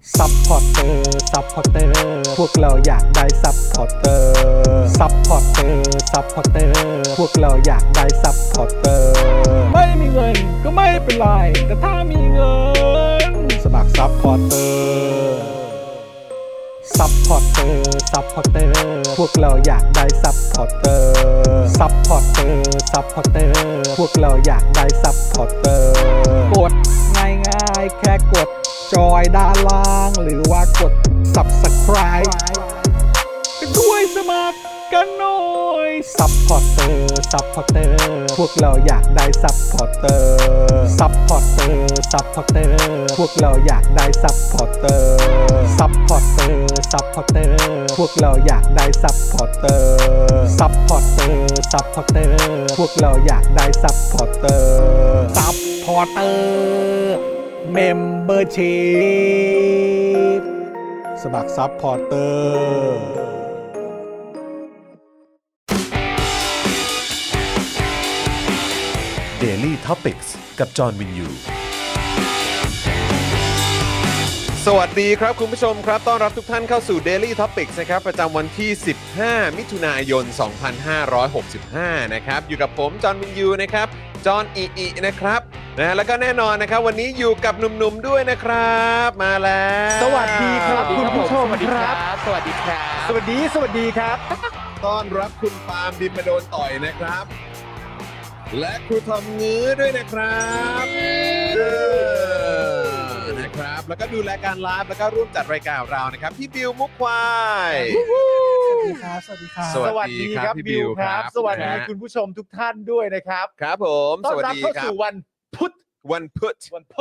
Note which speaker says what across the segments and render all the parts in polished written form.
Speaker 1: ซัพพอร์เตอร์ซัพพอร์เตอร์พวกเราอยากได้ซัพพอร์เตอร์ซัพพอร์เตอร์ซัพพอร์เตอร์พวกเราอยากได้ซัพพอร์เตอร์ไม่มีเงินก็ไม่เป็นไรแต่ถ้ามีเงินสมัครซัพพอร์เตอร์ซัพพอร์เตอร์ซัพพอร์เตอร์พวกเราอยากได้ซัพพอร์เตอร์ซัพพอร์เตอร์ซัพพอร์เตอร์พวกเราอยากได้ซัพพอร์เตอร์กดง่ายๆแค่กดจอยด้านล่างหรือว่ากด Subscribe ไปด้วยสมัครกันหน่อยซัพพอร์เตอร์ซัพพอร์เตอร์พวกเราอยากได้ซัพพอร์เตอร์ซัพพอร์เตอร์ซัพพอร์เตอร์พวกเราอยากได้ซัพพอร์เตอร์ซัพพอร์เตอร์ซัพพอร์เตอร์พวกเราอยากได้ซัพพอร์เตอร์ซัพพอร์เตอร์ซัพพอร์เตอร์พวกเราอยากได้ซัพพอร์เตอร์ซัพพอร์เตอร์เมมเบอร์ชีพสมัครซัพพอร์เตอร์
Speaker 2: Daily Topics กับจอห์นวินยูสวัสดีครับคุณผู้ชมครับต้อนรับทุกท่านเข้าสู่ Daily Topics นะครับประจำวันที่15มิถุนายน2565นะครับอยู่กับผมจอห์นวินยูนะครับจอห์นอินะครับนะแล้วก็แน่นอนนะครับวันนี้อยู่กับหนุ่มๆด้วยนะครับมาแล้ว
Speaker 1: สวัสดีครับคุณผู้ชมครับ
Speaker 3: สวัสดีครับ
Speaker 1: สวัสดีครับ
Speaker 2: ต้อนรับคุณปาล์มบินมาโดนต่อยนะครับและครูทอมงื้อด้วยนะครับนะครับแล้วก็ดูรายการไลฟ์แล้วก็ร่วมจัดรายการของเรานะครับพี่บิวมุกควาย
Speaker 1: สวัสดีครับสวัสดีครับ
Speaker 2: สวัสดีครับพี่บิวครับ
Speaker 1: สวัสดีคุณผู้ชมทุกท่านด้วยนะครับ
Speaker 2: ครับผมสวัสดีครับ
Speaker 1: ต้อนรับเข้าสู่วันพุธ
Speaker 2: วันพุธ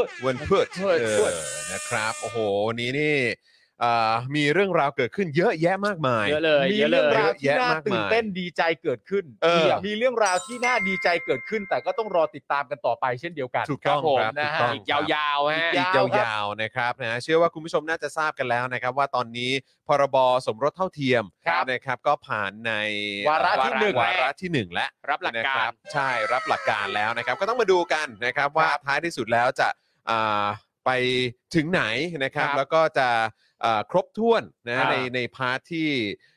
Speaker 2: นะครับโอ้โหวันนี้นี่มีเรื่องราวเกิดขึ้นเยอะแยะมากมาย
Speaker 3: เยอะเลย
Speaker 1: มีเรื่องราวที่น่าตื่นเต้นดีใจเกิดขึ้นมีเรื่องราวที่น่าดีใจเกิดขึ้นแต่ก็ต้องรอติดตามกันต่อไปเช่นเดียวกัน
Speaker 2: ถูกต้องครับ
Speaker 1: นะฮะ
Speaker 3: อีกยาวๆฮะ
Speaker 2: อีกยาวๆนะครับนะเชื่อว่าคุณผู้ชมน่าจะทราบกันแล้วนะครับว่าตอนนี้พรบสมรสเท่าเทียม
Speaker 3: ครับ
Speaker 2: นะครับก็ผ่านใน
Speaker 1: วาระที่หนึ่ง
Speaker 2: วาระที่1แล้ว
Speaker 3: รับหลักการ
Speaker 2: ใช่รับหลักการแล้วนะครับก็ต้องมาดูกันนะครับว่าท้ายที่สุดแล้วจะไปถึงไหนนะครับ
Speaker 3: ครับ
Speaker 2: แล้วก็จะครบถ้วนนะ
Speaker 3: อ่า
Speaker 2: ในพาร์ทที่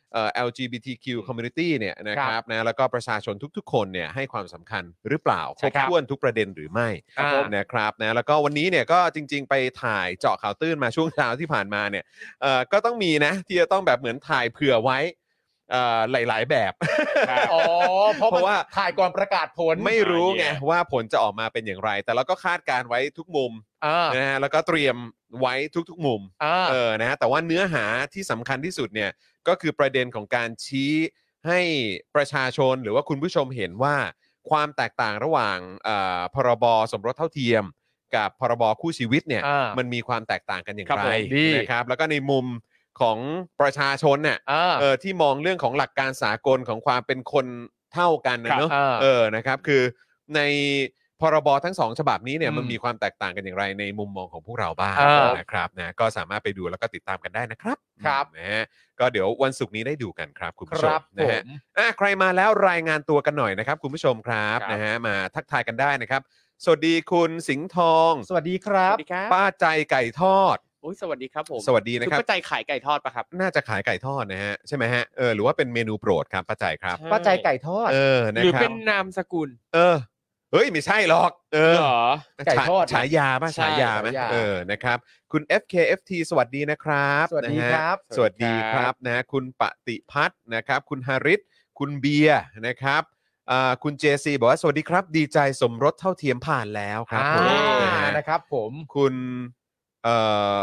Speaker 2: LGBTQ community เนี่ยนะครับนะแล้วก็ประชาชนทุกๆคนเนี่ยให้ความสำคัญหรือเปล่าค
Speaker 3: ใช่
Speaker 2: รบ
Speaker 3: ครับ
Speaker 2: ถ้วนทุกประเด็นหรือไม่
Speaker 3: ครับผม
Speaker 2: นะครับนะแล้วก็วันนี้เนี่ยก็จริงๆไปถ่ายเจาะข่าวตื้นมาช่วงเช้าที่ผ่านมาเนี่ยก็ต้องมีนะที่จะต้องแบบเหมือนถ่ายเผื่อไว้หลายๆแบบ
Speaker 1: อ๋อเพราะ
Speaker 2: เพราะว่า
Speaker 1: ถ่ายก่อนประกาศผล
Speaker 2: ไม่รู้ไงว่าผลจะออกมาเป็นอย่างไร แต่เราก็คาดการไว้ทุกมุมนะฮะแล้วก็เตรียมไว้ทุกๆมุมนะฮะแต่ว่าเนื้อหาที่สำคัญที่สุดเนี่ยก็คือประเด็นของการชี้ให้ประชาชนหรือว่าคุณผู้ชมเห็นว่าความแตกต่างระหว่างพรบสมรสเท่าเทียมกับพรบคู่ชีวิตเนี่ยมันมีความแตกต่างกันอย่าง
Speaker 3: ครับ
Speaker 2: ไร
Speaker 3: ผมดี
Speaker 2: นะครับแล้วก็ในมุมของประชาชนเนี่ยที่มองเรื่องของหลักการสากลของความเป็นคนเท่ากันนะเนอะนะครับคือในพรบทั้ง2ฉบับนี้เนี่ยมันมีความแตกต่างกันอย่างไรในมุมมองของพวกเราบ้างนะครับนะก็สามารถไปดูแล้วก็ติดตามกันได้นะครับ
Speaker 1: ครับ
Speaker 2: นะฮะก็เดี๋ยววันศุกร์นี้ได้ดูกันครับคุณผู้ช
Speaker 1: ครั
Speaker 2: ม
Speaker 1: บ
Speaker 2: นะฮะ
Speaker 1: ผม
Speaker 2: ใครมาแล้วรายงานตัวกันหน่อยนะครับคุณผู้ชมครับนะฮะมาทักทายกันได้นะครับสวัสดีคุณสิงห์ทอง
Speaker 1: สวัสดีครับ
Speaker 3: สวัสดีครับ
Speaker 2: ป้าใจไก่ทอด
Speaker 3: อุ๊ยสวัสดีครับผม
Speaker 2: สวัสดีนะครับ
Speaker 3: ณป้าใจขายไก่ทอดปะครับ
Speaker 2: น่าจะขายไก่ทอดนะฮะใช่ไหมฮะหรือว่าเป็นเมนูโปรดครับป้าใจครับ
Speaker 1: ป้าใจไก่ทอด
Speaker 2: นะ
Speaker 3: หรือ
Speaker 2: ครั
Speaker 3: เป็
Speaker 2: บ
Speaker 3: นนามสกุล
Speaker 2: เฮ้ยไม่ใช่หรอก
Speaker 3: เหรอ
Speaker 1: ไก่ทอด
Speaker 2: ฉายาป่ะ
Speaker 3: ใช่
Speaker 2: ฉายาไหม
Speaker 1: ฉายา
Speaker 2: นะครับคุณ FKFT สวัสดีนะครับ
Speaker 1: สวัสดี
Speaker 2: นะฮะ
Speaker 1: ครับ
Speaker 2: สวัสดีครับนะคุณปฏิพัฒน์นะครับคุณฮาริศคุณเบียร์นะครับคุณเจซีบอกว่าสวัสดีครับดีใจสมรสเท่าเทียมผ่านแล้วครับผมนะฮะ
Speaker 1: นะครับผม
Speaker 2: คุณเอ่อ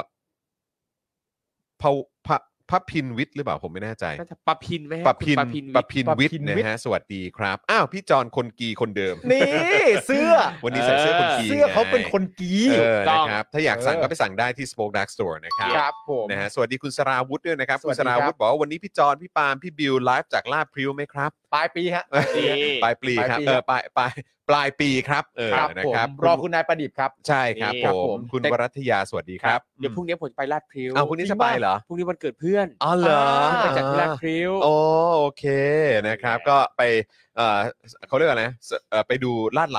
Speaker 2: พัพินวิทย์หรือเปล่าผมไม่แน่ใจ
Speaker 3: น่าจะปะพินไหมฮะ
Speaker 2: ปะพิน
Speaker 3: คุณ
Speaker 2: ปะพินวิทย์
Speaker 1: ปะพิน
Speaker 2: นะ
Speaker 1: วิทย์
Speaker 2: ฮะสวัสดีครับอ้าวพี่จอนคนกีคนเดิม
Speaker 1: นี่เสื้อ
Speaker 2: วันนี้ใส่เสื้อคนกี
Speaker 1: เสื้อเขาเป็น
Speaker 2: ไง
Speaker 1: คนกี
Speaker 2: นะครับถ้าอยากสั่งก็ไปสั่งได้ที่ Spoke Dark Store นะครับ
Speaker 1: ครับผม
Speaker 2: นะฮะสวัสดีคุณสราวุธด้วยนะครับ
Speaker 1: ส
Speaker 2: คุ
Speaker 1: วั
Speaker 2: ณ
Speaker 1: ส
Speaker 2: ส
Speaker 1: ดี
Speaker 2: รา
Speaker 1: ครับ
Speaker 2: วุธบอกว่าวันนี้พี่จอนพี่ปาล์มพี่บิวไลฟ์จากลาดพริ้วไหมครับ
Speaker 1: ปลายปีฮะ
Speaker 2: ปลายปีครับ ปลายปีครับ
Speaker 1: ครับ
Speaker 2: นะ
Speaker 1: ผม
Speaker 2: ครับ
Speaker 1: รอคุณนายประดิษฐ์ครับ
Speaker 2: ใช่ครับ
Speaker 3: นี่
Speaker 2: ผ
Speaker 1: ครับ
Speaker 2: ม
Speaker 1: ผม
Speaker 2: คุณวรัตยาสวัสดีครับ
Speaker 3: เดี๋ยวพรุ่งนี้ผมไปลาดพริ้ว
Speaker 2: เอาพรุ่งนี้จะไปเหรอ
Speaker 3: พรุ่งนี้วันเกิดเพื่อน
Speaker 2: อ๋อเหรอ
Speaker 3: ไปจัดที่ลาดพริ้ว
Speaker 2: โอเคนะครับก็ไปเขาเรียกว่าอะไรนะไปดูลาดเหลาให้หน่อย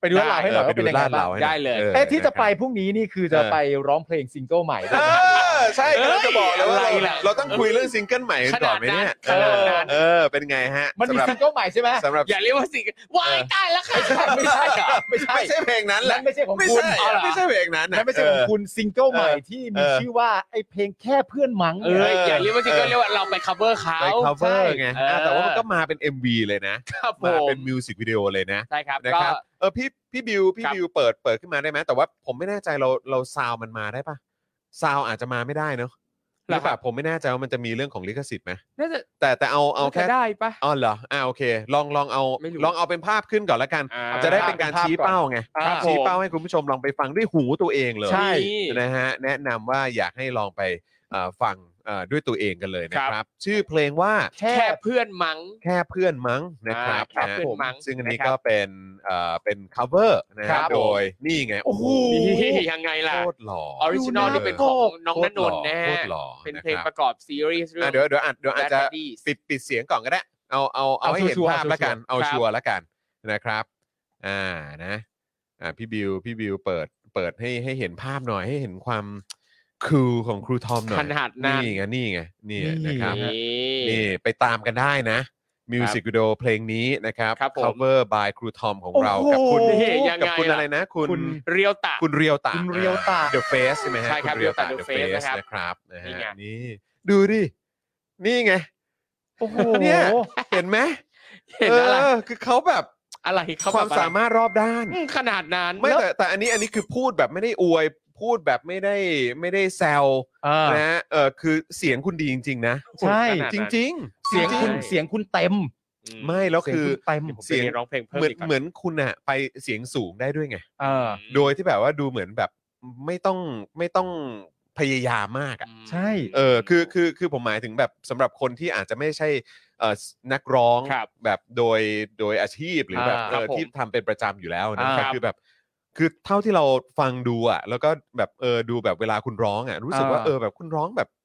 Speaker 4: ไปดูลาดเหลาให้หน่อยว่าเป็นยังไงบ้าง
Speaker 3: ได้เลย
Speaker 4: ที่จะไปพรุ่งนี้นี่คือจะไปร้องเพลงซิงเกิลใหม่ด้วย
Speaker 2: ใช่ก็จะบอกเลยว่า
Speaker 3: อะไรล่ะ
Speaker 2: เราต้องคุยเรื่องซิงเกิลใหม่กันก่อนไหมเนี่ย
Speaker 3: ขนาดนั้น
Speaker 2: เป็นไงฮะ
Speaker 4: มันมีซิงเกิลใหม่ใช่ไหม
Speaker 2: สำหรับ
Speaker 3: อย่าเรียกว่าสิ่งวายตายแล้วค่ะ
Speaker 4: ไม่ใช่ไม่ใช่
Speaker 2: ไม่ใช่เพลงนั้นแห
Speaker 4: นั่
Speaker 2: ละ
Speaker 4: นไม่ใช่ของ
Speaker 2: ไม่
Speaker 4: คุณ
Speaker 2: ใช่ไม่ใช่เพลงนั้น
Speaker 4: นั่นไม่ใช่ของคุณซิงเกิลใหม่ที่มีชื่อว่าไอ้เพลงแค่เพื่อนมั้ง
Speaker 3: อย่าเรียกว่าสิ่งก็เรียกว่าเราไป cover เขา
Speaker 2: ไป cover ไง
Speaker 3: ใช่
Speaker 2: แต่ว่ามันก็มาเป็น MV เลยนะครับ
Speaker 3: ผ
Speaker 2: มาม เป็นมิวสิกวิดีโอเลยนะ
Speaker 3: ใช่ครับ
Speaker 2: นะ
Speaker 3: ก็
Speaker 2: ครับพี่บิวเปิดขึ้นมาได้ไหมแต่ว่าผมไม่แน่ใจเราซาวมันมาได้ปะซาวอาจจะมาไม่ได้เนอะหรือแบบผมไม่แน่ใจว่ามันจะมีเรื่องของลิขสิทธิ์ไหม
Speaker 3: น่าจะ
Speaker 2: แต่เอาแค่
Speaker 3: ได้ปะ
Speaker 2: อ๋อเหรอโอเคลองเอา
Speaker 3: ไม่รู้
Speaker 2: ลองเอาเป็นภาพขึ้นก่อนละกัน
Speaker 3: อ่า
Speaker 2: จะได้เป็นการชี้เป้าไง
Speaker 3: ครับ
Speaker 2: ชี้
Speaker 3: ผม
Speaker 2: เป้าให้คุณผู้ชมลองไปฟังด้วยหูตัวเองเลย
Speaker 4: ใช่
Speaker 2: นะฮะแนะนำว่าอยากให้ลองไปฟังด้วยตัวเองกันเลยนะครับ ชื่อเพลงว่า
Speaker 3: แค่เพื่อนมั้ง
Speaker 2: แค่เพื่อนมั้งนะครับ
Speaker 3: แค่
Speaker 2: นะ
Speaker 3: เพื่อนมั้ง
Speaker 2: ซึ่งอันนี้
Speaker 3: นะครับ
Speaker 2: ก็เป็น cover นะค
Speaker 4: ครั
Speaker 2: รับบ โดยนี่ไงโอ้โห
Speaker 3: นี่ยังไงล่ะ
Speaker 2: โคตรหล่อ
Speaker 3: ออริจินอลนี่เป็นของน้องณนนท์นะ
Speaker 2: โค
Speaker 3: ฮะ
Speaker 2: ตรหล่อ
Speaker 3: เป็น
Speaker 2: นะ
Speaker 3: เพลง
Speaker 2: ครับ
Speaker 3: ประกอบซีรีส์เรื่อง
Speaker 2: เดี๋ยวอาจจะ
Speaker 3: Bad Buddies
Speaker 2: ปิดเสียงก่อนก็ได้เอาให้เห็น
Speaker 4: ชัวร์
Speaker 2: ภาพแล้วกัน
Speaker 4: ชัวร์
Speaker 2: เอา
Speaker 3: ครับ
Speaker 2: ชัวร์แล้วกันนะครับนะพี่บิวเปิดให้เห็นภาพหน่อยให้เห็นความคูลของครูทอมหน่อย
Speaker 3: ขนาดนั้น
Speaker 2: นี่ไงนี่นะครับ
Speaker 3: นี่
Speaker 2: นี่ไปตามกันได้นะมิวสิกวิดีโอเพลงนี้นะครับ
Speaker 3: ครับผม
Speaker 2: cover by ครูทอมของเรา
Speaker 4: โอ้โห
Speaker 2: กับคุณ
Speaker 3: ยังไง
Speaker 2: กับคุณ
Speaker 3: ล่ะ
Speaker 2: อะไรนะ คุณ
Speaker 3: เรียวตะ
Speaker 2: คุณเรียวตะ
Speaker 4: คุณเรียวตะ
Speaker 2: The Face ใช่ไหมฮะ
Speaker 3: ใช่ครับ
Speaker 2: ณเรียวตะ
Speaker 3: เรียว
Speaker 2: The
Speaker 3: ตะ The Face
Speaker 2: Face
Speaker 3: นะครับ
Speaker 2: นะครับนะฮะ
Speaker 3: นี่ไง
Speaker 2: นี่ดูดินี่ไง
Speaker 4: โอ้โห
Speaker 2: เนี่ยเห็นไหม
Speaker 3: เห็นอะไร
Speaker 2: คือเขาแบบ
Speaker 3: อะไรเขา
Speaker 2: ความ
Speaker 3: แบบอะไร
Speaker 2: สามารถรอบด้าน
Speaker 3: ขนาดนั้น
Speaker 2: ไม่แต่อันนี้คือพูดแบบไม่ได้อวยพูดแบบไม่ได้แซวนะฮะคือเสียงคุณดีจริงๆนะ
Speaker 4: ใช่
Speaker 3: ขนาดนั้น
Speaker 2: จริงๆ
Speaker 4: เสียงคุณ
Speaker 2: จริๆ
Speaker 4: เสียงคุณเต็ม
Speaker 2: ไม่แล้วคือ
Speaker 4: เต็ม
Speaker 3: เสียงร้องเพลงเพิ่ม
Speaker 2: เหมือน
Speaker 3: อีกครับ
Speaker 2: เหมือนคุณอะไปเสียงสูงได้ด้วยไง
Speaker 4: ม
Speaker 2: โดยที่แบบว่าดูเหมือนแบบไม่ต้องพยายามมากอะ
Speaker 4: ใช่
Speaker 2: คือผมหมายถึงแบบสำหรับคนที่อาจจะไม่ใช่นักร้อง
Speaker 3: ครับ
Speaker 2: แบบโดยอาชีพหรือแบบ
Speaker 3: ครับผม
Speaker 2: ที่ทำเป็นประจำอยู่แล้วนะ
Speaker 3: ครับ
Speaker 2: คือแบบคือเท่าที่เราฟังดูอ่ะแล้วก็แบบดูแบบเวลาคุณร้องอ่ะรู้สึกว่าแบบคุณร้องแบบ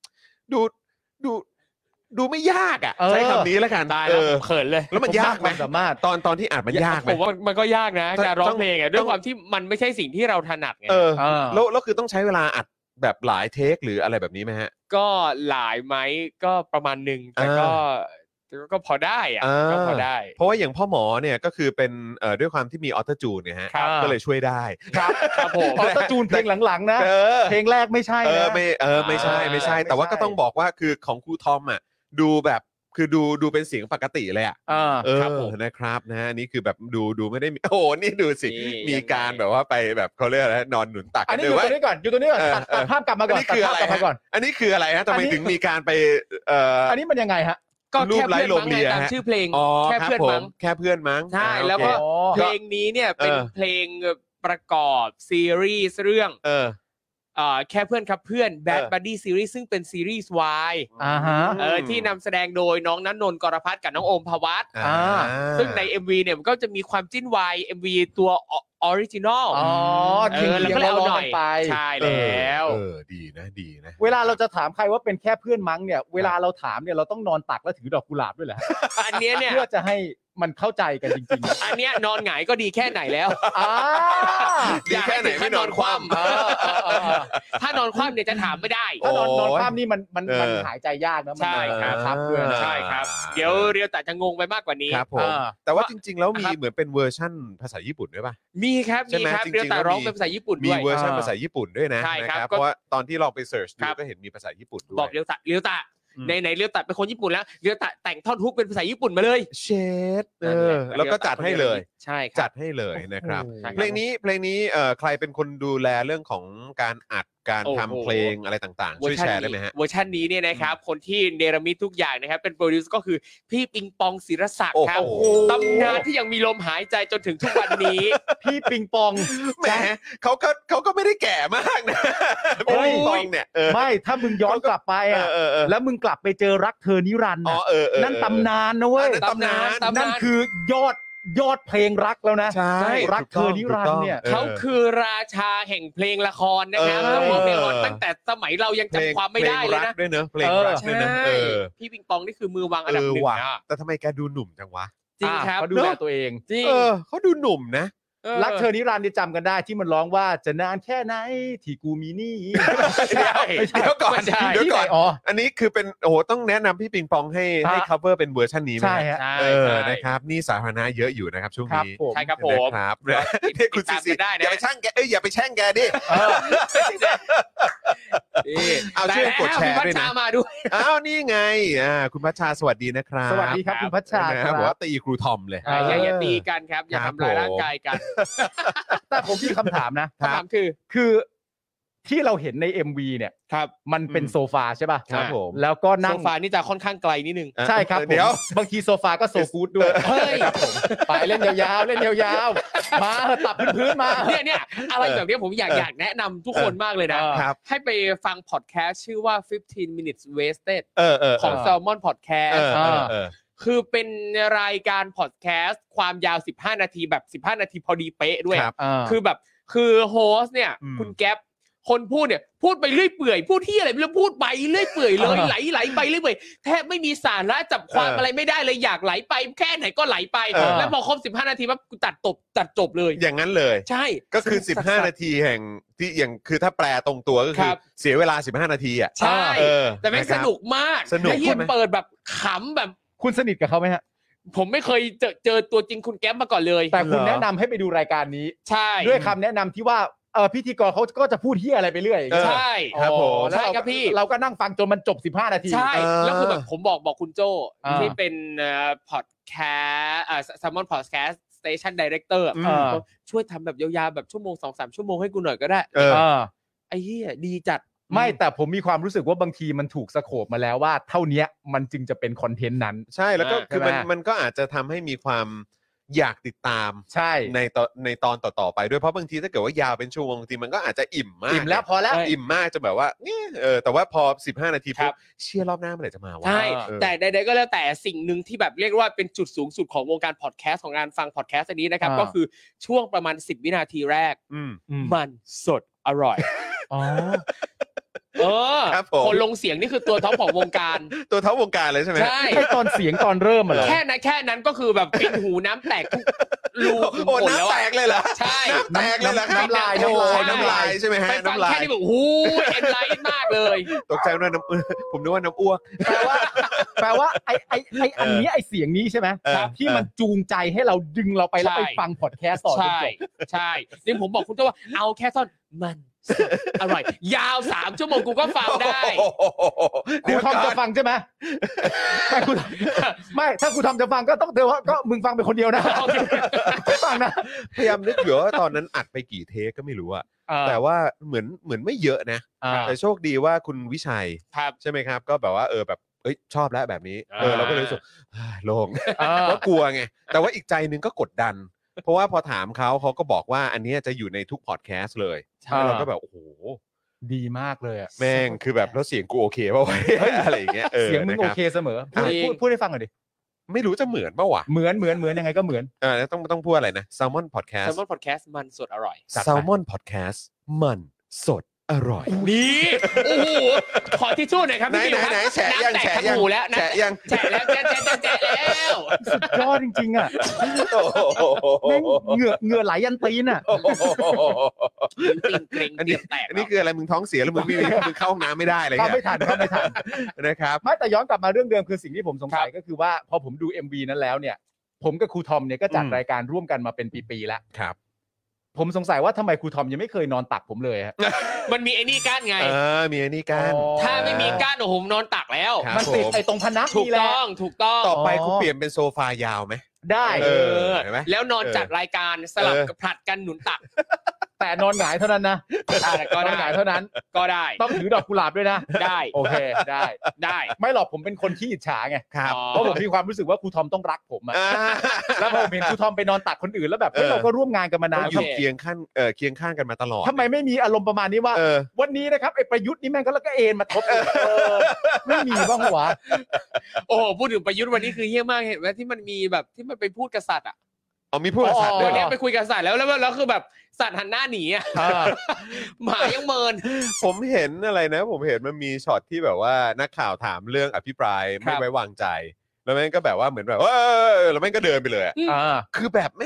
Speaker 2: ดูไม่ยากอ่ะใช้คำนี้แล้วกัน
Speaker 3: ตายแล้วผมเขินเลย
Speaker 2: แล้วมันยากไหม
Speaker 4: ความสามารถ
Speaker 2: ตอนที่อัดมันยากไหม
Speaker 3: ผมว่ามันก็ยากนะ
Speaker 2: ต้อง
Speaker 3: การร้องเพลงอ่ะ
Speaker 2: ต้อง
Speaker 3: ด้วยความที่มันไม่ใช่สิ่งที่เราถนัดไง
Speaker 2: แล้วคือต้องใช้เวลาอัดแบบหลายเทคหรืออะไรแบบนี้ไหมฮะ
Speaker 3: ก็หลายไหมก็ประมาณหนึ่งแต่ก็พอได้อ่ะก็พอได้
Speaker 2: เพราะว่าอย่างพ่อหมอเนี่ยก็คือเป็นด้วยความที่มีออโตจูนเนี่ยฮะ
Speaker 3: ครับ
Speaker 2: ก็เลยช่วยได้
Speaker 3: ครับผม
Speaker 4: ออโต้จูนเพลงหลังๆนะ เพลงแรกไม่ใช่นะ
Speaker 2: ไม่ใช่แต่ว่าก็ต้องบอกว่าคือของครูทอมอ่ะดูแบบคือดูเป็นเสียงปกติเลยอ่ะ
Speaker 3: ครับผม
Speaker 2: นะครับนะฮะอันนี่คือแบบดูไม่ได้มีโอ้โหนี่ดูสิ
Speaker 3: นี่
Speaker 2: มีการแบบว่าไปแบบเขาเรียกอะไรนอนหนุนตัก
Speaker 4: อันนี้
Speaker 2: ห
Speaker 4: อ
Speaker 2: รื
Speaker 4: ยู่
Speaker 2: ว่า
Speaker 4: ตัวนี้ก่อนอยู่ตัวนี้ก่อนตัดภาพกลับมาก่อน
Speaker 2: อันนี้คืออะไร
Speaker 4: ตัดภาพกลับมาก่อน
Speaker 2: อันนี้คืออะไรฮะทำไม
Speaker 4: อันนี้
Speaker 2: ถึงมีการไป
Speaker 4: อันนี้มันยังไงฮะ
Speaker 3: ก็
Speaker 2: รู
Speaker 3: แค่
Speaker 2: ปไร้
Speaker 3: เพื่อน
Speaker 2: โรง
Speaker 3: มั้ง
Speaker 2: เรี
Speaker 3: ไง
Speaker 2: ยน
Speaker 3: ตาม
Speaker 2: ฮะ
Speaker 3: ชื่อเพลง
Speaker 2: อ๋อ
Speaker 3: แค่
Speaker 2: รับ
Speaker 3: เพื่อน
Speaker 2: ผม
Speaker 3: มั้ง
Speaker 2: แค่เพื่อนมั้ง
Speaker 3: ใช่
Speaker 2: โอเค
Speaker 3: แล้วก็
Speaker 4: อ๋อ
Speaker 3: เพลงนี้เนี่ยเป็นเพลงประกอบซีรีส์เรื่องแค่เพื่อนครับเพื่อน Bad Buddy Series ซึ่งเป็นซีรีส์วาย
Speaker 4: ฮะ
Speaker 3: ที่นำแสดงโดยน้องณนนท์กรพัฒน์กับน้องโอมภวัต ซึ่งใน MV เนี่ยมันก็จะมีความจิ้นวาย MV ตัวออริจินอล แล้วก็เลยเอาหน่อย
Speaker 4: ไป
Speaker 3: ใช่แล้ว
Speaker 2: ดีนะ
Speaker 4: เวลาเราจะถามใครว่าเป็นแค่เพื่อนมั้งเนี่ยเวลาเราถามเนี่ยเราต้องนอนตักแล้วถือดอกกุหลาบด้วยเหรอ
Speaker 3: อันเนี้ยเนี่ย
Speaker 4: เพื่อจะให้มันเข้าใจกันจริงๆ
Speaker 3: อันเนี้ยนอนหงายก็ดีแค่ไหนแล้ว
Speaker 2: ดีแค่ไหนไม่นอนคว่ำ
Speaker 3: ถ้านอนคว่ำเนี่ยจะถามไม่ได้
Speaker 4: ถ้านอน
Speaker 2: โอ้ย
Speaker 4: คว่ำนี่มันหายใจยากนะมัน
Speaker 3: ใช่ครับ
Speaker 4: เพื่อน
Speaker 3: ใช่ครับ เดี๋ยวเรียวแต่จะงงไปมากกว่านี้
Speaker 2: ครับผม แต่ว่าจริงๆแล้วมีเหมือนเป็นเวอร์ชั่นภาษาญี่ปุ่นด้วยป่ะ
Speaker 3: มีครับ
Speaker 2: ใช่
Speaker 3: มี
Speaker 2: ไหม
Speaker 3: ครับ
Speaker 2: จริงๆ
Speaker 3: เรียวแต่
Speaker 2: แล้ว
Speaker 3: ร้อง
Speaker 2: มี
Speaker 3: เป็นภาษาญี่ปุ่น
Speaker 2: มี
Speaker 3: ด้วย
Speaker 2: เวอร์ชันภาษาญี่ปุ่นด้วยนะ
Speaker 3: ใช่ครับ
Speaker 2: เพราะว่าตอนที่ลองไปเสิร์ช
Speaker 3: ค
Speaker 2: ดู
Speaker 3: รับ
Speaker 2: ก็เห็นมีภาษาญี่ปุ่นด้วย
Speaker 3: บอกเรียวแต่ในเรียวแต่เป็นคนญี่ปุ่นแล้วเรียวแต่แต่งท่อนฮุกเป็นภาษาญี่ปุ่นมาเลย
Speaker 2: เชดแล้วก็จัดให้เลย
Speaker 3: ใช่ค
Speaker 2: จั
Speaker 3: รับ
Speaker 2: ดให้เลยนะครับ
Speaker 3: ใช่ครับ
Speaker 2: เพลงนี้ใครเป็นคนดูแลเรื่องของการอัดการ
Speaker 3: โอ้โห
Speaker 2: ทำเพลงอะไรต่างๆ ช่วยแชร์ได้ไหมฮะ
Speaker 3: เวอร์ชันนี้เนี่ยนะครับคนที่เนรมิตทุกอย่างนะครับเป็นโปรดิวซ์ก็คือพี่ปิงปองศิรศักดิ์ครับ
Speaker 2: โอ้โห
Speaker 3: ตำนานที่ยังมีลมหายใจจนถึงทุกวันนี้
Speaker 4: พี่ปิงปอง
Speaker 2: แหมเขาก็ไม่ได้แก่มากนะ
Speaker 4: โอ้ย
Speaker 2: พี่ปองเนี่ย
Speaker 4: ไม่ถ้ามึงย้อนกลับไปอ่ะ แล้วมึงกลับไปเจอรักเธอนิรันดร์
Speaker 2: อ๋อ
Speaker 4: น่ะนั่นตำนานนะเว้ย
Speaker 2: ตำนาน
Speaker 4: นั่นคือยอดเพลงรักแล้วนะ
Speaker 2: ใช่
Speaker 4: รักเธอนิรันดร์เนี่ย
Speaker 3: เขาคือราชาแห่งเพลงละครนะครับ
Speaker 2: เออ
Speaker 3: ต้องบอกเพลงละครตั้งแต่สมัยเรายังจำความไม่ได้เลยนะ
Speaker 2: เพลงรักด้วยเนอะเพลงรักด้วยนะ
Speaker 3: ใช่พี่ปิงปองนี่คือมือวางอันดับหนึ่ง
Speaker 2: ว่ะ
Speaker 3: นะ
Speaker 2: แต่ทำไมแกดูหนุ่มจังวะ
Speaker 3: จริงครับ
Speaker 4: เขาดูแลตัวเอง
Speaker 3: จริง
Speaker 2: เขาดูหนุ่มนะ
Speaker 4: รักเธอนิรันดร์จำกันได้ที่มันร้องว่าจะนานแค่ไหนที่กูมีหนี้
Speaker 2: เดี๋ยวก่อน
Speaker 3: ไม่ใช่
Speaker 2: เดี๋ยวก่อน
Speaker 4: อ๋อ
Speaker 2: อันนี้คือเป็นโอ้โหต้องแนะนำพี่ปิงปองให้ cover เป็นเวอร์ชันนี้ไหม
Speaker 4: ใช่ฮะ
Speaker 2: นะครับนี่สาธารณะเยอะอยู่นะครับช่วง
Speaker 4: ครับ
Speaker 2: นี้
Speaker 4: ผม
Speaker 3: ใช่ครับผม
Speaker 2: นะครับ
Speaker 3: ติด
Speaker 2: เนี่ยคุณ
Speaker 3: ตา
Speaker 2: ซี
Speaker 3: ม
Speaker 2: ซี
Speaker 3: กันได้นะ
Speaker 2: อย่าไปช่างแกอย่าไปแช่งแกดิ เอาช่วยกดแชร์ด้วยนะ
Speaker 3: คุณพัชชามาด้วย
Speaker 2: อ้าวนี่ไงคุณพัชชาสวัสดีนะครับ
Speaker 4: สวัสดีครับคุณพัชชา
Speaker 2: นะ
Speaker 4: ค
Speaker 2: ครับ
Speaker 4: รั
Speaker 2: บอก
Speaker 4: บ
Speaker 2: ว่าตีครูทอมเลย
Speaker 3: อย่าตีกันครับ อย่า
Speaker 2: ครับ
Speaker 3: ทำร้ายร่างกายกัน
Speaker 4: แต่ผมมีคำถามนะ
Speaker 3: คำถามคือ
Speaker 4: คือที่เราเห็นใน MV เนี่ย
Speaker 3: ครับ
Speaker 4: มันเป็นโซฟาใช่ป่ะ
Speaker 2: ครับผม
Speaker 4: แล้วก็
Speaker 3: โซ
Speaker 4: นั่ง
Speaker 3: ฟานี่จะค่อนข้างไกลนิดนึง
Speaker 4: ใช่ครับ
Speaker 2: เดี๋ยว
Speaker 4: ผมบางทีโซฟาก็โซกูดด้วย
Speaker 3: เฮ้ย
Speaker 4: ครับผมไปเล่นยาวๆเล่นยาวๆมาเถอะตับพื้นๆมา
Speaker 3: เนี่ยอะไรแบบนี้ผมอยากแนะนำทุกคนมากเลยนะ
Speaker 2: ครับ
Speaker 3: ให้ไปฟังพอดแคสต์ชื่อว่า 15 minutes wasted
Speaker 2: เออ
Speaker 3: ของ Salmon Podcast คือเป็นรายการพอดแคสต์ความยาว 15 นาทีแบบ15 นาทีพอดีเป๊ะด้วย
Speaker 2: ครับ
Speaker 3: คือโฮสต์เนี่ย คุณแก๊ปคนพูดเนี่ยพูดไปเรื่อยเปื่อยพูดที่อะไรไม่รู้พูดไปเรื่อยเปื่อยเลยไหลไปเรื่อยเปื่อยแทบไม่มีสาระจับความอะไรไม่ได้เลยอยากไหลไปแค่ไหนก็ไหลไป แล้วพอครบ15 นาทีปั๊บกูตัดจบเลย
Speaker 2: อย่างนั้นเลย
Speaker 3: ใช่
Speaker 2: ก็คือ15 นาทีแห่งที่อย่างคือถ้าแปลตรงตัวก็คือเสียเวลา15 นาทีอ่ะ
Speaker 3: ใช่แต่แม่งสนุกมาก
Speaker 2: สนุก
Speaker 3: และยิ่งเปิดแบบขำแบบ
Speaker 4: คุณสนิทกับเขาไหมฮะ
Speaker 3: ผมไม่เคยเจอตัวจริงคุณแก๊ปมาก่อนเลย
Speaker 4: แต่คุณแนะนำให้ไปดูรายการนี้
Speaker 3: ใช่
Speaker 4: ด้วยคำแนะนำที่ว่าพิธีกรเขาก็จะพูดเฮียอะไรไปเรื่อย
Speaker 3: ใช่
Speaker 2: ครับผม
Speaker 4: แล้ว
Speaker 3: ใช่ครับพี่
Speaker 4: เราก็นั่งฟังจนมันจบ15 นาที
Speaker 3: ใช่แล้วคือแบบผมบอกคุณโจ้ ที่เป็นพอดแคสต์Salmon Podcast Station Director ช่วยทำแบบยาวๆแบบชั่วโมง 2-3 ชั่วโมงให้กูหน่อยก็ได้ไอ้เหี้ยดีจัด
Speaker 4: ไม่แต่ผมมีความรู้สึกว่าบางทีมันถูกสโคปมาแล้วว่าเท่านี้มันจึงจะเป็นคอนเทนต์นั้น
Speaker 2: ใช่แล้วก็คือ
Speaker 4: ใช่ไหม
Speaker 2: มันก็อาจจะทำให้มีความอยากติดตาม
Speaker 4: ใช่
Speaker 2: ในตอนต่อๆไปด้วยเพราะบางทีถ้าเกิดว่ายาวเป็นชั่วโมงบางทีมันก็อาจจะอิ่มมาก
Speaker 4: อิ่มแล้วพอแล้ว
Speaker 2: อิ่มมากจนแบบว่าแต่ว่าพอ15 นาทีปุ๊บเชื่อรอบหน้าเมื่อไหร่จะมาวะ
Speaker 3: ใช่แต่ใดๆก็แล้วแต่สิ่งหนึ่งที่แบบเรียกว่าเป็นจุดสูงสุดของวงการพอดแคสต์ของการฟังพอดแคสต์อันนี้นะครับก็คือช่วงประมาณ10 วินาทีแรกมันสดอร่อย
Speaker 2: ครับผม
Speaker 3: คนลงเสียงนี่คือตัวท็อปของวงการ
Speaker 2: ตัวท็อปวงการเลยใช่ไหม
Speaker 3: ใช่
Speaker 4: แค่ตอนเสียงตอนเริ่มอะเหรอ
Speaker 3: แค่นั้นก็คือแบบปิดหูน้ำแตกทุกรู
Speaker 2: โอ้
Speaker 3: หมดแล้ว
Speaker 2: น้ำแตกเลยเหรอ
Speaker 3: ใช่
Speaker 2: น้ำแตกเลยเหรอครับ
Speaker 4: น้ำลาย
Speaker 2: โอ้โห
Speaker 4: น้ำลาย
Speaker 2: น้ำลายใช่ไหมฮะ
Speaker 3: ไปฟัง
Speaker 2: น้ำลาย
Speaker 3: แค่นี้แบบโอ้โหเอ็นไลท์มากเลย
Speaker 2: ตกใจว่าน้ำ ผมนึกว่าน้ำอ้วก
Speaker 4: แปลว่าไออันนี้ไอเสียงนี้ใช่ไหม ที่มันจูงใจให้เราดึงเราไปแล้วไปฟังพอดแคสต์ต่อจน
Speaker 3: ใช่
Speaker 4: จบ
Speaker 3: ใช่ซึ่งผมบอกคุณเจ้าว่าเอาแค่ท่อนมันอร่อย ยาว3 ชั่วโมงกูก็ฟังได้
Speaker 4: ครูทอมจะฟังใช่ไหมไม่ถ้าครูทอมจะฟังก็ต้องเธอว่าก็มึงฟังเป็นคนเดียวนะฟังนะ
Speaker 2: พยายามนึกอยู่ว่าตอนนั้นอัดไปกี่เทคก็ไม่รู้อะแต่ว่าเหมือนไม่เยอะนะแต่โชคดีว่าคุณวิชัย
Speaker 3: ครับ
Speaker 2: ใช่ไหมครับก็แบบว่าแบบชอบแล้วแบบนี้เราก็เลยรู้สึกโล่งเพราะกลัวไงแต่ว่าอีกใจนึงก็กดดัน เพราะว่าพอถามเขาก็บอกว่าอันนี้จะอยู่ในทุกพอดแคสต์เลยเราก็แบบโอ้โห
Speaker 4: ดีมากเลยอะ
Speaker 2: แม่งคือแบบแล้วเสียงกูโอเคป่าววะอะไรอย่างเงี้ย
Speaker 4: เสียงมึงโอเคเสมอพูดให้ฟังหน่อยดิ
Speaker 2: ไม่รู้จะเหมือนป่าววะ
Speaker 4: เหมือนยังไงก็เหมือน
Speaker 2: แล้วต้องพูดอะไรนะ Salmon Podcast
Speaker 3: Salmon Podcast มันสดอร่อย
Speaker 2: Salmon Podcast มันสดอร่อย
Speaker 3: นี่โอ้โหขอทิชชู่หน่อยครับ
Speaker 2: ไหน
Speaker 3: พี่
Speaker 2: ไหน
Speaker 3: ครับ
Speaker 2: แฉะยัง
Speaker 3: น้ำแตก
Speaker 2: แฉะ
Speaker 3: ทั้ง
Speaker 2: ยัง
Speaker 3: หูแล้ว
Speaker 2: แฉะยัง
Speaker 3: แฉะแล้วแฉะแล้ว
Speaker 4: สุดยอดจริงๆอ่ะ
Speaker 2: โอ้โห
Speaker 4: แม่งเหงื่อไหลยันตีนอ่ะ
Speaker 3: ติงเกรง
Speaker 2: อัน
Speaker 3: เตรี
Speaker 2: นี้
Speaker 3: ยมแตก
Speaker 2: อันนี้คืออะไรมึงท้องเสียแล้วมึงมึงเข้าห้องน้ำไม่ได้อะไร
Speaker 4: เข้า
Speaker 2: เงี้
Speaker 4: ไม่
Speaker 2: ย
Speaker 4: ทัน
Speaker 2: นะครับ
Speaker 4: ไม่แต่ย้อนกลับมาเรื่องเดิมคือสิ่งที่ผมสงสัยก็คือว่าพอผมดู MV นั้นแล้วเนี่ย ผมกับครูทอมเนี่ยก็จัดรายการร่วมกันมาเป็นปีๆแล้ว
Speaker 2: ครับ
Speaker 4: ผมสงสัยว่าทำไมครูทอมยังไม่เคยนอนตักผมเลยฮะ
Speaker 3: มันมีไอ้นี่ก้านไง
Speaker 2: มีอันนี้กัน
Speaker 3: ถ้าไม่มีก้านโอ้โหผมนอนตักแล้ว
Speaker 2: ครับ
Speaker 4: มันติดไอ้ตรงพนัก
Speaker 3: ถูก
Speaker 4: นี่แหละ
Speaker 3: ต้อง
Speaker 2: ต่อไปกูเปลี่ยนเป็นโซฟายาวไหม
Speaker 4: ได้
Speaker 2: เออเห็นไหม
Speaker 3: แล้วนอนจัดรายการสลับกับผลัดกันหนุนตัก
Speaker 4: แต่นอนหงายเท่านั้นนะ
Speaker 3: ก็
Speaker 4: นอนห
Speaker 3: ได้
Speaker 4: งายเท่านั้น
Speaker 3: ก็ได้
Speaker 4: ต้องถือดอกกุหลาบด้วยนะ
Speaker 3: ได้
Speaker 4: โอเคได้
Speaker 3: ได้
Speaker 4: ไม่หรอกผมเป็นคนขี้อิจฉาไง
Speaker 2: ครับ
Speaker 4: เพราะผมมีความรู้สึกว่าครูทอมต้องรักผมอะ
Speaker 2: อ่า
Speaker 4: แล้วพอผมเห็นครูทอมไปนอนตักคนอื่นแล้วแบบเฮ้ย
Speaker 2: เออ
Speaker 4: เราก็ร่วมงานกันมานา
Speaker 2: ก็
Speaker 4: น
Speaker 2: อยู่เคียงข้างกันมาตลอด
Speaker 4: ทำไมไม่มีอารมณ์ประมาณนี้ว่า วันนี้นะครับไอ้ประยุทธ์นี่แม่งก็แล้วก็เอ็นมาทบไม่มีบ้างวะ
Speaker 3: โอ้โหพูดถึงประยุทธ์วันนี้คือเฮี้ยมากเห็นไหมที่มันมีแบบที่มันไปพูดกับสัตว์อ่ะ
Speaker 2: เอามีพูดกับสัตว์ด้
Speaker 3: วั
Speaker 2: วย
Speaker 3: น
Speaker 2: เหร
Speaker 3: นี้
Speaker 2: อ
Speaker 3: ไปคุยกับสัตว์แล้วคือแบบสัตว์หันหน้าหนีอ่ะหมายังเมิน
Speaker 2: ผมเห็นอะไรนะ ผมเห็นมันมีช็อตที่แบบว่านักข่าวถามเรื่องอภิปรายไม่
Speaker 3: ครับ
Speaker 2: ไว้วางใจ แล้วแม่งก็แบบว่าเหมือนแบบแล้วแม่งก็เดินไปเลยอะคือแบบแม่ง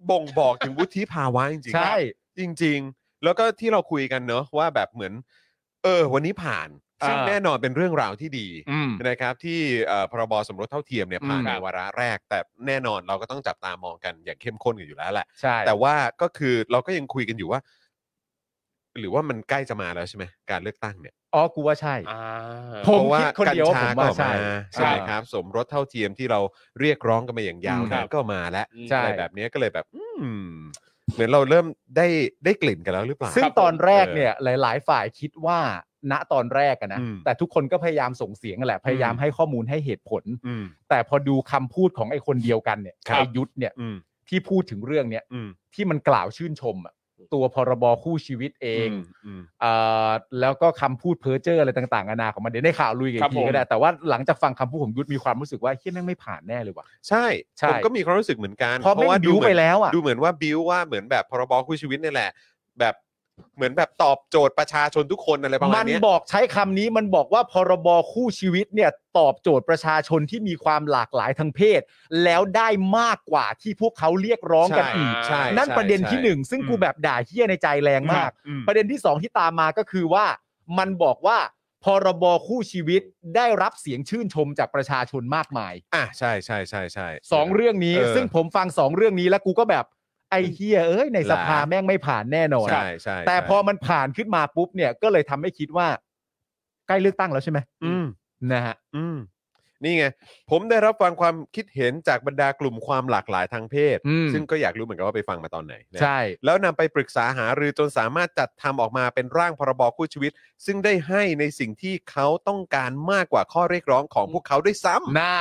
Speaker 2: บ่งบอกถึงวุฒิภาวะจริงๆ
Speaker 4: ใช่
Speaker 2: จริง ๆ แล้วก็ที่เราคุยกันเนอะว่าแบบเหมือนวันนี้ผ่านซึ่งแน่นอนเป็นเรื่องราวที่ดีนะครับที่พรบสมรสเท่าเทียมเนี่ยผ่านในวาระแรกแต่แน่นอนเราก็ต้องจับตามองกันอย่างเข้มข้นกันอยู่แล้วแหละ
Speaker 4: ใช่
Speaker 2: แต่ว่าก็คือเราก็ยังคุยกันอยู่ว่า หรือว่ามันใกล้จะมาแล้วใช่ไหมการเลือกตั้งเนี่ย
Speaker 4: อ๋อกูว่าใช่
Speaker 2: เพราะว่า
Speaker 4: คิดคนเดียว
Speaker 2: กัญชา
Speaker 4: ผมว่า
Speaker 2: ก็
Speaker 4: ใช่
Speaker 2: มาใช่ไหมครับสมรสเท่าเทียมที่เราเรียกร้องกันมาอย่างยาวนานก็มาแล้ว
Speaker 4: ใช่
Speaker 2: อะไรแบบนี้ก็เลยแบบเหมือนเราเริ่มได้กลิ่นกันแล้วหรือเปล่า
Speaker 4: ซึ่งตอนแรกเนี่ยหลาย ๆ ฝ่ายคิดว่าณตอนแรกอะนะ
Speaker 2: อืม
Speaker 4: แต่ทุกคนก็พยายามส่งเสียงกันแหละพยายามให้ข้อมูลให้เหตุผล
Speaker 2: อืม
Speaker 4: แต่พอดูคำพูดของไอ้คนเดียวกันเนี่ย
Speaker 2: ครับ
Speaker 4: ไอ้ยุทธเนี่ย
Speaker 2: อืม
Speaker 4: ที่พูดถึงเรื่องเนี้ย
Speaker 2: อืม
Speaker 4: ที่มันกล่าวชื่นชมอะตัวพรบคู่ชีวิตเอง
Speaker 2: อืม
Speaker 4: แล้วก็คำพูดเพ้อเจ้ออะไรต่างๆนานาของมันเดี๋ยวได้ข่าวลุยกัน
Speaker 3: ครั
Speaker 4: อี
Speaker 3: บ
Speaker 4: กที
Speaker 3: ผม
Speaker 4: ก็ได้แต่ว่าหลังจากฟังคำพูดของยุทธมีความรู้สึกว่าเฮี้ยแม่งไม่ผ่านแน่เลยว่ะ
Speaker 2: ใช่
Speaker 4: ใช่
Speaker 2: ผมก็มีความรู้สึกเหมือนกัน
Speaker 4: เพราะไม่บิ้วไปแล้วอะ
Speaker 2: ดูเหมือนว่าบิ้วว่าเหมือนแบบพรบคู่ชีวิตนี่แหละ แบบเหมือนแบบตอบโจทย์ประชาชนทุกคนอะไรประมา
Speaker 4: มั
Speaker 2: ณ
Speaker 4: น
Speaker 2: เนี้ย
Speaker 4: บอกใช้คำนี้มันบอกว่าพรบคู่ชีวิตเนี่ยตอบโจทย์ประชาชนที่มีความหลากหลายทางเพศ แล้วได้มากกว่าที่พวกเขาเรียกร้องกันอีก
Speaker 2: ใช่
Speaker 4: นั่นประเด็นที่หนึ่งซึ่งกูแบบด่าเฮี้ยในใจแรงมาก
Speaker 2: อืม
Speaker 4: ประเด็นที่สองที่ตามมาก็คือว่ามันบอกว่าพรบคู่ชีวิตได้รับเสียงชื่นชมจากประชาชนมากมาย
Speaker 2: ใช่ใช่ใช่ใช่
Speaker 4: สองเรื่องนี้ ซึ่งผมฟังสองเรื่องนี้แล้วกูก็แบบไอ้เฮียเอ้ยในสภาแม่งไม่ผ่านแน่นอน
Speaker 2: ใช่ใช่
Speaker 4: แต่พอมันผ่านขึ้นมาปุ๊บเนี่ยก็เลยทำให้คิดว่าใกล้เลือกตั้งแล้วใช่ไหม
Speaker 2: อืม
Speaker 4: นะฮะ
Speaker 2: นี่ไงผมได้รับฟังความคิดเห็นจากบรรดากลุ่มความหลากหลายทางเพศ
Speaker 4: อืม
Speaker 2: ซึ่งก็อยากรู้เหมือนกันว่าไปฟังมาตอนไหนนะ
Speaker 4: ใช่
Speaker 2: แล้วนำไปปรึกษาหารือจนสามารถจัดทำออกมาเป็นร่างพรบคู่ชีวิต ซึ่งได้ให้ในสิ่งที่เขาต้องการมากกว่าข้อเรียกร้องของพวกเขาด้วยซ้ำ
Speaker 4: หน้า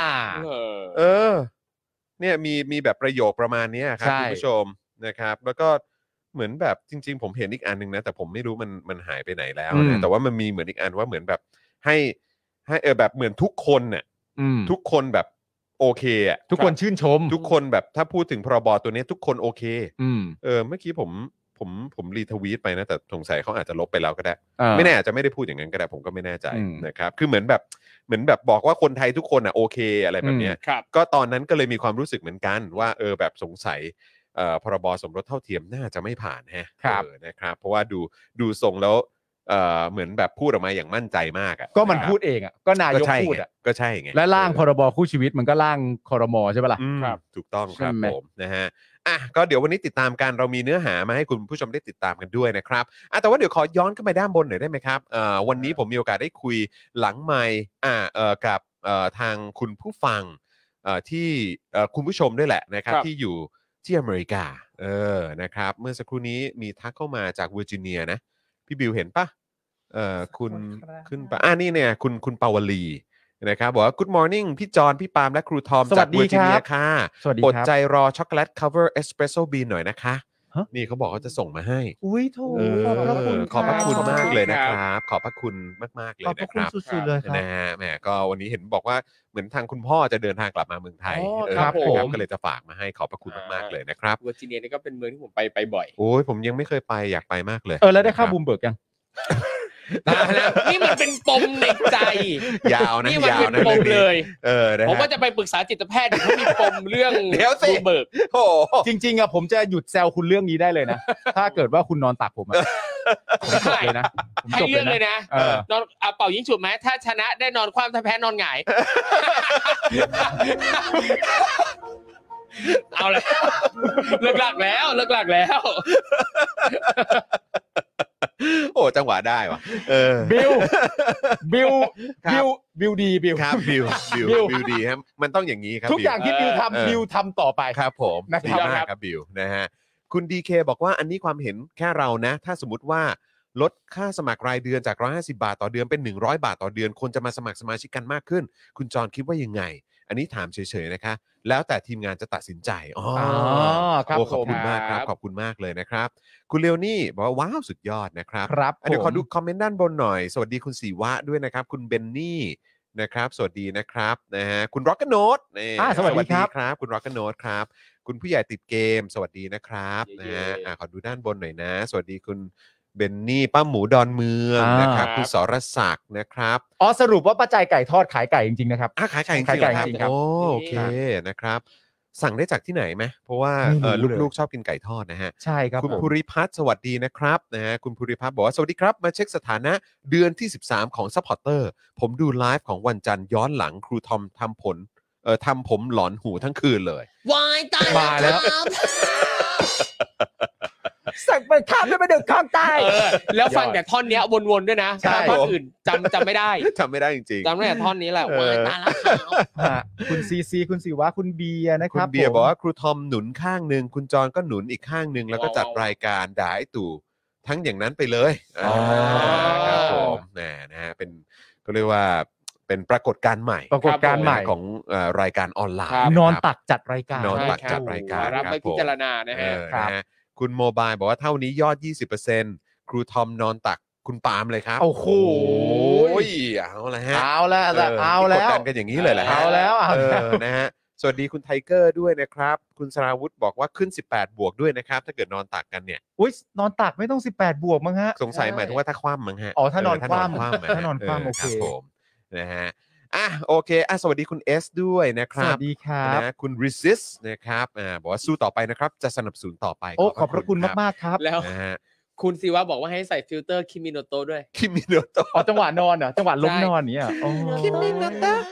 Speaker 2: เนี่ยมีแบบประโยคประมาณเนี้ยครับ
Speaker 4: ใช่
Speaker 2: คุณผู้ชมนะครับ แล้วก็เหมือนแบบจริง ๆ ผมเห็นอีกอันนึงนะแต่ผมไม่รู้มันหายไปไหนแล้วนะแต่ว่ามันมีเหมือนอีกอันว่าเหมือนแบบให้แบบเหมือนทุกคนเนี่ย ทุกคนแบบโอเคอ่ะ
Speaker 4: ทุกคนชื่นชม
Speaker 2: ทุกคนแบบถ้าพูดถึงพรบตัวนี้ทุกคนโอเค
Speaker 4: อืม
Speaker 2: เมื่อกี้ผมรีทวีตไปนะแต่สงสัยเขาอาจจะลบไปแล้วก็ได้
Speaker 4: อ่า
Speaker 2: ไม่แน่อาจจะไม่ได้พูดอย่างนั้นก็ได้ผมก็ไม่แน่ใจ
Speaker 4: อืม
Speaker 2: นะครับคือเหมือนแบบบอกว่าคนไทยทุกคนอ่ะโอเคอะไรแบบเนี้ย
Speaker 3: ครับ
Speaker 2: ก็ตอนนั้นก็เลยมีความรู้สึกเหมือนกันว่าแบบสงสัยพรบสมรสเท่าเทียมน่าจะไม่ผ่านฮะ
Speaker 4: ครับ
Speaker 2: นะครับเพราะว่าดูทรงแล้วเหมือนแบบพูดออกมาอย่างมั่นใจมากอ่ะ
Speaker 4: ก็มัน
Speaker 2: นะครับ
Speaker 4: พูดเองอ่ะก็นายก
Speaker 2: ใช่
Speaker 4: พูด
Speaker 2: ไง
Speaker 4: อ่ะ
Speaker 2: ก็ใช่ไง
Speaker 4: และร่างพรบคู่ชีวิตมันก็ร่างครมใช่ปะล่ะ
Speaker 2: ครับถูกต้องครับ
Speaker 4: ใช่ไหม
Speaker 2: ผมนะฮะก็เดี๋ยววันนี้ติดตามกันเรามีเนื้อหามาให้คุณผู้ชมได้ติดตามกันด้วยนะครับแต่ว่าเดี๋ยวขอย้อนขึ้นไปด้านบนหน่อยได้ไหมครับวันนี้ผมมีโอกาสได้คุยหลังไมค์กับทางคุณผู้ฟังที่คุณผู้ชมด้วยแหละนะครับ
Speaker 3: ครับ
Speaker 2: ที่อยู่ที่อเมริกานะครับเมื่อสักครู่นี้มีทักเข้ามาจากเวอร์จิเนียนะพี่บิวเห็นปะคุณขึ้นปะนี่เนี่ยคุณปาวลีนะครับบอกว่า Good morning พี่จอนพี่ปาล์มและครูทอม
Speaker 4: สวั
Speaker 2: จาก
Speaker 4: ส
Speaker 2: เว
Speaker 4: ดี
Speaker 2: อร์จิเนีย
Speaker 4: ครับ
Speaker 2: ค่ะ
Speaker 4: สวัสดี
Speaker 2: อด
Speaker 4: ครับ
Speaker 2: ใจรอช็อกโกแลต cover espresso bean หน่อยนะคะ
Speaker 4: ฮะ
Speaker 2: นี่เขาบอกเขาจะส่งมาให้
Speaker 4: อุ้ยโถ
Speaker 2: ขอบพระคุณ
Speaker 4: ขอบพระคุณ
Speaker 2: มากเลยนะ
Speaker 3: ค
Speaker 2: ครับ รับ ขอบพระคุณมากๆเลย
Speaker 4: ขอบพ
Speaker 2: นะ
Speaker 4: ระ
Speaker 2: ค
Speaker 4: คุณ
Speaker 2: รับ
Speaker 4: สุดๆเลยครับ
Speaker 2: นะฮะแหมก็วันนี้เห็นบอกว่าเหมือนทางคุณพ่อจะเดินทางกลับมาเมืองไทย
Speaker 3: อ๋อ
Speaker 2: นะครับ
Speaker 3: ผม
Speaker 2: ก็เลยจะฝากมาให้ขอบพระคุณมากๆเลยนะครับ
Speaker 3: เวอร์จิเนียนี่ก็เป็นเมืองที่ผมไปบ่อย
Speaker 2: โอ้ยผมยังไม่เคยไปอยากไปมากเลย
Speaker 4: แล้วได้ค่า
Speaker 2: นะ
Speaker 4: บูมเบิร์กยัง
Speaker 3: นี่มันเป็นปมในใจ
Speaker 2: ยาวนะ
Speaker 3: นี่มัน
Speaker 2: ยาว
Speaker 3: เป็น
Speaker 2: นะ
Speaker 3: ปม
Speaker 2: รื่องนี้
Speaker 3: เลย
Speaker 2: นะฮะ
Speaker 3: ผมว่าจะไปปรึกษาจิตแพทย์เดี๋ยวเขามีปมเรื่อง
Speaker 2: เดี๋ยวสิ
Speaker 3: บูมเบิร์ก
Speaker 2: โอ้โห
Speaker 4: จริงๆอะผมจะหยุดแซวคุณเรื่องนี้ได้เลยนะ ถ้าเกิดว่าคุณนอนตักผมอะผมจบเลยนะผม
Speaker 3: ให้
Speaker 4: จบ
Speaker 3: เลือกเลยนะ
Speaker 4: เออ
Speaker 3: นอนเป่ายิงฉุบไหมถ้าชนะได้นอนคว่ำถ้าแพ้นอนหงาย เอาเลยเลิกหลักแล้ว
Speaker 2: โอ้จังหวะได้ว่ะ
Speaker 4: บิว
Speaker 2: ครับ
Speaker 4: บิวดีบิว
Speaker 2: ครับบิว
Speaker 4: บิว
Speaker 2: ดีครับมันต้องอย่างนี้ครับ
Speaker 4: ทุกอย่างที่บิว
Speaker 2: เออ
Speaker 4: ทำบิวทำต่อไป
Speaker 2: ครับผม
Speaker 4: นะครับ
Speaker 2: ดีมากครับบิวนะฮะคุณดีเคบอกว่าอันนี้ความเห็นแค่เรานะ ถ้าสมมติว่าลดค่าสมัครรายเดือนจาก150 บาทต่อเดือนเป็น100 บาทต่อเดือนคนจะมาสมัครสมาชิกกันมากขึ้น คุณจรคิดว่ายังไง อันนี้ถามเฉยๆนะคะแล้วแต่ทีมงานจะตัดสินใจ
Speaker 4: ครับ
Speaker 2: โอ้ขอบ
Speaker 4: ผม
Speaker 2: คุณมากครับขอบคุณมากเลยนะครับคุณเลวนี่บอกว่าว้าวสุดยอดนะครับ
Speaker 4: ครับ
Speaker 2: เดี๋ยวขอ
Speaker 4: ผม
Speaker 2: ดูคอมเมนต์ด้านบนหน่อย สวัสดีคุณสีวะด้วยนะครับ คุณเบนนี่นะครับ สวัสดีนะครับนะฮะคุณร็อกเกอร์โนต
Speaker 4: สวัสดีครับ
Speaker 2: ครับ คุณร็อกเกอร์โนตครับ คุณผู้ใหญ่ติดเกม สวัสดีนะครับนะฮะขอดูด้านบนหน่อยนะ สวัสดีคุณเบนนี่ป้าหมูดอนเมืองนะครับ คุณสรศักดิ์นะครับ
Speaker 4: สรุปว่าป้าใจไก่ทอดขายไก่จริงๆนะครับ
Speaker 2: ขายไก่จริงๆ
Speaker 4: ขายไก่
Speaker 2: เหรอ
Speaker 4: จริงๆครับ
Speaker 2: โอเคนะครับสั่งได้จากที่ไหนไหมเพราะว่า
Speaker 4: ไม่รู้เลย
Speaker 2: ลูกๆชอบกินไก่ทอดนะฮะ
Speaker 4: ใช่ครับ
Speaker 2: คุณ
Speaker 4: ผม
Speaker 2: ภูริพัฒน์สวัสดีนะครับนะฮะคุณภูริพัฒน์บอกว่าสวัสดีครับมาเช็คสถานะเดือนที่ 13 ของซัพพอร์เตอร์ผมดูไลฟ์ของวันจันทร์ย้อนหลังครูทอมทำผมหลอนหูทั้งคืนเลยว
Speaker 3: ายตาย
Speaker 4: มาแล้ว
Speaker 3: ครับ
Speaker 4: สั่งไปข้ามด้วยไปเดินข้ามใต้
Speaker 3: แล้วฟังแต่ท่อนเนี้ยวนๆด้วยนะ
Speaker 4: ใช่
Speaker 3: ท่อนอื่นจำไม่ได้
Speaker 2: จำไม่ได้จริง
Speaker 3: จำได้แต่ท่อนนี้แหละ
Speaker 2: เออ
Speaker 3: วายตายแล้วครับ
Speaker 4: ฮะคุณซีคุณศิวะคุณเบียร์นะ
Speaker 2: ๆ
Speaker 4: ค
Speaker 2: คุณ
Speaker 4: รับ
Speaker 2: เบียร์
Speaker 4: ผม
Speaker 2: บอกว่าครูทอมหนุนข้างหนึ่งคุณจรก็หนุนอีกข้างหนึ่งแล้วก็จัดรายการด่าไอ้ตู่ทั้งอย่างนั้นไปเลย
Speaker 4: อ๋อ
Speaker 2: ครับผมนะฮะเป็นก็เรียกว่าเป็นปรากฏการณ์ใหม่
Speaker 4: ปรากฏการณ์ใหม่
Speaker 2: ของรายการออนไล
Speaker 3: ครับ
Speaker 2: น์
Speaker 4: นอน
Speaker 2: ครับ
Speaker 4: ตักจัดรายการ
Speaker 2: นอนตัก
Speaker 3: ใช่
Speaker 2: จัดรายการ
Speaker 3: รับไป
Speaker 2: ครับผม
Speaker 3: พิจารณานะฮะ
Speaker 2: นะฮะคุณโมบายบอกว่าเท่านี้ยอด 20%ครูทอมนอนตักคุณปาล์มเลยครับ
Speaker 4: โอ้โห
Speaker 2: เอาละฮะ
Speaker 4: เอาแล้วเอาแล้
Speaker 2: กด
Speaker 4: ว
Speaker 2: ดันกันอย่างนี้เลยแหละ
Speaker 4: เอาแล้วเอาแล้ว
Speaker 2: นะฮะสวัสดีคุณไทเกอร์ด้วยนะครับ คุณสราวุธบอกว่าขึ้น 18 บวกด้วยนะครับ ถ้าเกิดนอนตักกันเนี่ย
Speaker 4: อุ้ยนอนตักไม่ต้อง18 บวกมั้งฮะ
Speaker 2: สงสัย
Speaker 3: ใช่
Speaker 2: หมายถึงว่าถ้าคว่ำมั้งฮะ
Speaker 4: อ๋อถ้านอนคว่ำ
Speaker 2: ถ้านอนคว่ำะฮะ
Speaker 4: ถ้านอนคว่ำโอเค
Speaker 2: รับผมนะฮะโอเคสวัสดีคุณเอสด้วยนะค
Speaker 4: ส
Speaker 2: รับ
Speaker 4: วัสดีครับ
Speaker 2: นะคุณ resist นะครับบอกว่าสู้ต่อไปนะครับ จะสนับสนุนต่อไป
Speaker 4: โอ้ขอบพระคุณมากๆครับ
Speaker 3: แล้ว
Speaker 2: นะฮะ
Speaker 3: คุณศิวะบอกว่าให้ใส่ฟิลเตอร์คิมิโนโตะด้วย
Speaker 2: คิมิโนโตะ
Speaker 4: อ๋อจังหวะนอนเหรอจังหวะล้ม
Speaker 3: ใช่
Speaker 4: นอนอย่างเนี้ยอ๋อ
Speaker 2: คิมิโนโตะ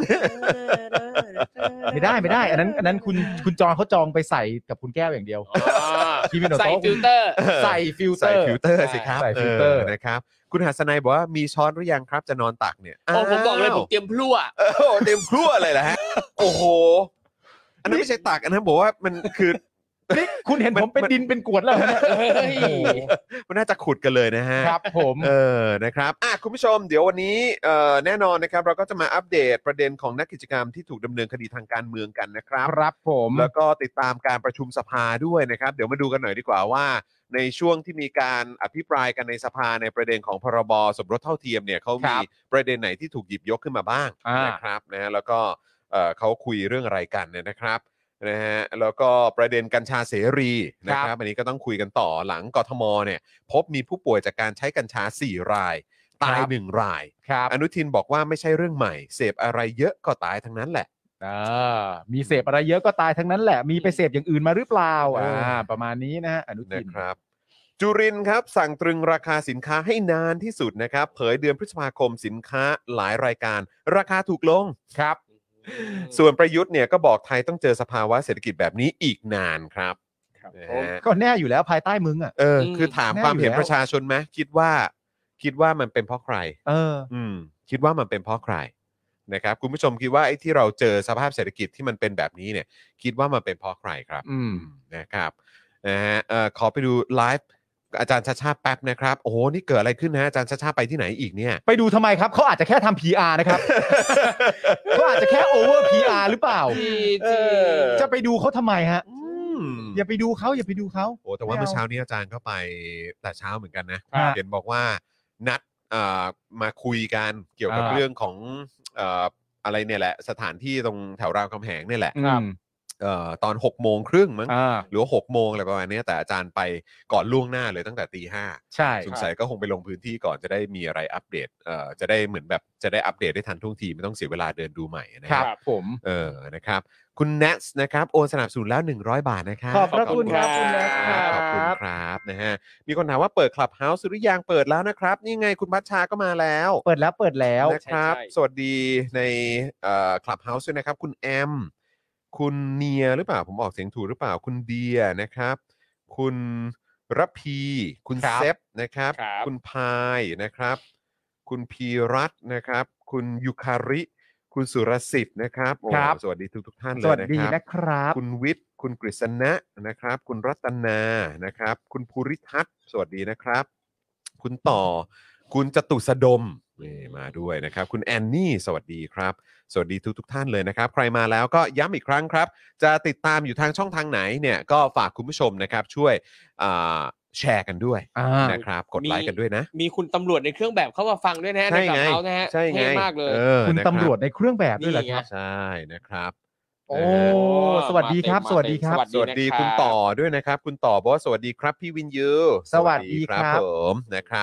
Speaker 4: ไม่ได้ อันนั้นคุณจอนเขาจองไปใส่กับคุณแก้วอย่างเดียว คิมิโนโตะ
Speaker 3: ใส่ฟิลเตอร์
Speaker 4: ใส่ฟิลเต
Speaker 2: ใส่
Speaker 4: อร์
Speaker 2: ฟิลเตอร์สิครับ
Speaker 4: ใส่ฟิลเตอร์
Speaker 2: นะครับคุณหัสนัยบอกว่ามีช้อนหรือยังครับจะนอนตักเนี่ย
Speaker 3: โอ้ผมบอกเลย
Speaker 2: าว
Speaker 3: ผมเตรียมพลั่ว
Speaker 2: เต็มครัวเลยแหละฮะ โอ้โห อันนั้นไม่ใช่ตักอันนั้นบอกว่ามันคือ
Speaker 4: นี่คุณเห็นผมเป็นดินเป็นกรวดแล้วเนี่ย
Speaker 3: เฮ้ย
Speaker 4: โอ้โห
Speaker 2: มันน่าจะขุดกันเลยนะฮะ
Speaker 4: ครับผม
Speaker 2: นะครับคุณผู้ชมเดี๋ยววันนี้แน่นอนนะครับเราก็จะมาอัปเดตประเด็นของนักกิจกรรมที่ถูกดำเนินคดีทางการเมืองกันนะครับ
Speaker 4: ครับผม
Speaker 2: แล้วก็ติดตามการประชุมสภาด้วยนะครับ เดี๋ยวมาดูกันหน่อยดีกว่าว่า ในช่วงที่มีการอภิปรายกันในสภาในประเด็นของพรบสมรสเท่าเทียมเนี่ยเขามีประเด็นไหนที่ถูกหยิบยกขึ้นมาบ้างนะครับนะฮะแล้วก็เขาคุยเรื่องอะไรกันเนี่ยนะครับนะฮะแล้วก็ประเด็นกัญชาเสรีนะครับอันนี้ก็ต้องคุยกันต่อหลังกทมเนี่ยพบมีผู้ป่วยจากการใช้กัญชา4รายตาย1ราย
Speaker 4: ครับ
Speaker 2: อนุทินบอกว่าไม่ใช่เรื่องใหม่เสพอะไรเยอะก็ตายทั้งนั้นแหละ
Speaker 4: มีเสพอะไรเยอะก็ตายทั้งนั้นแหละมีไปเสพอย่างอื่นมาหรือเปล่า
Speaker 2: เออ
Speaker 4: ประมาณนี้นะฮะอนุทิ
Speaker 2: นะ
Speaker 4: น
Speaker 2: ครับจุรินทร์ครับสั่งตรึงราคาสินค้าให้นานที่สุดนะครับเผยเดือนพฤษภาคมสินค้าหลายรายการราคาถูกลง
Speaker 4: ครับ
Speaker 2: ส่วนประยุทธ์เนี่ยก็บอกไทยต้องเจอสภาวะเศรษฐกิจแบบนี้อีกนานครับ
Speaker 3: ครับ
Speaker 2: นะ
Speaker 3: ผม
Speaker 2: ฮะ
Speaker 4: ก็แน่อยู่แล้วภายใต้มึงอ่ะ
Speaker 2: คือถาม
Speaker 4: แน่
Speaker 2: ความเห็น
Speaker 4: อยู่แล้ว
Speaker 2: ประชาชนไหมคิดว่ามันเป็นเพราะใคร คิดว่ามันเป็นเพราะใครนะครับคุณผู้ชมคิดว่าไอ้ที่เราเจอสภาพเศรษฐกิจที่มันเป็นแบบนี้เนี่ยคิดว่ามันเป็นเพราะใครครับนะครับนะฮะขอไปดูไลฟ์อาจารย์ชาชาแป๊บนะครับโอ้โหนี่เกิดอะไรขึ้นนะอาจารย์ชาชาไปที่ไหนอีกเนี่ย
Speaker 4: ไปดูทำไมครับเขาอาจจะแค่ทำ PR นะครับ เขาอาจจะแค่โอเวอร์ PR หรือเปล่า จะไปดูเขาทำไมฮะ อย่าไปดูเขา
Speaker 2: โอ้แต่ว่าเมื่อเช้านี้อาจารย์ก็ไปแต่เช้าเหมือนกันนะ
Speaker 4: ครับ
Speaker 2: เห็นบอกว่านัดมาคุยกันเกี่ยวกับเรื่องของอะไรเนี่ยแหละสถานที่ตรงแถวรามคำแหงเนี่ยแหละ
Speaker 4: ครับ
Speaker 2: ตอน6 โมงครึ่งมั้งหรือว่า6 โมงอะไรประมาณนี้แต่อาจารย์ไปก่อนล่วงหน้าเลยตั้งแต่ตี 5
Speaker 4: ใช่
Speaker 2: สงสัยก็คงไปลงพื้นที่ก่อนจะได้มีอะไรอัปเดตจะได้เหมือนแบบจะได้อัปเดตได้ทันท่วงทีไม่ต้องเสียเวลาเดินดูใหม่นะ
Speaker 4: ค
Speaker 2: ค
Speaker 4: รั
Speaker 2: รั
Speaker 4: บบ ผม
Speaker 2: นะครับคุณเนสนะครับโอนสนับสนุนแล้ว100 บาทนะครับ
Speaker 4: ขอบพระคุณครับคุณแนทค
Speaker 2: ขอบคุณ
Speaker 4: รับ
Speaker 2: ครับนะฮะมีคนถามว่าเปิด Clubhouse หรือยังเปิดแล้วนะครับนี่ไงคุณพัชชาก็มาแล้ว
Speaker 4: เปิดแล้ว
Speaker 2: นะครับ
Speaker 3: ใช่
Speaker 2: สวัสดีในClubhouse ด้วยนะครับคุณแอมคุณเนียหรือเปล่าผมออกเสียงถูกหรือเปล่าคุณเดียนะครับคุณระพีคุณ
Speaker 4: ครับ
Speaker 2: เซฟนะครับ
Speaker 3: ครับ
Speaker 2: คุณพายนะครับ คุณพีรัตน์นะครับ คุณยุคาริ คุณสุรสิทธิ์นะครับโอ้
Speaker 4: ครับ
Speaker 2: สวัสดีทุกท่านเล
Speaker 4: ส
Speaker 2: ย
Speaker 4: วัส
Speaker 2: นะ
Speaker 4: ดี
Speaker 2: ครับ
Speaker 4: นะครับ
Speaker 2: คุณวิทย์คุณกฤษณะนะครับ คุณรัตนานะครับ คุณภูริทัศน์สวัสดีนะครับ คุณต่อ คุณจตุสดมนี่มาด้วยนะครับ คุณแอนนี่สวัสดีครับ สวัสดีทุกท่านเลยนะครับ ใครมาแล้วก็ย้ำอีกครั้งครับ จะติดตามอยู่ทางช่องทางไหนเนี่ยก็ฝากคุณผู้ชมนะครับช่วยแชร์กันด้วยนะครับกดไลค์กันด้วยนะ
Speaker 3: มีคุณตำรวจในเครื่องแบบเข้ามาฟังด้วยนะฮะใน
Speaker 2: ใช่
Speaker 3: กับ
Speaker 2: ไง
Speaker 3: เขานะฮะ
Speaker 2: ใช่ไง
Speaker 3: เท่มากเลย
Speaker 4: คุณ
Speaker 2: นะครับ
Speaker 4: ตำรวจในเครื่องแบบด้วยเหรอครับ
Speaker 2: ใช่นะครับ
Speaker 4: โอ้
Speaker 2: นะฮะ
Speaker 4: สวัสดีครับ
Speaker 3: มาเต็ม
Speaker 4: สวัสดีครับ
Speaker 2: สวัสดีคุณต่อด้วยนะครับ คุณต่อบอกว่าสวัสดีครับพี่วินยู
Speaker 4: สวัสดีครับ
Speaker 2: ผมนะครับ
Speaker 4: ค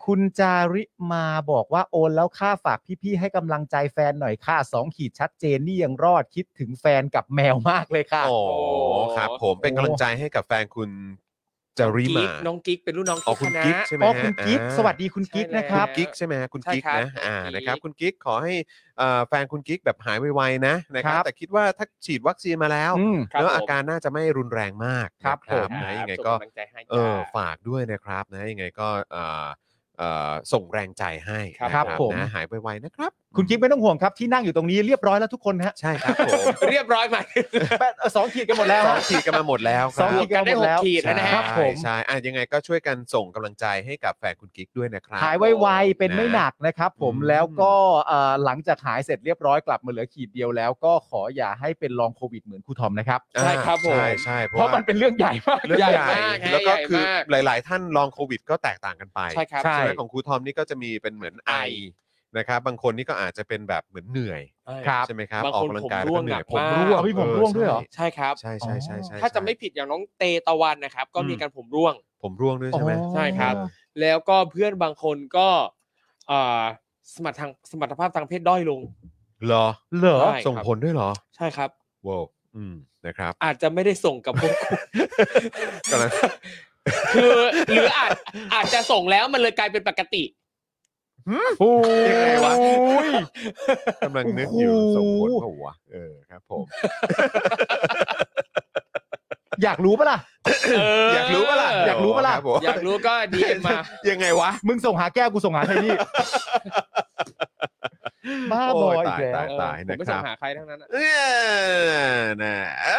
Speaker 4: คุณจาริมาบอกว่าโอนแล้วค่าฝากพี่ๆให้กำลังใจแฟนหน่อยค่ะ2 ขีดชัดเจนนี่ยังรอดคิดถึงแฟนกับแมวมากเลยค่ะ
Speaker 2: โอ้ครับผมเป็นกำลังใจให้กับแฟนคุณจาริมา
Speaker 3: น้องกิ๊กเป็นรุ่นน้อง
Speaker 2: อ๋อ
Speaker 3: กิ๊ก
Speaker 2: คุณ
Speaker 3: คณะ
Speaker 2: กิ๊กใช่ไหม
Speaker 4: อ๋อ
Speaker 2: ฮะ
Speaker 4: คุณกิ๊ก
Speaker 2: อ่า
Speaker 4: สวัสดีคุณกิ๊ก
Speaker 3: ใช่แล้ว
Speaker 4: นะครับ
Speaker 2: กิ๊กใช่ไหมฮะคุณกิ๊ก
Speaker 3: ใช่ครับ
Speaker 2: นะ
Speaker 3: คุณกิ๊ก
Speaker 2: นะครับคุณกิ๊กขอให้แฟนคุณกิ๊กแบบหายไวๆนะครับ
Speaker 4: ครับ
Speaker 2: แต่คิดว่าถ้าฉีดวัคซีนมาแล้ว
Speaker 3: ครับ
Speaker 2: แล้ว
Speaker 3: ผม
Speaker 2: อาการน่าจะไม่รุนแรงมาก
Speaker 4: ครับ
Speaker 2: นะ
Speaker 4: ผม
Speaker 2: นะยังไง
Speaker 3: ส่
Speaker 2: ก็
Speaker 3: กำลังใจให้จ้า
Speaker 2: ฝากด้วยนะครับนะยังไงก็ส่งแรงใจให้
Speaker 4: ครับ
Speaker 2: นะ
Speaker 4: ผม
Speaker 2: นะหายไวๆนะครับ
Speaker 4: คุณกิ๊กไม่ต้องห่วงครับที่นั่งอยู่ตรงนี้เรียบร้อยแล้วทุกคนฮะ
Speaker 2: ใช่ครับผม
Speaker 3: เรียบร้อยไหม
Speaker 4: 2 ขีดกันหมดแล้ว
Speaker 2: สอ
Speaker 4: ฮะ
Speaker 2: งขีดกันมาหมดแล้วค
Speaker 4: ส
Speaker 2: รั
Speaker 4: อง
Speaker 2: บ
Speaker 4: ขีดกันหมดแล้ว
Speaker 3: ได้6 ขีดแล้วนะฮะ
Speaker 4: ครับผม
Speaker 2: ใช่ยังไงก็ช่วยกันส่งกำลังใจให้กับแฟนคุณกิ๊กด้วยนะครับ
Speaker 4: หายไวๆเป็นไม่หนักนะครับผม
Speaker 2: อืม
Speaker 4: แล้วก็หลังจากหายเสร็จเรียบร้อยกลับมาเหลือขีดเดียวแล้วก็ขออย่าให้เป็นลองโควิดเหมือนครูทอมนะครับ
Speaker 3: ใช่ครับผม
Speaker 2: ใช่
Speaker 4: เพราะมันเป็นเรื่องใหญ่มาก
Speaker 2: เรื่อง
Speaker 3: ใหญ่
Speaker 2: ใหญ่
Speaker 3: มากฮะ
Speaker 2: แล้วก็
Speaker 3: ใหญ่
Speaker 2: คือ
Speaker 3: มาก
Speaker 2: หลาย ๆ ท่านลองโควิดก็แตกต่างกันไป
Speaker 3: ใช่ครับ
Speaker 4: ใช่
Speaker 2: ไหมของครูทอมนี่ก็จะมีเป็นเหมือนไอนะครับบางคนนี่ก็อาจจะเป็นแบบเหมือนเหนื่อย
Speaker 4: ครับ
Speaker 2: ใช่ไหมครับ
Speaker 3: บาง
Speaker 2: ออก
Speaker 3: คน
Speaker 2: กำลังกาย
Speaker 3: ผม
Speaker 2: แล้ว
Speaker 3: ร่ว
Speaker 2: ก็
Speaker 3: ง
Speaker 2: เหนื่อย
Speaker 3: หนักมาก
Speaker 4: พี่ผมร่วงด้วยเหรอ
Speaker 3: ใช่ครับ
Speaker 2: ใช่ใช่
Speaker 3: ถ้าจะไม่ผิดอย่างน้องเตตะวันนะครับ ก็มีการผมร่วง
Speaker 2: ผมร่วงด้วยใช่ไหม
Speaker 4: อ๋อ
Speaker 3: ใช่ครับ แล้วก็เพื่อนบางคนก็สมรรถภาพทางเพศด้อยลง
Speaker 2: เหรอ
Speaker 4: เหรอ
Speaker 3: ใช่
Speaker 2: ส่งผลด้วยเหรอ
Speaker 3: ใช่ครับ
Speaker 2: ว้าวนะครับ
Speaker 3: อาจจะไม่ได้ส่งกับพวกคุณ
Speaker 2: กำลัง
Speaker 3: คือหรืออาจจะส่งแล้วมันเลยกลายเป็นปกติ
Speaker 4: โอ้
Speaker 2: ยังไงวะ
Speaker 4: ย
Speaker 2: กำลังนึกอยู่
Speaker 4: โอ้โห
Speaker 2: ส่งผลเปล่าวะครับผม
Speaker 4: อยากรู้ปะล่ะ
Speaker 2: อยากรู้ปะล่ะ
Speaker 4: อยากรู้ปะล่ะ
Speaker 2: ครับผม
Speaker 3: อยากรู้ก็ดีเอ็มมา
Speaker 2: ยังไงวะ
Speaker 4: มึงส่งหาแก้วกูส่งหาไทนี่ บ้าบอย
Speaker 2: โอ้ย
Speaker 4: อีกแล้ว
Speaker 2: ตาย
Speaker 3: ผมไม่ส่งหาใครทั้งนั้นอะ
Speaker 2: นะ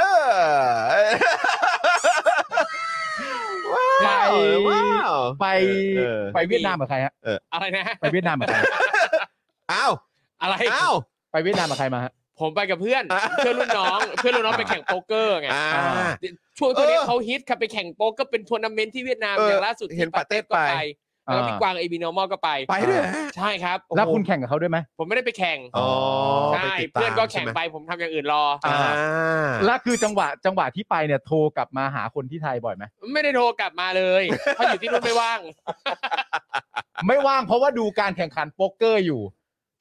Speaker 4: ไป
Speaker 2: ว้าว
Speaker 4: ไป
Speaker 2: เออ
Speaker 4: ไปเวียดนามกับใครฮะ
Speaker 3: อะไรนะ
Speaker 4: ไปเวียดนามกับใคร
Speaker 2: อ้าว
Speaker 3: อะไร
Speaker 2: อ้าว
Speaker 4: ไปเวียดนามกับใครมาฮะ
Speaker 3: ผมไปกับเพื่อนรุ่นน้องไปแข่งโป๊กเกอร์ไง
Speaker 2: อ่า
Speaker 3: ช่วงนี้เขาฮิตครับไปแข่งโป๊กก็เป็นทัวร์นาเมนต์ที่เวียดนาม
Speaker 2: เออ
Speaker 3: อย่างล่าสุด
Speaker 2: เห็นปาเต้
Speaker 3: ก็
Speaker 2: ไป
Speaker 3: แล้วพี่กวางเอบีนอร์มอลก็ไป
Speaker 2: ไปด้วยเหรอ
Speaker 3: ใช่ครับ
Speaker 4: แล้วคุณ
Speaker 3: โอ้โห
Speaker 4: แข่งกับเขาด้วยไหม
Speaker 3: ผมไม่ได้ไปแข่ง
Speaker 2: อ๋อ
Speaker 3: ใช่
Speaker 2: ไปติดตาม
Speaker 3: เพื่อนก็แข่ง
Speaker 2: ใช่ไหม
Speaker 3: ไปผมทำอย่างอื่นรอ
Speaker 2: อ่า
Speaker 4: แล้วคือจังหวะที่ไปเนี่ยโทรกลับมาหาคนที่ไทยบ่อยไหม
Speaker 3: ไม่ได้โทรกลับมาเลยเพราะอยู่ที่นู่นไม่ว่าง
Speaker 4: ไม่ว่างเพราะว่าดูการแข่งขันโป๊กเกอร์อยู่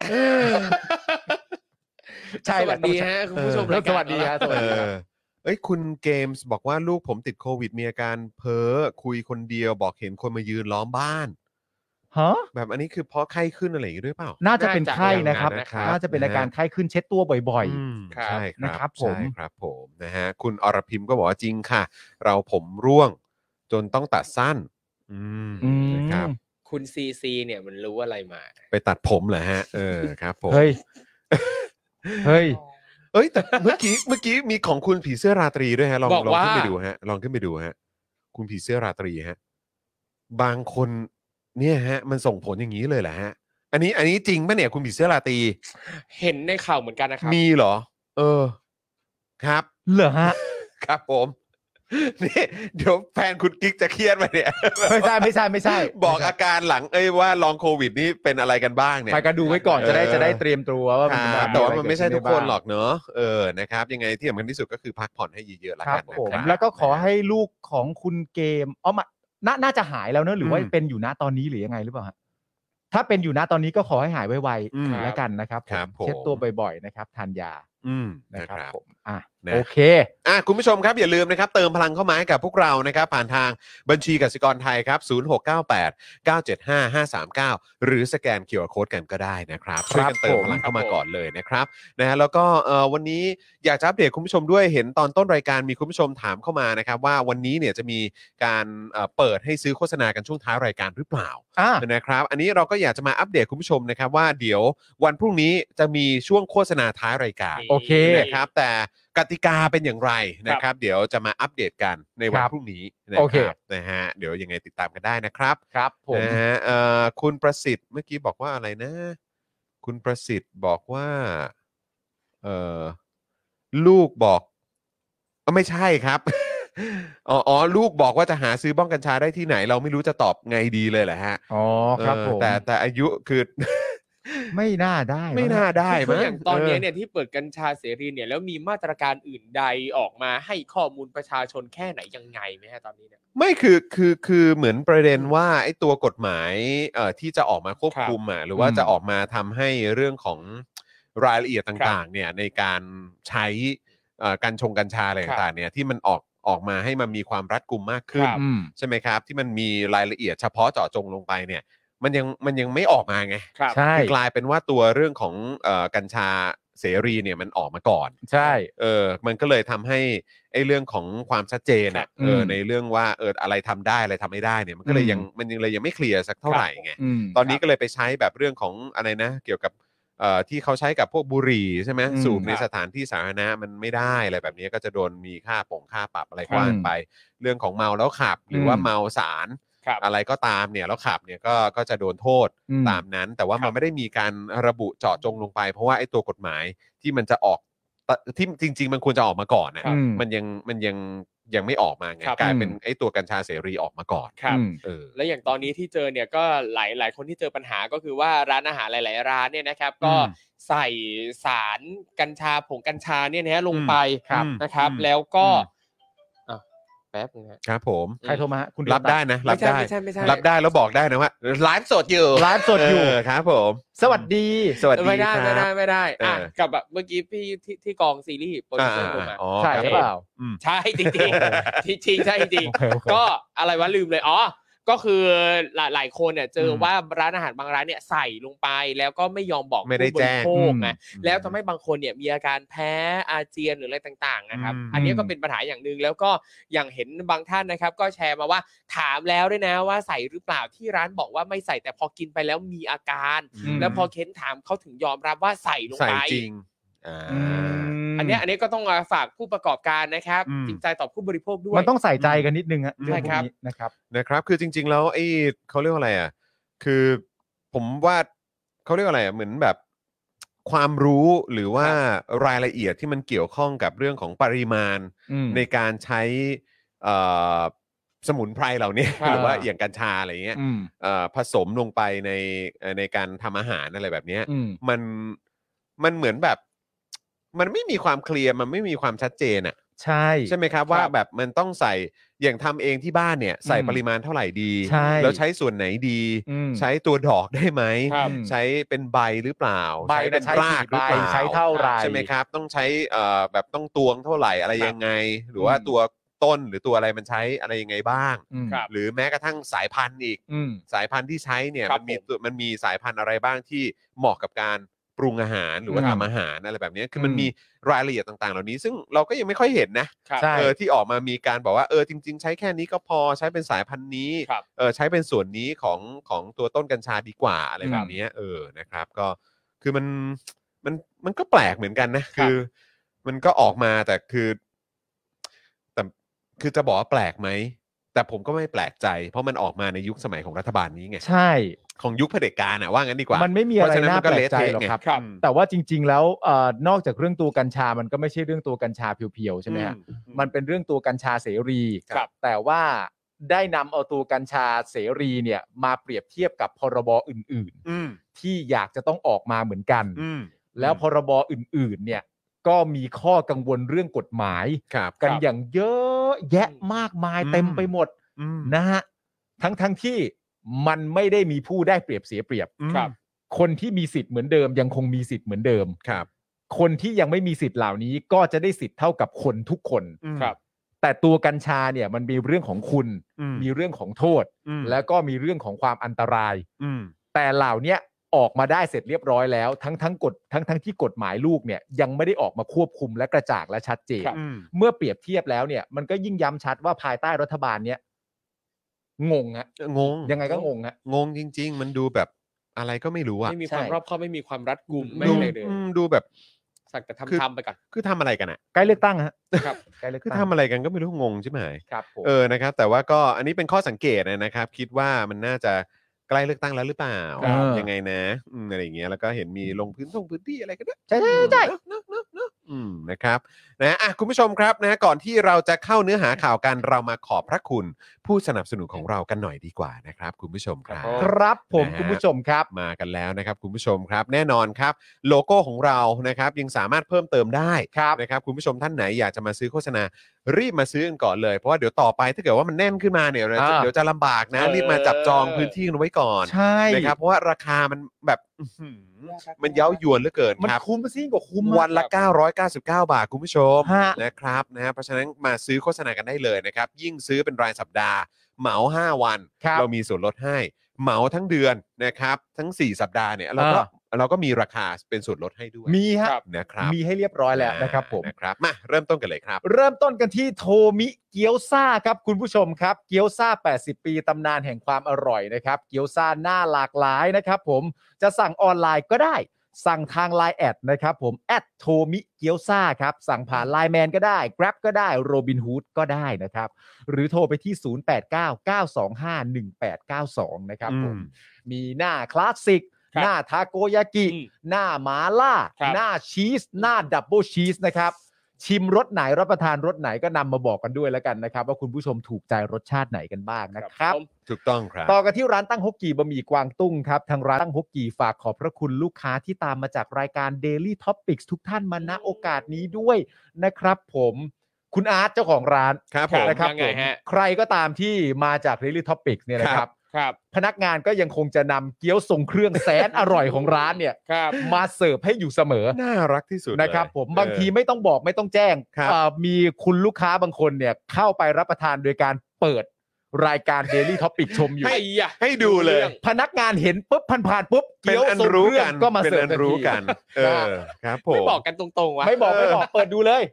Speaker 4: ใช่
Speaker 3: ส
Speaker 4: แห
Speaker 3: วั
Speaker 4: ละ
Speaker 3: สดีฮะคุณผู้ชม
Speaker 4: สวัสดีฮะสวัสดีครับ
Speaker 2: เอ้ยคุณเกมส์บอกว่าลูกผมติดโควิดมีอาการเพ้อคุยคนเดียวบอกเห็นคนมายืนล้อมบ้าน
Speaker 4: ฮะ
Speaker 2: แบบอันนี้คือเพราะไข้ขึ้นอะไรอย่างงี้ด้วยเปล่า
Speaker 4: น่าจะเป็นไข้นะครับ
Speaker 2: นะครับ
Speaker 4: น่าจะเป็นอาการไข้ขึ้นเช็ดตัวบ่อย
Speaker 2: ม
Speaker 3: ครับ
Speaker 2: ใช่ค
Speaker 4: นะครั
Speaker 2: รับบ
Speaker 4: ผม
Speaker 2: ใช่ครับผมนะฮะคุณอรพิมพ์ก็บอกว่าจริงค่ะ เราผมร่วงจนต้องตัดสั้น
Speaker 4: ๆอืม
Speaker 2: นะครับ
Speaker 3: คุณซีซีเนี่ยมันรู้อะไรมา
Speaker 2: ไปตัดผมเหรอฮะครับผม
Speaker 4: เฮ้ย เฮ้ย
Speaker 2: เอ้ยแต่เมื่อกี้มีของคุณผีเสื้อราตรีด้วยฮะลอง
Speaker 3: บอก
Speaker 2: ลอง
Speaker 3: ว่า
Speaker 2: ขึ้นไปดูฮะลองขึ้นไปดูฮะคุณผีเสื้อราตรีฮะบางคนเนี่ยฮะมันส่งผลอย่างนี้เลยเหรอฮะอันนี้จริงป่ะเนี่ยคุณผีเสื้อราตรี
Speaker 3: เห็นในข่าวเหมือนกันนะครับ
Speaker 2: มีเหรอ ครับ
Speaker 4: เหรอฮะ
Speaker 2: ครับผมนี่เดี๋ยวแฟนคุณกิ๊กจะเครียดไปเนี่ย
Speaker 4: ไม่ใช่
Speaker 2: บอกอาการหลังว่าลองโควิดนี่เป็นอะไรกันบ้างเนี่ย
Speaker 4: ไปกันดูไว้ก่อนจะได้เตรียมตัวว่ามัน
Speaker 2: ครับแต่ว่ามันไม่ใช่ทุกคนหรอกเนอะนะครับยังไงที่สำคัญที่สุดก็คือพักผ่อนให้เยอะๆแล้ว
Speaker 4: ครั
Speaker 2: กับ นนะ
Speaker 4: ผม
Speaker 2: ครับ
Speaker 4: แล้วก็ขอให้ลูกของคุณเกมน่าจะหายแล้วเนอะหรือว่า
Speaker 2: อืม
Speaker 4: เป็นอยู่ณตอนนี้หรือยังไงหรือเปล่าฮะถ้าเป็นอยู่ณตอนนี้ก็ขอให้หายไว
Speaker 2: อืม
Speaker 4: ๆแล้วกันนะครับ
Speaker 2: ครับผม
Speaker 4: เช็ดตัวบ่อยๆนะครับทานยา
Speaker 2: นะ
Speaker 4: นะ
Speaker 2: ค
Speaker 4: ค
Speaker 2: รั
Speaker 4: รั
Speaker 2: บบ
Speaker 4: ผมอ่ะ
Speaker 2: นะ
Speaker 4: โอเค
Speaker 2: คุณผู้ชมครับอย่าลืมนะครับเติมพลังเข้ามาให้กับพวกเรานะครับผ่านทางบัญชีกสิกรไทยครับ0698975539หรือสแกน QR Code กันก็ได้นะครับช่วยกันเติมพลังเข้ามาก่อนเลยนะครับนะฮะแล้วก็วันนี้อยากจะอัปเดตคุณผู้ชมด้วยเห็นตอนต้นรายการมีคุณผู้ชมถามเข้ามานะครับว่าวันนี้เนี่ยจะมีการเปิดให้ซื้อโฆษณากันช่วงท้ายรายการหรือเปล่า นะครับอันนี้เราก็อยากจะมาอัปเดตคุณผู้ชมนะครับว่าเดี๋ยววันพรุ่งนี้จะมีช่วงโฆษณาท้ายรายการ
Speaker 4: โอเค
Speaker 2: นะครับแต่กติกาเป็นอย่างไรนะครับเดี๋ยวจะมาอัปเดตกันในวัน
Speaker 4: ครับ
Speaker 2: พรุ่งนี้นะ
Speaker 4: โอ
Speaker 2: ค
Speaker 4: เค
Speaker 2: รับนะฮะเดี๋ยวยังไงติดตามกันได้นะครับ
Speaker 4: ครับผม
Speaker 2: นะฮะคุณประสิทธิ์เมื่อกี้บอกว่าอะไรนะ คุณประสิทธิ์บอกว่าลูกบอกไม่ใช่ครับ อ๋อลูกบอกว่าจะหาซื้อบ้องกัญชาได้ที่ไหน เราไม่รู้จะตอบไงดีเลยแหละฮะ
Speaker 4: อ๋อครับผม
Speaker 2: แต่อายุคือ
Speaker 4: ไม่น่าได้
Speaker 2: ไม่น่าได้
Speaker 3: คือ
Speaker 2: มั้ง
Speaker 3: อย่างตอนนี้เนี่ยที่เปิดกัญชาเสรีเนี่ยแล้วมีมาตรการอื่นใดออกมาให้ข้อมูลประชาชนแค่ไหนยังไงไหมฮะตอนนี้เนี่ย
Speaker 2: ไม่คือเหมือนประเด็นว่าไอ้ตัวกฎหมายที่จะออกมาควบคุมหรือว่าจะออกมาทำให้เรื่องของรายละเอียดต่างๆเนี่ยในการใช้กัญชาอะไรต่างๆเนี่ยที่มันออกมาให้มันมีความรัดกุมมากขึ้น
Speaker 3: ครับ
Speaker 2: ใช่ไหมครับที่มันมีรายละเอียดเฉพาะเจาะจงลงไปเนี่ยมันยังไม่ออกมาไง
Speaker 3: ครับ
Speaker 4: ใช่
Speaker 2: คือกลายเป็นว่าตัวเรื่องของกัญชาเสรีเนี่ยมันออกมาก่อน
Speaker 4: ใช่
Speaker 2: มันก็เลยทำให้ไอ้เรื่องของความชัดเจน
Speaker 3: ครับ
Speaker 2: ในเรื่องว่าอะไรทำได้อะไรทำไม่ได้เนี่ยมันก็เลยยังไม่เคลียร์สักเท่าไหร่ไงตอนนี้ก็เลยไปใช้แบบเรื่องของอะไรนะเกี่ยวกับที่เขาใช้กับพวกบุหรี่ใช่ไหมสูบในสถานที่สาธารณะมันไม่ได้อะไรแบบนี้ก็จะโดนมีค่าปรับอะไรก็ว่าไปเรื่องของเมาแล้วขับหรือว่าเมาสาร
Speaker 3: ครับ
Speaker 2: อะไรก็ตามเนี่ยแล้วขับเนี่ยก็จะโดนโทษตามนั้น แต่ว่ามันไม่ได้มีการระบุเจาะจงลงไป เพราะว่าไอ้ตัวกฎหมายที่มันจะออกที่จริงๆมันควรจะออกมาก่อนนะครับ มันยังไม่ออกมาไง
Speaker 3: ครับ
Speaker 2: กลายเป็นไอ้ตัวกัญชาเสรีออกมาก่อน
Speaker 3: ครับ
Speaker 2: เออ
Speaker 3: และอย่างตอนนี้ที่เจอเนี่ยก็หลายคนที่เจอปัญหาก็คือว่าร้านอาหารหลายๆร้านเนี่ยนะครับก็ใส่สารกัญชาผงกัญชาเนี่ยนะฮะลงไป
Speaker 2: ครับ
Speaker 3: นะครับ แล้วก็อ้าวแป๊บนึงฮะ
Speaker 2: ครับผม
Speaker 4: ใครโทรมาฮะคุณ
Speaker 2: รับได้นะรับได้
Speaker 3: ไม่ใช่
Speaker 2: รับได้แล้วบอกได้นะว่าไลฟ์สดอยู่
Speaker 4: ไลฟ์สดอยู่
Speaker 2: ครับผม
Speaker 4: สวัสดี
Speaker 2: สวัสดี
Speaker 3: ไม่ได้
Speaker 2: ครับ
Speaker 3: ไม่ได้อ่ะ
Speaker 2: เออ
Speaker 3: กับแบบเมื่อกี้พี่ที่กองซีรีส์โปรดิวเซอร์โทรมา
Speaker 2: อ๋อ
Speaker 4: ใช่
Speaker 2: ครับ
Speaker 4: หรือเปล่า
Speaker 3: ใช่จริงๆจริงใช่จริง
Speaker 4: โอเคโอเค
Speaker 3: ก็อะไรวะลืมเลยก็คือหลายคนเนี่ยเจอว่าร้านอาหารบางร้านเนี่ยใส่ลงไปแล้วก็ไม่ยอมบอก
Speaker 2: ไม่ได้
Speaker 3: ผู้บ
Speaker 2: แจ้
Speaker 3: ริ
Speaker 2: ง
Speaker 3: โภคไงแล้วทำให้บางคนเนี่ยมีอาการแพ้อาเจียนหรืออะไรต่างๆนะครับอันนี้ก็เป็นปัญหาอย่างหนึ่งแล้วก็อย่างเห็นบางท่านนะครับก็แชร์มาว่าถามแล้วด้วยนะว่าใส่หรือเปล่าที่ร้านบอกว่าไม่ใส่แต่พอกินไปแล้วมีอาการ แล้วพอเค้นถามเขาถึงยอมรับว่าใส่ลง
Speaker 2: ใส่
Speaker 3: ไป
Speaker 2: จริงอ่า
Speaker 3: อันเนี้ยก็ต้องมาฝากผู้ประกอบการนะครับ
Speaker 2: อืม
Speaker 3: จริงใจต่อผู้บริโภคด้วย
Speaker 4: มันต้องใส่ใจกันนิดนึงฮะ
Speaker 2: อืม
Speaker 4: เรื่องพวกนี้นะครับ
Speaker 2: นะครับคือจริงๆแล้วไอ้เขาเรียกว่าอะไรอ่ะคือผมว่าเขาเรียกว่าอะไรอ่ะเหมือนแบบความรู้หรือว่ารายละเอียดที่มันเกี่ยวข้องกับเรื่องของปริมาณ ในการใช้เอ่อสมุนไพรเหล่านี้
Speaker 3: ครับ
Speaker 2: หรือว่าอย่างกัญชาอะไรเงี้ย
Speaker 4: อืม
Speaker 2: ผสมลงไปในการทำอาหารอะไรแบบเนี้ย
Speaker 4: อืม
Speaker 2: มันเหมือนแบบ มันไม่มีความเคลียร์มันไม่มีความชัดเจนอ่ะ
Speaker 4: ใช่
Speaker 2: ใช่ไหมครับว่าแบบมันต้องใส่อย่างทำเองที่บ้านเนี่ยใส่ปริมาณเท่าไหร่ดี
Speaker 4: ใช่
Speaker 2: แล้วใช้ส่วนไหนดี ใช้ตัวดอกได้ไหม
Speaker 3: ครับ
Speaker 2: ใช้เป็นใบหรือเปล่า
Speaker 4: ใบ
Speaker 2: ใช้เป็น
Speaker 4: ใช้
Speaker 2: รากหรือเปล่า
Speaker 4: ใช้เท่าไหร่
Speaker 2: ใช่ไหมครับ ต้องใช้แบบต้องตวงเท่าไหร่อะไร
Speaker 3: ครับ
Speaker 2: ยังไง หรือว่าตัวต้นหรือตัวอะไรมันใช้อะไรยังไงบ้าง
Speaker 4: อืม
Speaker 3: ครับ
Speaker 2: หรือแม้กระทั่งสายพันธุ์อีก
Speaker 4: อืม
Speaker 2: สายพันธุ์ที่ใช้เนี่ย
Speaker 3: ครับ
Speaker 2: มันมีสายพันธุ์อะไรบ้างที่เหมาะกับการปรุงอาหารหรือว่า
Speaker 4: อืม
Speaker 2: ทำอาหารอะไรแบบนี้คือมัน
Speaker 4: อืม
Speaker 2: มีรายละเอียดต่างๆ เหล่านี้ ซึ่งเราก็ยังไม่ค่อยเห็นนะ
Speaker 3: ครับ
Speaker 4: ใช่
Speaker 2: ที่ออกมามีการบอกว่าจริง ๆ ใช้แค่นี้ก็พอใช้เป็นสายพันธุ์นี้
Speaker 3: ครับ
Speaker 2: ใช้เป็นส่วนนี้ของตัวต้นกัญชาดีกว่าอะไรแบบนี้นะครับก็คือมันก็แปลกเหมือนกันนะคือมันก็ออกมาแต่คือจะบอกว่าแปลกไหมแต่ผมก็ไม่แปลกใจ เพราะมันออกมาในยุคสมัยของรัฐบาลนี้ไง
Speaker 4: ใช่
Speaker 2: ของยุคเผด็จการอ่ะว่างั้นดีกว่า
Speaker 4: มันไม่มีอะไร
Speaker 2: เพาฉนั้น
Speaker 4: น่า
Speaker 2: มันก็
Speaker 4: แปล
Speaker 2: เละ
Speaker 4: กใจ
Speaker 2: เทะ
Speaker 4: หรอก
Speaker 2: ไง
Speaker 4: ครับ
Speaker 3: ครับ
Speaker 4: แต่ว่าจริง ๆ แล้วนอกจากเรื่องตัวกัญชามันก็ไม่ใช่เรื่องตัวกัญชาเพียวๆใช่ไหมฮะมันเป็นเรื่องตัวกัญชาเสรี
Speaker 3: ครับ
Speaker 4: แต่ว่าได้นำเอาตัวกัญชาเสรีเนี่ยมาเปรียบเทียบกับพรบอื่น
Speaker 2: อืม
Speaker 4: ๆ ที่อยากจะต้องออกมาเหมือนกัน
Speaker 2: อืม
Speaker 4: แล้วพรบอื่นๆเนี่ยก็มีข้อกังวลเรื่องกฎหมาย
Speaker 2: ครับ
Speaker 4: กัน
Speaker 3: ครับ
Speaker 4: อย่างเยอะแยะมากมาย
Speaker 2: อืม
Speaker 4: เต็มไปหมด
Speaker 2: อืม
Speaker 4: นะฮะทั้งที่มันไม่ได้มีผู้ได้เปรียบเสียเปรียบ
Speaker 3: ครับ
Speaker 4: คนที่มีสิทธิ์เหมือนเดิมยังคงมีสิทธิ์เหมือนเดิม
Speaker 2: ครับ
Speaker 4: คนที่ยังไม่มีสิทธิ์เหล่านี้ก็จะได้สิทธิ์เท่ากับคนทุกคน
Speaker 3: ครับ
Speaker 4: แต่ตัวกัญชาเนี่ยมันมีเรื่องของคุณ
Speaker 2: อืม
Speaker 4: มีเรื่องของโทษ
Speaker 2: อืม
Speaker 4: แล้วก็มีเรื่องของความอันตราย
Speaker 2: อืม
Speaker 4: แต่เหล่าเนี้ยออกมาได้เสร็จเรียบร้อยแล้วทั้งที่กฎหมายลูกเนี่ยยังไม่ได้ออกมาควบคุมและกระจ่างและชัดเจน
Speaker 3: ครับ
Speaker 2: อืม
Speaker 4: เมื่อเปรียบเทียบแล้วเนี่ยมันก็ยิ่งย้ำชัดว่าภายใต้รัฐบาลเนี้ยงงฮะ
Speaker 2: งง
Speaker 4: ยังไงก็งงฮะ
Speaker 2: งงจริง ๆ มันดูแบบอะไรก็ไม่รู้อ่ะ
Speaker 3: ไม่มีความ
Speaker 4: ใช่
Speaker 3: รอบคอบไม่มีความรัดกุมไม่
Speaker 2: ดู
Speaker 3: อะไรเลย
Speaker 2: ดูแบบ
Speaker 3: สักแต่
Speaker 2: คือ
Speaker 3: ทำไปก่อน
Speaker 2: คือทำอะไรกันอ่ะ
Speaker 4: ใกล้เลือกตั้งฮะ
Speaker 3: ครับ
Speaker 4: ใกล้เลือก
Speaker 2: คือ
Speaker 4: ตั้ง
Speaker 2: ทำอะไรกันก็ไม่รู้งงใช่ไหม
Speaker 4: ครับผม
Speaker 2: นะครับ แต่ว่าก็อันนี้เป็นข้อสังเกตนะครับ คิดว่ามันน่าจะใกล้เลือกตั้งแล้วหรือเปล่า
Speaker 4: ครับ
Speaker 2: ยังไงนะอะไรอย่างเงี้ยแล้วก็เห็นมีลงพื้นที่อะไรกันด้วย
Speaker 4: ใช่ใช่ใช่
Speaker 2: เนอะนะครับนะคุณผู้ชมครับนะก่อนที่เราจะเข้าเนื้อหาข่าวกันเรามาขอบพระคุณผู้สนับสนุนของเรากันหน่อยดีกว่านะครับคุณผู้ชมครับ
Speaker 4: ครับผม
Speaker 2: นะฮะ
Speaker 4: คุณผู้ชมครับ
Speaker 2: มากันแล้วนะครับคุณผู้ชมครับแน่นอนครับโลโก้ของเรานะครับยังสามารถเพิ่มเติมได้
Speaker 4: ครับ
Speaker 2: นะครับคุณผู้ชมท่านไหนอยากจะมาซื้อโฆษณารีบมาซื้อกันก่อนเลยเพราะว่าเดี๋ยวต่อไปถ้าเกิดว่ามันแน่นขึ้นมาเนี่ยเดี๋ยวจะลำบากนะรีบมาจับจองพื้นที่กันไว้ก่อน
Speaker 4: ใช่
Speaker 2: นะครับเพราะว่าราคามันแบบมันเย้ายวนเหลือเกิน
Speaker 4: มัน
Speaker 2: ครับ
Speaker 4: คุ้มซิ่งกว่าคุ้ม
Speaker 2: วันละ 999 บาทคุณผู้ชม
Speaker 4: ฮะ
Speaker 2: นะครับนะฮะเพราะฉะนั้นมาซื้อโฆษณากันได้เลยนะครับยิ่งซื้อเป็นรายสัปดาห์เหมา5วัน
Speaker 4: ครับ
Speaker 2: เรามีส่วนลดให้เหมาทั้งเดือนนะครับทั้ง4สัปดาห์เนี่ยเราก็มีราคาเป็นส่วนลดให้ด้วย
Speaker 4: มีฮะ
Speaker 2: นะครับ
Speaker 4: มีให้เรียบร้อยแล้วนะครับผม
Speaker 2: นะครับมาเริ่มต้นกันเลยครับ
Speaker 4: เริ่มต้นกันที่โทมิเกี๊ยวซ่าครับคุณผู้ชมครับเกี๊ยวซ่า80 ปีตำนานแห่งความอร่อยนะครับเกี๊ยวซ่าหน้าหลากหลายนะครับผมจะสั่งออนไลน์ก็ได้สั่งทาง Line แอดนะครับผมโทมิเกี๊ยวซ่าครับสั่งผ่าน Line Man ก็ได้ Grab ก็ได้ Robinhood ก็ได้นะครับหรือโทรไปที่ 0899251892 นะครับผมมีหน้าคลาสสิก
Speaker 3: ครับ
Speaker 4: หน้าทาโกยากิ หน้าหมาล่า
Speaker 3: ครับ
Speaker 4: หน้าชีสหน้าดับเบิลชีสนะครับชิมรสไหนรับประทานรสไหนก็นำมาบอกกันด้วยแล้วกันนะครับว่าคุณผู้ชมถูกใจรสชาติไหนกันบ้างนะครับ
Speaker 2: ถูกต้องครับ
Speaker 4: ต่อกันที่ร้านตั้งฮกกี่บะหมี่กวางตุ้งครับทางร้านตั้งฮกกี่ฝากขอบพระคุณลูกค้าที่ตามมาจากรายการ Daily Topics ทุกท่านมาณโอกาสนี้ด้วยนะครับผมคุณอาร์ตเจ้าของร้าน
Speaker 2: ครับผม
Speaker 4: นะครับ
Speaker 3: ยังไง
Speaker 4: ผม
Speaker 3: ฮะ
Speaker 4: ใครก็ตามที่มาจาก Daily Topics เนี่ยนะครับ
Speaker 3: ครับ
Speaker 4: พนักงานก็ยังคงจะนำเกี๊ยวทรงเครื่องแสนอร่อยของร้านเนี่ย
Speaker 3: ครับ
Speaker 4: มาเสิร์ฟให้อยู่เสมอ
Speaker 2: น่ารักที่สุด
Speaker 4: นะครับ
Speaker 2: เลย
Speaker 4: ผมบางทีไม่ต้องบอกไม่ต้องแจ้ง
Speaker 2: ครับ
Speaker 4: มีคุณลูกค้าบางคนเนี่ยเข้าไปรับประทานโดยการเปิดรายการ Daily Topic ชมอยู่
Speaker 2: ให้ดูเลย
Speaker 4: พนักงานเห็นปุ๊บผ่านๆปุ๊บ
Speaker 2: เป็น
Speaker 4: เกี๊ยว
Speaker 2: อัน
Speaker 4: ทรง
Speaker 2: รู้
Speaker 4: เครื่อ
Speaker 2: กั
Speaker 4: ง
Speaker 2: น
Speaker 4: ก็มา
Speaker 2: เป็น
Speaker 4: เสิร์
Speaker 2: อั
Speaker 4: ฟ
Speaker 2: น
Speaker 4: ทัน
Speaker 2: รู้
Speaker 4: ที
Speaker 2: กันครับผม
Speaker 3: ไม่บอกกันตรงๆวะ
Speaker 4: ไม่บอกเปิดดูเลย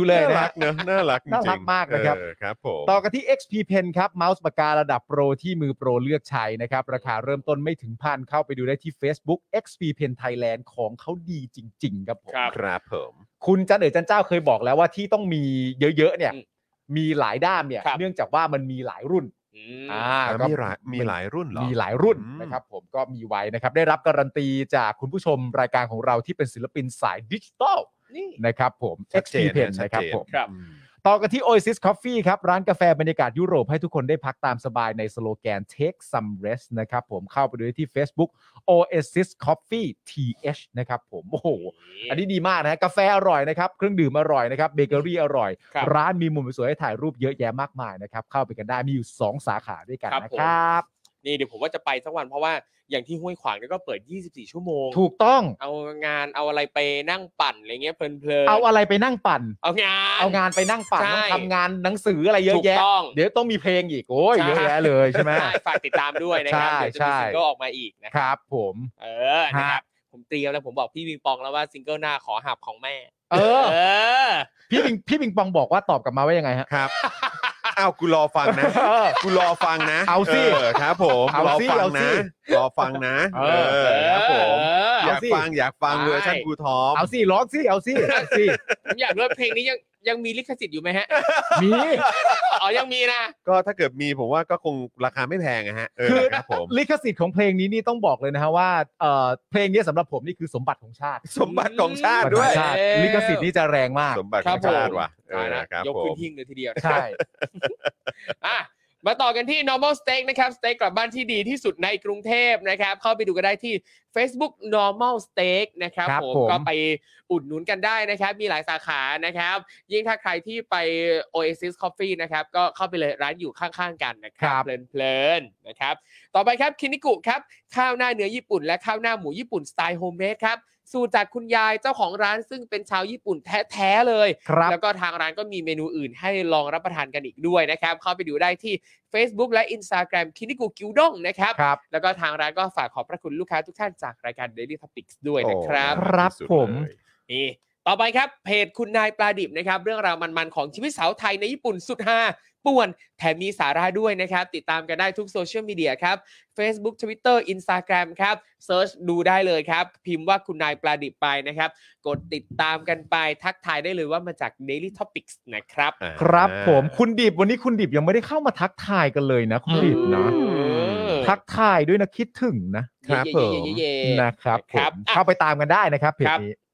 Speaker 2: น่า
Speaker 4: นะ
Speaker 2: รักเนอะน่ารักจริงๆ
Speaker 4: น่ารักมากนะครับ
Speaker 2: ครับผม
Speaker 4: ต่อกันที่ XP Pen ครับเมาส์ปากการะดับโปรที่มือโปรเลือกใช้นะครับราคาเริ่มต้นไม่ถึงพันเข้าไปดูได้ที่ Facebook XP Pen Thailand ของเขาดีจริง ๆ ครับผม
Speaker 2: ครับผม
Speaker 4: คุณจันเอ๋ยจันเจ้าเคยบอกแล้วว่าที่ต้องมีเยอะๆเนี่ยมีหลายด้ามเนี่ย
Speaker 3: ครับ
Speaker 4: เนื่องจากว่ามันมีหลายรุ่น ก็
Speaker 2: มีหลายรุ่นเหรอ
Speaker 4: มีหลายรุ่น
Speaker 2: อืม
Speaker 4: นะครับผมก็มีไว้นะครับได้รับการันตีจากคุณผู้ชมรายการของเราที่เป็นศิลปินสายดิจิทัล
Speaker 3: นี่
Speaker 4: นะครับผม
Speaker 2: ชัด
Speaker 4: XP
Speaker 2: เจน
Speaker 4: Pen
Speaker 2: ชัด
Speaker 4: นะครับ
Speaker 2: เจน
Speaker 4: ผม
Speaker 3: ครับ
Speaker 4: ต่อกันที่ Oasis Coffee ครับร้านกาแฟบรรยากาศยุโรปให้ทุกคนได้พักตามสบายในสโลแกน Take some rest นะครับผมเข้าไปดูได้ที่ Facebook Oasis Coffee TH นะครับผมโอ้โหอันนี้ดีมากนะฮะกาแฟอร่อยนะครับเครื่องดื่มอร่อยนะครับเบเกอรี่อร่อย
Speaker 3: ครับ
Speaker 4: ร้านมีมุมสวยให้ถ่ายรูปเยอะแยะมากมายนะครับเข้าไปกันได้มีอยู่2สาขาด้วยกัน
Speaker 3: ครับ
Speaker 4: นะครับ
Speaker 3: นี่เดี๋ยวผมว่าจะไปสักวันเพราะว่าอย่างที่ห้วยขวางเนี่ยก็เปิด 24 ชั่วโมง
Speaker 4: ถูกต้อง
Speaker 3: เอางานเอาอะไรไปนั่งปั่นอะไรเงี้ยเพลินๆ
Speaker 4: เอาอะไรไปนั่งปั่น
Speaker 3: เอางาน
Speaker 4: เอางานไปนั่งปั่น
Speaker 3: ใช่
Speaker 4: ต้องทำงานหนังสืออะไรเยอะแยะ
Speaker 3: ถูกต้อง
Speaker 4: เดี๋ยวต้องมีเพลงอีกโอ้ย
Speaker 3: ใช่
Speaker 4: เยอะแยะเลยใช่ไหม
Speaker 3: ใช่ฝากติดตามด้วยนะครับ
Speaker 4: ใช่
Speaker 3: เดี๋ยวจะมี
Speaker 4: ใช่
Speaker 3: ซิงเกิลออกมาอีกนะ
Speaker 4: ครับ ผม
Speaker 3: นะครับผมเตรียมแล้วผมบอกพี่วิงปองแล้วว่าซิงเกิลหน้าขอหับของแม่
Speaker 4: เออ
Speaker 3: เออ
Speaker 4: พี่ปิงปองบอกว่าตอบกลับมาว่ายังไงฮะ
Speaker 2: ครับ อ้าวกูรอฟังนะกูรอฟังนะ
Speaker 4: เอาสิ
Speaker 2: ครับผม
Speaker 4: เอา
Speaker 2: รอ
Speaker 4: สิ
Speaker 2: ฟัง
Speaker 4: เอาสิ
Speaker 2: นะรอฟังนะ
Speaker 4: เออ
Speaker 2: ครับผม
Speaker 3: เ
Speaker 2: อยากฟังเวอร์ชันกูทอม
Speaker 4: เอาสิร้องสิเอาสิเอาสิ
Speaker 3: ผมอยากรู้ว่าเพลงนี้ยังมีลิขสิทธิ์อยู่ไหมฮะ
Speaker 4: มี
Speaker 3: อ๋อยังมีนะ
Speaker 2: ก็ถ้าเกิดมีผมว่าก็คงราคาไม่แพงอะฮะ
Speaker 4: คือ
Speaker 2: ครับผม
Speaker 4: ลิขสิทธิ์ของเพลงนี้นี่ต้องบอกเลยนะฮะว่าเพลงนี้สำหรับผมนี่คือสมบัติของชาติ
Speaker 2: สมบัติของชาติด้วย
Speaker 4: สมบัติของชาติลิขสิทธิ์นี่จะแรงมาก
Speaker 2: สมบัติของชาติว่ะ
Speaker 3: ตายนะ
Speaker 2: ครับ
Speaker 3: ยก
Speaker 2: ผ
Speaker 3: ขึ้น
Speaker 2: ม
Speaker 3: หิ้งเลยทีเดียว
Speaker 4: ใช่
Speaker 3: อ่ะมาต่อกันที่ normal steak นะครับสเต็กกลับบ้านที่ดีที่สุดในกรุงเทพนะครับเข้าไปดูกันได้ที่ Facebook normal steak นะครับ
Speaker 4: ครับ
Speaker 3: ผม
Speaker 4: ผม
Speaker 3: ก็ไปอุดหนุนกันได้นะครับมีหลายสาขานะครับยิ่งถ้าใครที่ไป Oasis Coffee นะครับก็เข้าไปเลยร้านอยู่ข้างๆกันนะครับเพลินๆนะครับต่อไปครับคินิกุครับข้าวหน้าเนื้อญี่ปุ่นและข้าวหน้าหมูญี่ปุ่นสไตล์โฮมเมดครับสูตรจากคุณยายเจ้าของร้านซึ่งเป็นชาวญี่ปุ่นแท้ๆเลย
Speaker 4: ครับ
Speaker 3: แล้วก็ทางร้านก็มีเมนูอื่นให้ลองรับประทานกันอีกด้วยนะครับเข้าไปดูได้ที่ Facebook และ Instagram คินิกุกิวด้งนะครับ
Speaker 4: ครับ
Speaker 3: แล้วก็ทางร้านก็ฝากขอบพระคุณลูกค้าทุกท่านจากรายการ Daily Topics ด้วยนะครับ
Speaker 2: โอ้
Speaker 4: ครับ
Speaker 2: ที่สุด
Speaker 4: ผม
Speaker 2: เลย
Speaker 3: นี่ต่อไปครับเพจคุณนายปลาดิบนะครับเรื่องราวมันๆของชีวิตสาวไทยในญี่ปุ่นสุดฮาป่วนแถมมีสาระด้วยนะครับติดตามกันได้ทุกโซเชียลมีเดียครับ Facebook Twitter Instagram ครับเซิร์ชดูได้เลยครับพิมพ์ว่าคุณนายปลาดิบไปนะครับกดติดตามกันไปทักทายได้เลยว่ามาจาก Daily Topics นะครับ
Speaker 4: ครับผมคุณดิบวันนี้คุณดิบยังไม่ได้เข้ามาทักทายกันเลยนะคุณดิบนะ ทักทายด้วยนะคิดถึงนะครับ
Speaker 3: เย่ๆๆๆๆ
Speaker 4: นะครับผ
Speaker 3: ครับ
Speaker 4: ม
Speaker 3: อ่ะ
Speaker 4: เข้าไปตามกันได้นะครับเพจ
Speaker 3: ครับ
Speaker 4: นี้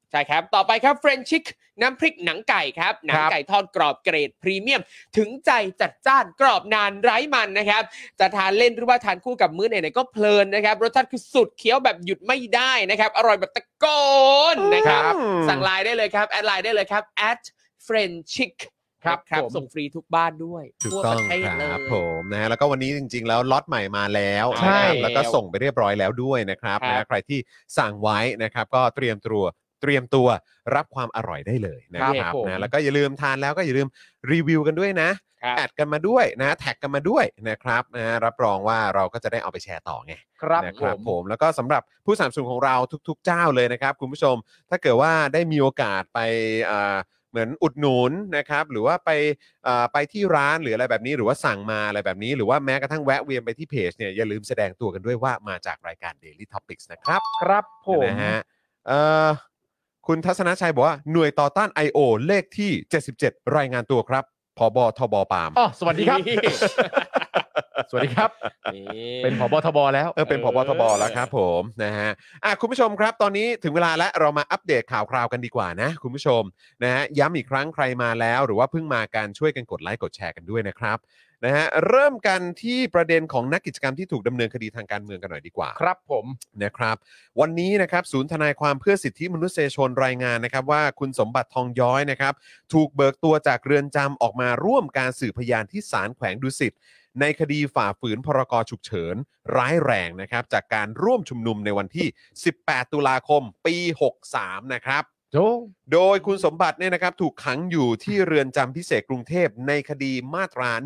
Speaker 3: ใช่ครับต่อไปครับเฟรนชิกน้ำพริกหนังไก่ครับหนังไก่ทอดกรอบเกรดพรีเมียมถึงใจจัดจ้านกรอบนานไร้มันนะครับจะทานเล่นหรือว่าทานคู่กับมื้อไหนๆก็เพลินนะครับรสชาติคือสุดเคี้ยวแบบหยุดไม่ได้นะครับอร่อยแบบตะโกนนะครับสั่งไลน์ได้เลยครับแอดไลน์ได้เลยครับ @friendchick ครับส่งฟรีทุกบ้านด้วย
Speaker 2: ถูก
Speaker 3: ทั่ว
Speaker 2: ต้
Speaker 3: ป
Speaker 2: อง
Speaker 3: ระเทศ
Speaker 2: ค
Speaker 3: เล
Speaker 2: รับ
Speaker 3: ย
Speaker 2: ผมนะแล้วก็วันนี้จริงๆแล้วล็อตใหม่มาแล้ว
Speaker 3: ใช่
Speaker 2: นะครับแล้วก็ส่งไปเรียบร้อยแล้วด้วยนะครับ
Speaker 3: ครับ
Speaker 2: นะใครที่สั่งไว้นะครับก็เตรียมตัวรับความอร่อยได้เลยนะครับนะแล้วก็อย่าลืมทานแล้วก็อย่าลืมรีวิวกันด้วยนะครับ แอดกันมาด้วยนะแท็กกันมาด้วยนะครับนะรับรองว่าเราก็จะได้เอาไปแชร์ต่อไง
Speaker 4: ครับ
Speaker 2: นะครับผมแล้วก็สำหรับผู้สนับสนุนของเราทุกๆเจ้าเลยนะครับคุณผู้ชมถ้าเกิดว่าได้มีโอกาสไปเหมือนอุดหนุนนะครับหรือว่าไปที่ร้านหรืออะไรแบบนี้หรือว่าสั่งมาอะไรแบบนี้หรือว่าแม้กระทั่งแวะเวียนไปที่เพจเนี่ยอย่าลืมแสดงตัวกันด้วยว่ามาจากรายการ Daily Topics นะครับ
Speaker 4: ครับผม
Speaker 2: นะฮะคุณทัศนชัยบอกว่าหน่วยต่อต้าน I.O. เลขที่77รายงานตัวครับผบทบปาล์ม
Speaker 4: อ๋อสวัสดีครับ สวัสดีครับ
Speaker 3: นี่
Speaker 4: เป็นผบทบแล้ว
Speaker 2: เป็นผบทบแล้วครับผมนะฮะคุณผู้ชมครับตอนนี้ถึงเวลาแล้วเรามาอัปเดตข่าวคราวกันดีกว่านะคุณผู้ชมนะฮะย้ำอีกครั้งใครมาแล้วหรือว่าเพิ่งมาการช่วยกันกดไลค์กดแชร์กันด้วยนะครับนะฮะเริ่มกันที่ประเด็นของนักกิจกรรมที่ถูกดำเนินคดีทางการเมืองกันหน่อยดีกว่า
Speaker 4: ครับผม
Speaker 2: นะครับวันนี้นะครับศูนย์ทนายความเพื่อสิทธิมนุษยชนรายงานนะครับว่าคุณสมบัติทองย้อยนะครับถูกเบิกตัวจากเรือนจำออกมาร่วมการสืบพยานที่ศาลแขวงดุสิตในคดีฝ่าฝืนพรกฉุกเฉินร้ายแรงนะครับจากการร่วมชุมนุมในวันที่18ตุลาคมปี63นะครับโดยคุณสมบัติเนี่ยนะครับถูกขังอยู่ที่เรือนจำพิเศษกรุงเทพในคดีมาตรา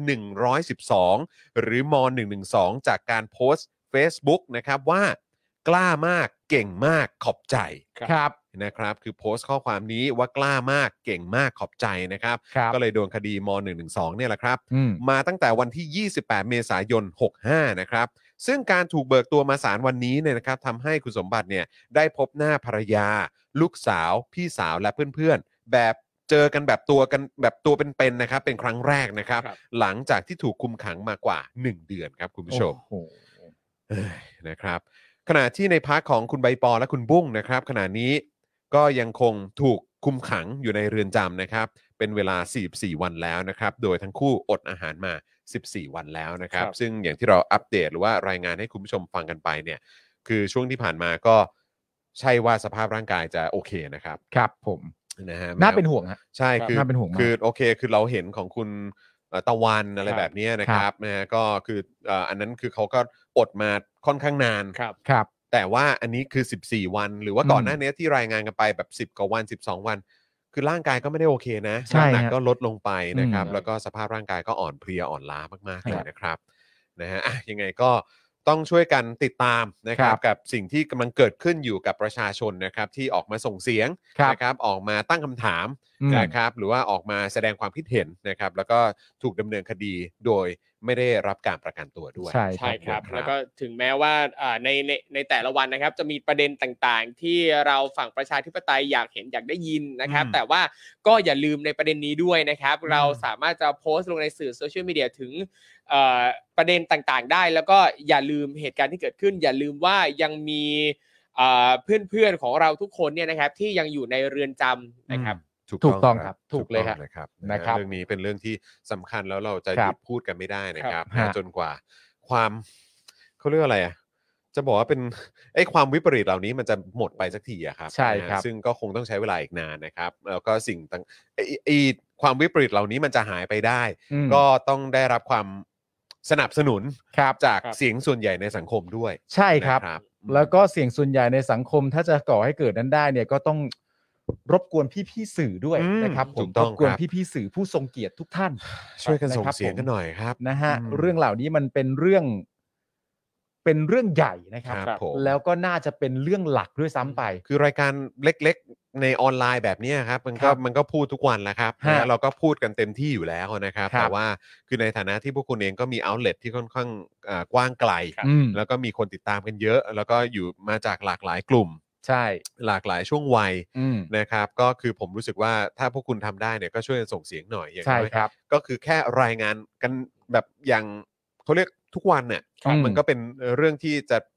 Speaker 2: 112หรือม112จากการโพสต์ Facebook นะครับว่ากล้ามากเก่งมากขอบใจ
Speaker 4: ครับ
Speaker 2: นะครับคือโพสต์ข้อความนี้ว่ากล้ามากเก่งมากขอบใจนะครับ
Speaker 4: ครับ
Speaker 2: ก็เลยโดนคดีม112เนี่ยแหละครับ
Speaker 4: อืม
Speaker 2: มาตั้งแต่วันที่ 28 เมษายน 65 นะครับซึ่งการถูกเบิกตัวมาศาลวันนี้เนี่ยนะครับทำให้คุณสมบัติเนี่ยได้พบหน้าภรรยา ลูกสาวพี่สาวและเพื่อนๆแบบเจอกันแบบตัวเป็นๆนะครับเป็นครั้งแรกนะครับ
Speaker 3: ครับ
Speaker 2: หลังจากที่ถูกคุมขังมากว่า 1 เดือนครับคุณผู้ชม
Speaker 4: โอ้โห
Speaker 2: นะครับขณะที่ในพาร์ทของคุณใบปอและคุณบุ้งนะครับขณะนี้ก็ยังคงถูกคุมขังอยู่ในเรือนจำนะครับเป็นเวลา44วันแล้วนะครับโดยทั้งคู่อดอาหารมา14วันแล้วนะครับ
Speaker 3: ครับ
Speaker 2: ซึ่งอย่างที่เราอัปเดตหรือว่ารายงานให้คุณผู้ชมฟังกันไปเนี่ยคือช่วงที่ผ่านมาก็ใช่ว่าสภาพร่างกายจะโอเคนะครับ
Speaker 4: ครับผม
Speaker 2: นะฮะ
Speaker 4: น่าเป็นห่วงฮะ
Speaker 2: ใช่คือ
Speaker 4: น่าเป็นห่วงมาก
Speaker 2: คือโอเคคือเราเห็นของคุณตะวันอะไร
Speaker 3: ครับ
Speaker 2: แบบเนี้ยนะครับนะฮะก็คืออันนั้นคือเขาก็อดมาค่อนข้างนาน
Speaker 3: ครับ
Speaker 4: ครับ
Speaker 2: แต่ว่าอันนี้คือ14วันหรือว่าก่อน
Speaker 4: อืม
Speaker 2: หน้านี้ที่รายงานกันไปแบบ10กว่าวัน12วัน คือร่างกายก็ไม่ได้โอเคนะ
Speaker 4: ใช่
Speaker 2: น้ำหนัก
Speaker 4: ฮะ
Speaker 2: ก็ลดลงไปนะครับ
Speaker 3: อืม
Speaker 2: แล้วก็สภาพร่างกายก็อ่อนเพลียอ่อนล้ามากๆเล
Speaker 4: ค
Speaker 2: ย
Speaker 4: รับ
Speaker 2: นะครับนะฮะยังไงก็ต้องช่วยกันติดตามนะครับ
Speaker 4: ครับ
Speaker 2: กับสิ่งที่กำลังเกิดขึ้นอยู่กับประชาชนนะครับที่ออกมาส่งเสียง
Speaker 4: ครับ
Speaker 2: นะครับออกมาตั้งคำถาม
Speaker 4: อืม
Speaker 2: นะครับหรือว่าออกมาแสดงความคิดเห็นนะครับแล้วก็ถูกดำเนินคดีโดยไม่ได้รับการประกันตัวด้วย
Speaker 4: ใช่
Speaker 3: ใช่ครับ
Speaker 2: ครับ
Speaker 3: แล้วก็ถึงแม้ว่าในแต่ละวันนะครับ จะมีประเด็นต่างๆ ที่เราฝั่งประชาธิปไตยอยากเห็นอยากได้ยินนะครับ แต่ว่าก็อย่าลืมในประเด็นนี้ด้วยนะครับ เราสามารถจะโพสต์ลงในสื่อโซเชียลมีเดียถึงประเด็นต่างๆ ได้ แล้วก็อย่าลืมเหตุการณ์ที่เกิดขึ้น อย่าลืมว่ายังมีเพื่อนๆของเราทุกคนเนี่ยนะครับ ที่ยังอยู่ในเรือนจำนะครับ
Speaker 4: ถูกต้องครับถูกเลยครับ
Speaker 2: นะครับ
Speaker 4: นะครับ
Speaker 2: เรื่องนี้เป็นเรื่องที่สำคัญแล้วเราจะ
Speaker 4: ค
Speaker 2: ห
Speaker 4: รับ
Speaker 2: ยุดพูดกันไม่ได้นะครับ
Speaker 4: ฮะ
Speaker 2: จนกว่าความเขาเรียกว่าอะไรอ่ะจะบอกว่าเป็น ไอ้ความวิปริตเหล่านี้มันจะหมดไปสักทีอะครับ
Speaker 4: ใช่ครับ
Speaker 2: นะฮะซึ่งก็คงต้องใช้เวลาอีกนานนะครับแล้วก็สิ่งต่างไอ้ความวิปริตเหล่านี้มันจะหายไปได้
Speaker 4: อืม
Speaker 2: ก็ต้องได้รับความสนับสนุน
Speaker 4: ครับ
Speaker 2: จาก
Speaker 3: ครับ
Speaker 2: เสียงส่วนใหญ่ในสังคมด้วย
Speaker 4: ใช่ครับ
Speaker 2: นะ
Speaker 4: แล้วก็เสียงส่วนใหญ่ในสังคมถ้าจะก่อให้เกิดนั้นได้เนี่ยก็ต้องรบกวนพี่ๆสื่อด้วย
Speaker 2: อืม
Speaker 4: นะครับผ
Speaker 2: ถู
Speaker 4: ม
Speaker 2: กต้
Speaker 4: ร
Speaker 2: อง
Speaker 4: บกวน
Speaker 2: ครับ
Speaker 4: พี่ๆสื่อผู้ทรงเกียรติทุกท่าน
Speaker 2: ช่วยกันส่ง
Speaker 4: นะครับ
Speaker 2: เสียงกันหน่อยครับ
Speaker 4: นะฮะ
Speaker 2: อืม
Speaker 4: เรื่องเหล่านี้มันเป็นเรื่องใหญ่นะครับ
Speaker 2: ครับผม
Speaker 4: แล้วก็น่าจะเป็นเรื่องหลักด้วยซ้ำไป
Speaker 2: คือรายการเล็กๆในออนไลน์แบบนี้ครับมัน
Speaker 4: ค
Speaker 2: ก็
Speaker 4: รับ
Speaker 2: มันก็พูดทุกวันแหละครับ
Speaker 4: ฮะ
Speaker 2: นะเราก็พูดกันเต็มที่อยู่แล้วนะครับ
Speaker 4: ครับ
Speaker 2: แต่ว่าคือในฐานะที่พวกคุณเองก็มีเอาท์เล็ตที่ค่อนข้างกว้างไกล
Speaker 4: อืม
Speaker 2: แล้วก็มีคนติดตามกันเยอะ แล้วก็อยู่มาจากหลากหลายกลุ่ม
Speaker 4: ใช่
Speaker 2: หลากหลายช่วงวัย
Speaker 4: อืม
Speaker 2: นะครับก็คือผมรู้สึกว่าถ้าพวกคุณทำได้เนี่ยก็ช่วยกันส่งเสียงหน่อยอย่าง
Speaker 4: ใช่
Speaker 2: น้อย
Speaker 4: ครับ
Speaker 2: ก็คือแค่รายงานกันแบบอย่างเขาเรียกทุกวันเนี่ย
Speaker 4: ครับ
Speaker 2: มันก็เป็นเรื่องที่จะ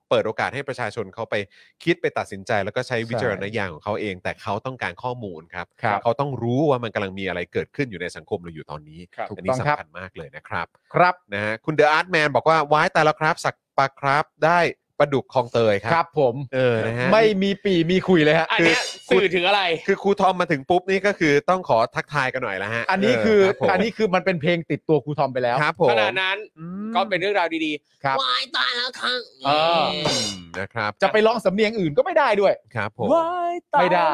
Speaker 2: เปิดโอกาสให้ประชาชนเขาไปคิดไปตัดสินใจแล้วก็ใช้วิจารณญาณของเขาเองแต่เขาต้องการข้อมูลครับ
Speaker 4: ครับ
Speaker 2: เขาต้องรู้ว่ามันกำลังมีอะไรเกิดขึ้นอยู่ในสังคมเราอยู่ตอนนี้
Speaker 3: ครับ
Speaker 2: อันนี้
Speaker 4: ถูกต้องครับ
Speaker 2: สำคัญมากเลยนะครับ
Speaker 4: ครับ
Speaker 2: นะฮะคุณเดอะอาร์ตแมนบอกว่าว้ายแต่ละครับสักปลาครับได้ปลาดุกคลองเตยค
Speaker 4: ครั
Speaker 2: รั
Speaker 4: บบ ผม
Speaker 2: นะฮะ
Speaker 4: ไม่มีปีมีคุยเลยฮะ
Speaker 3: อันเนี้ยสื่อถึงอะไร
Speaker 2: คือครูทอมมาถึงปุ๊บนี่ก็คือต้องขอทักทายกันหน่อยแล้วฮะ
Speaker 4: อันนี้คือ
Speaker 2: รับผม
Speaker 4: อันนี้คือมันเป็นเพลงติดตัวครูทอมไปแล้ว
Speaker 2: ครับผม
Speaker 3: ขณะนั้นก็เป็นเรื่องราวดี
Speaker 4: ครับ
Speaker 3: ๆวายตายแล้วครั้ง
Speaker 4: เออ
Speaker 2: นะครับ
Speaker 4: จะไปร้องสำเนียงอื่นก็ไม่ได้ด้วย
Speaker 2: ครับผม
Speaker 3: วายตาย
Speaker 4: ไม่ได้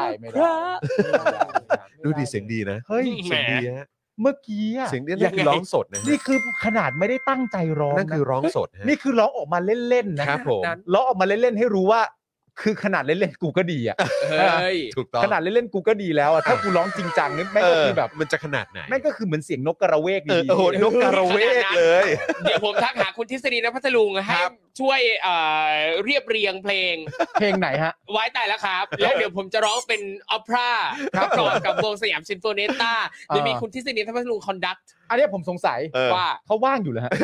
Speaker 2: ดูดีเสียงดีนะ
Speaker 4: เฮ้ย
Speaker 2: เสียงดีฮะ
Speaker 4: เมื่อกี้อะ
Speaker 2: เสียงดีนั่นคือร้องสดนะฮะ
Speaker 4: นี่คือขนาดไม่ได้ตั้งใจร้อง
Speaker 2: นั่นคือ
Speaker 4: นะ
Speaker 2: ร้องสดฮะ
Speaker 4: นี่คือร้องออกมาเล่นๆนะครับ
Speaker 2: ผม
Speaker 4: ร้องออกมาเล่นๆให้รู้ว่า คือขนาดเล่นๆกูก็ดีอะ
Speaker 3: เฮ้ย
Speaker 2: ถูกต้อง
Speaker 4: ขนาดเล่นๆกูก็ดีแล้วอะถ้ากูร้องจริงจังนี่แม่งก็คือแบบ
Speaker 2: มันจะขนาดไหน
Speaker 4: แม่งก็คือเหมือนเสียงนกกระเวก
Speaker 2: เออ
Speaker 4: ดี
Speaker 2: โอ้โหนกกระเวกเลย
Speaker 3: เดี๋ยวผมทักหาคุณทฤษฎีนพัทลุงให้ช่วยเรียบเรียงเพลง
Speaker 4: เพลงไหนฮะ
Speaker 3: ไว้ตายแล้วครับ แล้วเดี๋ยวผมจะร้องเป็นออเปร่า
Speaker 4: ครับ
Speaker 3: ประกอบกับวงสยามซิมโฟเนต้า
Speaker 4: เออ
Speaker 3: จะมีคุณทฤษฎีนพัทลุงคอนดักต์
Speaker 4: อันเนี้ยผมสงสัย
Speaker 2: เออ
Speaker 3: ว่า
Speaker 4: เขาว่างอยู่เหรอฮะ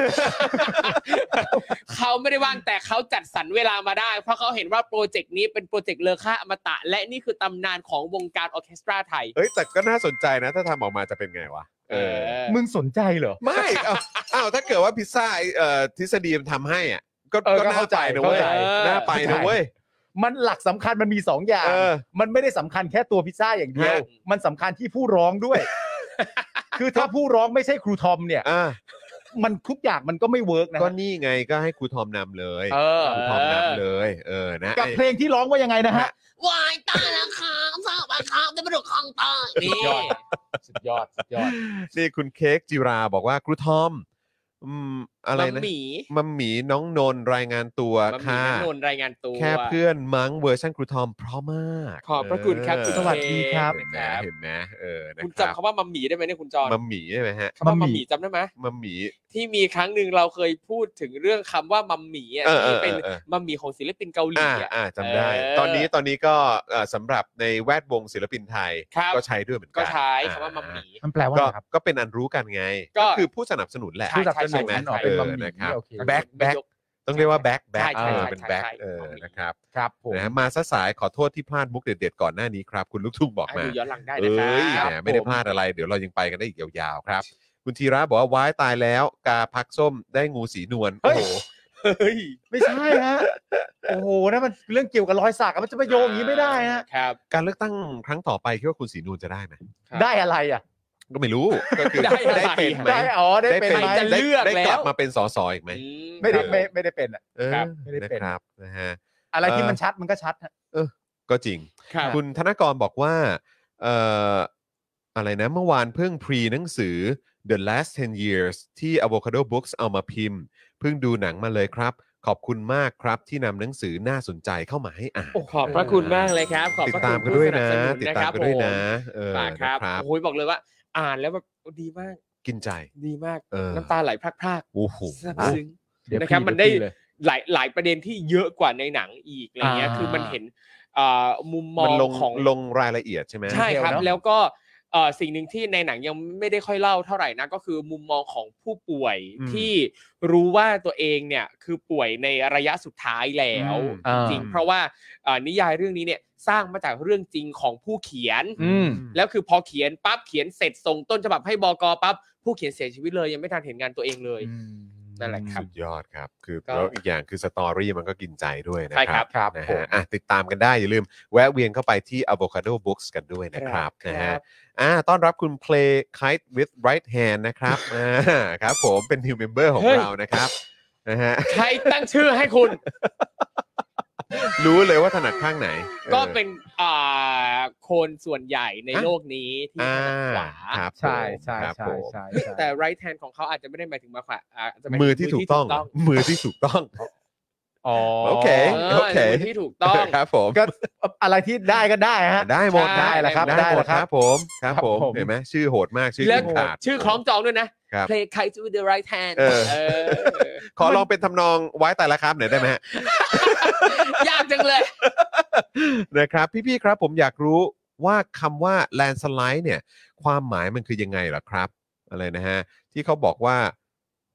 Speaker 3: เขาไม่ได้ว่างแต่เขาจัดสรรเวลามาได้ เพราะเขาเห็นว่าโปรเจกต์นี้เป็นโปรเจกต์เลอค่าอมตะ และนี่คือตำนานของวงการออร์เคสตราไทย
Speaker 2: เอ้ยแต่ก็น่าสนใจนะถ้าทำออกมาจะเป็นไงวะ
Speaker 4: มึงสนใจเหรอ
Speaker 2: ไม่อ้าวถ้าเกิดว่าพิซซ่าทฤษฎีมันทำให้อ่ะก็
Speaker 4: เออ
Speaker 2: ก็
Speaker 4: ก็
Speaker 2: น่า
Speaker 4: เข้าใจ
Speaker 2: ไปนะเว้ย
Speaker 4: เข้าใจ
Speaker 2: น่าไปนะเว้ย
Speaker 4: มันหลักสำคัญมันมีสองอย่าง
Speaker 2: เออ
Speaker 4: มันไม่ได้สำคัญแค่ตัวพิซซ่าอย่างเดียว
Speaker 2: ฮะ
Speaker 4: มันสำคัญที่ผู้ร้องด้วย คือถ้าผู้ร้องไม่ใช่ครูทอมเนี่ย
Speaker 2: อ่ะ
Speaker 4: มันทุกอย่างมันก็ไม่เวิร์กนะ
Speaker 2: ก็
Speaker 4: ฮะ
Speaker 2: นี่ไงก็ให้ครูทอมนำเลย
Speaker 4: เออ
Speaker 2: ครูทอมนำเลยนะ
Speaker 4: กับเพลงที่ร้องว่ายังไงนะฮะ
Speaker 3: วายตายแล้วครับสาวาครับได้มาดูคลองตายนี่
Speaker 4: สุดยอดสุดยอด
Speaker 2: นี่คุณเค้กจิราบอกว่าครูทอมอะไรนะ
Speaker 3: มัมหมี
Speaker 2: มัมหมีน้องนนท์รายงานตัว
Speaker 3: มัมหมี
Speaker 2: ค่ะ
Speaker 3: นันนนท์รายงานตัว
Speaker 2: แค่เพื่อนมั้งเวอร์ชันครูทอมเพราะมาก
Speaker 3: ขอบพระคุณครับคุณ
Speaker 4: สวัสดีครับ
Speaker 2: เห็นไหม
Speaker 3: ครับ
Speaker 2: เห็นไหมนะ
Speaker 3: คุณ
Speaker 2: รับ
Speaker 3: จำคำว่ามัมหมีได้ไหมเนี่ยคุณจอน
Speaker 2: มัมหมีใช่ไหมฮะ
Speaker 3: คำว่ามัมหมีจำได้ไหม
Speaker 2: มัมหมี
Speaker 3: ที่มีครั้งหนึ่งเราเคยพูดถึงเรื่องคำว่ามัมหมีอ่ะ
Speaker 2: เออ
Speaker 3: ที่เป็น
Speaker 2: เออ
Speaker 3: มัมหมีของศิลปินเกาหลีอ่ะ
Speaker 2: จำได้ ตอนนี้ก็สำหรับในแวดวงศิลปินไทย
Speaker 3: ครับ
Speaker 2: ก็ใช้ด้วยเหมือนกั
Speaker 3: ก็
Speaker 2: น
Speaker 3: ใช้คำว่ามัมหมี
Speaker 4: มันแปลว่า
Speaker 2: ก็
Speaker 4: อะไรครับ
Speaker 2: ก็เป็นอันรู้กันไง
Speaker 3: ก็
Speaker 2: ก็คือผู้สนับสนุนแหละ
Speaker 3: ใช่
Speaker 4: ผู้สนับสนุน
Speaker 2: ไหม
Speaker 4: อ๋อเป็นมัมหมี่
Speaker 2: นะครับ
Speaker 4: โอเค
Speaker 2: แบ็คต้องเรียกว่าแบ็ค
Speaker 3: ใช่ใช่ใช่
Speaker 2: เป็นแบ็ค
Speaker 3: ใช่ใช่
Speaker 2: นะครับ
Speaker 4: ครับผม
Speaker 2: นะมาซะสายขอโทษที่พลาดมุกเด็ดๆก่อนหน้านี้ครับ คุณลูกทุ่งบอกมา
Speaker 3: ดูย้อนหลังได้นะครั
Speaker 2: เอ้ย
Speaker 3: บ
Speaker 2: แหมไม่ได้พลาดอะไรเดี๋ยวเรายังไปกันได้อีกยาวๆครับ คุณธีระบอกว่าว้ายตายแล้วกาพักส้มได้งูสีนวล
Speaker 4: เฮ้
Speaker 2: โอ้
Speaker 4: ย
Speaker 2: โห
Speaker 3: เฮ้ย
Speaker 4: ไม่ใช่ฮะ โอ้โหนะมันเรื่องเกี่ยวกับรอยสักอะมันจะมาโยงอย่างนี้ไม่ได้ฮะ
Speaker 3: ครับ
Speaker 2: การเลือกตั้งครั้งต่อไปคิดว่าคุณสีนวลจะได้ไหม
Speaker 3: ครับ
Speaker 4: ได้อะไรอ่ะ
Speaker 2: ก็ไม่รู้ก็คือ
Speaker 3: ได้อะไร
Speaker 2: ได้เป็นไหม
Speaker 4: ได้ได้เป็น
Speaker 3: ใคร
Speaker 4: ไหม
Speaker 3: จะเลือก
Speaker 2: ได้กลับ
Speaker 3: แล้ว
Speaker 2: มาเป็นสสอีกไหม
Speaker 4: ไม่ได้เป็นอ่ะ
Speaker 3: ครับ
Speaker 4: ไม่ได้
Speaker 2: นะ
Speaker 4: เป็น
Speaker 2: ครับนะฮะ
Speaker 4: อะไรที่มันชัดมันก็ชัดฮะ
Speaker 2: ก็จริง
Speaker 3: ครับ
Speaker 2: คุณธนกรบอกว่าอะไรนะเมื่อวานเพิ่งพรีหนังสือ The Last 10 Years ที่ Avocado Books เอามาพิมพ์ เพิ่งดูหนังมาเลยครับ ขอบคุณมากครับที่นำหนังสือน่าสนใจเข้ามาให้อ่าน
Speaker 3: ขอบพระคุณมากเลยครับ ขอบ
Speaker 2: ติด
Speaker 3: พระ
Speaker 2: ตา
Speaker 3: คุ
Speaker 2: ม
Speaker 3: ณ
Speaker 2: กัน
Speaker 3: ผู้
Speaker 2: ด้วย
Speaker 3: สนับ
Speaker 2: นะ
Speaker 3: สนุน
Speaker 2: ติด
Speaker 3: นะ
Speaker 2: ตา
Speaker 3: ค
Speaker 2: ม
Speaker 3: รับ
Speaker 2: กันด้วยนะ
Speaker 3: ฝากครับ
Speaker 2: นะครับ
Speaker 3: โอ้ยบอกเลยว่า อ่านแล้วแบบดีมาก
Speaker 2: กินใจ
Speaker 3: ดีมาก
Speaker 2: เออ
Speaker 3: น้ำตาไหลพราก
Speaker 2: โอ้โห
Speaker 3: ๆซาบซึ้ง
Speaker 4: เดี๋ยว
Speaker 3: นะครับ
Speaker 4: พี่
Speaker 3: มันได้
Speaker 4: เยวพี่เลย
Speaker 3: หลายประเด็นที่เยอะกว่าในหนังอีกอะไรเงี้ย
Speaker 4: อ่า
Speaker 3: คือมันเห็นมุมม
Speaker 2: มั
Speaker 3: อน ง
Speaker 2: ลง
Speaker 3: ของ
Speaker 2: ลงรายละเอียดใช่ไหม
Speaker 3: ใช่ครับ
Speaker 4: เนอะ
Speaker 3: แล้วก็สิ่งหนึ่งที่ในหนังยังไม่ได้ค่อยเล่าเท่าไหร่นะก็คือมุมมองของผู้ป่วยที่รู้ว่าตัวเองเนี่ยคือป่วยในระยะสุดท้ายแล้ว
Speaker 4: อืม
Speaker 3: จริงๆเพราะว่านิยายเรื่องนี้เนี่ยสร้างมาจากเรื่องจริงของผู้เขียน
Speaker 4: อืม
Speaker 3: แล้วคือพอเขียนปั๊บเขียนเสร็จส่งต้นฉบับให้บก.ปั๊บผู้เขียนเสียชีวิตเลยยังไม่ทันเห็นงานตัวเองเลย นั่นแหละครับ
Speaker 2: สุดยอดครับ คือ
Speaker 3: ก็
Speaker 2: แล้วอีกอย่างคือสตอรี่มันก็กินใจด้วยนะ
Speaker 3: ใช่
Speaker 2: ค
Speaker 3: ครั
Speaker 2: รับ
Speaker 3: บ
Speaker 4: ครับ
Speaker 2: นะ
Speaker 4: ผ
Speaker 2: ฮะ
Speaker 4: ม
Speaker 2: ติดตามกันได้อย่าลืมแวะเวียนเข้าไปที่ Avocado Books กันด้วยนะครับนะฮะต้อนรับคุณ Play Kite with Right Hand นะครับครับผมเป็น new member ของ
Speaker 3: เฮ้ย
Speaker 2: เรานะครับนะฮะ
Speaker 3: ใครตั้งชื่อให้คุณ
Speaker 2: รู้เลยว่าถนัดข้างไหน
Speaker 3: ก็เป็นคนส่วนใหญ่ในโลกนี้ที่ถนัดขวา
Speaker 2: ครับ
Speaker 4: ใช่ใช่
Speaker 2: ครับ
Speaker 4: ใช่
Speaker 2: ผม
Speaker 4: ใช่
Speaker 3: แต่ right hand ของเขาอาจจะไม่ได้หมายถึงมาขวาอาจจะหายถึง
Speaker 2: มือที่ถูกต้องมือที่ถูกต้อง
Speaker 4: อ๋อ
Speaker 2: โอเค
Speaker 3: โอเคมือที่ถูกต้อง
Speaker 2: ครับผม
Speaker 4: ก็อะไรที่ได้ก็ได้ฮะ
Speaker 2: ได้หมด
Speaker 3: ใช่
Speaker 4: ได้แหละครับ
Speaker 2: ได้
Speaker 4: ได้
Speaker 2: หม
Speaker 4: แห
Speaker 2: ด
Speaker 4: ละ
Speaker 2: ค
Speaker 4: ครั
Speaker 2: รับบ ผมครับ
Speaker 4: ครับ
Speaker 2: ผม
Speaker 4: ผม
Speaker 2: เห็นไหมชื่อโหดมากชื่อ
Speaker 3: แล้ว
Speaker 2: กินขาด
Speaker 3: ชื่อคล้องจองด้วยนะ
Speaker 2: ครับ
Speaker 3: play kite with the right hand
Speaker 2: เออ
Speaker 3: เออ
Speaker 2: ขอลองเป็นทำนองไว้แต่ละครับหน่อยได้ไหมฮะ
Speaker 3: ยากจังเลย
Speaker 2: นะครับพี่ๆครับผมอยากรู้ว่าคำว่า landslide เนี่ยความหมายมันคือยังไงเหรอครับอะไรนะฮะที่เขาบอกว่ากะ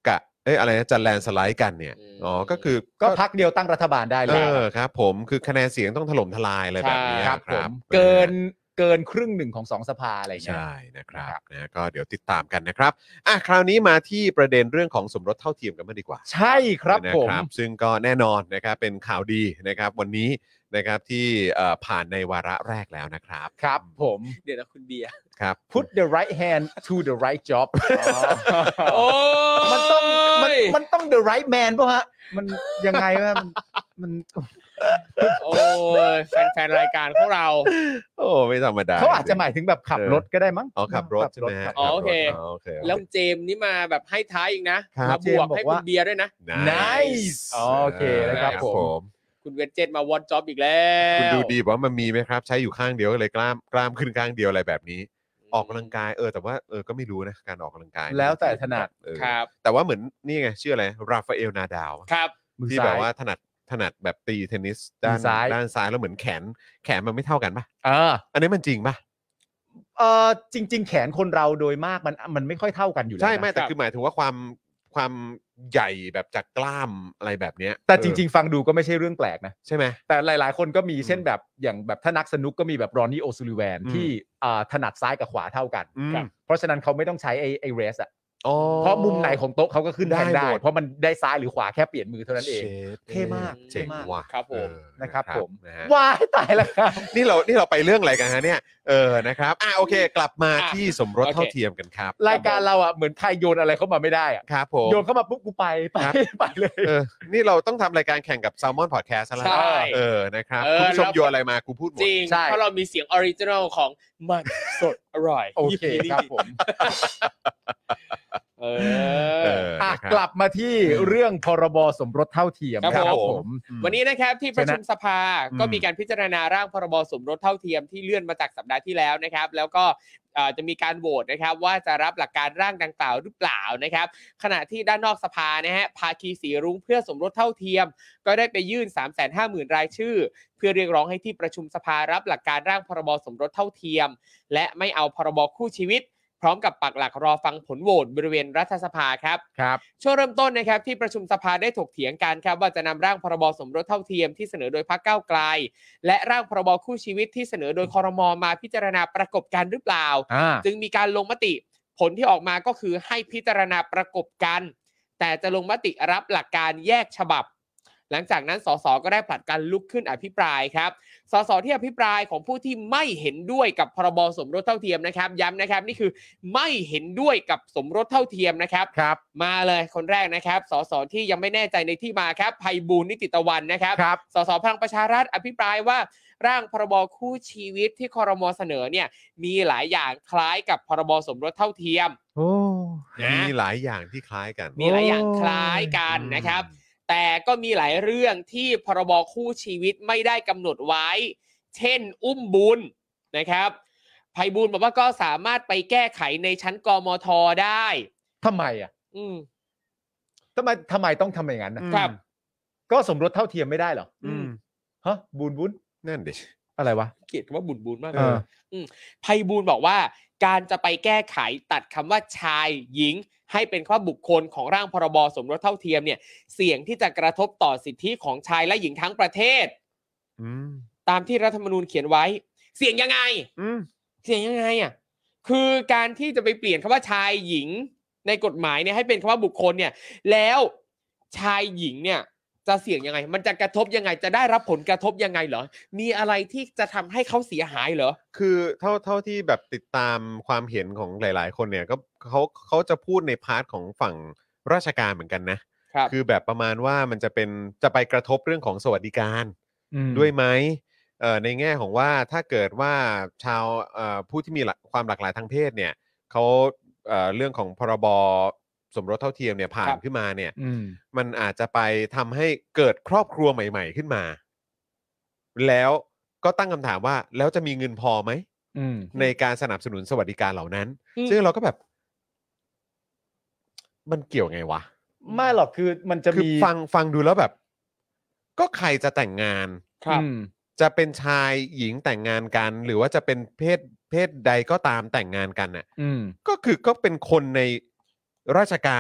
Speaker 2: อะไรนะจะแลนสไลด์กันเนี่ยอ๋อก็คือ
Speaker 4: ก็พักเดียวตั้งรัฐบาลได้เลย
Speaker 2: ครับผมคือคะแนนเสียงต้องถล่มทลายอะไรแบบนี้
Speaker 4: ครับ
Speaker 2: ค
Speaker 4: ผ
Speaker 2: รับ
Speaker 4: มเกินครึ่งหนึ่งของ2สภาอะไรเงี้ย
Speaker 2: ใช่นะครับนะก็เดี๋ยวติดตามกันนะครับคราวนี้มาที่ประเด็นเรื่องของสมรสเท่าเทียมกันมางดีกว่า
Speaker 4: ใช่ครับ
Speaker 2: นะ
Speaker 4: ผม
Speaker 2: ซึ่งก็แน่นอนนะครับเป็นข่าวดีนะครับวันนี้นะครับที่ผ่านในวาระแรกแล้วนะครับ
Speaker 4: ครับผม
Speaker 3: เดี๋ยวนะคุณเบียร์
Speaker 2: ครับ
Speaker 4: put the right hand to the right job
Speaker 3: โอ้
Speaker 4: มันต้อง the right man ป่ะฮะมันยังไงวะมัน
Speaker 3: โอ้ยแฟนๆรายการของเรา
Speaker 2: โอ้ไม่ธรรมดา
Speaker 4: เขาอาจจะหมายถึงแบบขับรถก็ได้มั้ง
Speaker 2: อ๋อขับรถใช่ไหมฮะ
Speaker 3: อ๋อโอเค
Speaker 2: ขับรถโอเค
Speaker 3: แล้วเจมส์นี่มาแบบให้ท้ายอีกนะ
Speaker 2: ครับ
Speaker 3: มาบวกให้คุณเบียร์ด้วยนะ
Speaker 4: Nice โอเคนะครับผม
Speaker 2: ม
Speaker 3: คุณเวนเจตมาวอนจ็อบอีกแล้ว
Speaker 2: คุณดูดีบอกว่ามันมีไหมครับ ใช้อยู่ข้างเดียวก็เลยกล้ามขึ้นข้างเดียวอะไรแบบนี้ ออกกำลังกายแต่ว่าก็ไม่รู้นะการออกกำลังกาย
Speaker 4: แล้วแต่ถนัด
Speaker 3: ครับ
Speaker 2: แต่ว่าเหมือนนี่ไงชื่ออะไรราฟาเอลนาดาว
Speaker 3: ครับ
Speaker 4: มือ
Speaker 2: ที่
Speaker 4: ซ้าย
Speaker 2: แบบว่าถนัดแบบตีเทนนิสด้าน
Speaker 4: มือซ้าย
Speaker 2: ด้านซ้ายแล้วเหมือนแขนมันไม่เท่ากันป่ะ
Speaker 4: อ่า
Speaker 2: อันนี้มันจริงป่ะ
Speaker 4: จริง ๆ แขนคนเราโดยมากมันไม่ค่อยเท่ากันอยู่แล้ว
Speaker 2: ใช่
Speaker 4: นะ
Speaker 2: ไม่แต่คือหมายถึงว่าความใหญ่แบบจากกล้ามอะไรแบบเนี้ย
Speaker 4: แต่จริง ๆ ฟังดูก็ไม่ใช่เรื่องแปลกนะ
Speaker 2: ใช่ไหม
Speaker 4: แต่หลาย ๆ คนก็มีเช่นแบบอย่างแบบถ้านักสนุกก็มีแบบรอนนี่โอซูลิแวน
Speaker 2: อืม
Speaker 4: ที่ถนัดซ้ายกับขวาเท่ากัน
Speaker 2: อืม
Speaker 4: เพราะฉะนั้นเขาไม่ต้องใช้ไอ้เรสอะ
Speaker 2: อ๋อ
Speaker 4: เพราะมุมไหนของโต๊ะเขาก็ขึ้นแทน
Speaker 2: ได้
Speaker 4: ได้
Speaker 2: หมด
Speaker 4: เพราะมันได้ซ้ายหรือขวาแค่เปลี่ยนมือเท่านั้นเอง
Speaker 2: ชฟ
Speaker 4: เท่มาก
Speaker 2: เจ๋ง
Speaker 4: เท่มาก
Speaker 2: ว่ะ
Speaker 3: ครับผม
Speaker 4: นะครับผม
Speaker 2: นะฮะ
Speaker 4: ว้ายตายแล้วครับ
Speaker 2: นี่เราไปเรื่องอะไรกันฮะเนี่ยนะครับโอเค กลับมาที่สมรส
Speaker 3: โอเค
Speaker 2: เท่าเทียมกันครับ
Speaker 4: รายการเราอ่ะเหมือนใครโยนอะไรเข้ามาไม่ได้อ่ะ
Speaker 2: ครับผม
Speaker 4: โยนเข้ามาปุ๊บกูไป
Speaker 2: ครับ
Speaker 4: ไปเลย
Speaker 2: นี่เราต้องทำรายการแข่งกับ Salmon Podcast แล้ว
Speaker 3: ใช่
Speaker 2: นะครับ
Speaker 3: เออ
Speaker 2: คุณผู้ชม
Speaker 3: แล้ว
Speaker 2: โยนอะไรมากูพูดหมด
Speaker 3: จริง
Speaker 4: ใช่
Speaker 3: เพราะเรามีเสียงออริจินอลของมันสดอร่อย
Speaker 4: โอเคครับผม
Speaker 3: เออ
Speaker 2: นะครับ
Speaker 4: กลับมาที่เรื่องพรบสมรสเท่าเทียม
Speaker 3: ครับผมวันนี้นะครับที่ประชุมสภา
Speaker 2: อืม
Speaker 3: ก็มีการพิจารณาร่างพรบสมรสเท่าเทียมที่เลื่อนมาจากสัปดาห์ที่แล้วนะครับ แล้วก็จะมีการโหวตนะครับว่าจะรับหลักการร่างดังกล่าวหรือเปล่านะครับ ขณะที่ด้านนอกสภานะฮะภาคีสีรุ้งเพื่อสมรสเท่าเทียม ก็ได้ไปยื่น 350,000 รายชื่อ เพื่อเรียกร้องให้ที่ประชุมสภารับหลักการร่างพรบสมรสเท่าเทียม และไม่เอาพรบคู่ชีวิต พร้อมกับปักหลักรอฟังผลโหวตบริเวณรัฐสภาครับ
Speaker 4: ครับ
Speaker 3: ช่วงเริ่มต้นนะครับที่ประชุมสภาได้ถกเถียงกันครับว่าจะนำร่างพรบสมรสเท่าเทียมที่เสนอโดยพรรคก้าวไกลและร่างพรบคู่ชีวิตที่เสนอโดยครม.มาพิจารณาประกบกันหรือเปล่า จึงมีการลงมติผลที่ออกมาก็คือให้พิจารณาประกบกัน แต่จะลงมติรับหลักการแยกฉบับ หลังจากนั้นสสก็ได้ผลัดกันลุกขึ้นอภิปรายครับสสที่อภิปรายของผู้ที่ไม่เห็นด้วยกับพรบสมรสเท่าเทียมนะครับย้ำนะครับนี่คือไม่เห็นด้วยกับสมรสเท่าเทียมนะครับ
Speaker 4: ครับ
Speaker 3: มาเลยคนแรกนะครับสสที่ยังไม่แน่ใจในที่มาครับไพบูลย์นิติตะวันนะครับ
Speaker 4: ครับ
Speaker 3: สสพลังประชารัฐอภิปรายว่าร่างพรบคู่ชีวิตที่ครม.เสนอเนี่ยมีหลายอย่างคล้ายกับพรบสมรสเท่าเทียม
Speaker 4: โอ้
Speaker 3: นะ
Speaker 2: มีหลายอย่างที่คล้ายกัน
Speaker 3: มีหลายอย่างคล้ายกันนะครับ แต่ก็มีหลายเรื่องที่พรบคู่ชีวิตไม่ได้กำหนดไว้ เช่น อุ้มบุญนะครับไพบูลย์บอกว่าก็สามารถไปแก้ไขในชั้นกมท.ได้
Speaker 4: ทำไมอ่ะ
Speaker 3: อืม
Speaker 4: ทำไมต้องทำอย่างนั้นนะครับ
Speaker 2: อืม
Speaker 4: ก็สมรสเท่าเทียมไม่ได้เหรอ
Speaker 2: อืม
Speaker 4: ฮะบุญ
Speaker 2: นั่นดิ
Speaker 4: อะไรวะ
Speaker 3: เกลียดคำว่าบุญมาก
Speaker 4: เอ
Speaker 3: เลย
Speaker 4: อ
Speaker 3: ไพบูลย์บอกว่าการจะไปแก้ไขตัดคำว่าชายหญิงให้เป็นข้อบุคคลของร่างพรบสมรสเท่าเทียมเนี่ยเสี่ยงที่จะกระทบต่อสิทธิของชายและหญิงทั้งประเทศ
Speaker 2: อืม
Speaker 3: ตามที่รัฐธรรมนูญเขียนไว้เสี่ยงยังไง
Speaker 2: อืม
Speaker 3: เสี่ยงยังไงอ่ะคือการที่จะไปเปลี่ยนคำว่าชายหญิงในกฎหมายเนี่ยให้เป็นคำว่าบุคคลเนี่ยแล้วชายหญิงเนี่ยจะเสี่ยงยังไง มันจะกระทบยังไงจะได้รับผลกระทบยังไงเหรอมีอะไรที่จะทำให้เขาเสียหายเหรอ
Speaker 2: คือเท่าที่แบบติดตามความเห็นของหลาย ๆ คนเนี่ยก็เขาจะพูดในพาร์ทของฝั่งราชการเหมือนกันนะครับ คือแบบประมาณว่ามันจะไปกระทบเรื่องของสวัสดิการด้วยไหมในแง่ของว่าถ้าเกิดว่าชาวผู้ที่มีความหลากหลายทางเพศเนี่ยเขาเรื่องของพรบสมรสเท่าเทียมเนี่ยผ่านขึ้นมาเนี่ยมันอาจจะไปทำให้เกิดครอบครัวใหม่ ๆ ขึ้นมา แล้วก็ตั้งคำถามว่าแล้วจะมีเงินพอไหมในการสนับสนุนสวัสดิการเหล่านั้น ซึ่งเราก็แบบ มันเกี่ยวไงวะ
Speaker 4: ไม่หรอกคือมันจะ
Speaker 2: คือ
Speaker 4: มี
Speaker 2: ฟังดูแล้วแบบ ก็ใครจะแต่งงาน
Speaker 3: ครับ
Speaker 2: จะเป็นชายหญิงแต่งงานกัน หรือว่าจะเป็นเพศใดก็ตามแต่งงานกันน่ะก็เป็นคนในราชการ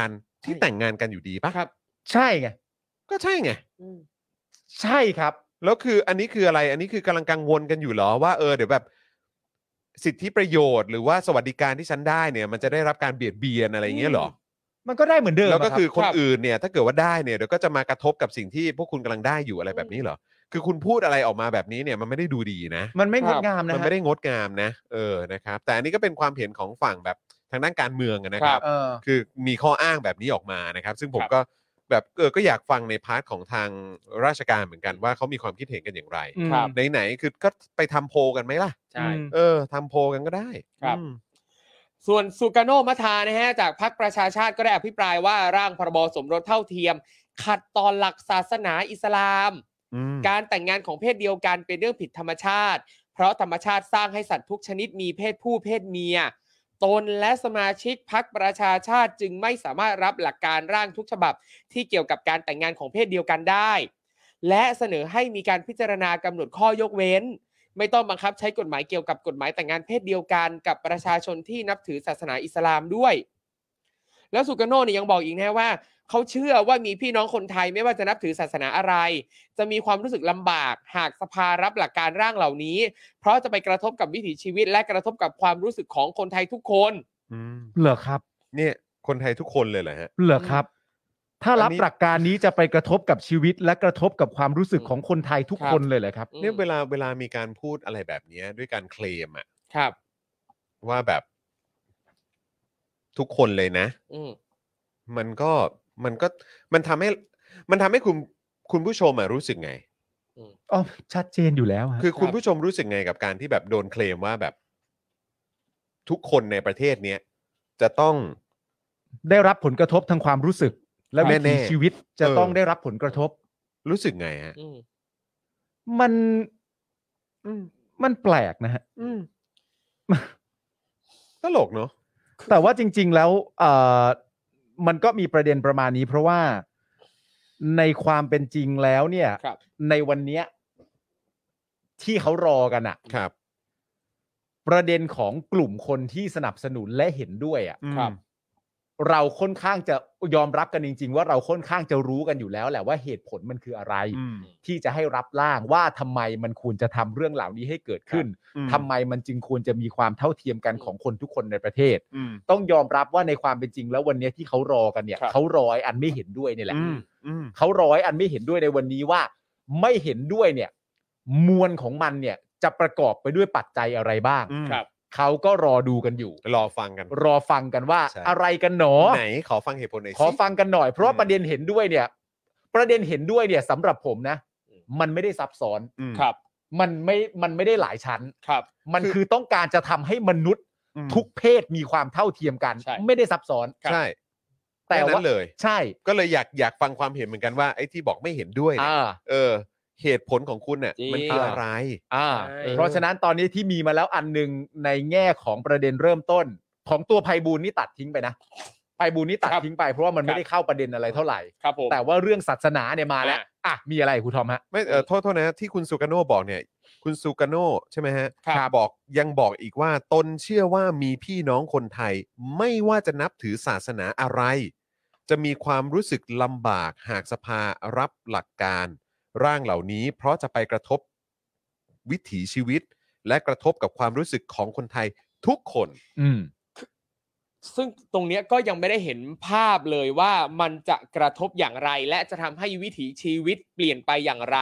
Speaker 2: ที่แต่งงานกันอยู่ดีปะ
Speaker 3: ครับ
Speaker 4: ใช่ไง
Speaker 2: ก็ใช่ไง
Speaker 3: อืม
Speaker 4: ใช่ครับ
Speaker 2: แล้วคืออันนี้คืออะไรอันนี้คือกำลังกังวลกันอยู่เหรอว่าเดี๋ยวแบบสิทธิประโยชน์หรือว่าสวัสดิการที่ฉันได้เนี่ยมันจะได้รับการเบียดเบียนอะไรอย่างเงี้ยเหรอ
Speaker 4: มันก็ได้เหมือนเดิม
Speaker 2: แล้วก็
Speaker 4: ะรับ
Speaker 2: คือคนอื่นเนี่ยถ้าเกิดว่าได้เนี่ยเดี๋ยวก็จะมากระทบกับสิ่งที่พวกคุณกำลังได้อยู่อะไรแบบนี้เหรอคือคุณพูดอะไรออกมาแบบนี้เนี่ยมันไม่ได้ดูดีนะ
Speaker 4: มันไม่งดงามนะ
Speaker 2: มัน
Speaker 4: ฮะ
Speaker 2: ไม่ได้งดงามนะนะครับแต่อันนี้ก็เป็นความเห็นของฝั่งแบบทางด้านการเมืองนะครับ
Speaker 4: เออ
Speaker 2: คือมีข้ออ้างแบบนี้ออกมานะครับ ซึ่งผม
Speaker 3: ครับ
Speaker 2: ก็แบบก็อยากฟังในพาร์ทของทางราชการเหมือนกันว่าเขามีความคิดเห็นกันอย่างไร
Speaker 3: ครับ
Speaker 2: ไหนๆคือก็ไปทำโพลกันไหมล่ะ
Speaker 3: ใช่
Speaker 2: ทำโพลกันก็ได้
Speaker 3: ครับ
Speaker 2: อืม
Speaker 3: ส่วนสุกาโนมัทานะฮะจากพรรคประชาชาติก็ได้อภิปรายว่าร่างพรบสมรสเท่าเทียม ขัดต่อหลักศาสนาอิสลาม การแต่งงานของเพศเดียวกันเป็นเรื่องผิดธรรมชาติ เพราะธรรมชาติสร้างให้สัตว์ทุกชนิดมีเพศผู้เพศเมีย ตนและสมาชิกพรรคประชาชาติจึงไม่สามารถรับหลักการร่างทุกฉบับที่เกี่ยวกับการแต่งงานของเพศเดียวกันได้ และเสนอให้มีการพิจารณากำหนดข้อยกเว้น ไม่ต้องบังคับใช้กฎหมายเกี่ยวกับกฎหมายแต่งงานเพศเดียวกันกับประชาชนที่นับถือศาสนาอิสลามด้วย แล้วสุกาโนเนี่ยยังบอกอีกนะว่าเขาเชื่อว่ามีพี่น้องคนไทยไม่ว่าจะนับถือศาสนาอะไร จะมีความรู้สึกลำบากหากสภารับหลักการร่างเหล่านี้ เพราะจะไปกระทบกับวิถีชีวิตและกระทบกับความรู้สึกของคนไทยทุกคน
Speaker 4: เหรอครับ
Speaker 2: เนี่ยคนไทยทุกคนเลยเหรอฮะ
Speaker 4: เหรอครับ ถ้ารับ
Speaker 2: อันนี้
Speaker 4: หลักการนี้จะไปกระทบกับชีวิตและกระทบกับความรู้สึกของคนไทยทุก
Speaker 3: ครับ
Speaker 4: คนเลยเหรอครับ
Speaker 2: เนี่ยเวลามีการพูดอะไรแบบเนี้ยด้วยการเคลมอะ
Speaker 3: ครับ
Speaker 2: ว่าแบบทุกคนเลยนะ
Speaker 3: อืม
Speaker 2: มันทำให้คุณผู้ชมอะรู้สึกไง
Speaker 4: อ๋อ ชัดเจนอยู่แล้วฮะ
Speaker 2: คือคุณผู้ชมรู้สึกไงกับการที่แบบโดนเคลมว่าแบบ ทุกคนในประเทศเนี้ยจะต้อง
Speaker 4: ได้รับผลกระทบทางความรู้สึก และวิ
Speaker 2: แน่
Speaker 4: ถี
Speaker 2: ๆ
Speaker 4: ชีวิตจะ
Speaker 2: เออ
Speaker 4: ต้องได้รับผลกระทบ
Speaker 2: รู้สึกไงฮะ
Speaker 3: อืม
Speaker 4: มัน
Speaker 2: อืม
Speaker 4: มันแปลกนะฮะ
Speaker 2: ตลกเนาะ
Speaker 4: แต่ว่าจริง ๆ แล้วมันก็มีประเด็นประมาณนี้ เพราะว่าในความเป็นจริงแล้วเนี่ย
Speaker 3: ครับ
Speaker 4: ในวันเนี้ยที่เขารอกันอะ
Speaker 2: ครับ
Speaker 4: ประเด็นของกลุ่มคนที่สนับสนุนและเห็นด้วยอะ
Speaker 3: ครับ
Speaker 4: เราค่อนข้างจะยอมรับกันจริง ๆ ว่าเราค่อนข้างจะรู้กันอยู่แล้วแหละว่าเหตุผลมันคืออะไร ที่จะให้รับร่างว่าทำไมมันควรจะทำเรื่องเหล่านี้ให้เกิดขึ้นทำไมมันจึงควรจะมีความเท่าเทียมกันของคนทุกคนในประเทศ ต้องยอมรับว่าในความเป็นจริงแล้ววันนี้ที่เขารอกันเนี่ย
Speaker 3: ครับ
Speaker 4: เขารอไอ้อันไม่เห็นด้วยนี่แหละ
Speaker 2: อืม
Speaker 4: เขารอไอ้อันไม่เห็นด้วยในวันนี้ว่าไม่เห็นด้วยเนี่ย มวลของมันเนี่ยจะประกอบไปด้วยปัจจัยอะไรบ้าง
Speaker 3: ครับ
Speaker 4: เขาก็รอดูกันอยู่
Speaker 2: รอฟังกัน
Speaker 4: รอฟังกันว่า
Speaker 2: ใช่
Speaker 4: อะไรกันหนอ
Speaker 2: ไหนขอฟังเหตุผลหน่อย
Speaker 4: ขอ
Speaker 2: สิ
Speaker 4: ฟังกันหน่อยเพราะว่าประเด็นเห็นด้วยเนี่ย ประเด็นเห็นด้วยเนี่ยสำหรับผมนะ มันไม่ได้ซับซ้อน
Speaker 3: ครับ
Speaker 4: มันไม่ได้หลายชั้น
Speaker 3: ครับ
Speaker 4: มันคือต้องการจะทำให้มนุษย์ทุกเพศมีความเท่าเทียมกัน
Speaker 3: ใช่
Speaker 4: ไม่ได้ซับซ้อน
Speaker 2: ใช่
Speaker 4: แต่
Speaker 2: แค่นั้
Speaker 4: ว่าน
Speaker 2: เลย
Speaker 4: ใช่
Speaker 2: ก็เลยอยากฟังความเห็นเหมือนกันว่าไอ้ที่บอกไม่เห็นด้วยเนี่ย เหตุผลของคุณเนี่ย
Speaker 3: จริง
Speaker 2: มันคืออะไร
Speaker 3: ใช่
Speaker 4: เพราะฉะนั้นตอนนี้ที่มีมาแล้วอันหนึงในแง่ของประเด็นเริ่มต้น ของตัวไพบูลย์นี่ตัดทิ้งไปนะไพบูลย์นี่ตัด
Speaker 3: ครับ
Speaker 4: ทิ้งไปเพราะว่ามัน
Speaker 3: ค
Speaker 4: ไม่
Speaker 3: รับ
Speaker 4: ได้เข้าประเด็นอะไรเท่าไหร่
Speaker 3: ครับผม
Speaker 4: แต่ว่าเรื่องศาสนาเนี่ยมาแล้ว
Speaker 3: อ่ะ
Speaker 4: มีอะไรครูทอมฮะ
Speaker 2: ไม่โทษนะที่คุณซูกาโน่บอกเนี่ย คุณซูกาโน่ใช่ไหมฮะ
Speaker 3: ครับ
Speaker 2: ยังบอกอีกว่าตนเชื่อว่ามีพี่น้องคนไทย ไม่ว่าจะนับถือศาสนาอะไร จะมีความรู้สึกลำบากหากสภารับหลักการร่างเหล่านี้ เพราะจะไปกระทบวิถีชีวิต และกระทบกับความรู้สึกของคนไทยทุกคน
Speaker 3: ซึ่งตรงเนี้ยก็ยังไม่ได้เห็นภาพเลยว่ามันจะกระทบอย่างไร และจะทำให้วิถีชีวิตเปลี่ยนไปอย่างไร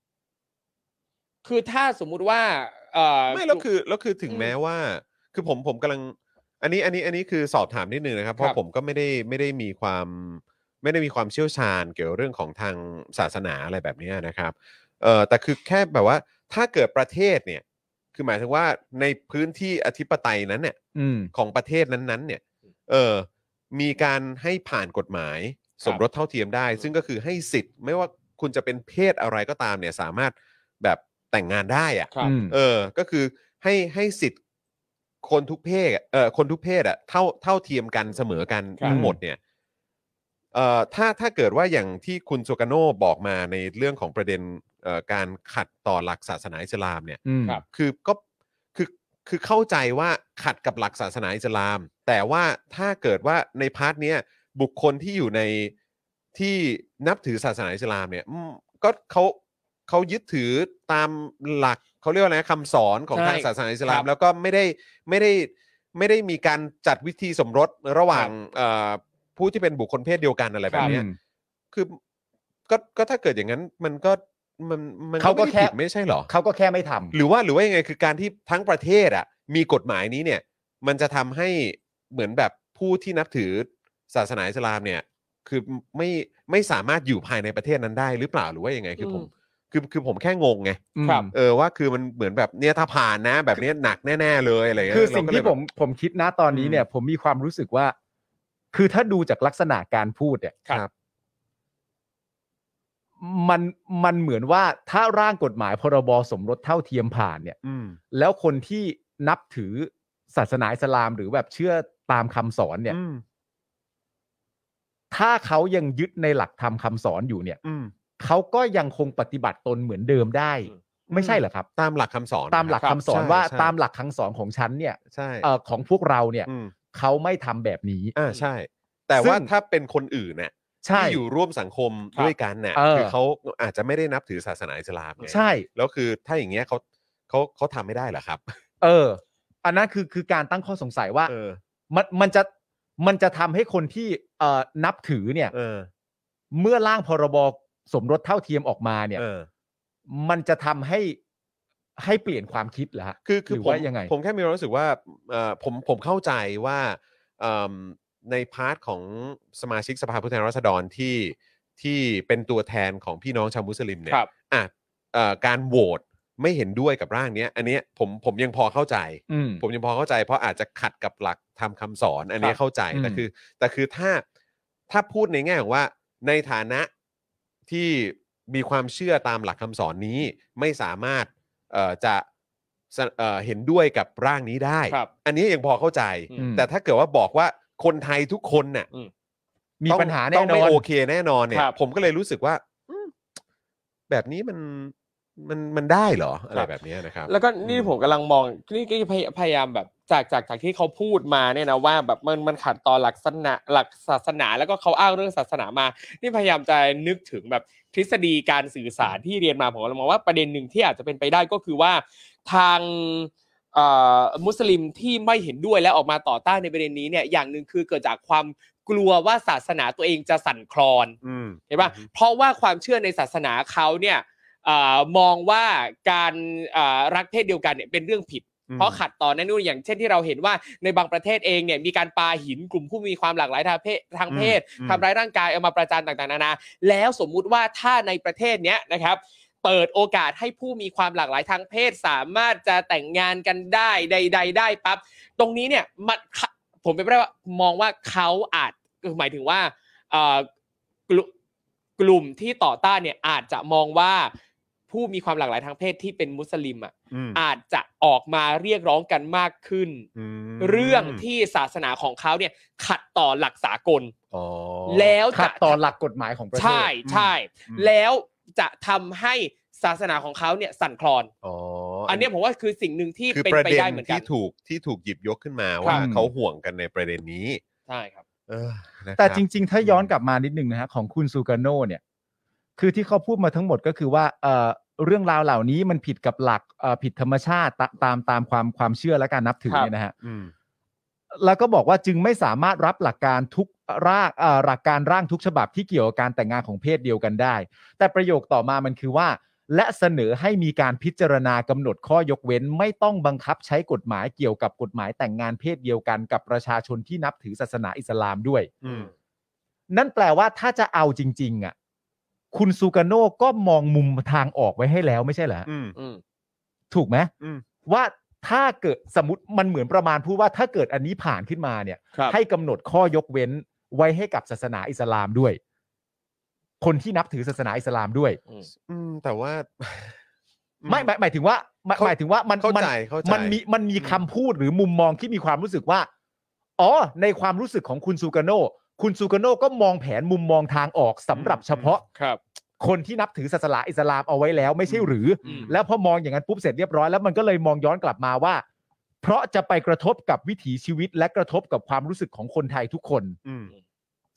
Speaker 3: คือถ้าสมมุติว่า
Speaker 2: ไม่แล้วคือถึงแม้ว่า คือผมกำลังอันนี้คือสอบถามนิดนึงนะครับเพราะผมก็ไม่ได้มีความเชี่ยวชาญเกี่ยวกับเรื่องของทางศาสนาอะไรแบบนี้นะครับแต่คือแค่แบบว่าถ้าเกิดประเทศเนี่ยคือหมายถึงว่าในพื้นที่อธิปไตยนั้นเนี่ยของประเทศนั้นๆเนี่ยมีการให้ผ่านกฎหมายสมรสเท่าเทียมได้ ซึ่งก็คือให้สิทธิ์ไม่ว่าคุณจะเป็นเพศอะไรก็ตามเนี่ยสามารถแบบแต่งงานได้อะ
Speaker 3: ครับ
Speaker 2: ก็คือให้สิทธิ์คนทุกเพศคนทุกเพศอ่ะเท่าเทียมกันเสมอกัน
Speaker 3: ครับ
Speaker 2: ทั้งหมดเนี่ยถ้าเกิดว่าอย่างที่คุณโซกาโนบอกมาในเรื่องของประเด็นการขัดต่อหลักศาสนาอิสลามเนี่ย
Speaker 3: ครับ
Speaker 2: คือเข้าใจว่าขัดกับหลักศาสนาอิสลาม แต่ว่าถ้าเกิดว่าในพาร์ทเนี้ยบุคคลที่อยู่ในที่นับถือศาสนาอิสลามเนี่ยก็เขายึดถือตามหลักเขาเรียกว่าอะไรคำสอนของทางศาสนาอิสลามแล้วก็ไม่ได้มีการจัดวิธีสมรสระหว่างผู้ที่เป็นบุคคลเพศเดียวกันอะไรแบบนี้คือก็ถ้าเกิดอย่างนั้นมันเขาก็แค่ไม่ใช่หรอ
Speaker 4: เขาก็แค่ไม่ทำ
Speaker 2: หรือว่ายังไงคือการที่ทั้งประเทศอ่ะมีกฎหมายนี้เนี่ยมันจะทำให้เหมือนแบบผู้ที่นับถือศาสนาอิสลามเนี่ยคือไม่สามารถอยู่ภายในประเทศนั้นได้หรือเปล่าหรือว่ายังไงคือผมแค่งงไงว่าคือมันเหมือนแบบเนี่ยถ้าผ่านนะแบบนี้หนักแน่ๆเลยอะไร
Speaker 4: คือสิ่งที่ผมคิดนะตอนนี้เนี่ยผมมีความรู้สึกว่าคือถ้าดูจากลักษณะการพูดเนี่ยมันเหมือนว่าถ้าร่างกฎหมายพรบสมรสเท่าเทียมผ่านเนี่ยแล้วคนที่นับถือศาสนาอิสลามหรือแบบเชื่อตามคำสอนเนี่ยถ้าเขายังยึดในหลักธรรมคำสอนอยู่เนี่ยเขาก็ยังคงปฏิบัติตนเหมือนเดิมได้ไม่ใช่เหรอครับ
Speaker 2: ตามหลักคำสอน
Speaker 4: ตามหลักคำสอนว่าตามหลักคำสอนของฉันเนี่ยของพวกเราเนี่ยเขาไม่ทำแบบนี้
Speaker 2: ใช่แต่ว่าถ้าเป็นคนอื่นเนี่ยที่อยู่ร่วมสังคมด้วยกันเนี่ยคือเขาอาจจะไม่ได้นับถือศาสนาอิสลามไง
Speaker 4: ใช่
Speaker 2: แล้วคือถ้าอย่างเงี้ยเขาทำไม่ได้เหรอครับ
Speaker 4: อันนั้นคือการตั้งข้อสงสัยว่ามันจะทำให้คนที่นับถือเนี่ยเมื่อร่างพรบสมรสเท่าเทียมออกมาเนี่ยมันจะทำให้เปลี่ยนความคิดเหรอฮะ
Speaker 2: คือว่ายังไงผมแค่มีความรู้สึกว่าผมเข้าใจว่าในพาร์ทของสมาชิกสภาผู้แทนราษฎรที่เป็นตัวแทนของพี่น้องชาวมุสลิมเนี่ยการโหวตไม่เห็นด้วยกับร่างนี้อันนี้ผมยังพอเข้าใจเพราะอาจจะขัดกับหลักทำคำสอนอันนี้เข้าใจแต่คือถ้าพูดในแง่ของว่าในฐานะที่มีความเชื่อตามหลักคำสอนนี้ไม่สามารถจะเห็นด้วยกับร่างนี้ได้อันนี้ยังพอเข้าใจแต่ถ้าเกิดว่าบอกว่าคนไทยทุกคนน่ะ
Speaker 4: มีปัญหาแน่นอน
Speaker 2: ต้องไม่โอเคแน่นอนเนี่ยผมก็เลยรู้สึกว่าแบบนี้มันได้เหรออะไรแบบนี้นะครับ
Speaker 3: แล้วก็นี่ผมกำลังมองนี่ก็พยายามแบบจากที่เขาพูดมาเนี่ยนะว่าแบบมันขัดต่อหลักศาสนาแล้วก็เขาอ้างเรื่องศาสนามานี่พยายามจะนึกถึงแบบทฤษฎีการสื่อสารที่เรียนมาผมมองว่าประเด็นหนึ่งที่อาจจะเป็นไปได้ก็คือว่าทางมุสลิมที่ไม่เห็นด้วยและออกมาต่อต้านในประเด็นนี้เนี่ยอย่างหนึ่งคือเกิดจากความกลัวว่าศาสนาตัวเองจะสั่นคลอนเห็นป่ะเพราะว่าความเชื่อในศาสนาเขาเนี่ยมองว่าการรักเพศเดียวกันเนี่ยเป็นเรื่องผิดเพราะขัดต่อนั่นนู่นอย่างเช่นที่เราเห็นว่าในบางประเทศเองเนี่ยมีการปาหินกลุ่มผู้มีความหลากหลายทางเพศทำร้ายร่างกายเอามาประจานต่างๆนานาแล้วสมมุติว่าถ้าในประเทศเนี้ยนะครับเปิดโอกาสให้ผู้มีความหลากหลายทางเพศสามารถจะแต่งงานกันได้ใดๆได้ปั๊บตรงนี้เนี่ยผมเป็นไปได้ว่ามองว่าเขาอาจหมายถึงว่ากลุ่มที่ต่อต้านเนี่ยอาจจะมองว่าผู้มีความหลากหลายทางเพศที่เป็นมุสลิมอาจจะออกมาเรียกร้องกันมากขึ้นเรื่องที่ศาสนาของเขาเนี่ยขัดต่อหลักสากลแล้ว
Speaker 4: ขัดต่อหลักกฎหมายของประเทศ
Speaker 3: ใช่แล้วจะทำให้ศาสนาของเขาเนี่ยสั่นคลอนอันนี้ผมว่าคือสิ่งหนึ่งที่เป็นไปได้เหมือนกัน
Speaker 2: ที่ถูกหยิบยกขึ้นมาว่าเขาห่วงกันในประเด็นนี้
Speaker 3: ใช่ครับ
Speaker 4: แต่จริงๆถ้าย้อนกลับมานิดนึงนะฮะของคุณซูการโน่เนี่ยคือที่เขาพูดมาทั้งหมดก็คือว่าเรื่องราวเหล่านี้มันผิดกับหลักผิดธรรมชาติตามความเชื่อและการนับถือเนี่ยนะฮะแล้วก็บอกว่าจึงไม่สามารถรับหลักการทุกหลักการร่างทุกฉบับที่เกี่ยวกับการแต่งงานของเพศเดียวกันได้แต่ประโยคต่อมามันคือว่าและเสนอให้มีการพิจารณากำหนดข้อยกเว้นไม่ต้องบังคับใช้กฎหมายเกี่ยวกับกฎหมายแต่งงานเพศเดียวกันกับประชาชนที่นับถือศาสนาอิสลามด้วยนั่นแปลว่าถ้าจะเอาจริงๆอ่ะคุณซูการโน่ก็มองมุมทางออกไว้ให้แล้วไม่ใช่เหรอถูกไหมว่าถ้าเกิดสมมติมันเหมือนประมาณพูดว่าถ้าเกิดอันนี้ผ่านขึ้นมาเนี่ยให้กำหนดข้อยกเว้นไว้ให้กับศาสนาอิสลามด้วยคนที่นับถือศาสนาอิสลามด้วย
Speaker 2: แต่ว่า
Speaker 4: หมายถึงว่ามันมีคำพูดหรือมุมมองที่มีความรู้สึกว่าในความรู้สึกของคุณซูการโน่ก็มองแผนมุมมองทางออกสำหรับเฉพาะคนที่นับถือศาสนาอิสลามเอาไว้แล้วไม่ใช่หรือแล้วพอมองอย่างนั้นปุ๊บเสร็จเรียบร้อยแล้วมันก็เลยมองย้อนกลับมาว่าเพราะจะไปกระทบกับวิถีชีวิตและกระทบกับความรู้สึกของคนไทยทุกคน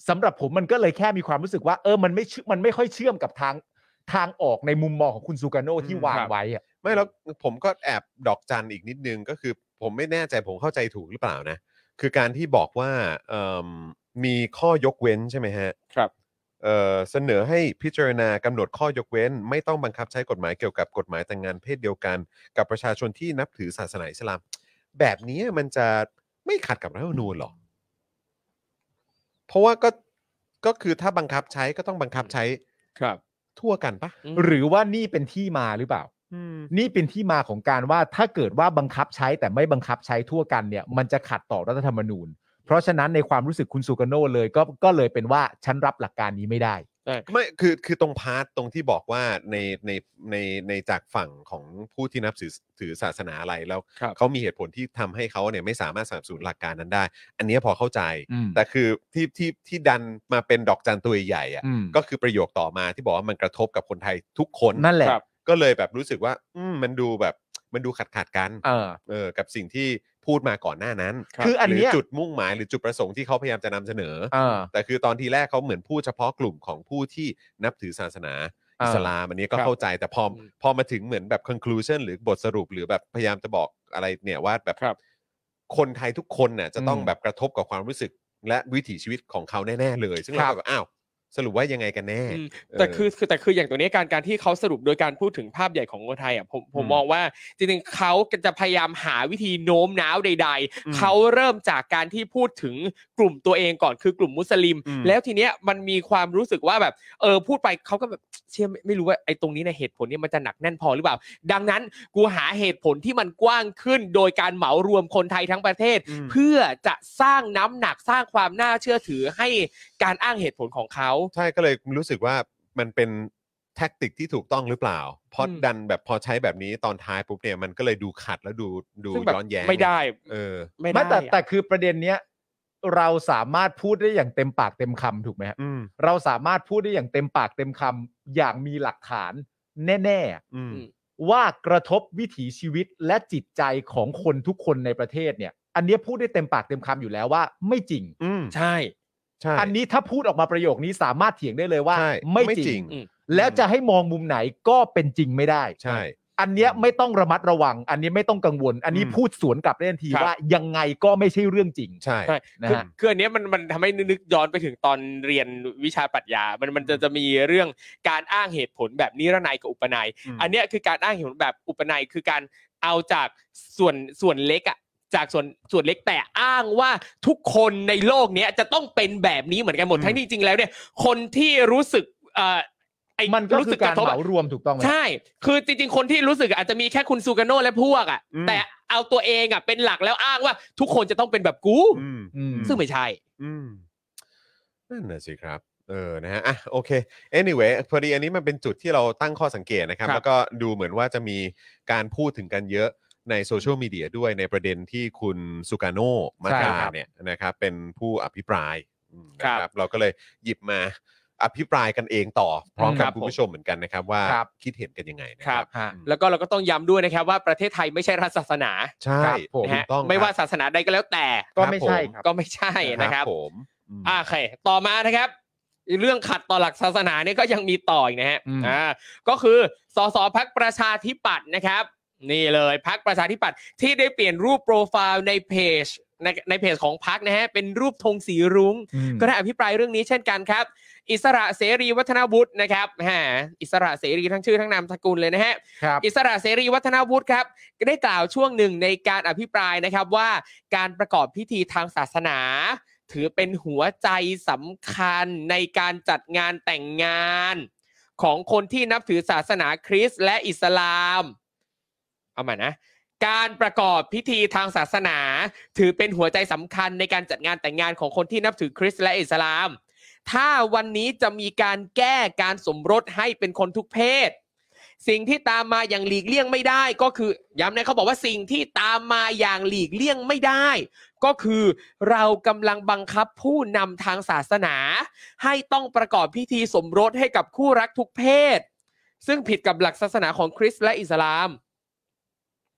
Speaker 4: สำหรับผมมันก็เลยแค่มีความรู้สึกว่ามันไม่ค่อยเชื่อมกับทางออกในมุมมองของคุณซูการโน่ที่วางไว้อะ
Speaker 2: ไม่แล้วผมก็แอบดอกจันอีกนิดนึงก็คือผมไม่แน่ใจผมเข้าใจถูกหรือเปล่านะคือการที่บอกว่ามีข้อยกเว้นใช่ไหมฮะ
Speaker 3: ครับ
Speaker 2: เสนอให้พิจารณากำหนดข้อยกเว้นไม่ต้องบังคับใช้กฎหมายเกี่ยวกับกฎหมายแต่งงานเพศเดียวกันกับประชาชนที่นับถือศาสนาอิสลามแบบนี้มันจะไม่ขัดกับรัฐธรรมนูญหรอเพราะว่าก็คือถ้าบังคับใช้ก็ต้องบังคับใช้
Speaker 3: ครับ
Speaker 2: ทั่วกันปะ
Speaker 4: หรือว่านี่เป็นที่มาหรือเปล่านี่เป็นที่มาของการว่าถ้าเกิดว่าบังคับใช้แต่ไม่บังคับใช้ทั่วกันเนี่ยมันจะขัดต่อรัฐธรรมนูญเพราะฉะนั้นในความรู้สึกคุณซูการโน่เลยก็เลยเป็นว่าฉันรับหลักการนี้ไม่ได้
Speaker 2: ไม่คือตรงพาร์ทตรงที่บอกว่าในจากฝั่งของผู้ที่นับถือศาสนาอะไรแล้วเขามีเหตุผลที่ทำให้เขาเนี่ยไม่สามารถสนับสนุนหลักการนั้นได้อันนี้พอเข้าใจแต่คือที่ดันมาเป็นดอกจันตัวใหญ่อะก็คือประโยคต่อมาที่บอกว่ามันกระทบกับคนไทยทุกคน
Speaker 4: นั่นแหละ
Speaker 2: ก็เลยแบบรู้สึกว่ามันดูขัดกันกับสิ่งที่พูดมาก่อนหน้านั้น
Speaker 4: คืออันนี้
Speaker 2: จุดมุ่งหมายหรือจุดประสงค์ที่เขาพยายามจะนำเสนอแต่คือตอนทีแรกเขาเหมือนพูดเฉพาะกลุ่มของผู้ที่นับถือศาสนาอิสลามอันนี้ก็เข้าใจแต่พอมาถึงเหมือนแบบ conclusion หรือบทสรุปหรือแบบพยายามจะบอกอะไรเนี่ยว่าแบบคนไทยทุกคนน่ะจะต้องแบบกระทบกับความรู้สึกและวิถีชีวิตของเขาแน่ๆเลยซึ่งเราแบบอ้าวสรุปว่ายังไงกันแน่
Speaker 3: แต่คืออย่างตัวนี้การที่เขาสรุปโดยการพูดถึงภาพใหญ่ของคนไทยอ่ะผมมองว่าจริงๆเขาจะพยายามหาวิธีโน้มน้าวใดๆเขาเริ่มจากการที่พูดถึงกลุ่มตัวเองก่อนคือกลุ่มมุสลิมแล้วทีเนี้ยมันมีความรู้สึกว่าแบบพูดไปเขาก็แบบเชื่อไม่รู้ว่าไอ้ตรงนี้ในเหตุผลนี้มันจะหนักแน่นพอหรือเปล่าดังนั้นกูหาเหตุผลที่มันกว้างขึ้นโดยการเหมารวมคนไทยทั้งประเทศเพื่อจะสร้างน้ำหนักสร้างความน่าเชื่อถือให้การอ้างเหตุผลของเขา
Speaker 2: ใช่ก็เลยรู้สึกว่ามันเป็นแท็กติกที่ถูกต้องหรือเปล่าพอดันแบบพอใช้แบบนี้ตอนท้ายปุ๊บเนี่ยมันก็เลยดูขัดแล้วดูย้อนแย้ง
Speaker 3: ไม่ได้
Speaker 4: ไม่แต่คือประเด็นเนี้ยเราสามารถพูดได้อย่างเต็มปากเต็มคำถูกไหมฮะเราสามารถพูดได้อย่างเต็มปากเต็มคำอย่างมีหลักฐานแน่ๆว่ากระทบวิถีชีวิตและจิตใจของคนทุกคนในประเทศเนี่ยอันนี้พูดได้เต็มปากเต็มคำอยู่แล้วว่าไม่จริง
Speaker 3: ใช่
Speaker 4: อันนี้ถ้าพูดออกมาประโยคนี้สามารถเถียงได้เลยว่าไม่จริงแล้วจะให้มองมุมไหนก็เป็นจริงไม่ได้
Speaker 2: ใช่
Speaker 4: อันเนี้ยไม่ต้องระมัดระวังอันนี้ไม่ต้องกังวลอันนี้พูดสวนกลับได้ทันทีว่ายังไงก็ไม่ใช่เรื่องจริง
Speaker 2: ใช่
Speaker 4: นะฮะ
Speaker 3: คืออันเนี้ยมันทำให้นึกย้อนไปถึงตอนเรียนวิชาปรัชญามันจะมีเรื่องการอ้างเหตุผลแบบนิรนัยกับอุปนัยอันเนี้ยคือการอ้างเหตุผลแบบอุปนัยคือการเอาจากส่วนเล็กอะจากส่วนเล็กแต่อ้างว่าทุกคนในโลกนี้จะต้องเป็นแบบนี้เหมือนกันหมดทั้งที่จริงแล้วเนี่ยคนที่รู้สึก
Speaker 4: มันก็คือการเหมารวมถูกต้องไหม
Speaker 3: ใช่คือจริงๆคนที่รู้สึกอาจจะมีแค่คุณซูการโน่และพวกอ่ะแต่เอาตัวเองอ่ะเป็นหลักแล้วอ้างว่าทุกคนจะต้องเป็นแบบกูซึ่งไม่ใช่
Speaker 2: นั่นน่ะสิครับนะฮะโอเค anyway พอดีอันนี้มันเป็นจุดที่เราตั้งข้อสังเกตนะครับแล้วก็ดูเหมือนว่าจะมีการพูดถึงกันเยอะในโซเชียลมีเดียด้วยในประเด็นที่คุณซูการโน่มาตราเนี่ยนะครับเป็นผู้อภิปรายนะครับเราก็เลยหยิบมาอภิปรายกันเองต่อพร้อมกับคุณผู้ชมเหมือนกันนะครับว่าคิดเห็นกันยังไงนะครับ
Speaker 3: แล้วก็เราก็ต้องย้ำด้วยนะครับว่าประเทศไทยไม่ใช่รัฐศาสนา
Speaker 2: ใช่
Speaker 3: ถูกต้องไม่ว่าศาสนาใดก็แล้วแต่
Speaker 4: ก็ไม่ใช่
Speaker 3: ก็ไม่ใช่นะครับโอเคต่อมานะครับเรื่องขัดต่อหลักศาสนาเนี่ยก็ยังมีต่ออีกนะฮะก็คือสสพรรคประชาธิปัตย์นะครับนี่เลยพรรคประชาธิปัตย์ที่ได้เปลี่ยนรูปโปรไฟล์ในเพจของพรรคนะฮะเป็นรูปธงสีรุ้งก็ได้อภิปรายเรื่องนี้เช่นกันครับอิสระเสรีวัฒนวุฒินะครับอิสระเสรีทั้งชื่อทั้งนามสกุลเลยนะฮะอิสระเสรีวัฒนวุฒิครับได้กล่าวช่วงหนึ่งในการอภิปรายนะครับว่าการประกอบพิธีทางศาสนาถือเป็นหัวใจสำคัญในการจัดงานแต่งงานของคนที่นับถือศาสนาคริสต์และอิสลามเอาใหม่นะการประกอบพิธีทางศาสนาถือเป็นหัวใจสำคัญในการจัดงานแต่งงานของคนที่นับถือคริสต์และอิสลามถ้าวันนี้จะมีการแก้การสมรสให้เป็นคนทุกเพศสิ่งที่ตามมาอย่างหลีกเลี่ยงไม่ได้ก็คือย้ำนะเขาบอกว่าสิ่งที่ตามมาอย่างหลีกเลี่ยงไม่ได้ก็คือเรากำลังบังคับผู้นำทางศาสนาให้ต้องประกอบพิธีสมรสให้กับคู่รักทุกเพศซึ่งผิดกับหลักศาสนาของคริสต์และอิสลาม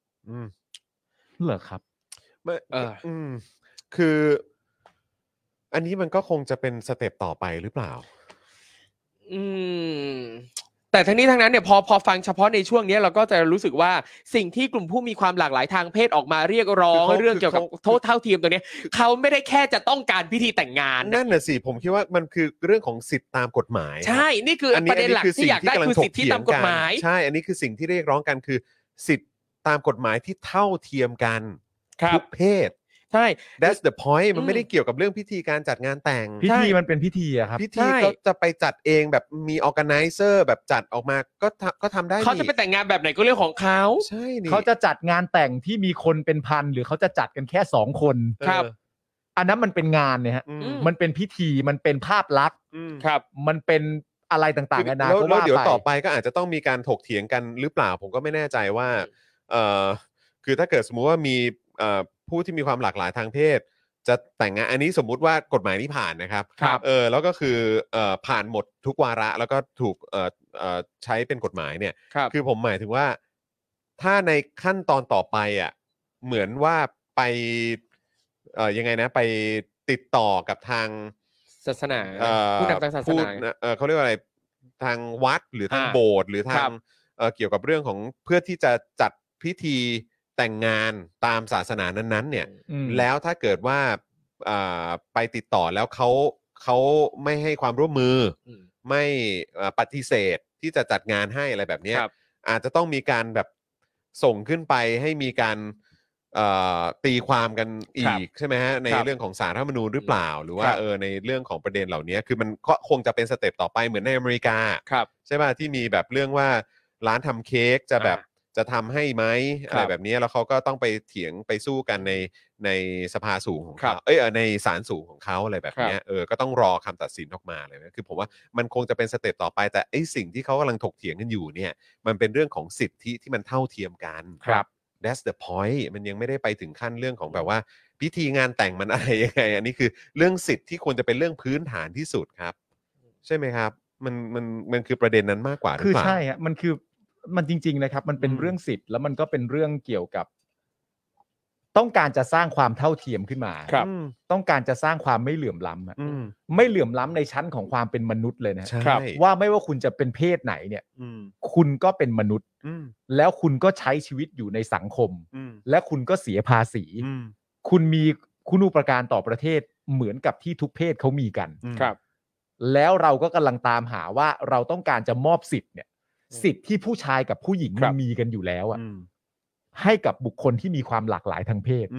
Speaker 4: เหรอครับ
Speaker 2: คืออันนี้มันก็คงจะเป็นสเต็ปต่อไปหรือเปล่า
Speaker 3: แต่ทั้งนี้ทั้งนั้นเนี่ยพอฟังเฉพาะในช่วงนี้เราก็จะรู้สึกว่าสิ่งที่กลุ่มผู้มีความหลากหลายทางเพศออกมาเรียกร้องเรื่องเกี่ยวกับโทษเท่าเทียมตัวนี้เขาไม่ได้แค่จะต้องการพิธีแต่งงาน
Speaker 2: นั่นน่ะสิผมคิดว่ามันคือเรื่องของสิทธิตามกฎหมาย
Speaker 3: ใช่นี่คือประเด็นหลักที่อยากได้คือสิทธิตามกฎหมาย
Speaker 2: ใช่อันนี้คือสิ่งที่เรียกร้องกันคือสิทธิตามกฎหมายที่เท่าเทียมกันทุกเพศ
Speaker 3: ใช่
Speaker 2: That's the point มันไม่ได้เกี่ยวกับเรื่องพิธีการจัดงานแต่ง
Speaker 4: พิธีมันเป็นพิธีอะครับ
Speaker 2: พิธีก็จะไปจัดเองแบบมี organizer แบบจัดออกมาก็ทำได้
Speaker 3: เขาจะไปแต่งงานแบบไหนก็เรื่องของเขา
Speaker 2: ใช่นี่
Speaker 4: เขาจะจัดงานแต่งที่มีคนเป็นพันหรือเขาจะจัดกันแค่2 คน
Speaker 3: ครับ
Speaker 4: อันนั้นมันเป็นงานเนี่ยฮะมันเป็นพิธีมันเป็นภาพลักษณ์
Speaker 3: ครับ
Speaker 4: มันเป็นอะไรต่างๆกันานา
Speaker 2: แล้วเดี๋ยวต่อไปก็อาจจะต้องมีการถกเถียงกันหรือเปล่าผมก็ไม่แน่ใจว่าคือถ้าเกิดสมมุติว่ามีผู้ที่มีความหลากหลายทางเพศจะแต่งงานอันนี้สมมุติว่ากฎหมายนี้ผ่านนะครับแล้วก็คือผ่านหมดทุกวาระแล้วก็ถูกใช้เป็นกฎหมายเนี่ยคือผมหมายถึงว่าถ้าในขั้นตอนต่อไปอ่ะเหมือนว่าไปยังไงนะไปติดต่อกับทาง
Speaker 3: ศาสนาผู้นำทางศาสนา
Speaker 2: เขาเรียกว่าอะไรทางวัดหรือทางโบสถ์หรือทางเกี่ยวกับเรื่องของเพื่อที่จะจัดพิธีแต่งงานตามศาสนานั้นๆเนี่ยแล้วถ้าเกิดว่าไปติดต่อแล้วเขาไม่ให้ความร่วมมือไม่ปฏิเสธที่จะจัดงานให้อะไรแบบนี้อาจจะต้องมีการแบบส่งขึ้นไปให้มีการตีความกันอีกใช่ไหมฮะในเรื่องของศาลรัฐธรรมนูญหรือเปล่าหรือว่าในเรื่องของประเด็นเหล่านี้คือมันก็คงจะเป็นสเต็ปต่อไปเหมือนในอเมริกาใช่ป่ะที่มีแบบเรื่องว่าร้านทำเค้กจะแบบจะทำให้ไหมอะไรแบบนี้แล้วเขาก็ต้องไปเถียงไปสู้กันในสภาสูงของเขาในศาลสูงของเขาอะไรแบบนี้ก็ต้องรอคำตัดสินออกมาเลยนะคือผมว่ามันคงจะเป็นสเต็ปต่อไปแต่ไอ้สิ่งที่เขากำลังถกเถียงกันอยู่เนี่ยมันเป็นเรื่องของสิทธิที่มันเท่าเทียมกันThat's the point มันยังไม่ได้ไปถึงขั้นเรื่องของแบบว่าพิธีงานแต่งมันอะไรยังไงอันนี้คือเรื่องสิทธิ์ที่ควรจะเป็นเรื่องพื้นฐานที่สุดครับใช่ไหมครับมันคือประเด็นนั้นมากกว่าหรือเปล่า
Speaker 4: คือใช่ฮะมันจริงๆนะครับมันเป็นเรื่องสิทธิ์แล้วมันก็เป็นเรื่องเกี่ยวกับต้องการจะสร้างความเท่าเทียมขึ้นมาต้องการจะสร้างความไม่เหลื่อมล้ำไม่เหลื่อมล้ำในชั้นของความเป็นมนุษย์เลยนะว่าไม่ว่าคุณจะเป็นเพศไหนเนี่ยคุณก็เป็นมนุษย์แล้วคุณก็ใช้ชีวิตอยู่ในสังคมและคุณก็เสียภาษีคุณมีคุณูปการต่อประเทศเหมือนกับที่ทุกเพศเขามีกันแล้วเราก็กำลังตามหาว่าเราต้องการจะมอบสิทธิ์เนี่ยสิทธิ์ที่ผู้ชายกับผู้หญิงมันมีกันอยู่แล้วอ่ะให้กับบุคคลที่มีความหลากหลายทางเพศ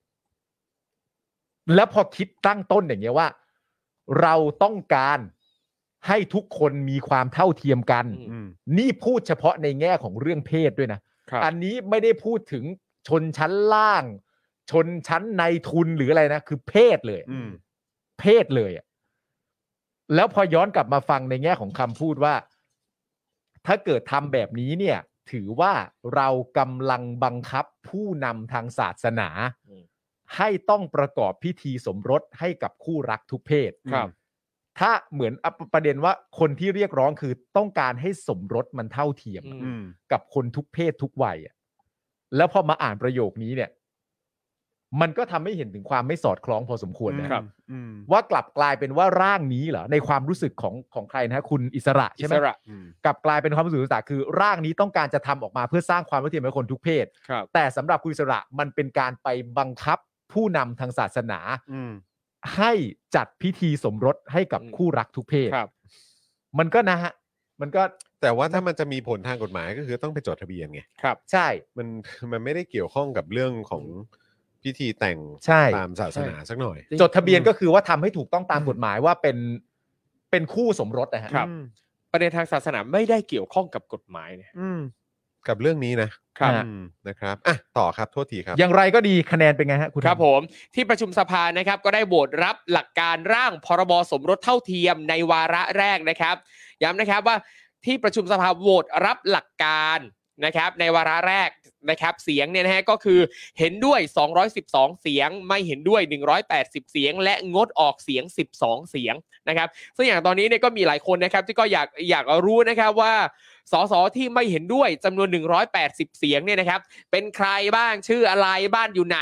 Speaker 4: แล้วพอคิดตั้งต้นอย่างเงี้ยว่าเราต้องการให้ทุกคนมีความเท่าเทียมกันนี่พูดเฉพาะในแง่ของเรื่องเพศด้วยนะอันนี้ไม่ได้พูดถึงชนชั้นล่างชนชั้นในทุนหรืออะไรนะคือเพศเลยเพศเลยอ่ะแล้วพอย้อนกลับมาฟังในแง่ของคำพูดว่าถ้าเกิดทำแบบนี้เนี่ยถือว่าเรากำลังบังคับผู้นำทางศาสนาให้ต้องประกอบพิธีสมรสให้กับคู่รักทุกเพศถ้าเหมือนประเด็นว่าคนที่เรียกร้องคือต้องการให้สมรสมันเท่าเทียมกับคนทุกเพศทุกวัยแล้วพอมาอ่านประโยคนี้เนี่ยมันก็ทำให้เห็นถึงความไม่สอดคล้องพอสมควรนะครับว่ากลับกลายเป็นว่าร่างนี้เหรอในความรู้สึกของใครนะคุณอิสระใช่ไหมกลับกลายเป็นความรู้สึกอิสระคือร่างนี้ต้องการจะทำออกมาเพื่อสร้างความเท่าเทียมให้คนทุกเพศแต่สำหรับคุณอิสระมันเป็นการไปบังคับผู้นำทางศาสนาให้จัดพิธีสมรสให้กับคู่รักทุกเพศมันก็นะฮะมันก็
Speaker 2: แต่ว่าถ้ามันจะมีผลทางกฎหมายก็คือต้องไปจดทะเบียนไง
Speaker 4: ใช่
Speaker 2: มันไม่ได้เกี่ยวข้องกับเรื่องของพิธีแต่งตามศาสนาสักหน่อย
Speaker 4: จดทะเบียนก็คือว่าทำให้ถูกต้องตามกฎหมายว่าเป็นคู่สมรสนะฮะ
Speaker 3: ประเด็นทางศาสนาไม่ได้เกี่ยวข้องกับกฎหมายเนี่ย
Speaker 2: กับเรื่องนี้นะครับนะครับต่อครับโทษทีครับ
Speaker 4: อย่างไรก็ดีคะแนนเป็นไงฮะคุณ
Speaker 3: ครับผมที่ประชุมสภานะครับก็ได้โหวตรับหลักการร่างพรบสมรสเท่าเทียมในวาระแรกนะครับย้ำนะครับว่าที่ประชุมสภาโหวตรับหลักการนะครับในวาระแรกนะครับเสียงเนี่ยนะฮะก็คือเห็นด้วย212เสียงไม่เห็นด้วย180เสียงและงดออกเสียง12เสียงนะครับซึ่งอย่างตอนนี้เนี่ยก็มีหลายคนนะครับที่ก็อยากรู้นะครับว่าสสที่ไม่เห็นด้วยจำนวน180เสียงเนี่ยนะครับเป็นใครบ้างชื่ออะไรบ้านอยู่ไหน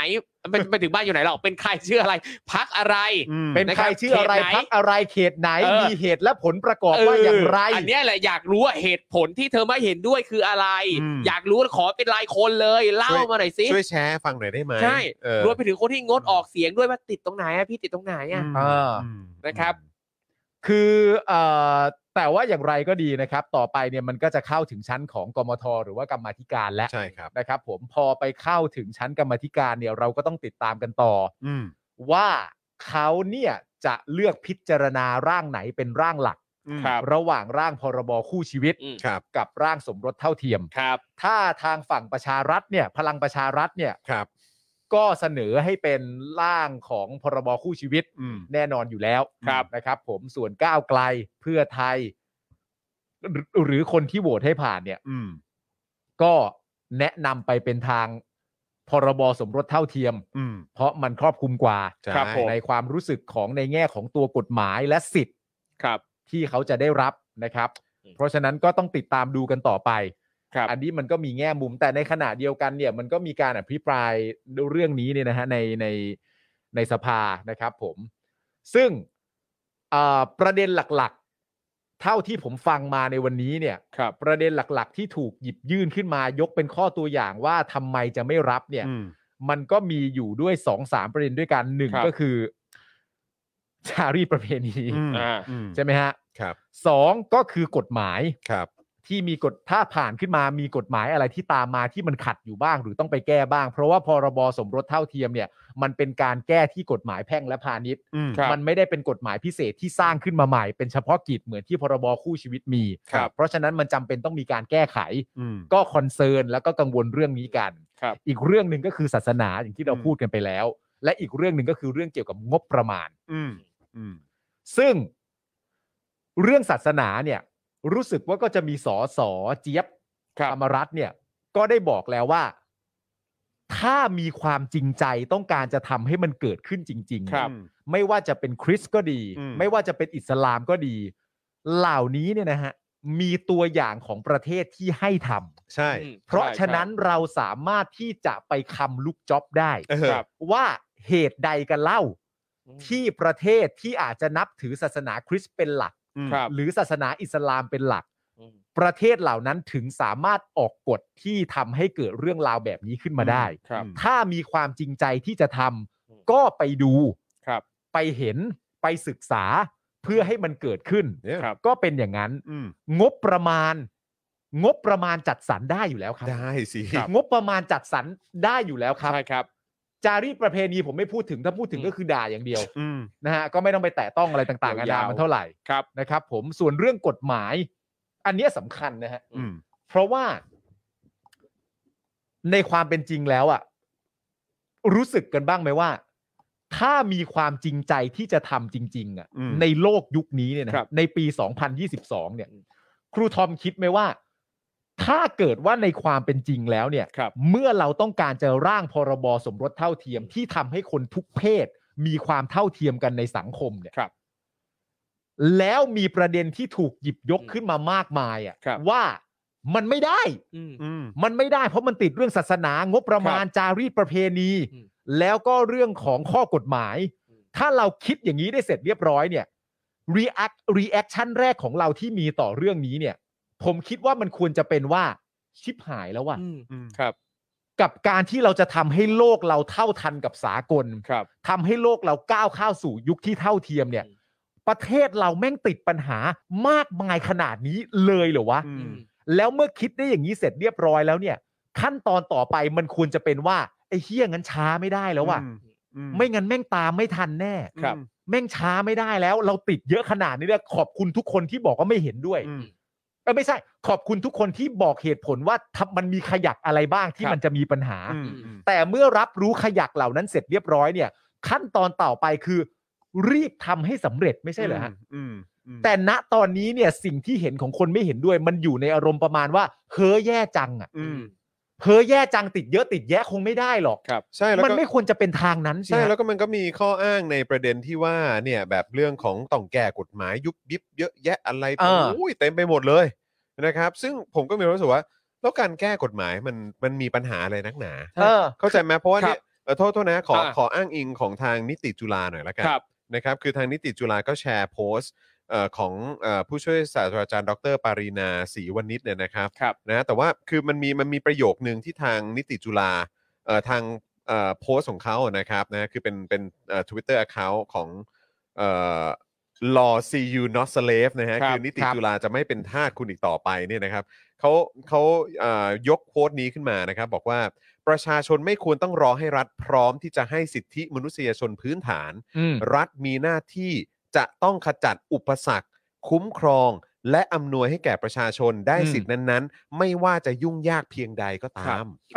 Speaker 3: ไปถึงบ้านอยู่ไหนหรอกเป็นใครชื่ออะไรพักอะไร
Speaker 4: เป็นใครชื่ออะไรพรรคอะไรเขตไหนมีเหตุและผลประกอบว่าอย่างไร
Speaker 3: อันนี้แหละอยากรู้ว่าเหตุผลที่เธอไม่เห็นด้วยคืออะไรอยากรู้ขอเป็นรายคนเลยเล่ามาหน่อยสิ
Speaker 2: ช่วยแชร์ฟังหน่อยได้ไหม
Speaker 3: ใช่รวมไปถึงคนที่งดออกเสียงด้วยว่าติดตรงไหนพี่ติดตรงไหนนะครับ
Speaker 4: คือแต่ว่าอย่างไรก็ดีนะครับต่อไปเนี่ยมันก็จะเข้าถึงชั้นของกมธ.หรือว่ากรรมาธิการแล้ว
Speaker 2: ใช่ครับ
Speaker 4: นะครับผมพอไปเข้าถึงชั้นกรรมาธิการเนี่ยเราก็ต้องติดตามกันต่อว่าเขาเนี่ยจะเลือกพิจารณาร่างไหนเป็นร่างหลักระหว่างร่างพรบคู่ชีวิตกับร่างสมรสเท่าเทียมถ้าทางฝั่งประชารัฐเนี่ยพลังประชารัฐเนี่ยก็เสนอให้เป็นร่างของพรบคู่ชีวิตแน่นอนอยู่แล้วนะครับผมส่วนก้าวไกลเพื่อไทยหรือคนที่โหวตให้ผ่านเนี่ยก็แนะนำไปเป็นทางพรบสมรสเท่าเทียมเพราะมันครอบคลุมกว่าในความรู้สึกของในแง่ของตัวกฎหมายและสิทธิ์ที่เขาจะได้รับนะครับเพราะฉะนั้นก็ต้องติดตามดูกันต่อไปอันนี้มันก็มีแง่มุมแต่ในขณะเดียวกันเนี่ยมันก็มีการอภิปรายเรื่องนี้เนี่ยนะฮะในสภานะครับผมซึ่งประเด็นหลักๆเท่าที่ผมฟังมาในวันนี้เนี่ยประเด็นหลักๆที่ถูกหยิบยื่นขึ้นมายกเป็นข้อตัวอย่างว่าทำไมจะไม่รับเนี่ยมันก็มีอยู่ด้วย 2-3 ประเด็นด้วยกัน1ก็คือจารีตประเพณีใช่ไหมฮะ2ก็คือกฎหมายที่มีกฎถ้าผ่านขึ้นมามีกฎหมายอะไรที่ตามมาที่มันขัดอยู่บ้างหรือต้องไปแก้บ้างเพราะว่าพรบสมรสเท่าเทียมเนี่ยมันเป็นการแก้ที่กฎหมายแพ่งและพาณิชย์มันไม่ได้เป็นกฎหมายพิเศษที่สร้างขึ้นมาใหม่เป็นเฉพาะกิจเหมือนที่พรบคู่ชีวิตมีเพราะฉะนั้นมันจำเป็นต้องมีการแก้ไขก็คอนเซิร์นแล้วก็กังวลเรื่องนี้กันอีกเรื่องนึงก็คือศาสนาอย่างที่เราพูดกันไปแล้วและอีกเรื่องนึงก็คือเรื่องเกี่ยวกับงบประมาณซึ่งเรื่องศาสนาเนี่ยรู้สึกว่าก็จะมีสสเจี๊ยบธรรมรัตน์เนี่ยก็ได้บอกแล้วว่าถ้ามีความจริงใจต้องการจะทำให้มันเกิดขึ้นจริงๆไม่ว่าจะเป็นคริสต์ก็ดีไม่ว่าจะเป็นอิสลามก็ดีเหล่านี้เนี่ยนะฮะมีตัวอย่างของประเทศที่ให้ทำใช่เพราะฉะนั้นเราสามารถที่จะไปคำลุกจ็อบได้ว่าเหตุใดกันเล่าที่ประเทศที่อาจจะนับถือศาสนาคริสต์เป็นหลักหรือศาสนาอิสลามเป็นหลักประเทศเหล่านั้นถึงสามารถออกกฎที่ทำให้เกิดเรื่องราวแบบนี้ขึ้นมาได้ถ้ามีความจริงใจที่จะทำก็ไปดูไปเห็นไปศึกษาเพื่อให้มันเกิดขึ้นก็เป็นอย่างนั้นงบประมาณจัดสรรได้อยู่แล้วครับ
Speaker 2: ได้สิ
Speaker 4: งบประมาณจัดสรรได้อยู่แล้วครับใช่ครับจารีตประเพณีผมไม่พูดถึงถ้าพูดถึงก็คือด่าอย่างเดียวนะฮะก็ไม่ต้องไปแตะต้องอะไรต่างๆนานามันเท่าไหร่นะครับผมส่วนเรื่องกฎหมายอันนี้สำคัญนะฮะเพราะว่าในความเป็นจริงแล้วอ่ะรู้สึกกันบ้างไหมว่าถ้ามีความจริงใจที่จะทำจริงๆอ่ะในโลกยุคนี้เนี่ยนะในปี2022เนี่ยครูทอมคิดไหมว่าถ้าเกิดว่าในความเป็นจริงแล้วเนี่ยเมื่อเราต้องการจะร่างพรบสมรสเท่าเทียมที่ทำให้คนทุกเพศมีความเท่าเทียมกันในสังคมเนี่ยแล้วมีประเด็นที่ถูกหยิบยกขึ้นมามากมายอ่ะว่ามันไม่ได้มันไม่ได้เพราะมันติดเรื่องศาสนางบประมาณจารีตประเพณีแล้วก็เรื่องของข้อกฎหมายถ้าเราคิดอย่างนี้ได้เสร็จเรียบร้อยเนี่ย reaction แรกของเราที่มีต่อเรื่องนี้เนี่ยผมคิดว่ามันควรจะเป็นว่าชิบหายแล้วว่ะครับกับการที่เราจะทำให้โลกเราเท่าทันกับสากลทำให้โลกเราก้าวเข้าสู่ยุคที่เท่าเทียมเนี่ยประเทศเราแม่งติดปัญหามากมายขนาดนี้เลยเหรอวะแล้วเมื่อคิดได้อย่างนี้เสร็จเรียบร้อยแล้วเนี่ยขั้นตอนต่อไปมันควรจะเป็นว่าไอ้เหี้ยงั้นช้าไม่ได้แล้วว่ะไม่งั้นแม่งตามไม่ทันแน่แม่งช้าไม่ได้แล้วเราติดเยอะขนาดนี้เลยขอบคุณทุกคนที่บอกว่าไม่เห็นด้วยไม่ใช่ขอบคุณทุกคนที่บอกเหตุผลว่ามันมีขยักอะไรบ้างที่มันจะมีปัญหาแต่เมื่อรับรู้ขยักเหล่านั้นเสร็จเรียบร้อยเนี่ยขั้นตอนต่อไปคือรีบทำให้สำเร็จไม่ใช่เหรอฮะแต่ณตอนนี้เนี่ยสิ่งที่เห็นของคนไม่เห็นด้วยมันอยู่ในอารมณ์ประมาณว่าเฮ้อแย่จังอ่ะเฮ้อแย่จังติดเยอะติดแยะคงไม่ได้หรอก
Speaker 2: ใช่แล้ว
Speaker 4: มันไม่ควรจะเป็นทางนั้น
Speaker 2: ใช่แล้วก็มันก็มีข้ออ้างในประเด็นที่ว่าเนี่ยแบบเรื่องของต้องแก้กฎหมายยุบยิบเยอะแยะอะไรเต็มไปหมดเลยนะครับซึ่งผมก็มีรู้สึกว่าแล้วการแก้กฎหมายมันมีปัญหาอะไรนักหนาเข้าใจไหมเพราะว่าเนี่ยโทษนะขออ้างอิงของทางนิติจุฬาหน่อยละกันนะครับคือทางนิติจุฬาก็แชร์โพสต์ของผู้ช่วยศาสตราจารย์ดร.ปารีณาศรีวณิชเนี่ยนะครับนะแต่ว่าคือมันมีประโยคนึงที่ทางนิติจุฬาทางโพสต์ของเขานะครับนะคือเป็นTwitter account ของLaw See You Not Slave นะฮะคือนิติจุฬาจะไม่เป็นทาสคุณอีกต่อไปเนี่ยนะครับเขายกโค้ดนี้ขึ้นมานะครับบอกว่าประชาชนไม่ควรต้องรอให้รัฐพร้อมที่จะให้สิทธิมนุษยชนพื้นฐานรัฐมีหน้าที่จะต้องขจัดอุปสรรคคุ้มครองและอำนวยให้แก่ประชาชนได้สิทธินั้นๆไม่ว่าจะยุ่งยากเพียงใดก็ตาม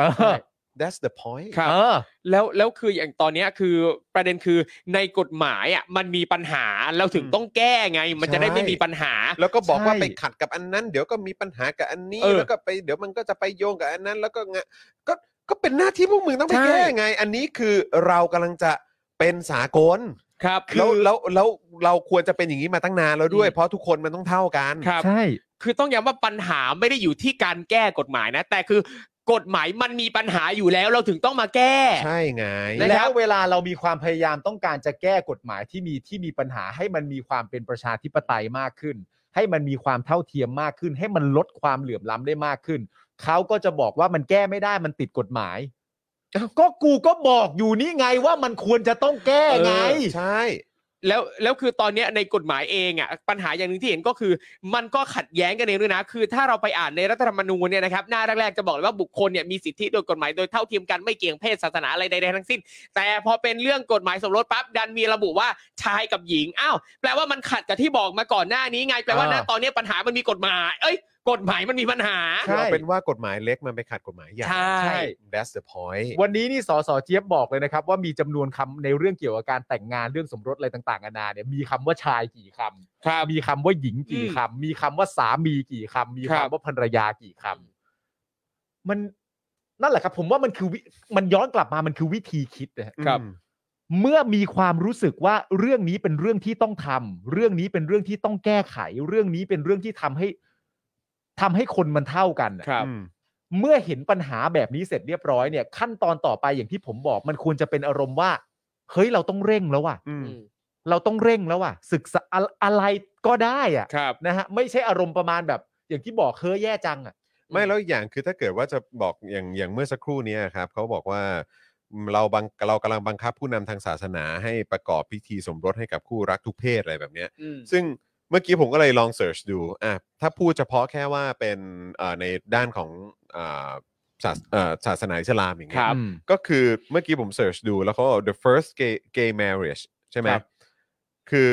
Speaker 2: That's the point
Speaker 3: ครับแล้วคืออย่างตอนนี้คือประเด็นคือในกฎหมายอ่ะมันมีปัญหาเราถึงต้องแก้ไงมันจะได้ไม่มีปัญหา
Speaker 2: แล้วก็บอกว่าไปขัดกับอันนั้นเดี๋ยวก็มีปัญหากับอันนี้แล้วก็ไปเดี๋ยวมันก็จะไปโยงกับอันนั้นแล้วก็เป็นหน้าที่พวกมึงต้องไปแก้ไงอันนี้คือเรากำลังจะเป็นสากล
Speaker 3: ครับ
Speaker 2: แล้วเราควรจะเป็นอย่างนี้มาตั้งนานแล้วด้วยเพราะทุกคนมันต้องเท่ากัน
Speaker 3: ใช่คือต้องย้ำว่าปัญหาไม่ได้อยู่ที่การแก้กฎหมายนะแต่คือกฎหมายมันมีปัญหาอยู่แล้วเราถึงต้องมาแก้
Speaker 2: ใช่ไง
Speaker 4: แล้วเวลาเรามีความพยายามต้องการจะแก้กฎหมายที่มีปัญหาให้มันมีความเป็นประชาธิปไตยมากขึ้นให้มันมีความเท่าเทียมมากขึ้นให้มันลดความเหลื่อมล้ำได้มากขึ้นเขาก็จะบอกว่ามันแก้ไม่ได้มันติดกฎหมายก็กูก็บอกอยู่นี่ไงว่ามันควรจะต้องแก้ไง
Speaker 2: ใช่
Speaker 3: แล้วคือตอนนี้ในกฎหมายเองอ่ะปัญหาอย่างหนึ่งที่เห็นก็คือมันก็ขัดแย้งกันเองด้วยนะคือถ้าเราไปอ่านในรัฐธรรมนูญเนี่ยนะครับหน้าแรกๆจะบอกเลยว่าบุคคลเนี่ยมีสิทธิโดยกฎหมายโดยเท่าเทียมกันไม่เกี่ยงเพศศาสนาอะไรใดๆทั้งสิ้นแต่พอเป็นเรื่องกฎหมายสมรสปั๊บดันมีระบุว่าชายกับหญิงอ้าวแปลว่ามันขัดกับที่บอกมาก่อนหน้านี้ไงแปลว่าณตอนนี้ปัญหามันมีกฎหมายกฎหมายมันมีปัญหา
Speaker 2: เราเป็นว่ากฎหมายเล็กมันไปขัดกฎหมายใหญ่
Speaker 3: ใช่
Speaker 2: That's the point
Speaker 4: วันนี้นี่สสเจี๊ยบบอกเลยนะครับว่ามีจำนวนคำในเรื่องเกี่ยวกับการแต่งงานเรื่องสมรสอะไรต่างๆนานาเนี่ยมีคำว่าชายกี่คำมีคำว่าหญิงกี่คำมีคำว่าสามีกี่คำมีคำว่าภรรยากี่คำมันนั่นแหละครับผมว่ามันย้อนกลับมามันคือวิธีคิดนะครับเมื่อมีความรู้สึกว่าเรื่องนี้เป็นเรื่องที่ต้องทำเรื่องนี้เป็นเรื่องที่ต้องแก้ไขเรื่องนี้เป็นเรื่องที่ทำให้คนมันเท่ากันเมื่อเห็นปัญหาแบบนี้เสร็จเรียบร้อยเนี่ยขั้นตอนต่อไปอย่างที่ผมบอกมันควรจะเป็นอารมณ์ว่าเฮ้ยเราต้องเร่งแล้วว่ะเราต้องเร่งแล้วว่ะศึกษาอะไรก็ได้นะฮะไม่ใช่อารมณ์ประมาณแบบอย่างที่บอกเฮ้ยแย่จัง
Speaker 2: ไม่แล้วอย่างคือถ้าเกิดว่าจะบอกอย่างเมื่อสักครู่นี้ครับเขาบอกว่าเรากำลังบังคับผู้นำทางศาสนาให้ประกอบพิธีสมรสให้กับคู่รักทุกเพศอะไรแบบนี้ซึ่งเมื่อกี้ผมก็เลยลองเสิร์ชดูถ้าพูดเฉพาะแค่ว่าเป็นในด้านของศาสนาอิสลามอย่างเงี้ยก็คือเมื่อกี้ผมเสิร์ชดูแล้วเขาบอก the first gay marriage ใช่ไหมคือ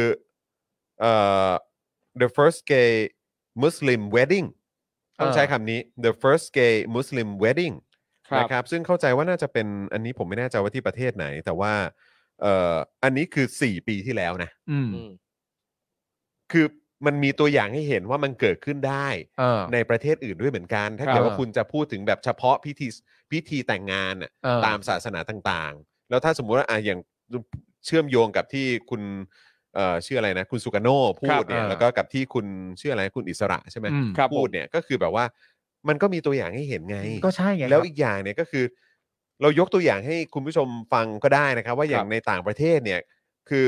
Speaker 2: the first gay Muslim wedding ต้องใช้คำนี้ the first gay Muslim wedding นะครับซึ่งเข้าใจว่าน่าจะเป็นอันนี้ผมไม่แน่ใจว่าที่ประเทศไหนแต่ว่าอันนี้คือ4 ปีที่แล้วนะคือมันมีตัวอย่างให้เห็นว่ามันเกิดขึ้นได้ในประเทศอื่นด้วยเหมือนกันถ้าเกิดว่าคุณจะพูดถึงแบบเฉพาะพิธีแต่งงานตามศาสนาต่างๆแล้วถ้าสมมุติว่าอย่างเชื่อมโยงกับที่คุณชื่ออะไรนะคุณสุกาโนพูดเนี่ยแล้วก็กับที่คุณชื่ออะไรคุณอิสระใช่ไหมพูดเนี่ยก็คือแบบว่ามันก็มีตัวอย่างให้เห็นไง
Speaker 4: ก็ใช่ไง
Speaker 2: แล้วอีกอย่างเนี่ยก็คือเรายกตัวอย่างให้คุณผู้ชมฟังก็ได้นะครับว่าอย่างในต่างประเทศเนี่ยคือ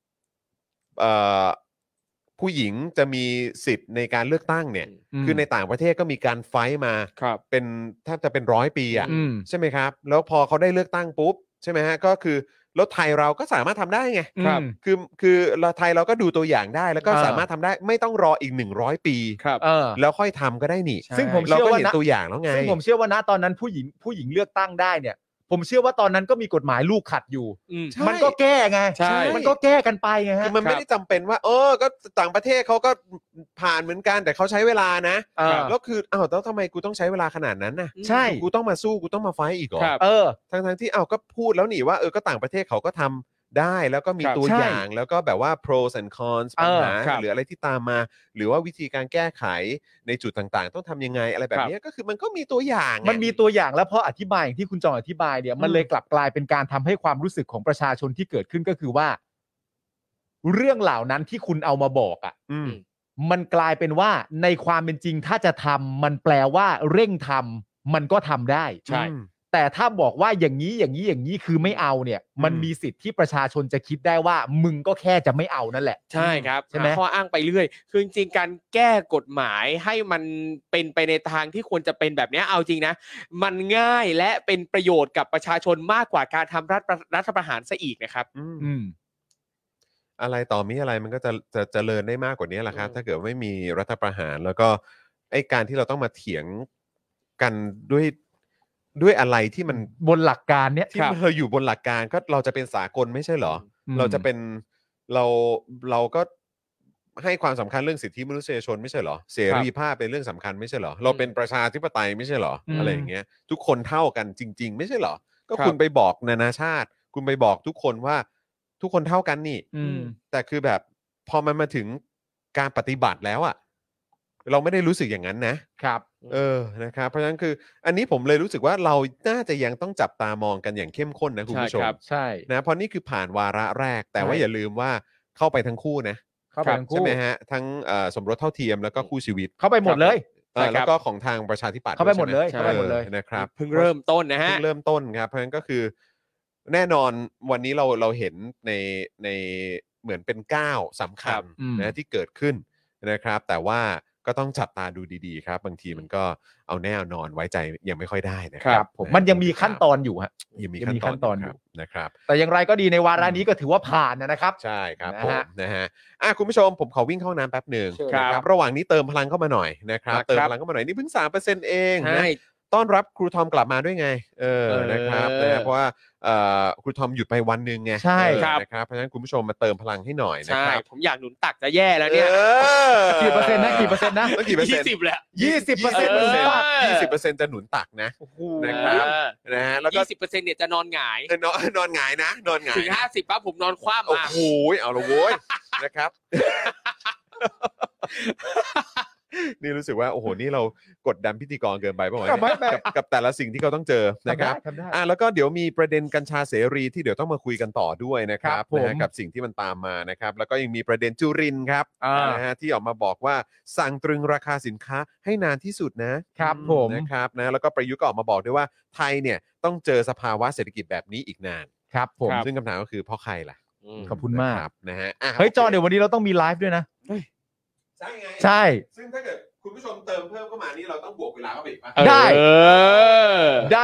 Speaker 2: ผู้หญิงจะมีสิทธิ์ในการเลือกตั้งเนี่ยคือในต่างประเทศก็มีการไฟท์มาเป็นแทบจะเป็น100 ปีอ่ะใช่ไหมครับแล้วพอเขาได้เลือกตั้งปุ๊บใช่ไหมฮะก็คือแล้วไทยเราก็สามารถทำได้ไงคือเราไทยเราก็ดูตัวอย่างได้แล้วก็สามารถทำได้ไม่ต้องรออีก100 ปีแล้วค่อยทำก็ได้นี่
Speaker 4: ซึ่งผมเชื่อว่า
Speaker 2: เห็นตัวอย่างแล้วไง
Speaker 4: ซึ่งผมเชื่อว่าณตอนนั้นผู้หญิงเลือกตั้งได้เนี่ยผมเชื่อว่าตอนนั้นก็มีกฎหมายลูกขัดอยู่มันก็แก้ไงมันก็แก้กันไปไงฮะ
Speaker 2: คือมันไม่ได้จำเป็นว่าก็ต่างประเทศเขาก็ผ่านเหมือนกันแต่เขาใช้เวลานะแล้วคือแล้วทำไมกูต้องใช้เวลาขนาดนั้นนะ
Speaker 4: ใช่
Speaker 2: กูต้องมาสู้กูต้องมาไฟท์อีกเหรอทั้งที่ก็พูดแล้วนี่ว่าก็ต่างประเทศเขาก็ทำได้แล้วก็มีตัวอย่างแล้วก็แบบว่า pros and cons ปัญหาหรืออะไรที่ตามมาหรือว่าวิธีการแก้ไขในจุดต่างๆต้องทำยังไงอะไรแบบนี้ก็คือมันก็มีตัวอย่าง
Speaker 4: มันมีตัวอย่างแล้วพออธิบายอย่างที่คุณจองอธิบายเนี่ยมันเลยกลับกลายเป็นการทำให้ความรู้สึกของประชาชนที่เกิดขึ้นก็คือว่าเรื่องเหล่านั้นที่คุณเอามาบอกมันกลายเป็นว่าในความเป็นจริงถ้าจะทำมันแปลว่าเร่งทำมันก็ทำได้
Speaker 3: ใช่
Speaker 4: แต่ถ้าบอกว่าอย่างนี้คือไม่เอาเนี่ยมันมีสิทธิ์ที่ประชาชนจะคิดได้ว่ามึงก็แค่จะไม่เอานั่นแหละ
Speaker 3: ใช่ครับ
Speaker 4: ใช่ไหม
Speaker 3: ข้ออ้างไปเรื่อยคือจริงๆการแก้กฎหมายให้มันเป็นไปในทางที่ควรจะเป็นแบบนี้เอาจริงนะมันง่ายและเป็นประโยชน์กับประชาชนมากกว่าการทำรัฐประหารซะอีกนะครับ
Speaker 2: อะไรต่อมีอะไรมันก็จะเจริญได้มากกว่านี้แหละครับถ้าเกิดไม่มีรัฐประหารแล้วก็ไอ้การที่เราต้องมาเถียงกันด้วยอะไรที่มัน
Speaker 4: บนหลักการเนี้ย
Speaker 2: ที่เราอยู่บนหลักการก็เราจะเป็นสากลไม่ใช่เหรอเราจะเป็นเราก็ให้ความสำคัญเรื่องสิทธิมนุษยชนไม่ใช่เหรอเสรีภาพเป็นเรื่องสำคัญไม่ใช่เหรอเราเป็นประชาธิปไตยไม่ใช่เหรออะไรอย่างเงี้ยทุกคนเท่ากันจริงๆไม่ใช่เหรอก็คุณไปบอกนานาชาติคุณไปบอกทุกคนว่าทุกคนเท่ากันนี่แต่คือแบบพอมันมาถึงการปฏิบัติแล้วอ่ะเราไม่ได้รู้สึกอย่างนั้นนะครับนะครับเพราะฉะนั้นคืออันนี้ผมเลยรู้สึกว่าเราน่าจะยังต้องจับตามองกันอย่างเข้มข้นนะคุณผู้ชม
Speaker 4: ใช่
Speaker 2: นะเพราะนี่คือผ่านวาระแรกแต่ว่าอย่าลืมว่าเข้าไปทั้งคู่นะใช่ไหมฮะทั้งสมรสเท่าเทียมแล้วก็คู่ชีวิต
Speaker 4: เข้าไปหมดเลย
Speaker 2: แล้วก็ของทางประชาธิปัตย์
Speaker 4: เข้าไปหมดเลย
Speaker 2: นะครับ
Speaker 3: เพิ่งเริ่มต้นนะฮะ
Speaker 2: เพิ่งเริ่มต้นครับเพราะฉะนั้นก็คือแน่นอนวันนี้เราเห็นในเหมือนเป็นก้าวสำคัญนะที่เกิดขึ้นนะครับแต่ว่าก็ต้องจับตาดูดีๆครับบางทีมันก็เอาแน่นอนไว้ใจยังไม่ค่อยได้นะครับ
Speaker 4: ผมมันยังมีขั้นตอนอยู่ฮะ
Speaker 2: ยังมีขั้นตอนอยู่นะครับ
Speaker 4: แต่อย่างไรก็ดีในวาระนี้ก็ถือว่าผ่านนะครับ
Speaker 2: ใช่ครับผมนะฮะคุณผู้ชมผมขอวิ่งเข้าน้ำแป๊บหนึ่งนะครับระหว่างนี้เติมพลังเข้ามาหน่อยนะครับเติมพลังเข้ามาหน่อยนี่เพิ่ง 3% เองนะต้อนรับครูทอมกลับมาด้วยไงนะครับเพราะว่าครูทอมหยุดไปวันนึงไง
Speaker 4: ใช่
Speaker 2: นะครับเพราะฉะนั้นคุณผู้ชมมาเติมพลังให้หน่อยนะครับ
Speaker 3: ผมอยากหนุนตักจะแย่แล้วเนี่ย
Speaker 4: กี่เปอร์เซ็นต์นะ
Speaker 2: ต้องกี่เปอร์เซ็นต์
Speaker 3: 20แหละ
Speaker 2: 20%จะหนุนตักนะนะครับนะฮะแล้วก็
Speaker 3: 20% เนี่ยจะนอนหงาย
Speaker 2: นอนหงายนะนอนหงาย
Speaker 3: ถึง50ปั๊บผมนอนคว่ำ
Speaker 2: โอ้โหเอาละโว้ยนะครับนี่รู้สึกว่าโอ้โหนี่เรากดดันพิธีกรเกินไปป่ะวะกับแต่ละสิ่งที่เขาต้องเจอนะครับแล้วก็เดี๋ยวมีประเด็นกัญชาเสรีที่เดี๋ยวต้องมาคุยกันต่อด้วยนะครับกับสิ่งที่มันตามมานะครับแล้วก็ยังมีประเด็นจุรินทร์ครับนะฮะที่ออกมาบอกว่าสั่งตรึงราคาสินค้าให้นานที่สุด
Speaker 4: นะครับผม
Speaker 2: นะครับนะแล้วก็ประยุทธ์ก็ออกมาบอกด้วยว่าไทยเนี่ยต้องเจอสภาวะเศรษฐกิจแบบนี้อีกนาน
Speaker 4: ครับผม
Speaker 2: ซึ่งคำถามก็คือเพราะใครล่ะ
Speaker 4: ขอบคุณมาก
Speaker 2: นะฮะ
Speaker 4: เฮ้ยจอเดี๋ยววันนี้เราต้องมีไลฟ์ด้วยนะ
Speaker 2: ใช่ไง
Speaker 4: ใช่
Speaker 2: ซึ่งถ้าเกิดคุณผู้ชมเติมเพิ่มเข้ามานี่เราต้องบวกเวลาเข้าไปอีกป่ะ
Speaker 4: ได้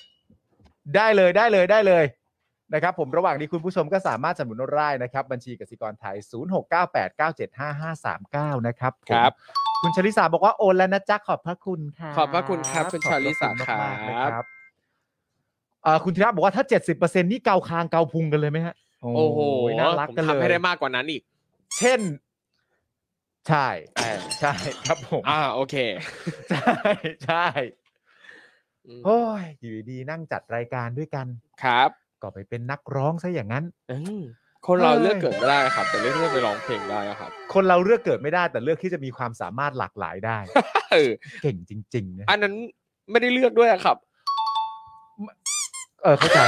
Speaker 4: เลยนะครับผมระหว่างนี้คุณผู้ชมก็สามารถสนับสนุนได้นะครับบัญชีกสิกรไทย0698975539นะครับ
Speaker 3: ครับ
Speaker 4: คุณชลิสาบอกว่าโอนแล้วนะจ๊ะขอบพระคุณค่ะ
Speaker 3: ขอบพระคุณครับคุณชลิสาครับ
Speaker 4: คุณธีระบอกว่าถ้า 70% นี่เกาคางเกาพุงกันเลยไหมฮะ
Speaker 3: โอ้โห
Speaker 4: น่ารักกันเลย
Speaker 3: ทำให้ได้มากกว่านั้นอีก
Speaker 4: เช่นใช่ครับผม
Speaker 3: โอเค
Speaker 4: ใช่โอ้ยอยู่ดีนั่งจัดรายการด้วยกัน
Speaker 3: ครับ
Speaker 4: ก็ไปเป็นนักร้องซะอย่างนั้น
Speaker 3: คนเราเลือกเกิดไม่ได้ครับแต่เลือกที่จะไปร้องเพลงได้ครับ
Speaker 4: คนเราเลือกเกิดไม่ได้แต่เลือกที่จะมีความสามารถหลากหลายได้เก่งจริงๆนะ
Speaker 3: อันนั้นไม่ได้เลือกด้วยครับ
Speaker 4: เข้าใจ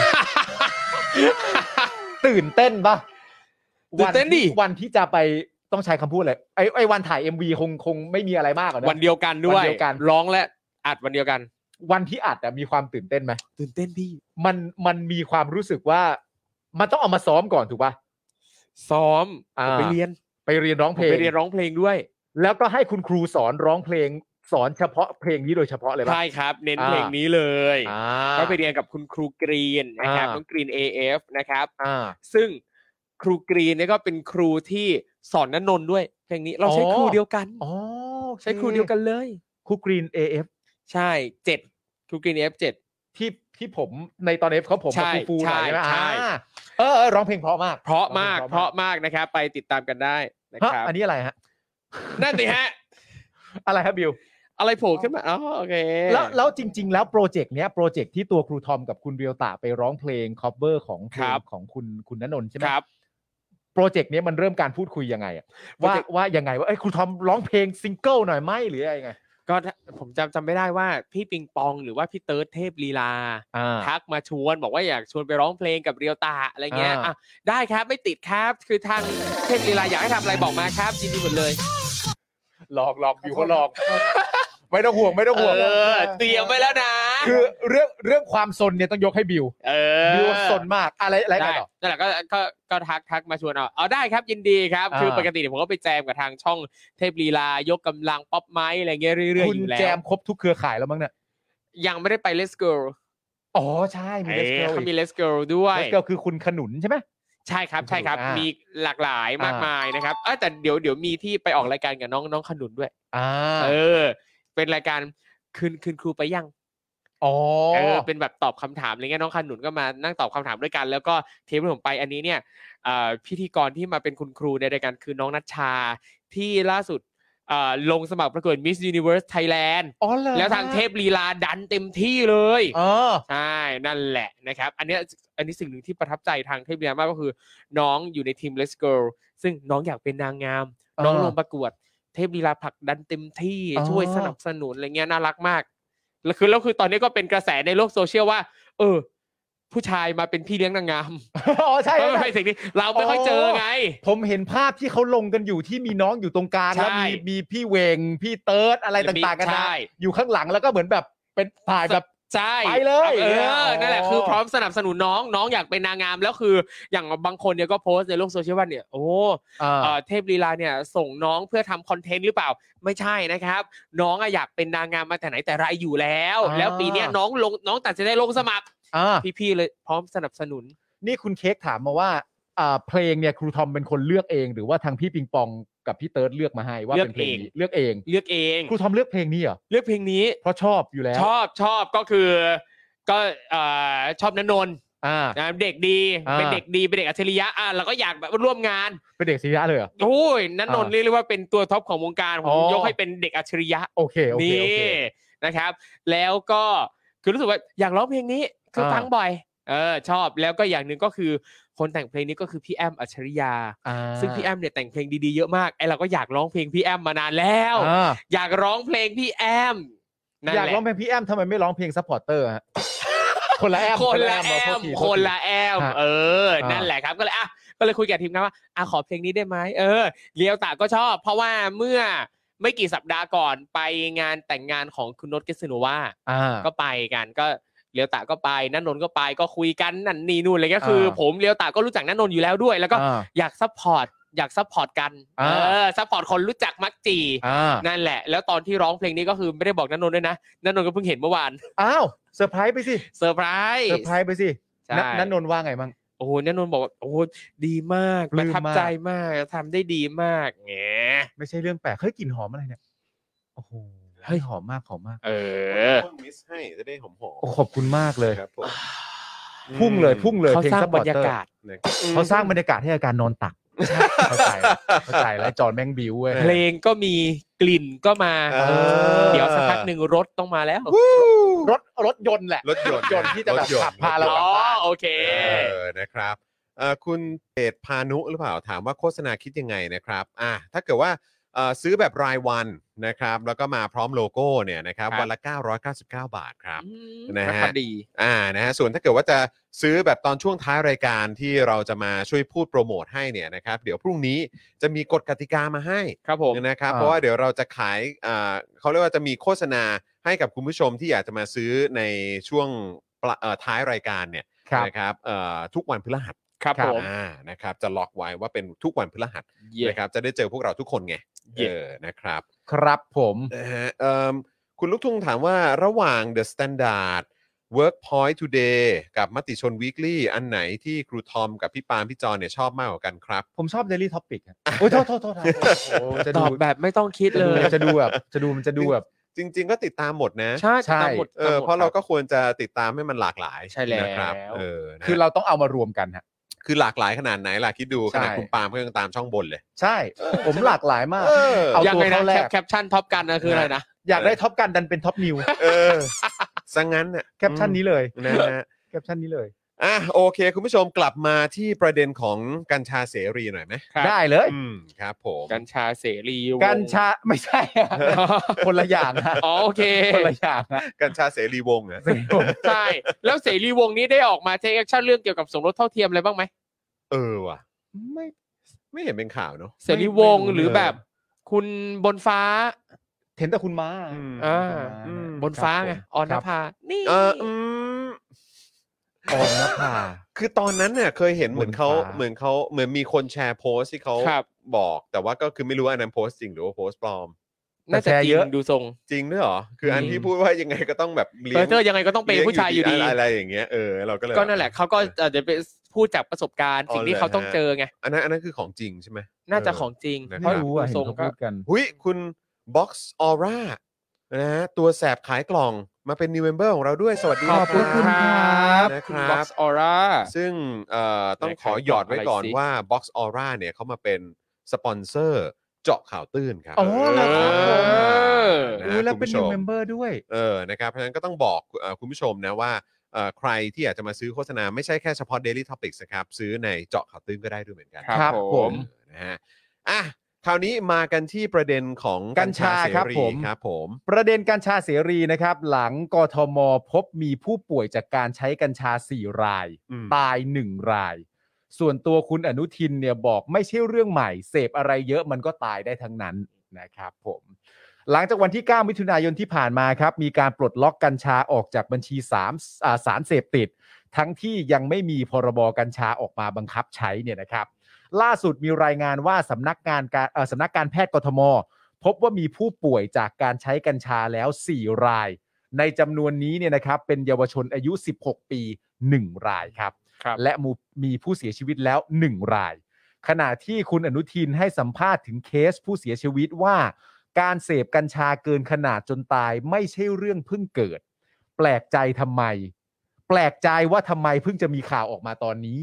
Speaker 4: ตื่นเต้นปะ
Speaker 3: ตื่นเต้นดิ
Speaker 4: วันที่จะไปต้องใช้คำพูดเลยไอ้วันถ่าย MV คงไม่มีอะไรมากกว่านั้น
Speaker 3: วันเดียวกันด้วยร้องและอัดวันเดียวกัน
Speaker 4: วันที่อัดมีความตื่นเต้นไหม
Speaker 3: ตื่นเต้นพี่
Speaker 4: มันมีความรู้สึกว่ามันต้องเอามาซ้อมก่อนถูกป่ะ
Speaker 3: ซ้อมไปเรียน
Speaker 4: ร้องเพลง
Speaker 3: ไปเรียนร้องเพลงด้วย
Speaker 4: แล้วก็ให้คุณครูสอนร้องเพลงสอนเฉพาะเพลงนี้โดยเฉพาะเลยป่ะ
Speaker 3: ใช่ครับเน้นเพลงนี้เลยก็ไปเรียนกับคุณครูกรีนนะครับน้องกรีน AF นะครับซึ่งครูกรีนเนี่ยก็เป็นครูที่สอนณนนท์ด้วยเพลงนี้เราใช้ครูเดียวกันใช้ครูเดียวกันเลย
Speaker 4: ครูกรีน AF
Speaker 3: ใช่7ครูกรีน AF 7
Speaker 4: ที่ผมในตอน F เขาผมกับฟูหน่อยใช่ไหมร้องเพลงเพราะม
Speaker 3: ากนะครับไปติดตามกันได้นะครับ
Speaker 4: อันนี้อะไรฮะ
Speaker 3: นั่นสิฮะ
Speaker 4: อะไรครับบิว
Speaker 3: อะไรโผล่ขึ้นมาโอเค
Speaker 4: แล้วจริงๆแล้วโปรเจกต์ที่ตัวครูทอมกับคุณเรียวตะไปร้องเพลงคอฟเวอร์ของเพลงของคุณณนนท์ใช่ไหม
Speaker 3: ครับ
Speaker 4: โปรเจกต์นี้มันเริ่มการพูดคุยยังไงว่ายังไงว่าครูทอมร้องเพลงซิงเกิลหน่อยไหมหรืออะไรไง
Speaker 3: ก็ผมจำไม่ได้ว่าพี่ปิงปองหรือว่าพี่เติร์ดเทพลีลาทักมาชวนบอกว่าอยากชวนไปร้องเพลงกับเรียวตาอะไรเงี้ยได้ครับไม่ติดครับคือทางเทพลีลาอยากให้ทำอะไรบอกมาครับยินดีหมดเลย
Speaker 4: หลอกอยู่ก็หลอกไม่ต้องห่วง
Speaker 3: เตรียมไว้แล้วนะ
Speaker 4: คือเรื่องความซนเนี่ยต้องยกให้บิวบิวซนมากอะไรกันต่อ
Speaker 3: นั่นแหละก็ทักมาชวนเอาได้ครับยินดีครับคือปกติผมก็ไปแจมกับทางช่องเทพลีลายกกำลังป๊อปไม้อะไรเงี้ยเรื่อยๆอยู่แล้ว
Speaker 4: คุณแจมครบทุกเครือข่ายแล้วมั้งเนี่ย
Speaker 3: ยังไม่ได้ไป Let's Girl
Speaker 4: อ๋อใช่มี Let's Girl
Speaker 3: เขามี Let's Girl ด้วย
Speaker 4: Let's Girl คือคุณขนุนใช่ไหม
Speaker 3: ใช่ครับมีหลากหลายมากมายนะครับแต่เดี๋ยวมีที่ไปออกรายการกับน้องขนุนด้วยเป็นรายการคืนครูไปยังเป็นแบบตอบคำถามอะไรเงี้ยน้องขนุนก็มานั่งตอบคำถามด้วยกันแล้วก็เทปที่ผมไปอันนี้เนี่ยพิธีกรที่มาเป็นคุณครูในรายการคือน้องนัชชาที่ล่าสุดลงสมัครประกวด Miss Universe Thailand แล้วทางเทพลีลาดันเต็มที่เลยใช่นั่นแหละนะครับอันนี้สิ่งหนึ่งที่ประทับใจทางเทพลีลามากก็คือน้องอยู่ในทีม Let's Girl ซึ่งน้องอยากเป็นนางงามน้องลงประกวดเทพลีลาผลักดันเต็มที่ช่วยสนับสนุนอะไรเงี้ยน่ารักมากแล้วคือตอนนี้ก็เป็นกระแสในโลกโซเชียลว่าผู้ชายมาเป็นพี่เลี้ยงนางงาม
Speaker 4: ใช่
Speaker 3: ไม่ใช่สิ่งที่เราไม่ค่อยเจอไง
Speaker 4: ผมเห็นภาพที่เขาลงกันอยู่ที่มีน้องอยู่ตรงกลางแล้วมีพี่เวงพี่เติร์ดอะไรต่างๆกันนะอยู่ข้างหลังแล้วก็เหมือนแบบเป็นถ่ายแบบไปเลย
Speaker 3: นั่นแหละคือพร้อมสนับสนุนน้องอยากเป็นนางงามแล้วคืออย่างบางคนเนี่ยก็โพสต์ในโลกโซเชียลว่าเนี่ยเทพลีลาเนี่ยส่งน้องเพื่อทำคอนเทนต์หรือเปล่าไม่ใช่นะครับน้องอยากเป็นนางงามมาแต่ไหนแต่ไรอยู่แล้วปีนี้น้องตัดสินใจลงสมัครพี่ๆเลยพร้อมสนับสนุน
Speaker 4: นี่คุณเค้กถามมาว่าเพลงเนี่ยครูทอมเป็นคนเลือกเองหรือว่าทางพี่ปิงปองกับพี่เติร์ดเลือกมาให้ว่าเป็นเพลงนี้เลือกเองครูทอมเลือกเพลงนี้เหรอ
Speaker 3: เลือกเพลงนี้
Speaker 4: เพราะชอบอยู่แล้ว
Speaker 3: ชอบก็คือก็ชอบณนนท์เด็กดีเป็นเด็กดีเป็นเด็กอัจฉริยะเราก็อยากแบบร่วมงาน
Speaker 4: เป็นเด็กอัจฉริยะเลยเหรอ
Speaker 3: โอ้ยณนนท์เรียกว่าเป็นตัวท็อปของวงการผมยกให้เป็นเด็กอัจฉริยะ
Speaker 4: โอเค
Speaker 3: นี่นะครับแล้วก็คือรู้สึกว่าอยากร้องเพลงนี้คือฟังบ่อยชอบแล้วก็อย่างหนึ่งก็คือคนแต่งเพลงนี้ก็คือพี่แอมอัจฉริยาซึ่งพี่แอมเนี่ยแต่งเพลงดีๆเยอะมากเราก็อยากร้องเพลงพี่แอมมานานแล้วอยากร้องเพลงพี่แอม
Speaker 4: อยากร้องเพลงพี่แอมทำไมไม่ร้องเพลงซัพพอร์ตเตอร์ฮะคนละแอม
Speaker 3: นั่นแหละครับก็เลยคุยกับทีมงานว่าขอเพลงนี้ได้ไหมเลียวตาก็ชอบเพราะว่าเมื่อไม่กี่สัปดาห์ก่อนไปงานแต่งงานของคุณโน๊ตเกสโนวาก็ไปกันก็เลียวตาก็ไปณนนท์ก็ไปก็คุยกันนั่นนี่นู่นอะไรก็คือผมเลียวตาก็รู้จักณนนท์อยู่แล้วด้วยแล้วก็อยากซัพพอร์ตกันซัพพอร์ตคนรู้จักมักจีนั่นแหละแล้วตอนที่ร้องเพลงนี้ก็คือไม่ได้บอกณนนท์ด้วยนะณนนท์ก็เพิ่งเห็นเมื่อวาน
Speaker 4: อ้าวเซอร์ไพรส์ไปสิ
Speaker 3: เซอร์ไพรส์
Speaker 4: ไปสิณนนท์ว่าไงบ้าง
Speaker 3: โอ้โหณนนท์บอกโอ้ดีมากประทับใจมากทำได้ดีมากแหม
Speaker 4: ไม่ใช่เรื่องแปลกเฮ้ยกลิ่นหอมอะไรเนี่ยโอ้โหเฮ้ยหอมมาก
Speaker 2: มิสให้จะได้หอม
Speaker 4: ขอบคุณมากเลยครับพุ่งเลย
Speaker 3: เขาสร้างบรรยากาศ
Speaker 4: เขาสร้างบรรยากาศให้อาการนอนตักเข้าใจแล้วจอห์นแมงบิวเว้ย
Speaker 3: เพลงก็มีกลิ่นก็มาเดี๋ยวสักพักหนึ่งรถต้องมาแล้ว
Speaker 4: รถยนต์แหละ
Speaker 2: รถยนต์
Speaker 4: ที่จะแบบขับพาเรา
Speaker 3: โอเค
Speaker 2: นะครับคุณเดชพานุหรือเปล่าถามว่าโฆษณาคิดยังไงนะครับถ้าเกิดว่าซื้อแบบรายวันนะครับแล้วก็มาพร้อมโลโก้เนี่ยนะครับวันละ999 บาทครับนะฮะ
Speaker 3: ดี
Speaker 2: นะฮะส่วนถ้าเกิดว่าจะซื้อแบบตอนช่วงท้ายรายการที่เราจะมาช่วยพูดโปรโมทให้เนี่ยนะครับเดี๋ยวพรุ่งนี้จะมีกฎกติกามาให้
Speaker 3: ครับผม
Speaker 2: นะครับเพราะว่าเดี๋ยวเราจะขายเขาเรียกว่าจะมีโฆษณาให้กับคุณผู้ชมที่อยากจะมาซื้อในช่วงท้ายรายการเนี่ยนะครับทุกวันพฤหัส
Speaker 3: ครับผม
Speaker 2: นะครับจะล็อกไว้ว่าเป็นทุกวันพฤหัสนะครับจะได้เจอพวกเราทุกคนไงนะครับ
Speaker 4: ครับผม
Speaker 2: คุณลูกทุ่งถามว่าระหว่าง The Standard Workpoint Today กับมติชน Weekly อันไหนที่ครูทอมกับพี่ปาล์มพี่จอนเนี่ยชอบมากกว่ากันครับ
Speaker 4: ผมชอบ Daily Topic โอ้ยโทษ
Speaker 3: จะตอบแบบไม่ต้องคิดเลย
Speaker 4: จะดูมันจะดูแบบ
Speaker 2: จริงๆก็ติดตามหมดนะ
Speaker 3: ใช่
Speaker 2: เพราะเราก็ควรจะติดตามให้มันหลากหลาย
Speaker 3: ใช่แล้ว
Speaker 2: นะครับ
Speaker 4: คือเราต้องเอามารวมกันฮะ
Speaker 2: คือหลากหลายขนาดไหนล่ะคิดดูขนาดคุณปาล์มก็ยังตามช่องบนเลย
Speaker 4: ใช่ผมหลากหลายมาก
Speaker 3: เอาตัวเข้าแรกแคปชั่นท็อปกันนะคืออะไรนะ
Speaker 4: อยากได้ท็อปกันดันเป็นท็อปนิว
Speaker 2: ซะงั้นน่ะ
Speaker 4: แคปชั่นนี้เลย
Speaker 2: นะฮะ
Speaker 4: แคปชั่นนี้เลย
Speaker 2: โอเคคุณผู้ชมกลับมาที่ประเด็นของกัญชาเสรีหน่อยไหม
Speaker 4: ได้เลย
Speaker 2: ครับผม
Speaker 3: กัญชาเสรี
Speaker 4: กัญชาไม่ใช่คนละอย่างฮะ
Speaker 3: โอเค
Speaker 4: คนละอย่างฮะ
Speaker 2: กัญชาเสรีวงศ์เหรอ
Speaker 3: ใช่แล้วเสรีวงศ์นี้ได้ออกมาเทคแอคชั่นเรื่องเกี่ยวกับสมรสเท่าเทียมอะไรบ้างไหม
Speaker 2: ว่ะไม่เห็นเป็นข่าวเนาะ
Speaker 3: เสรีวงศ์หรือแบบคุณบนฟ้า
Speaker 4: เห็นแต่คุณม้า
Speaker 3: บนฟ้าไงออนนภานี่
Speaker 4: ออนนภา
Speaker 2: คือตอนนั้นเนี่ยเคยเห็นเหมือนเขา
Speaker 4: บนฟ้า
Speaker 2: เหมือนมีคนแชร์โพสต์ที่เขา
Speaker 3: ครับ
Speaker 2: บอกแต่ว่าก็คือไม่รู้ว่าอันนั้นโพสต์จริงหรือว่าโพสต์ปลอม
Speaker 3: น่าจะจริงดูทรง
Speaker 2: จริงด้วยเหรอคืออันที่พูดว่ายังไงก็ต้องแบบเลี้ยง
Speaker 3: เธอยังไงก็ต้องเป็นผู้ชายอยู่ดี
Speaker 2: อะไรอย่างเงี้ยเราก็เลย
Speaker 3: ก็นั่นแหละเขาก็อาจจะไปพูดจากประสบการณ์สิ่งที่เขาต้องเจอไง
Speaker 2: อันนั้นคือของจริงใช่ไหม
Speaker 3: น่าจะของจริง
Speaker 2: นะค
Speaker 4: ไม่
Speaker 2: รับ
Speaker 4: รู้อ่ะเห็นเขาพูดกัน
Speaker 2: หุยคุณ Box Aura นะฮะตัวแสบขายกล่องมาเป็น New Member ของเราด้วยสวัสดี
Speaker 3: ขอบคุณ
Speaker 2: นะ
Speaker 3: ครับ
Speaker 2: นะค
Speaker 3: คุณ
Speaker 2: รั
Speaker 3: Box Aura
Speaker 2: ซึ่งต้องขอหยอดไว้ก่อนว่า Box Aura เนี่ยเขามาเป็นสปอนเซอร์เจาะข่าวตื้นครับ
Speaker 4: อ๋อเหรอครับผม
Speaker 2: นะฮะ
Speaker 4: แล้วเป็น
Speaker 2: คุณ
Speaker 4: new
Speaker 2: ผู้ชม
Speaker 4: member ด้วย
Speaker 2: นะครับเพราะฉะนั้นก็ต้องบอกคุณผู้ชมนะว่าใครที่อยากจะมาซื้อโฆษณาไม่ใช่แค่เฉพาะ Daily Topics นะครับซื้อในเจาะข่าวตื้นก็ได้ด้วยเหมือนกัน
Speaker 3: ครับผม
Speaker 2: นะฮะคราวนี้มากันที่ประเด็นของกัญชาเส
Speaker 4: ครับ
Speaker 2: รี
Speaker 4: ผม
Speaker 2: ครับผม
Speaker 4: ประเด็นกัญชาเสรีนะครับ หลังกทมพบมีผู้ป่วยจากการใช้กัญชา4 ราย
Speaker 2: อืม
Speaker 4: ตาย1 ราย ส่วนตัวคุณอนุทินเนี่ยบอกไม่ใช่เรื่องใหม่เสพอะไรเยอะมันก็ตายได้ทั้งนั้นนะครับผมหลังจากวันที่ 9 มิถุนายนที่ผ่านมาครับมีการปลดล็อกกัญชาออกจากบัญชีสารเสพติดทั้งที่ยังไม่มีพรบกัญชาออกมาบังคับใช้เนี่ยนะครับล่าสุดมีรายงานว่าสำนักการแพทย์กทมพบว่ามีผู้ป่วยจากการใช้กัญชาแล้ว4 รายในจำนวนนี้เนี่ยนะครับเป็นเยาวชนอายุ16 ปี1 รายครับ
Speaker 3: ครับ
Speaker 4: และมีผู้เสียชีวิตแล้ว1 รายขณะที่คุณอนุทินให้สัมภาษณ์ถึงเคสผู้เสียชีวิตว่าการเสพกัญชาเกินขนาดจนตายไม่ใช่เรื่องเพิ่งเกิดแปลกใจทำไมแปลกใจว่าทำไมเพิ่งจะมีข่าวออกมาตอนนี้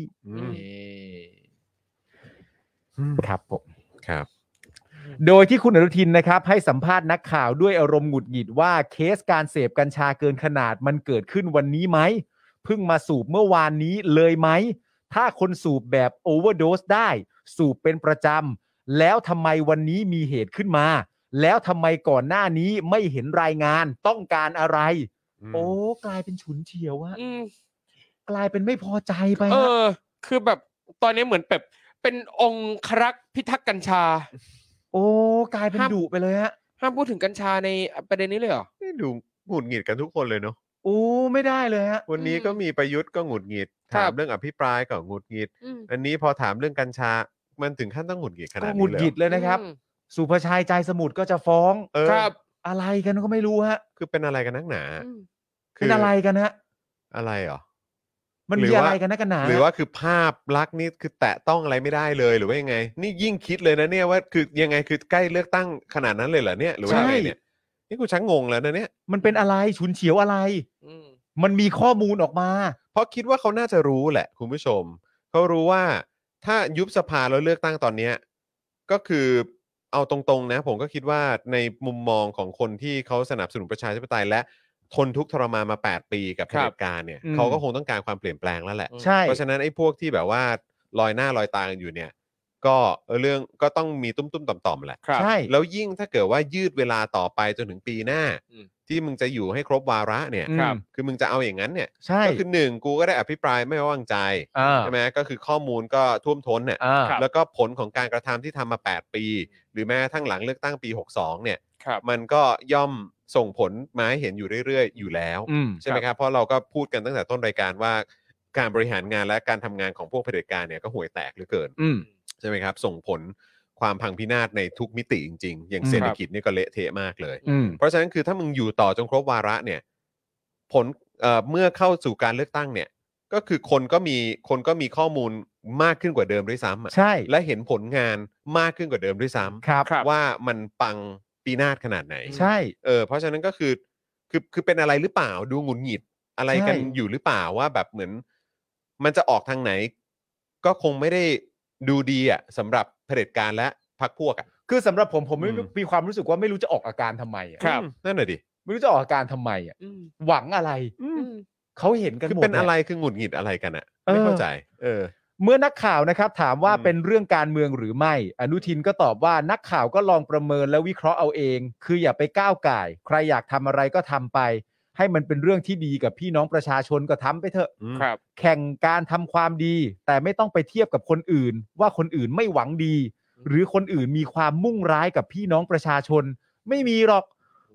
Speaker 4: ครับผม
Speaker 2: ครับ
Speaker 4: โดยที่คุณอนุทินนะครับให้สัมภาษณ์นักข่าวด้วยอารมณ์หงุดหงิดว่าเคสการเสพกัญชาเกินขนาดมันเกิดขึ้นวันนี้ไหมเพิ่งมาสูบเมื่อวานนี้เลยไหมถ้าคนสูบแบบโอเวอร์โดสได้สูบเป็นประจำแล้วทำไมวันนี้มีเหตุขึ้นมาแล้วทำไมก่อนหน้านี้ไม่เห็นรายงานต้องการอะไร โอ้กลายเป็นฉุนเฉียวอะกลายเป็นไม่พอใจไปฮะ
Speaker 3: คือแบบตอนนี้เหมือนแบบเป็นองครักษ์พิทักษ์กัญชา
Speaker 4: โอ้กลายเป็นดุไปเลยฮะ
Speaker 3: ห้ามพูดถึงกัญชาในประเด็นนี้เลยเหรอ
Speaker 2: นี่ดูหงุดหงิดกันทุกคนเลยเนาะ
Speaker 4: โอ้ไม่ได้เลยฮะ
Speaker 2: วันนี้ก็มีประยุทธ์ก็หงุดหงิด
Speaker 3: ครั
Speaker 2: ถาม
Speaker 3: บ
Speaker 2: เรื่องอภิปรายก็หงุดหงิด อันนี้พอถามเรื่องกัญชามันถึงขั้นต้องหงุดหงิดขนา
Speaker 4: ก็
Speaker 2: ด
Speaker 4: หงุ
Speaker 2: นี้
Speaker 4: ด
Speaker 2: เลย
Speaker 4: หงิด
Speaker 2: เหรอ
Speaker 4: เลยนะครับ สุภชัยใจสมุทรก็จะฟ้อง
Speaker 3: ครับ
Speaker 4: อะไรกันก็ไม่รู้ฮะ
Speaker 2: คือเป็นอะไรกันนักหนา
Speaker 4: เป็นอะไรกันฮะ
Speaker 2: อะไรเหรอ
Speaker 4: มัน
Speaker 2: หรื
Speaker 4: มี
Speaker 2: อว่า
Speaker 4: อะไรกันนักกันหนา
Speaker 2: หรือว่าคือภาพลักษณ์นี่คือแตะต้องอะไรไม่ได้เลยหรือว่ายังไง นี่ยิ่งคิดเลยนะเนี่ยว่าคือยังไงคือใกล้เลือกตั้งขนาดนั้นเลยเหรอเนี่ยหรือว่ายังไงเนี่ยนี่กูชักงงแล้วนะเนี่ย
Speaker 4: มันเป็นอะไรฉุนเฉียวอะไร มันมีข้อมูลออกมา
Speaker 2: เพราะคิดว่าเขาน่าจะรู้แหละคุณผู้ชมเขารู้ว่าถ้ายุบสภาแล้วเลือกตั้งตอนเนี้ยก็คือเอาตรงๆนะผมก็คิดว่าในมุมมองของคนที่เขาสนับสนุนประชาธิปไตยและทนทุกข์ทรมานมา8 ปีกับเผด็จการเนี่ย
Speaker 4: อืม
Speaker 2: เขาก็คงต้องการความเปลี่ยนแปลงแล้วแหละ
Speaker 4: ใช่
Speaker 2: เพราะฉะนั้นไอ้พวกที่แบบว่าลอยหน้าลอยตากันอยู่เนี่ยก็เรื่องก็ต้องมีตุ้มๆต่อมๆแหละ
Speaker 3: ครับ
Speaker 4: ใช่
Speaker 2: แล้วยิ่งถ้าเกิดว่ายืดเวลาต่อไปจนถึงปีหน้า
Speaker 3: อืม
Speaker 2: ที่มึงจะอยู่ให้ครบวาระเนี่ย
Speaker 4: ครับ
Speaker 2: คือมึงจะเอาอย่างนั้นเนี่ย
Speaker 4: ใช่
Speaker 2: ก็คือ1กูก็ได้อภิปรายไม่ไว้วางใจ ใช่ไหมก็คือข้อมูลก็ท่วมท้นเนี่ย
Speaker 3: ครับ
Speaker 2: แล้วก็ผลของการกระทำที่ทำมา8 ปี หรือแม้กระทั่งหลังเลือกตั้งปี 62เนี่ย
Speaker 3: ครับ
Speaker 2: มันก็ย่อมส่งผลมาให้เห็นอยู่เรื่อยๆ อยู่แล้ว ใช่ไหมครับเพราะเราก็พูดกันตั้งแต่ต้นรายการว่าการบริหารงานและการทำงานของพวกเผด็จการเนี่ยก็ห่วยแตกเหลือเกิน ใช่ไหมครับส่งผลความพังพินาศในทุกมิติจริงๆ อย่างเศรษฐกิจนี่ก็เละเทะมากเลย เพราะฉะนั้นคือถ้ามึงอยู่ต่อจนครบวาระเนี่ยผลเมื่อเข้าสู่การเลือกตั้งเนี่ยก็คือคนก็มีข้อมูลมากขึ้นกว่าเดิมด้วยซ้ำอะ
Speaker 4: ใช่
Speaker 2: และเห็นผลงานมากขึ้นกว่าเดิมด้วยซ้
Speaker 4: ครับ
Speaker 2: ำว่ามันปังปีนาศขนาดไหน
Speaker 4: ใช่
Speaker 2: เพราะฉะนั้นก็คือเป็นอะไรหรือเปล่าดูหงุดหงิดอะไรกัน
Speaker 4: ใช่
Speaker 2: อยู่หรือเปล่าว่าแบบเหมือนมันจะออกทางไหน ก็คงไม่ได้ดูดีอ่ะสำหรับเผด็จการและพรรคพวกอ่ะ
Speaker 4: คือสำหรับผมไม่รู้มีความรู้สึกว่าไม่รู้จะออกอาการทำไมอะ
Speaker 3: ครับ
Speaker 2: นั่นแหละดิ
Speaker 4: ไม่รู้จะออกอาการทำไมอ่ะหวังอะไรเขาเห็นกันหมด
Speaker 2: คือเป็นอะไรคือหงุดหงิดอะไรกันอ่ะ
Speaker 4: เออ
Speaker 2: ไม่เข้าใจ
Speaker 4: เมื่อนักข่าวนะครับถามว่า
Speaker 2: อืม
Speaker 4: เป็นเรื่องการเมืองหรือไม่ อนุทินก็ตอบว่านักข่าวก็ลองประเมินและวิเคราะห์เอาเอง คืออย่าไปก้าวก่าย ใครอยากทำอะไรก็ทำไป ให้มันเป็นเรื่องที่ดีกับพี่น้องประชาชนก็ทำไปเถอะ
Speaker 3: ครับ
Speaker 4: แข่งการทำความดี แต่ไม่ต้องไปเทียบกับคนอื่น ว่าคนอื่นไม่หวังดี หรือคนอื่นมีความมุ่งร้ายกับพี่น้องประชาชน ไม่มีหรอก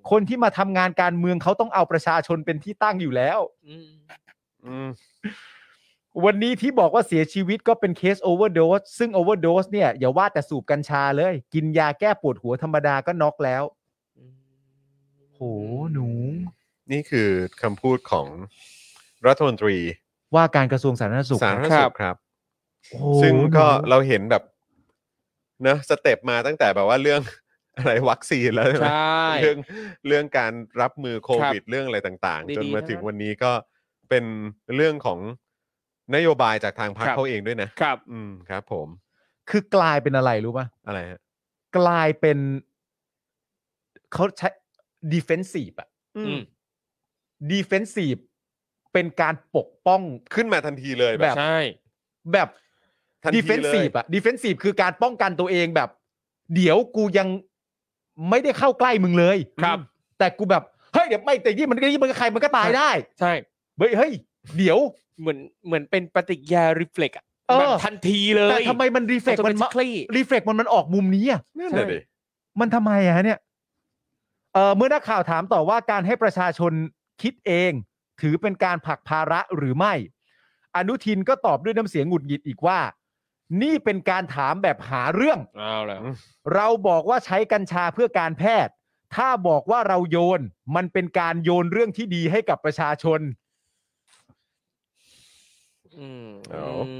Speaker 4: คนที่มาทำงานการเมืองเขาต้องเอาประชาชนเป็นที่ตั้งอยู่แล้ว
Speaker 2: อืม
Speaker 4: วันนี้ที่บอกว่าเสียชีวิตก็เป็นเคสโอเวอร์โดสซึ่งโอเวอร์โดสเนี่ยอย่าว่าแต่สูบกัญชาเลยกินยาแก้ปวดหัวธรรมดาก็น็อกแล้วโหหนู
Speaker 2: นี่คือคำพูดของรัฐมนตรี
Speaker 4: ว่าการกระทรวงสาธารณสุข
Speaker 2: สาธารณสุขครับ
Speaker 4: โอ้โห
Speaker 2: ซึ่งก็
Speaker 4: หนู
Speaker 2: เราเห็นแบบนะสเต็ปมาตั้งแต่แบบว่าเรื่อง อะไรวัคซีนแล้วใช่ไหม
Speaker 3: ใช่
Speaker 2: เรื่องการรับมือโควิดเรื่องอะไรต่างๆ
Speaker 3: ดีๆ
Speaker 2: จนมาถึง
Speaker 3: ทั้งนั้น
Speaker 2: วันนี้ก็เป็นเรื่องของนโยบายจากทางพรรค
Speaker 3: ครับ
Speaker 2: เขาเองด้วยนะครับ ครับผม
Speaker 4: คือกลายเป็นอะไรรู้ป่ะ
Speaker 2: อะไรฮะ
Speaker 4: กลายเป็นเขาใช้ defensive อะ
Speaker 2: อืม
Speaker 4: defensive เป็นการปกป้อง
Speaker 2: ขึ้นมาทันทีเลยแบบ
Speaker 3: ใช่
Speaker 4: แบบ
Speaker 2: ทันทีเลย
Speaker 4: defensive อะ defensive คือการป้องกันตัวเองแบบ เดี๋ยวกูยังไม่ได้เข้าใกล้มึงเลย
Speaker 3: ครับ
Speaker 4: แต่กูแบบเฮ้ยเดี๋ยวไม่แต่ยี่มันก็ใครมันก็ตายได้
Speaker 3: ใช่
Speaker 4: เฮ้ยเดี๋ยว
Speaker 3: เหมือนเป็นปฏิกิริยา reflex อ่ะ
Speaker 4: เออ
Speaker 3: แบบทันทีเลย
Speaker 4: แต่ทำไมมันรีเฟกมัน
Speaker 3: automatically
Speaker 4: รีเฟกมันออกมุมนี้อะ
Speaker 2: นั่นแหละดิ
Speaker 4: มันทำไมอะเนี่ยเมื่อนักข่าวถามต่อว่าการให้ประชาชนคิดเองถือเป็นการผลักภาระหรือไม่ อนุทินก็ตอบด้วยน้ำเสียงหงุดหงิดอีกว่า นี่เป็นการถามแบบหาเรื่อง
Speaker 3: เอาแล้ว
Speaker 4: เราบอกว่าใช้กัญชาเพื่อการแพทย์ ถ้าบอกว่าเราโยนมันเป็นการโยนเรื่องที่ดีให้กับประชาชน
Speaker 2: เอา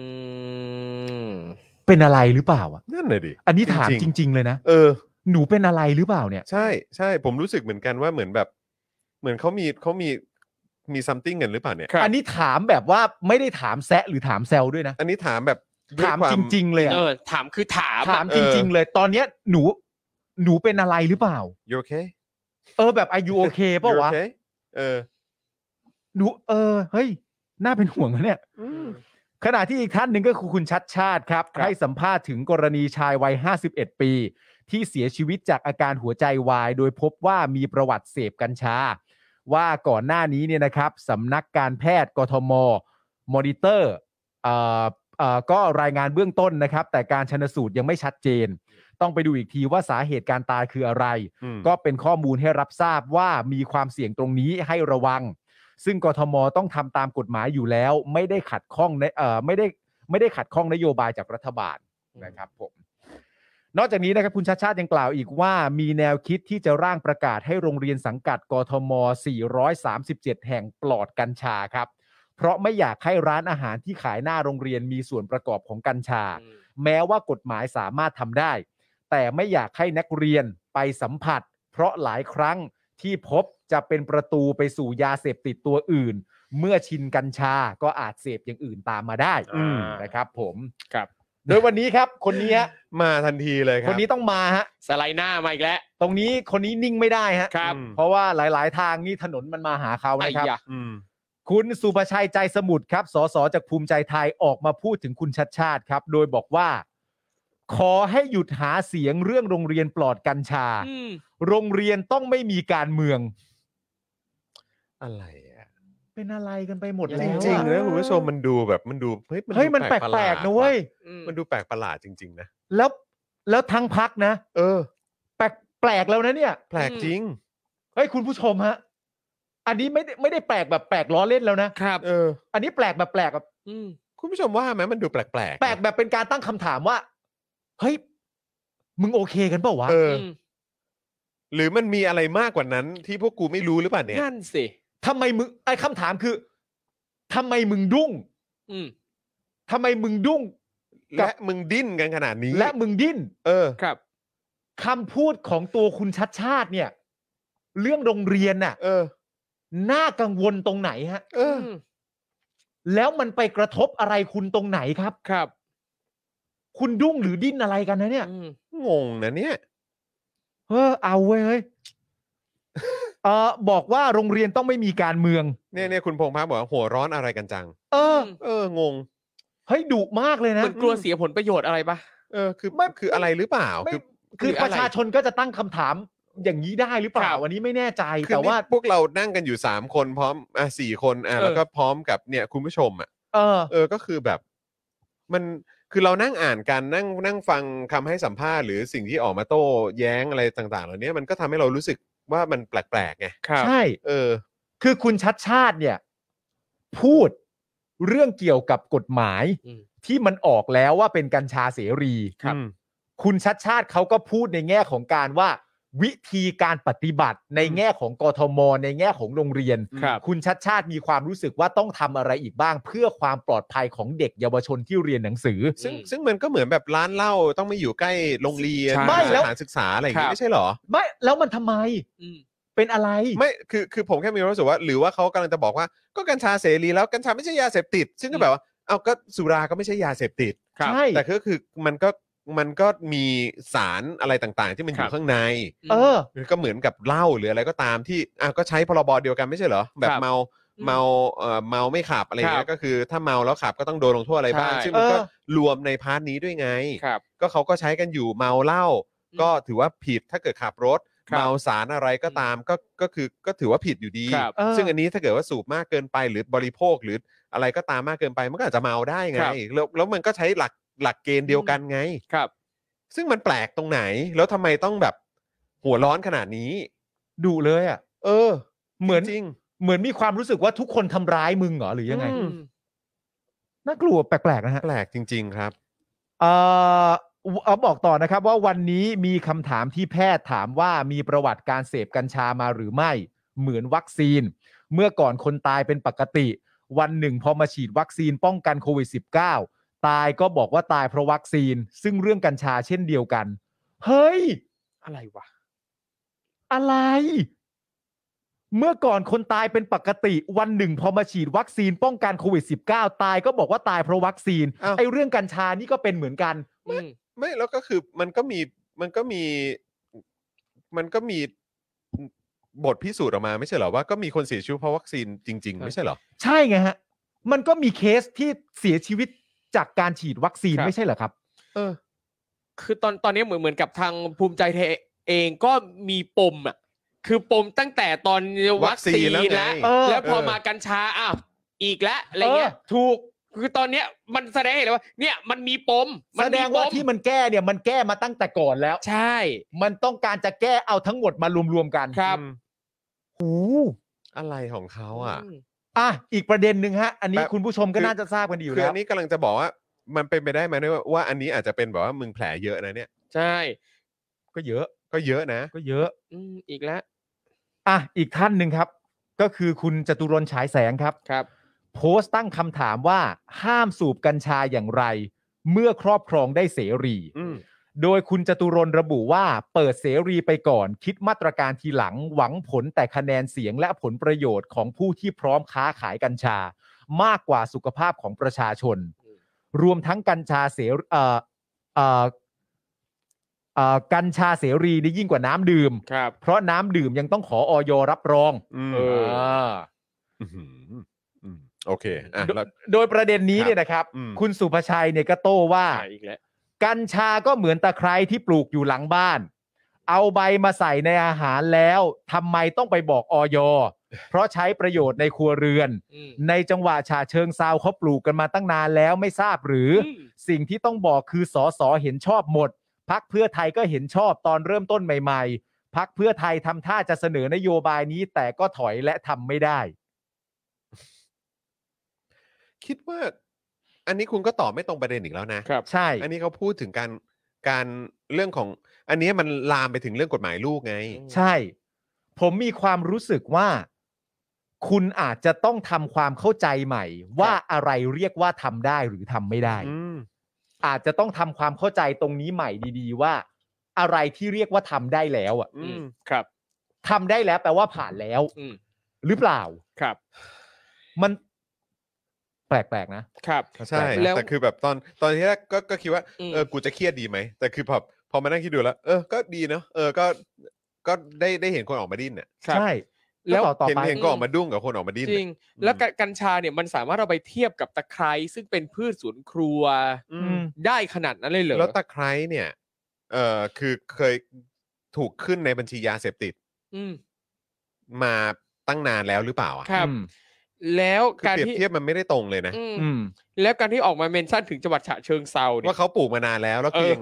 Speaker 4: เป็นอะไรหรือเปล่าอ่ะ
Speaker 2: นั่นเลยดิ
Speaker 4: อันนี้ถาม
Speaker 2: จ
Speaker 4: จ
Speaker 2: ริง
Speaker 4: ริง ๆ เลยนะ
Speaker 2: เออ
Speaker 4: หนูเป็นอะไรหรือเปล่าเนี่ย
Speaker 2: ใช่ใช่ผมรู้สึกเหมือนกันว่าเหมือนแบบ เหมือนเขามี something กันหรือเปล่าเนี่ย
Speaker 3: ครับ
Speaker 4: อันนี้ถามแบบว่าไม่ได้ถามแซะหรือถามแซวด้วยนะ
Speaker 2: อันนี้ถามแบบด้วย
Speaker 4: ถาม
Speaker 2: คว
Speaker 4: จริง ๆ เลยอะ
Speaker 3: ถามคือถาม
Speaker 4: ถามจริง ๆ เลย ตอนเนี้ยหนูเป็นอะไรหรือเปล่า
Speaker 2: you okay
Speaker 4: แบบอายุโอเคป่ะ
Speaker 2: You
Speaker 4: วะ
Speaker 2: okay เออ
Speaker 4: หนูเฮ้ยน่าเป็นห่วงนะเนี่ย ขณะที่อีกท่านหนึ่งก็คือคุณชัดชาติครับ
Speaker 3: ครับ
Speaker 4: ให้สัมภาษณ์ถึงกรณีชายวัย51 ปี ที่เสียชีวิตจากอาการหัวใจวาย โดยพบว่ามีประวัติเสพกัญชา ว่าก่อนหน้านี้เนี่ยนะครับสำนักการแพทย์กทมมอนิเตอร์ก็รายงานเบื้องต้นนะครับ แต่การชันสูตรยังไม่ชัดเจน ต้องไปดูอีกทีว่าสาเหตุการตายคืออะไร ก็เป็นข้อมูลให้รับทราบว่ามีความเสี่ยงตรงนี้ให้ระวัง ซึ่งกทมต้องทำตามกฎหมายอยู่แล้ว ไม่ได้ขัดข้องไม่ได้ขัดข้องนโยบายจากรัฐบาลนะครับผมนอกจากนี้นะครับคุณชาติชาติยังกล่าวอีกว่ามีแนวคิดที่จะร่างประกาศให้โรงเรียนสังกัดกทม437แห่งปลอดกัญชาครับเพราะไม่อยากให้ร้านอาหารที่ขายหน้าโรงเรียนมีส่วนประกอบของกัญชา แม้ว่ากฎหมายสามารถทำได้ แต่ไม่อยากให้นักเรียนไปสัมผัส เพราะหลายครั้งที่พบจะเป็นประตูไปสู่ยาเสพติดตัวอื่น เมื่อชินกัญชาก็อาจเสพอย่างอื่นตามมาได้นะครับผม
Speaker 3: ครับ
Speaker 4: โดยวันนี้ครับคนนี้ฮะ
Speaker 2: มาทันทีเลยค
Speaker 4: ครับ นนี้ต้องมาฮะ
Speaker 3: สไลด์หน้ามาอีกแล้ว
Speaker 4: ตรงนี้คนนี้นิ่งไม่ได้ฮะ
Speaker 3: ครับ
Speaker 4: เพราะว่าหลาย ๆ ทางนี่ถนนมันมาหาเขา
Speaker 3: ไอ้
Speaker 4: นะครับ
Speaker 3: ยะ
Speaker 4: คุณสุภชัยใจสมุทรครับสสจากภูมิใจไทยออกมาพูดถึงคุณชัดชาติครับ โดยบอกว่า ขอให้หยุดหาเสียงเรื่องโรงเรียนปลอดกัญชา โรงเรียนต้องไม่มีการเมือง
Speaker 2: อะไรอะ
Speaker 4: เป็นอะไรกันไปหมด
Speaker 2: จ
Speaker 4: แล้ว
Speaker 2: ริงๆ
Speaker 4: อะ
Speaker 2: นะคุณผู้ชมมันดูแบบมันดูเฮ้ย
Speaker 4: เฮ้ยมันแปลกๆนะเว้ย
Speaker 2: มันดูแปลกประหลาดจริง ๆ นะ
Speaker 4: แล้วทั้งพักนะ
Speaker 2: เออ
Speaker 4: แปลกแล้วนะเนี่ย
Speaker 2: แปลกจริง
Speaker 4: เฮ้ยคุณผู้ชมฮะอันนี้ไม่ได้แปลกแบบแปลกล้อเล่นแล้วนะครับ
Speaker 2: เออ
Speaker 4: อันนี้แปลกแบบแปลกแบบ
Speaker 2: คุณผู้ชมว่าไหมมันดูแปลกๆ
Speaker 4: แปลกแบบเป็นการตั้งคำถามว่าเฮ้ยมึงโอเคกันเปล่าวะ
Speaker 2: เออ หรือมันมีอะไรมากกว่านั้นที่พวกกูไม่รู้หรือเปล่าเนี่ย
Speaker 3: นั่นสิ
Speaker 4: ทำไมมึงไอ้คำถามคือทำไมมึงดุ้งทำไมมึงดุ้ง
Speaker 2: และมึงดิ้นกันขนาดนี้
Speaker 4: และมึงดิ้น
Speaker 2: เออ
Speaker 3: ครับ
Speaker 4: คำพูดของตัวคุณชัดชาติเนี่ย เรื่องโรงเรียนน่ะ
Speaker 2: เออ
Speaker 4: น่ากังวลตรงไหนฮะ
Speaker 2: เออ
Speaker 4: แล้วมันไปกระทบอะไรคุณตรงไหนครับ
Speaker 3: ครับ
Speaker 4: คุณดุ้งหรือดิ้นอะไรกันนะเนี่ย
Speaker 2: งงนะเนี่ย
Speaker 4: เอาเว้ยเฮ้ย บอกว่าโรงเรียนต้องไม่มีการเมือง
Speaker 2: เนี่ยคุณพงษ์พัฒน์บอกว่าหัวร้อนอะไรกันจัง งง
Speaker 4: เฮ้ยดุมากเลยนะ
Speaker 3: มันกลัวเสียผลประโยชน์อะไรปะ
Speaker 2: คืออะไรหรือเปล่า
Speaker 4: คือ
Speaker 3: อะไร
Speaker 4: ประชาชนก็จะตั้งคำถามอย่างนี้ได้หรือเปล่า
Speaker 3: ครับ
Speaker 4: วันนี้ไม่แน่ใจ
Speaker 2: คือ
Speaker 4: แต่ว่า
Speaker 2: พวกเรานั่งกันอยู่3คนพร้อม4คนแล้วก็พร้อมกับเนี่ยคุณผู้ชมก็คือแบบมันคือเรานั่งอ่านกันนั่งฟังคำให้สัมภาษณ์หรือสิ่งที่ออกมาโต้แย้งอะไรต่างๆเหล่านี้มันก็ทำให้เรารู้สึกว่ามันแปลกๆไง
Speaker 4: ใช่ คือคุณชัดชาติเนี่ยพูดเรื่องเกี่ยวกับกฎหมายที่มันออกแล้วว่าเป็นกัญชาเสรีคุณชัดชาติเขาก็พูดในแง่ของการว่าวิธีการปฏิบัติในแง่ของกทมในแง่ของโรงเรียนคุณชัดชาติมีความรู้สึกว่าต้องทำอะไรอีกบ้างเพื่อความปลอดภัยของเด็กเยาวชนที่เรียนหนังสือ
Speaker 2: ซึ่งมันก็เหมือนแบบร้านเหล้าต้องไม่อยู่ใกล้โรงเรียนสถานศึกษาอะไรอย่างงี้ไม่ใช่หรอ
Speaker 4: ไม่แล้วมันทำไมเป็นอะไร
Speaker 2: ไม่คือผมแค่มีความรู้สึกว่าหรือว่าเขากำลังจะบอกว่าก็กัญชาเสรีแล้วกัญชาไม่ใช่ยาเสพติดซึ่งก็แบบว่าเอาก็สุราก็ไม่ใช่ยาเสพติด
Speaker 4: ใช่
Speaker 2: แต่ก็คือมันก็มีสารอะไรต่างๆที่มันอยู่ข้างในก็เหมือนกับเหล้าหรืออะไรก็ตามที่ก็ใช้พรบเดียวกันไม่ใช่เหรอแบบเมาไม่ขับอะไรเงี้ยก็คือถ้าเมาแล้วขับก็ต้องโดนลงโทษอะไรบ้างซึ่งมันก็รวมในพาร์ทนี้ด้วยไงก็เขาก็ใช้กันอยู่เมาเหล้าก็ถือว่าผิดถ้าเกิดขับรถเมาสารอะไรก็ตามก็ถือว่าผิดอยู่ดีซึ่งอันนี้ถ้าเกิดว่าสูบมากเกินไปหรือบริโภคหรืออะไรก็ตามมากเกินไปมันก็อาจจะเมาได้ไงแล้วมันก็ใช้หลักเกณฑ์เดียวกันไงซึ่งมันแปลกตรงไหนแล้วทำไมต้องแบบหัวร้อนขนาดนี้
Speaker 4: ดุเลยอ่ะเหมือน
Speaker 2: จริง
Speaker 4: เหมือนมีความรู้สึกว่าทุกคนทำร้ายมึงเหรอหรือยังไงน่ากลัวแปลกๆนะฮะ
Speaker 2: แปลกจริงๆครับ
Speaker 4: บอกต่อนะครับว่าวันนี้มีคำถามที่แพทย์ถามว่ามีประวัติการเสพกัญชามาหรือไม่เหมือนวัคซีนเมื่อก่อนคนตายเป็นปกติวันหนึ่งพอมาฉีดวัคซีนป้องกันโควิด -19 ตายก็บอกว่าตายเพราะวัคซีนซึ่งเรื่องกัญชาเช่นเดียวกันเฮ้ย
Speaker 3: อะไรวะ
Speaker 4: อะไรเมื่อก่อนคนตายเป็นปกติวันหนึ่งพอมาฉีดวัคซีนป้องกันโควิด -19 ตายก็บอกว่าตายเพราะวัคซีนไอ้เรื่องกัญชานี่ก็เป็นเหมือนกัน
Speaker 2: ไม่แล้วก็คือมันก็มีบทพิสูจน์ออกมาไม่ใช่เหรอว่าก็มีคนเสียชีวิตเพราะวัคซีนจริงๆไม่ใช่เหรอ
Speaker 4: ใช่ไงฮะมันก็มีเคสที่เสียชีวิตจากการฉีดวัคซีนไม่ใช่เหรอครับ
Speaker 3: คือตอนนี้เหมือนกับทางภูมิใจไทยเองก็มีปมอ่ะคือปมตั้งแต่ตอนวัคซีนแล้วพอมากัญชาอีกแล้วอะไรเงี้ย
Speaker 4: ถูก
Speaker 3: คือตอนเนี้ยมันแสดงให้เห็นเลยว่าเนี่ยมันมีปม
Speaker 4: แสดงว่าที่มันแก้เนี่ยมันแก้มาตั้งแต่ก่อนแล้ว
Speaker 3: ใช่
Speaker 4: มันต้องการจะแก้เอาทั้งหมดมารวมๆกัน
Speaker 3: ครับ
Speaker 2: อะไรของเขา
Speaker 4: อีกประเด็นหนึ่งฮะอันนี้คุณผู้ชมก็น่าจะทราบกันดีอยู่แล้ว
Speaker 2: คืออันนี้กำลังจะบอกว่ามันเป็นไปได้ไหมว่าอันนี้อาจจะเป็นแบบว่ามึงแผลเยอะนะเนี่ย
Speaker 3: ใช่
Speaker 4: ก็เยอะ
Speaker 2: นะ
Speaker 4: ก็เยอะ
Speaker 3: อีกแล้ว
Speaker 4: อีกท่านหนึ่งครับก็คือคุณจตุรนต์ฉายแสงครับโพสต์ตั้งคำถามว่าห้ามสูบกัญชาอย่างไรเมื่อครอบครองได้เสรีโดยคุณจตุรนต์ระบุว่าเปิดเสรีไปก่อนคิดมาตรการทีหลังหวังผลแต่คะแนนเสียงและผลประโยชน์ของผู้ที่พร้อมค้าขายกัญชามากกว่าสุขภาพของประชาชนรวมทั้งกัญชาเสรีกัญชาเสรีนี่ยิ่งกว่าน้ำดื่มเพราะน้ำดื่มยังต้องขออย.รับรอง
Speaker 2: โอเค
Speaker 4: โดยประเด็นนี้เนี่ยนะครับคุณสุภชัยเนี่ยก็โต้ว่ากัญชาก็เหมือนตะไคร้ที่ปลูกอยู่หลังบ้านเอาใบมาใส่ในอาหารแล้วทำไมต้องไปบอกอย.เพราะใช้ประโยชน์ในครัวเรือนในจังหวัดฉะเชิงเทราเขาปลูกกันมาตั้งนานแล้วไม่ทราบหรือสิ่งที่ต้องบอกคือสสเห็นชอบหมดพรรคเพื่อไทยก็เห็นชอบตอนเริ่มต้นใหม่ๆพรรคเพื่อไทยทำท่าจะเสนอนโยบายนี้แต่ก็ถอยและทำไม่ได้
Speaker 2: คิดว่าอันนี้คุณก็ตอบไม่ตรงประเด็นอีกแล้วนะครับ
Speaker 4: ใช่
Speaker 2: อันนี้เขาพูดถึงการเรื่องของอันนี้มันลามไปถึงเรื่องกฎหมายลูกไง
Speaker 4: ใช่ผมมีความรู้สึกว่าคุณอาจจะต้องทำความเข้าใจใหม่ว่าอะไรเรียกว่าทำได้หรือทำไม่ได้อาจจะต้องทำความเข้าใจตรงนี้ใหม่ดีๆว่าอะไรที่เรียกว่าทำได้แล้ว
Speaker 3: ครับ
Speaker 4: ทำได้แล้วแปลว่าผ่านแล้วหรือเปล่า
Speaker 3: ครับ
Speaker 4: มันแปลกๆนะครับ
Speaker 2: ใช่แต่คือแบบตอนที่แรกก็คิดว่ากูจะเครียดดีไหมแต่คือพอมานั่งคิดดูแล้วก็ดีเนาะก็ได้เห็นคนออกมาดิ้นเนี่ย
Speaker 4: ใช่แล้วต่อไป
Speaker 2: เห็นก็ออกมาดุ้งกับคนออกมาดิ้น
Speaker 3: จริงแล้วกัญชาเนี่ยมันสามารถเอาไปเทียบกับตะไคร้ซึ่งเป็นพืชสวนครัวได้ขนาดนั้นเลยเหรอ
Speaker 2: แล้วตะไคร้เนี่ยคือเคยถูกขึ้นในบัญชียาเสพติดมาตั้งนานแล้วหรือเปล่า
Speaker 3: ครับแล้วการที่
Speaker 2: เทียบมันไม่ได้ตรงเลยนะ
Speaker 3: แล้วการที่ออกมาเมนชั่นถึงจังหวัดฉะเชิงเทราเนี่ย
Speaker 2: ว่าเขาปลูกมานานแล้วคือยังไง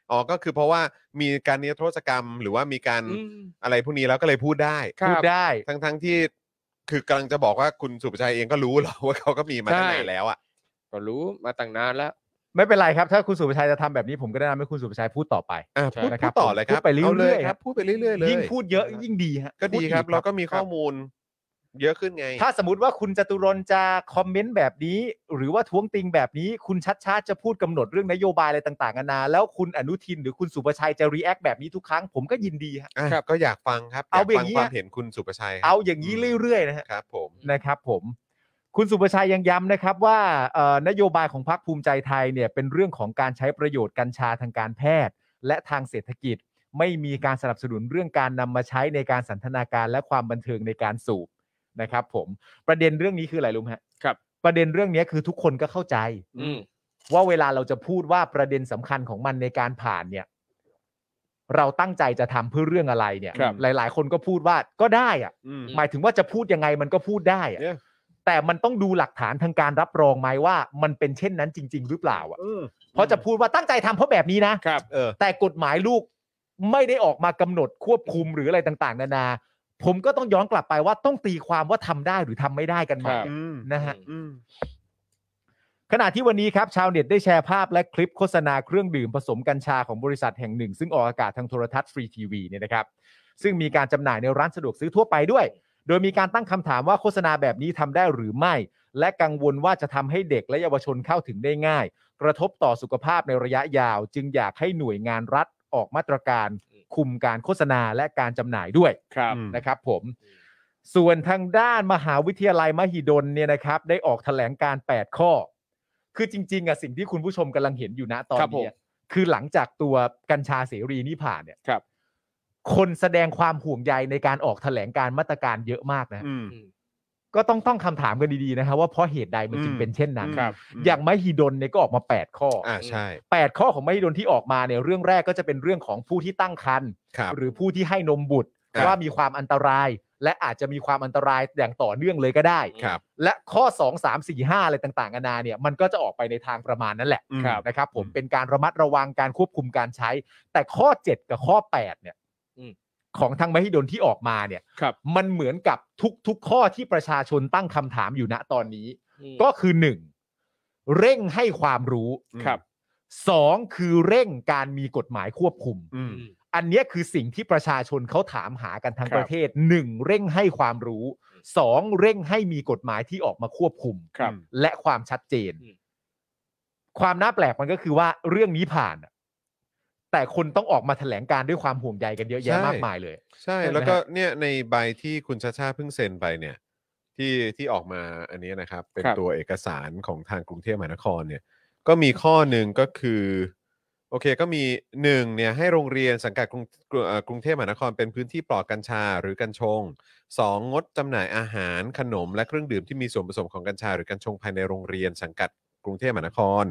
Speaker 2: อ๋อก็คือเพราะว่ามีการนิรโทษกรรมหรือว่ามีการอะไรพวกนี้แล้วก็เลยพูดได้
Speaker 4: พูดได้
Speaker 2: ทั้งที่คือกำลังจะบอกว่าคุณสุประชัยเองก็รู้หรอว่าเขาก็มีมาตั้งนานแล้วอ่ะ
Speaker 3: ก็รู้มาตั้งนานแล้ว
Speaker 4: ไม่เป็นไรครับถ้าคุณสุประชัยจะทำแบบนี้ผมก็แนะนำให้คุณสุประชัยพูดต่อไป
Speaker 2: พูด
Speaker 4: นะครับ
Speaker 2: ต่อเลยครับ
Speaker 4: พูดไปเรื่อยๆ
Speaker 2: าเลยครับพูดไปเรื่อยๆเลย
Speaker 4: ยิ่งพูดเยอะยิ่งดีฮะ
Speaker 2: ก็ดีครับ
Speaker 4: พูอี
Speaker 2: เราก็มีข้อมูลเยอะขึ้นไง
Speaker 4: ถ้าสมมติว่าคุณจตุรนต์จะคอมเมนต์แบบนี้หรือว่าท้วงติงแบบนี้คุณชัดชาติจะพูดกำหนดเรื่องนโยบายอะไรต่างๆนานาแล้วคุณอนุทินหรือคุณสุประชัยจะรีแอคแบบนี้ทุกครั้งผมก็ยินดีฮะ
Speaker 2: ก็อยากฟังครับ
Speaker 4: เอา
Speaker 2: อยากฟั
Speaker 4: อย่างนี้
Speaker 2: ความเห็นคุณสุประชัยครับ
Speaker 4: เอาอย่างนี้เรื่อยๆนะฮะ
Speaker 2: ครับผม
Speaker 4: นะครับผมคุณสุประชัยยังย้ำนะครับว่านโยบายของพรรคภูมิใจไทยเนี่ยเป็นเรื่องของการใช้ประโยชน์กัญชาทางการแพทย์และทางเศรษฐกิจไม่มีการสนับสนุนเรื่องการนำมาใช้ในการสันทนาการและความบันเทิงในการสูบนะครับผมประเด็นเรื่องนี้คืออะไรรู้ไหมครับประเด็นเรื่องนี้คือทุกคนก็เข้าใจว่าเวลาเราจะพูดว่าประเด็นสำคัญของมันในการผ่านเนี่ยเราตั้งใจจะทำเพื่อเรื่องอะไรเนี่ยหลายๆคนก็พูดว่าก็ได้อะหมายถึงว่าจะพูดยังไงมันก็พูดได้อะแต่มันต้องดูหลักฐานทางการรับรองไหมว่ามันเป็นเช่นนั้นจริงๆหรือเปล่าอ่ะเพราะจะพูดว่าตั้งใจทำเพราะแบบนี้นะแต่กฎหมายลูกไม่ได้ออกมากำหนดควบคุมหรืออะไรต่างๆนานาผมก็ต้องย้อนกลับไปว่าต้องตีความว่าทำได้หรือทำไม่ได้กันใหม่นะฮะขณะที่วันนี้ครับชาวเน็ตได้แชร์ภาพและคลิปโฆษณาเครื่องดื่มผสมกัญชาของบริษัทแห่งหนึ่งซึ่งออกอากาศทางโทรทัศน์ฟรีทีวีเนี่ยนะครับซึ่งมีการจำหน่ายในร้านสะดวกซื้อทั่วไปด้วยโดยมีการตั้งคำถามว่าโฆษณาแบบนี้ทำได้หรือไม่และกังวลว่าจะทำให้เด็กและเยาวชนเข้าถึงได้ง่ายกระทบต่อสุขภาพในระยะยาวจึงอยากให้หน่วยงานรัฐออกมาตรการคุมการโฆษณาและการจำหน่ายด้วยนะครับผมส่วนทางด้านมหาวิทยาลัยมหิดลเนี่ยนะครับได้ออกแถลงการ8ข้อคือจริงๆอ่ะสิ่งที่คุณผู้ชมกำลังเห็นอยู่ณตอนนี้คือหลังจากตัวกัญชาเสรีนี่ผ่านเนี่ยคนแสดงความห่วงใยในการออกแถลงการมาตรการเยอะมากนะก็ต้องคำถามกันดีๆนะครับว่าเพราะเหตุใดมันจึงเป็นเช่นนั้นอย่างมหิดลเนี่ยก็ออกมา8ข้อ
Speaker 2: ใช่
Speaker 4: 8ข้อของมหิดลที่ออกมาเนี่ยเรื่องแรกก็จะเป็นเรื่องของผู้ที่ตั้งครรภ์หรือผู้ที่ให้นมบุตรว่ามีความอันตรายและอาจจะมีความอันตรายอย่างต่อเนื่องเลยก็ได้และข้อ2 3 4 5อะไรต่างๆนานาเนี่ยมันก็จะออกไปในทางประมาณนั้นแหละนะครับผมเป็นการระมัดระวังการควบคุมการใช้แต่ข้อ7กับข้อ8เนี่ยของทางมหิดลที่ออกมาเนี่ยมันเหมือนกับทุกข้อที่ประชาชนตั้งคำถามอยู่ณตอนนี้ก็คือ1เร่งให้ความรู้2คือเร่งการมีกฎหมายควบคุมอันนี้คือสิ่งที่ประชาชนเขาถามหากันทั้งประเทศ1เร่งให้ความรู้2เร่งให้มีกฎหมายที่ออกมาควบคุมและความชัดเจนความน่าแปลกมันก็คือว่าเรื่องนี้ผ่านแต่คนต้องออกมาแถลงการด้วยความห่วงใยกันเยอะแยะมากมายเลย
Speaker 2: ใช่แล้วก็เนี่ยในใบที่คุณชาชาเพิ่งเซ็นไปเนี่ยที่ออกมาอันนี้นะครับเป็นตัวเอกสารของทางกรุงเทพมหานครเนี่ยก็มีข้อหนึ่งก็คือโอเคก็มี1เนี่ยให้โรงเรียนสังกัดกรุงเทพมหานครเป็นพื้นที่ปลอดกัญชาหรือกัญชง2งดจำหน่ายอาหารขนมและเครื่องดื่มที่มีส่วนผสมของกัญชาหรือกัญชงภายในโรงเรียนสังกัดกรุงเทพมหานคร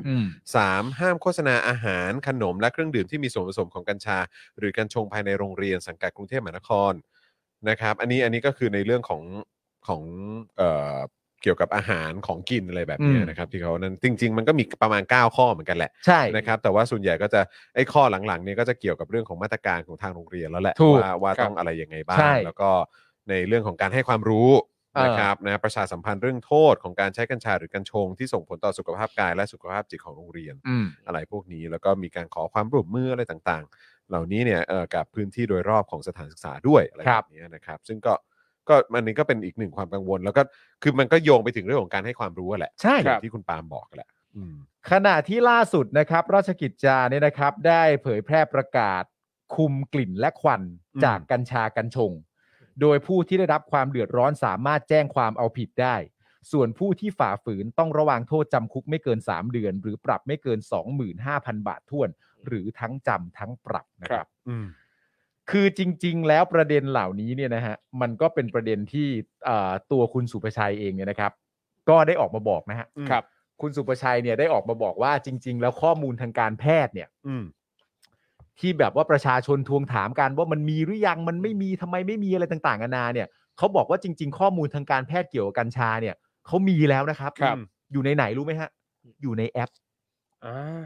Speaker 2: 3. ห้ามโฆษณาอาหารขนมและเครื่องดื่มที่มีส่วนผสมของกัญชาหรือกัญชงภายในโรงเรียนสังกัดกรุงเทพมหานครนะครับอันนี้ก็คือในเรื่องของเกี่ยวกับอาหารของกินอะไรแบบนี้นะครับที่เขานั้นจริงๆมันก็มีประมาณ9ข้อเหมือนกันแหละ
Speaker 4: ใช่
Speaker 2: นะครับแต่ว่าส่วนใหญ่ก็จะไอ้ข้อหลังๆเนี่ยก็จะเกี่ยวกับเรื่องของมาตรการของทางโรงเรียนแล้วแหละว่าต้องอะไรยังไงบ้างแล้วก็ในเรื่องของการให้ความรู้นะครับนะประชาสัมพันธ์เรื่องโทษของการใช้กัญชาหรือกัญชงที่ส่งผลต่อสุขภาพกายและสุขภาพจิตของโรงเรียนอะไรพวกนี้แล้วก็มีการขอความร่วมมืออะไรต่างๆเหล่านี้เนี่ยกับพื้นที่โดยรอบของสถานศึกษาด้วยอะไรแบบนี้นะครับซึ่งก็อันนี้ก็เป็นอีกหนึ่งความกังวลแล้วก็คือมันก็โยงไปถึงเรื่องของการให้ความรู้แหละ
Speaker 4: ใช่
Speaker 2: อย่างที่คุณปาล์มบอกแหละ
Speaker 4: ขณะที่ล่าสุดนะครับราชกิจจาเนี่ยนะครับได้เผยแพร่ประกาศคุมกลิ่นและควันจากกัญชากัญชงโดยผู้ที่ได้รับความเดือดร้อนสามารถแจ้งความเอาผิดได้ส่วนผู้ที่ฝ่าฝืนต้องระวางโทษจำคุกไม่เกิน3เดือนหรือปรับไม่เกิน 25,000 บาทถ้วนหรือทั้งจำทั้งปรับนะครับคือจริงๆแล้วประเด็นเหล่านี้เนี่ยนะฮะมันก็เป็นประเด็นที่ตัวคุณสุประชัยเองเนี่ยนะครับก็ได้ออกมาบอกนะฮะคุณสุประชัยเนี่ยได้ออกมาบอกว่าจริงๆแล้วข้อมูลทางการแพทย์เนี่ยที่แบบว่าประชาชนทวงถามกันว่ามันมีหรือยังมันไม่มีทำไมไม่มีอะไรต่างๆนานาเนี่ยเขาบอกว่าจริงๆข้อมูลทางการแพทย์เกี่ยวกับกัญชาเนี่ยเขามีแล้วนะครับอยู่ในไหนรู้ไหมฮะอยู่ในแอป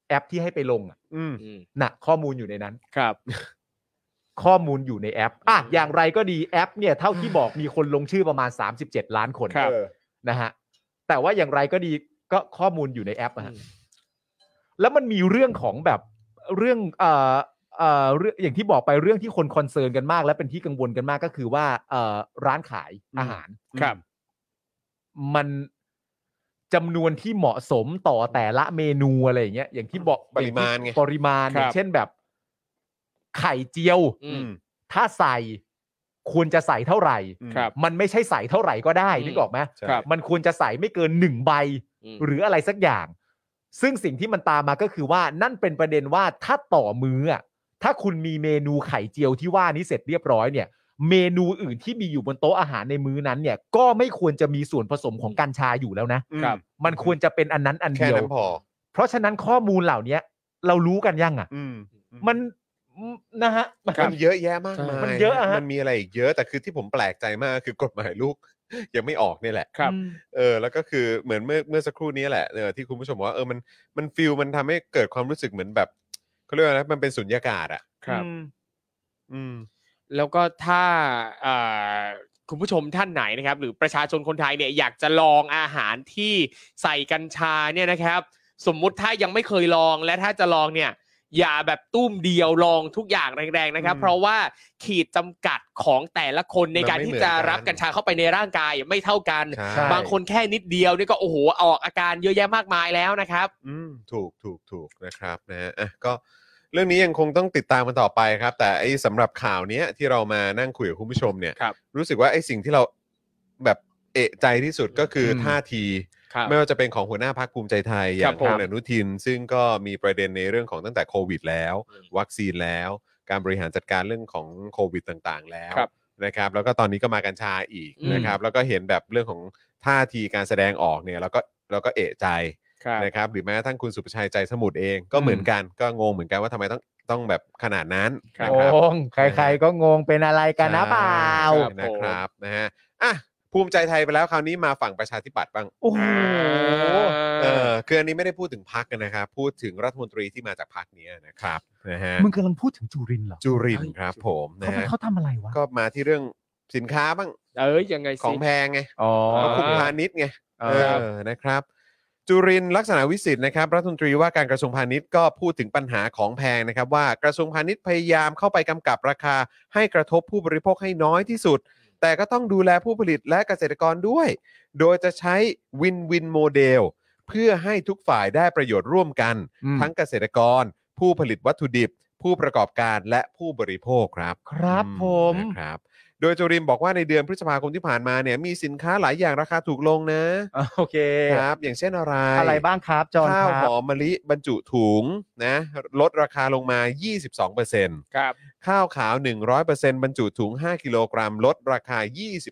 Speaker 4: แอปที่ให้ไปลง
Speaker 2: อืม
Speaker 4: น่ะข้อมูลอยู่ในนั้น
Speaker 3: ครับ
Speaker 4: ข้อมูลอยู่ในแอปอย่างไรก็ดีแอปเนี่ยเท่าที่บอกมีคนลงชื่อประมาณ37ล้านคน
Speaker 3: ครับ
Speaker 4: นะฮะแต่ว่าอย่างไรก็ดีก็ข้อมูลอยู่ในแอปฮะแล้วมันมีเรื่องของแบบเรื่องเรื่องอย่างที่บอกไปเรื่องที่คนคอนเซิร์นกันมากและเป็นที่กังวลกันมากก็คือว่าร้านขายอาหาร
Speaker 3: ครับ
Speaker 4: มันจำนวนที่เหมาะสมต่อแต่ละเมนูอะไรอย่างเงี้ยอย่างที่บอก
Speaker 2: ปริมาณไง
Speaker 4: ปริมาณ
Speaker 3: ครับ
Speaker 4: อย่างเช่นแบบไข่เจียว
Speaker 3: อืม
Speaker 4: ถ้าใส่ควรจะใส่เท่าไหร่
Speaker 3: ครับ
Speaker 4: มันไม่ใช่ใส่เท่าไหร่ก็ได้
Speaker 3: อืม
Speaker 4: นึกออกไหม
Speaker 2: ใช่
Speaker 3: ครับ
Speaker 4: มันควรจะใส่ไม่เกิน1ใบ หรืออะไรสักอย่าง ซึ่งสิ่งที่มันตามมาก็คือว่านั่นเป็นประเด็นว่าถ้าต่อมื้อถ้าคุณมีเมนูไข่เจียวที่ว่านี้เสร็จเรียบร้อยเนี่ยเมนูอื่นที่มีอยู่บนโต๊ะอาหารในมื้อนั้นเนี่ยก็ไม่ควรจะมีส่วนผสมของกัญชาอยู่แล้วนะครับ มันควรจะเป็นอันนั้นอัน
Speaker 2: แค่
Speaker 4: เดียว
Speaker 2: นั้นพอ
Speaker 4: เพราะฉะนั้นข้อมูลเหล่านี้เรารู้กันยังมันนะฮะ
Speaker 2: มันเยอะแยะมากมาย
Speaker 4: มันเยอะอะฮะ
Speaker 2: มันมีอะไรอีกเยอะแต่คือที่ผมแปลกใจมากคือกฎหมายลูก ยังไม่ออกเนี่ยแหละ
Speaker 3: ครับ
Speaker 2: แล้วก็คือเหมือนเมื่อสักครู่นี้แหละที่คุณผู้ชมบอกว่ามันฟีลมันทำให้เกิดความรู้สึกเหมือนแบบเขาเรียกว่าอะไรมันเป็นสุญญากาศอ่ะ
Speaker 3: ครับ
Speaker 2: อืม
Speaker 3: แล้วก็ถ้าคุณผู้ชมท่านไหนนะครับ หรือประชาชนคนไทยเนี่ยอยากจะลองอาหารที่ใส่กัญชาเนี่ยนะครับ สมมุติถ้ายังไม่เคยลองและถ้าจะลองเนี่ย อย่าแบบตุ้มเดียวลองทุกอย่างแรงๆนะครับ เพราะว่าขีดจำกัดของแต่ละคนในการที่จะรับกัญชาเข้าไปในร่างกายไม่เท่ากัน
Speaker 2: ใช่
Speaker 3: บางคนแค่นิดเดียวนี่ก็โอ้โหออกอาการเยอะแยะมากมายแล้วนะครับ
Speaker 2: ถูกนะครับนะฮะก็เรื่องนี้ยังคงต้องติดตามกันต่อไปครับ แต่ไอ้สำหรับข่าวเนี้ยที่เรามานั่งคุยกับคุณผู้ชมเนี่ย
Speaker 3: ครับ
Speaker 2: รู้สึกว่าไอ้สิ่งที่เราแบบเอะใจที่สุดก็คือท่าที
Speaker 3: ครับ
Speaker 2: ไม่ว่าจะเป็นของหัวหน้าพรรคภูมิใจไทยอ
Speaker 3: ครั
Speaker 2: ย่า
Speaker 3: บ
Speaker 2: ง
Speaker 3: ผม
Speaker 2: คุณอนุทิน ซึ่งก็มีประเด็นในเรื่องของตั้งแต่โควิดแล้ว วัคซีนแล้ว การบริหารจัดการเรื่องของโควิดต่างๆแล้ว
Speaker 3: ครับ
Speaker 2: นะครับแล้วก็ตอนนี้ก็มากัญชาอีก
Speaker 3: อืม
Speaker 2: นะครับแล้วก็เห็นแบบเรื่องของท่าทีการแสดงออกเนี่ยแล้วก็เอะใจ
Speaker 3: ครับ
Speaker 2: นะครับหรือแม้กระทั่งคุณสุประชัยใจสมุทรเองก็เหมือนกันก็งงเหมือนกันว่าทำไมต้องแบบขนาดนั้น
Speaker 3: ครับ
Speaker 2: นะครับ
Speaker 4: งงใครๆก็งงเป็นอะไรกันนะเปล่า
Speaker 2: ใช่นะครับนะฮะอ่ะภูมิใจไทยไปแล้วคราวนี้มาฝั่งประชาธิปัตย์บ้าง
Speaker 4: โอ้โห
Speaker 2: คืออันนี้ไม่ได้พูดถึงพรรคกันนะครับพูดถึงรัฐมนตรีที่มาจากพรรคนี้นะครับนะฮะ
Speaker 4: มึงกำลังพูดถึงจุรินทร์เหรอ
Speaker 2: จุรินทร์ครับผมนะฮะ
Speaker 4: เขาทำอะไรวะ
Speaker 2: ก็มาที่เรื่องสินค้าบ้าง
Speaker 3: ยังไง
Speaker 2: ขอ
Speaker 3: สิ
Speaker 2: งแพงไง
Speaker 4: อ๋อ
Speaker 2: ก็คุมพาณิชย์ไง
Speaker 4: ครับ
Speaker 2: นะครับจุรินทร์ลักษณะวิสิทธิ์นะครับรัฐมนตรีว่าการกระทรวงพาณิชย์ก็พูดถึงปัญหาของแพงนะครับว่ากระทรวงพาณิชย์พยายามเข้าไปกำกับราคาให้กระทบผู้บริโภคให้น้อยที่สุด แต่ก็ต้องดูแลผู้ผลิตและเกษตรกรด้วย โดยจะใช้วินวินโมเดลเพื่อให้ทุกฝ่ายได้ประโยชน์ร่วมกัน ทั้งเกษตรกร ผู้ผลิตวัตถุดิบ ผู้ประกอบการและผู้บริโภคครับ
Speaker 4: ครับผม
Speaker 2: นะครับโดยจุรินทร์บอกว่าในเดือนพฤษภาคมที่ผ่านมาเนี่ยมีสินค้าหลายอย่างราคาถูกลงนะ
Speaker 4: โอเค
Speaker 2: ครับอย่างเช่นอะไร
Speaker 4: อะไรบ้างครับจอห์น
Speaker 2: ข้าว
Speaker 4: ค
Speaker 2: ห
Speaker 4: รับ
Speaker 2: อมมะลิบรรจุถุงนะลดราคาลงมา 22%
Speaker 3: ครับ
Speaker 2: ข้าวขาว 100% บรรจุถุง 5 กิโลกรัมลดราคา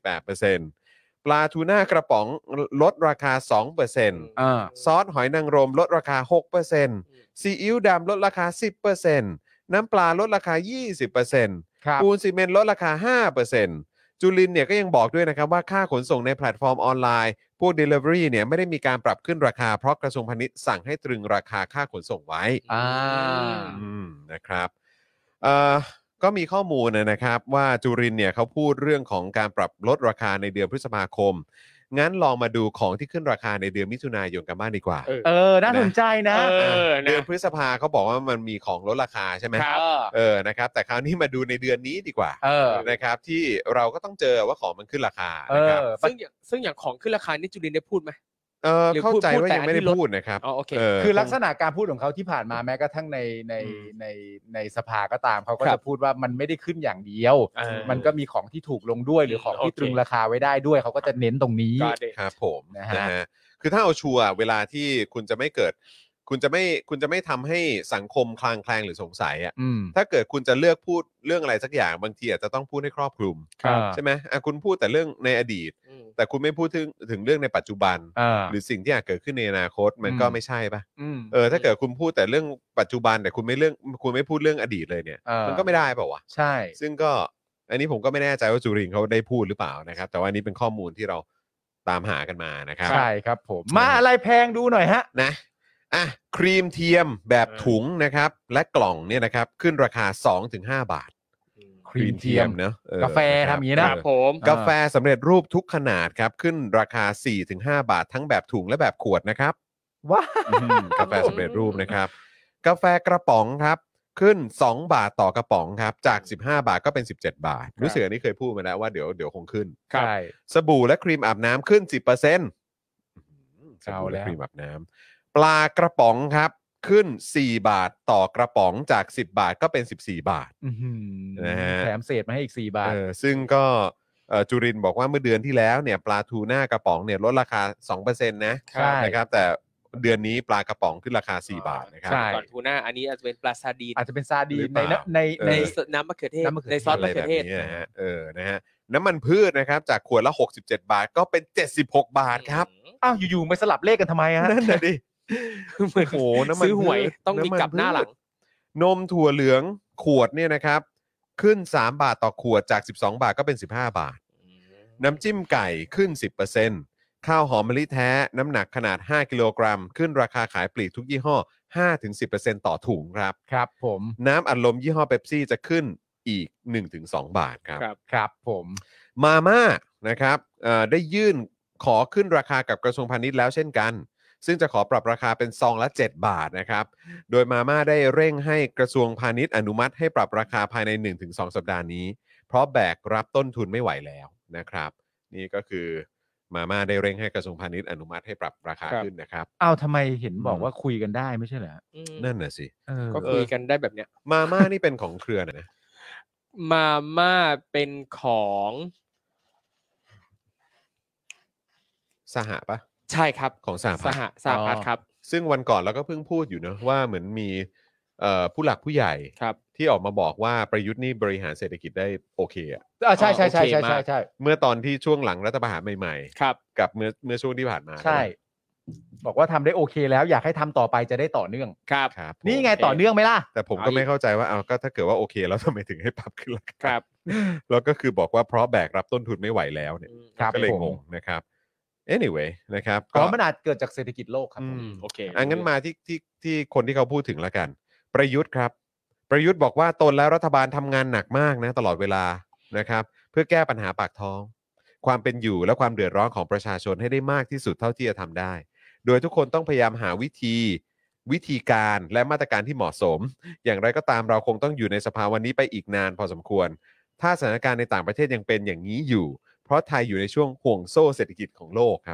Speaker 2: 28%ปลาทูน่ากระป๋องลดราคา 2%
Speaker 4: อ่า
Speaker 2: ซอสหอยนางรมลดราคา 6%ซีอิ๊วดำลดราคา 10%น้ำปลาลดราคา 20%
Speaker 4: ครับ
Speaker 2: ปูนซีเมนต์ลดราคา 5% จุลินเนี่ยก็ยังบอกด้วยนะครับว่าค่าขนส่งในแพลตฟอร์มออนไลน์พวก Delivery เนี่ยไม่ได้มีการปรับขึ้นราคาเพราะกระทรวงพาณิชย์สั่งให้ตรึงราคาค่าขนส่งไว้
Speaker 4: อ่า
Speaker 2: นะครับก็มีข้อมูลนะครับว่าจุรินทร์เนี่ยเขาพูดเรื่องของการปรับลดราคาในเดือนพฤษภาคม งั้นลองมาดูของที่ขึ้นราคาในเดือนมิถุนายนกันบ้างดีกว่า
Speaker 4: น่าสนใจนะ
Speaker 2: เดือนพฤษภาเขาบอกว่ามันมีของลดราคาใช่ไหม
Speaker 3: ครับ
Speaker 2: นะครับแต่คราวนี้มาดูในเดือนนี้ดีกว่า
Speaker 4: เออ
Speaker 2: นะครับที่เราก็ต้องเจอว่าของมันขึ้นราคานะครับ
Speaker 3: ซึ่งอย่างของขึ้นราคานี่จุลินได้พูดไหม หรือ
Speaker 2: เข้าใจ
Speaker 3: พูด
Speaker 2: ว่า
Speaker 3: แต่
Speaker 2: ยังไม่ได้
Speaker 3: อันที่ลด
Speaker 2: พูดนะครับ
Speaker 3: อ๋อโอเค
Speaker 4: คือลักษณะการพูดของเขาที่ผ่านมาแม้กระทั่งในสภาก็ตามเขาก็
Speaker 3: ครับ
Speaker 4: จะพูดว่ามันไม่ได้ขึ้นอย่างเดียว มันก็มีของที่ถูกลงด้วยหรือของที่
Speaker 3: โอเค
Speaker 4: ตรึงราคาไว้ได้ด้วยเขาก็จะเน้นตรงนี้
Speaker 3: ก็ได้
Speaker 2: ครับผม
Speaker 4: นะฮะ
Speaker 2: คือถ้าเอาชัวร์เวลาที่คุณจะไม่เกิด คุณจะไม่ทำให้สังคมคลางแคลงหรือสงสัยอ่ะ
Speaker 4: อืม
Speaker 2: ถ้าเกิดคุณจะเลือกพูดเรื่องอะไรสักอย่างบางทีอาจจะต้องพูดให้ครอบคลุม
Speaker 4: ครับ
Speaker 2: ใช่ไหมคุณพูดแต่เรื่องในอดีต แต่คุณไม่พูดถึงเรื่องในปัจจุบัน หรือสิ่งที่อาจเกิดขึ้นในอนาคตมันก็ไม่ใช่ปะถ้าเกิดคุณพูดแต่เรื่องปัจจุบันแต่คุณไม่พูดเรื่องอดีตเลยเนี่ย มันก็ไม่ได้เปล่าวะ
Speaker 4: ใช่
Speaker 2: ซึ่งก็อันนี้ผมก็ไม่แน่ใจว่าจุรินทร์เขาได้พูดหรือเปล่านะครับ แต่ว่าอันนี้เป็นข้อมูลที่เราตามหากันมานะครับ
Speaker 4: ใช่ครับผม มาอะไรแพงดูหน่อยฮะ
Speaker 2: นะอ่ะครีมเทียมแบบถุงนะครับและกล่องเนี่ยนะครับขึ้นราคา 2-5 บาท
Speaker 4: ครีมเทียม
Speaker 2: เนอะ
Speaker 4: กาแฟทำอย่างนี้นะ
Speaker 3: ครับผม
Speaker 2: กาแฟสำเร็จรูปทุกขนาดครับขึ้นราคา 4-5 บาททั้งแบบถุงและแบบขวดนะครับ
Speaker 4: ว้าก
Speaker 2: าแฟสำเร็จรูปนะครับกาแฟกระป๋องครับขึ้น2 บาทต่อกระป๋องครับจาก15 บาทก็เป็น17 บาทรู้สึกอันนี้เคยพูดมาแล้วว่าเดี๋ยวคงขึ้น
Speaker 4: ใช่
Speaker 2: สบู่และครีมอาบน้ำขึ้น 10%สบู่และครีมอาบน้ำปลากระป๋องครับขึ้น4 บาทต่อกระป๋องจาก10 บาทก็เป็น14 บาท
Speaker 4: อื้อหือ
Speaker 2: นะฮะ
Speaker 4: แถมเศษมาให้อีก4 บาท
Speaker 2: ซึ่งก็จุรินทร์บอกว่าเมื่อเดือนที่แล้วเนี่ยปลาทูน่ากระป๋องเนี่ยลดราคา 2% นะ
Speaker 4: ใช่
Speaker 2: นะครับแต่เดือนนี้ปลากระป๋องขึ้นราคา4 บาทนะครับ
Speaker 4: ใช่
Speaker 3: ก่อนทูน่าอันนี้อาจจะเป็นปลาซาดีน
Speaker 4: อาจจะเป็นซาดี
Speaker 2: หรื
Speaker 4: น
Speaker 2: อเป
Speaker 4: ใน
Speaker 2: ล่า
Speaker 4: ใน
Speaker 2: เออ
Speaker 4: ใน
Speaker 3: ในน้ำมะเขือเทศ
Speaker 4: น้ำมะเขือเทศ
Speaker 3: ในซอสมะเขือเทศ
Speaker 2: อะไรแบบนี้นะฮะนะฮะน้ำมันพืชนะครับจากขวดละ67 บาทก็เป็น76 บาทครับ
Speaker 4: อ้าวอยู่ๆไม่สลับเลขกันทำไมฮะ
Speaker 2: นั่นน่ะดิ
Speaker 3: เหมือน
Speaker 2: โอ้โหน้ำมัน
Speaker 3: ซื้อหวย
Speaker 2: พืช
Speaker 3: ต้องมี
Speaker 2: ำมั
Speaker 3: กลับหน้าหลัง
Speaker 2: พืชนมถั่วเหลืองขวดเนี่ยนะครับขึ้น3 บาทต่อขวดจาก12 บาทก็เป็น15 บาท น้ำจิ้มไก่ขึ้น 10%ข้าวหอมมะลิแท้น้ำหนักขนาด5 กิโลกรัมขึ้นราคาขายปลีกทุกยี่ห้อ 5-10% ต่อถุงครับ
Speaker 4: ครับผม
Speaker 2: น้ำอัดลมยี่ห้อเป๊ปซี่จะขึ้นอีก 1-2 บาทครับ
Speaker 3: ครับ
Speaker 4: ครับผม
Speaker 2: มาม่านะครับได้ยื่นขอขึ้นราคากับกระทรวงพาณิชย์แล้วเช่นกัน ซึ่งจะขอปรับราคาเป็นซองละ7 บาทนะครับโดยมาม่าได้เร่งให้กระทรวงพาณิชย์อนุมัติให้ปรับราคาภายใน 1-2 สัปดาห์นี้เพราะแบกรับต้นทุนไม่ไหวแล้วนะครับนี่ก็คือมาม่าได้เร่งให้กระทรวงพาณิชย์อนุมัติให้ปรับราคา
Speaker 3: ครับ
Speaker 2: ขึ้นนะครับ
Speaker 4: อ้าวทำไมเห็นบอกว่าคุยกันได้ไม่ใช่เหรอ
Speaker 3: อืม
Speaker 2: นั่นน่ะสิ
Speaker 4: เออ
Speaker 3: ก็คุยกันได้แบบเนี้ย
Speaker 2: มาม่านี่เป็นของเครือไหนนะ
Speaker 3: มาม่าเป็นของ
Speaker 2: สหปะ
Speaker 3: ใช่ครับ
Speaker 2: ของสห
Speaker 3: ส
Speaker 2: พัฒน์
Speaker 3: หพัฒน์ครับ
Speaker 2: ซึ่งวันก่อนเราก็เพิ่งพูดอยู่เนอะว่าเหมือนมีผู้หลักผู้ใหญ่
Speaker 3: ครับ
Speaker 2: ที่ออกมาบอกว่าประยุทธ์นี่บริหารเศรษฐกิจได้โอเคอะ
Speaker 4: ใช่ใช่ใช่
Speaker 3: โอเค
Speaker 4: ใช่
Speaker 3: มาก
Speaker 4: ใช่ใช่
Speaker 2: เมื่อตอนที่ช่วงหลังรัฐประหารใหม่
Speaker 3: ครับ
Speaker 2: ๆ กับเมื่อช่วงที่ผ่านมา
Speaker 4: ใช่ บอกว่าทำได้โอเคแล้วอยากให้ทำต่อไปจะได้ต่อเนื่อง
Speaker 3: ครับ
Speaker 2: ครับผม
Speaker 4: นี่ไงต่อเนื่องไหมล่ะ
Speaker 2: แต่ผมก็ไม่เข้าใจว่าเอาก็ถ้าเกิดว่าโอเคแล้วทำไมถึงให้ปรับขึ้นราคา
Speaker 3: ครับ
Speaker 2: แล้วก็คือบอกว่าเพราะแบกรับต้นทุนไม่ไหวแล้วเนี่ย
Speaker 4: ครับ
Speaker 2: ก็เลย
Speaker 4: ผม
Speaker 2: งงนะครับ anyway นะครับ
Speaker 4: เพราะมันอาจเกิดจากเศรษฐกิจโลกครับผม
Speaker 3: โอเค
Speaker 2: งั้นมาที่คนที่เขาพูดถึงแล้วกัน ประยุทธ์ครับ ประยุทธ์บอกว่าตนและรัฐบาลทำงานหนักมากนะตลอดเวลานะครับ เพื่อแก้ปัญหาปากท้อง ความเป็นอยู่และความเดือดร้อนของประชาชนให้ได้มากที่สุดเท่าที่จะทำได้ โดยทุกคนต้องพยายามหาวิธีการและมาตรการที่เหมาะสม อย่างไรก็ตามเราคงต้องอยู่ในสภาวะนี้ไปอีกนานพอสมควร ถ้าสถานการณ์ในต่างประเทศยังเป็นอย่างนี้อยู่ เพราะไทยอยู่ในช่วงห่วงโซ่เศรษฐกิจของโลกครับ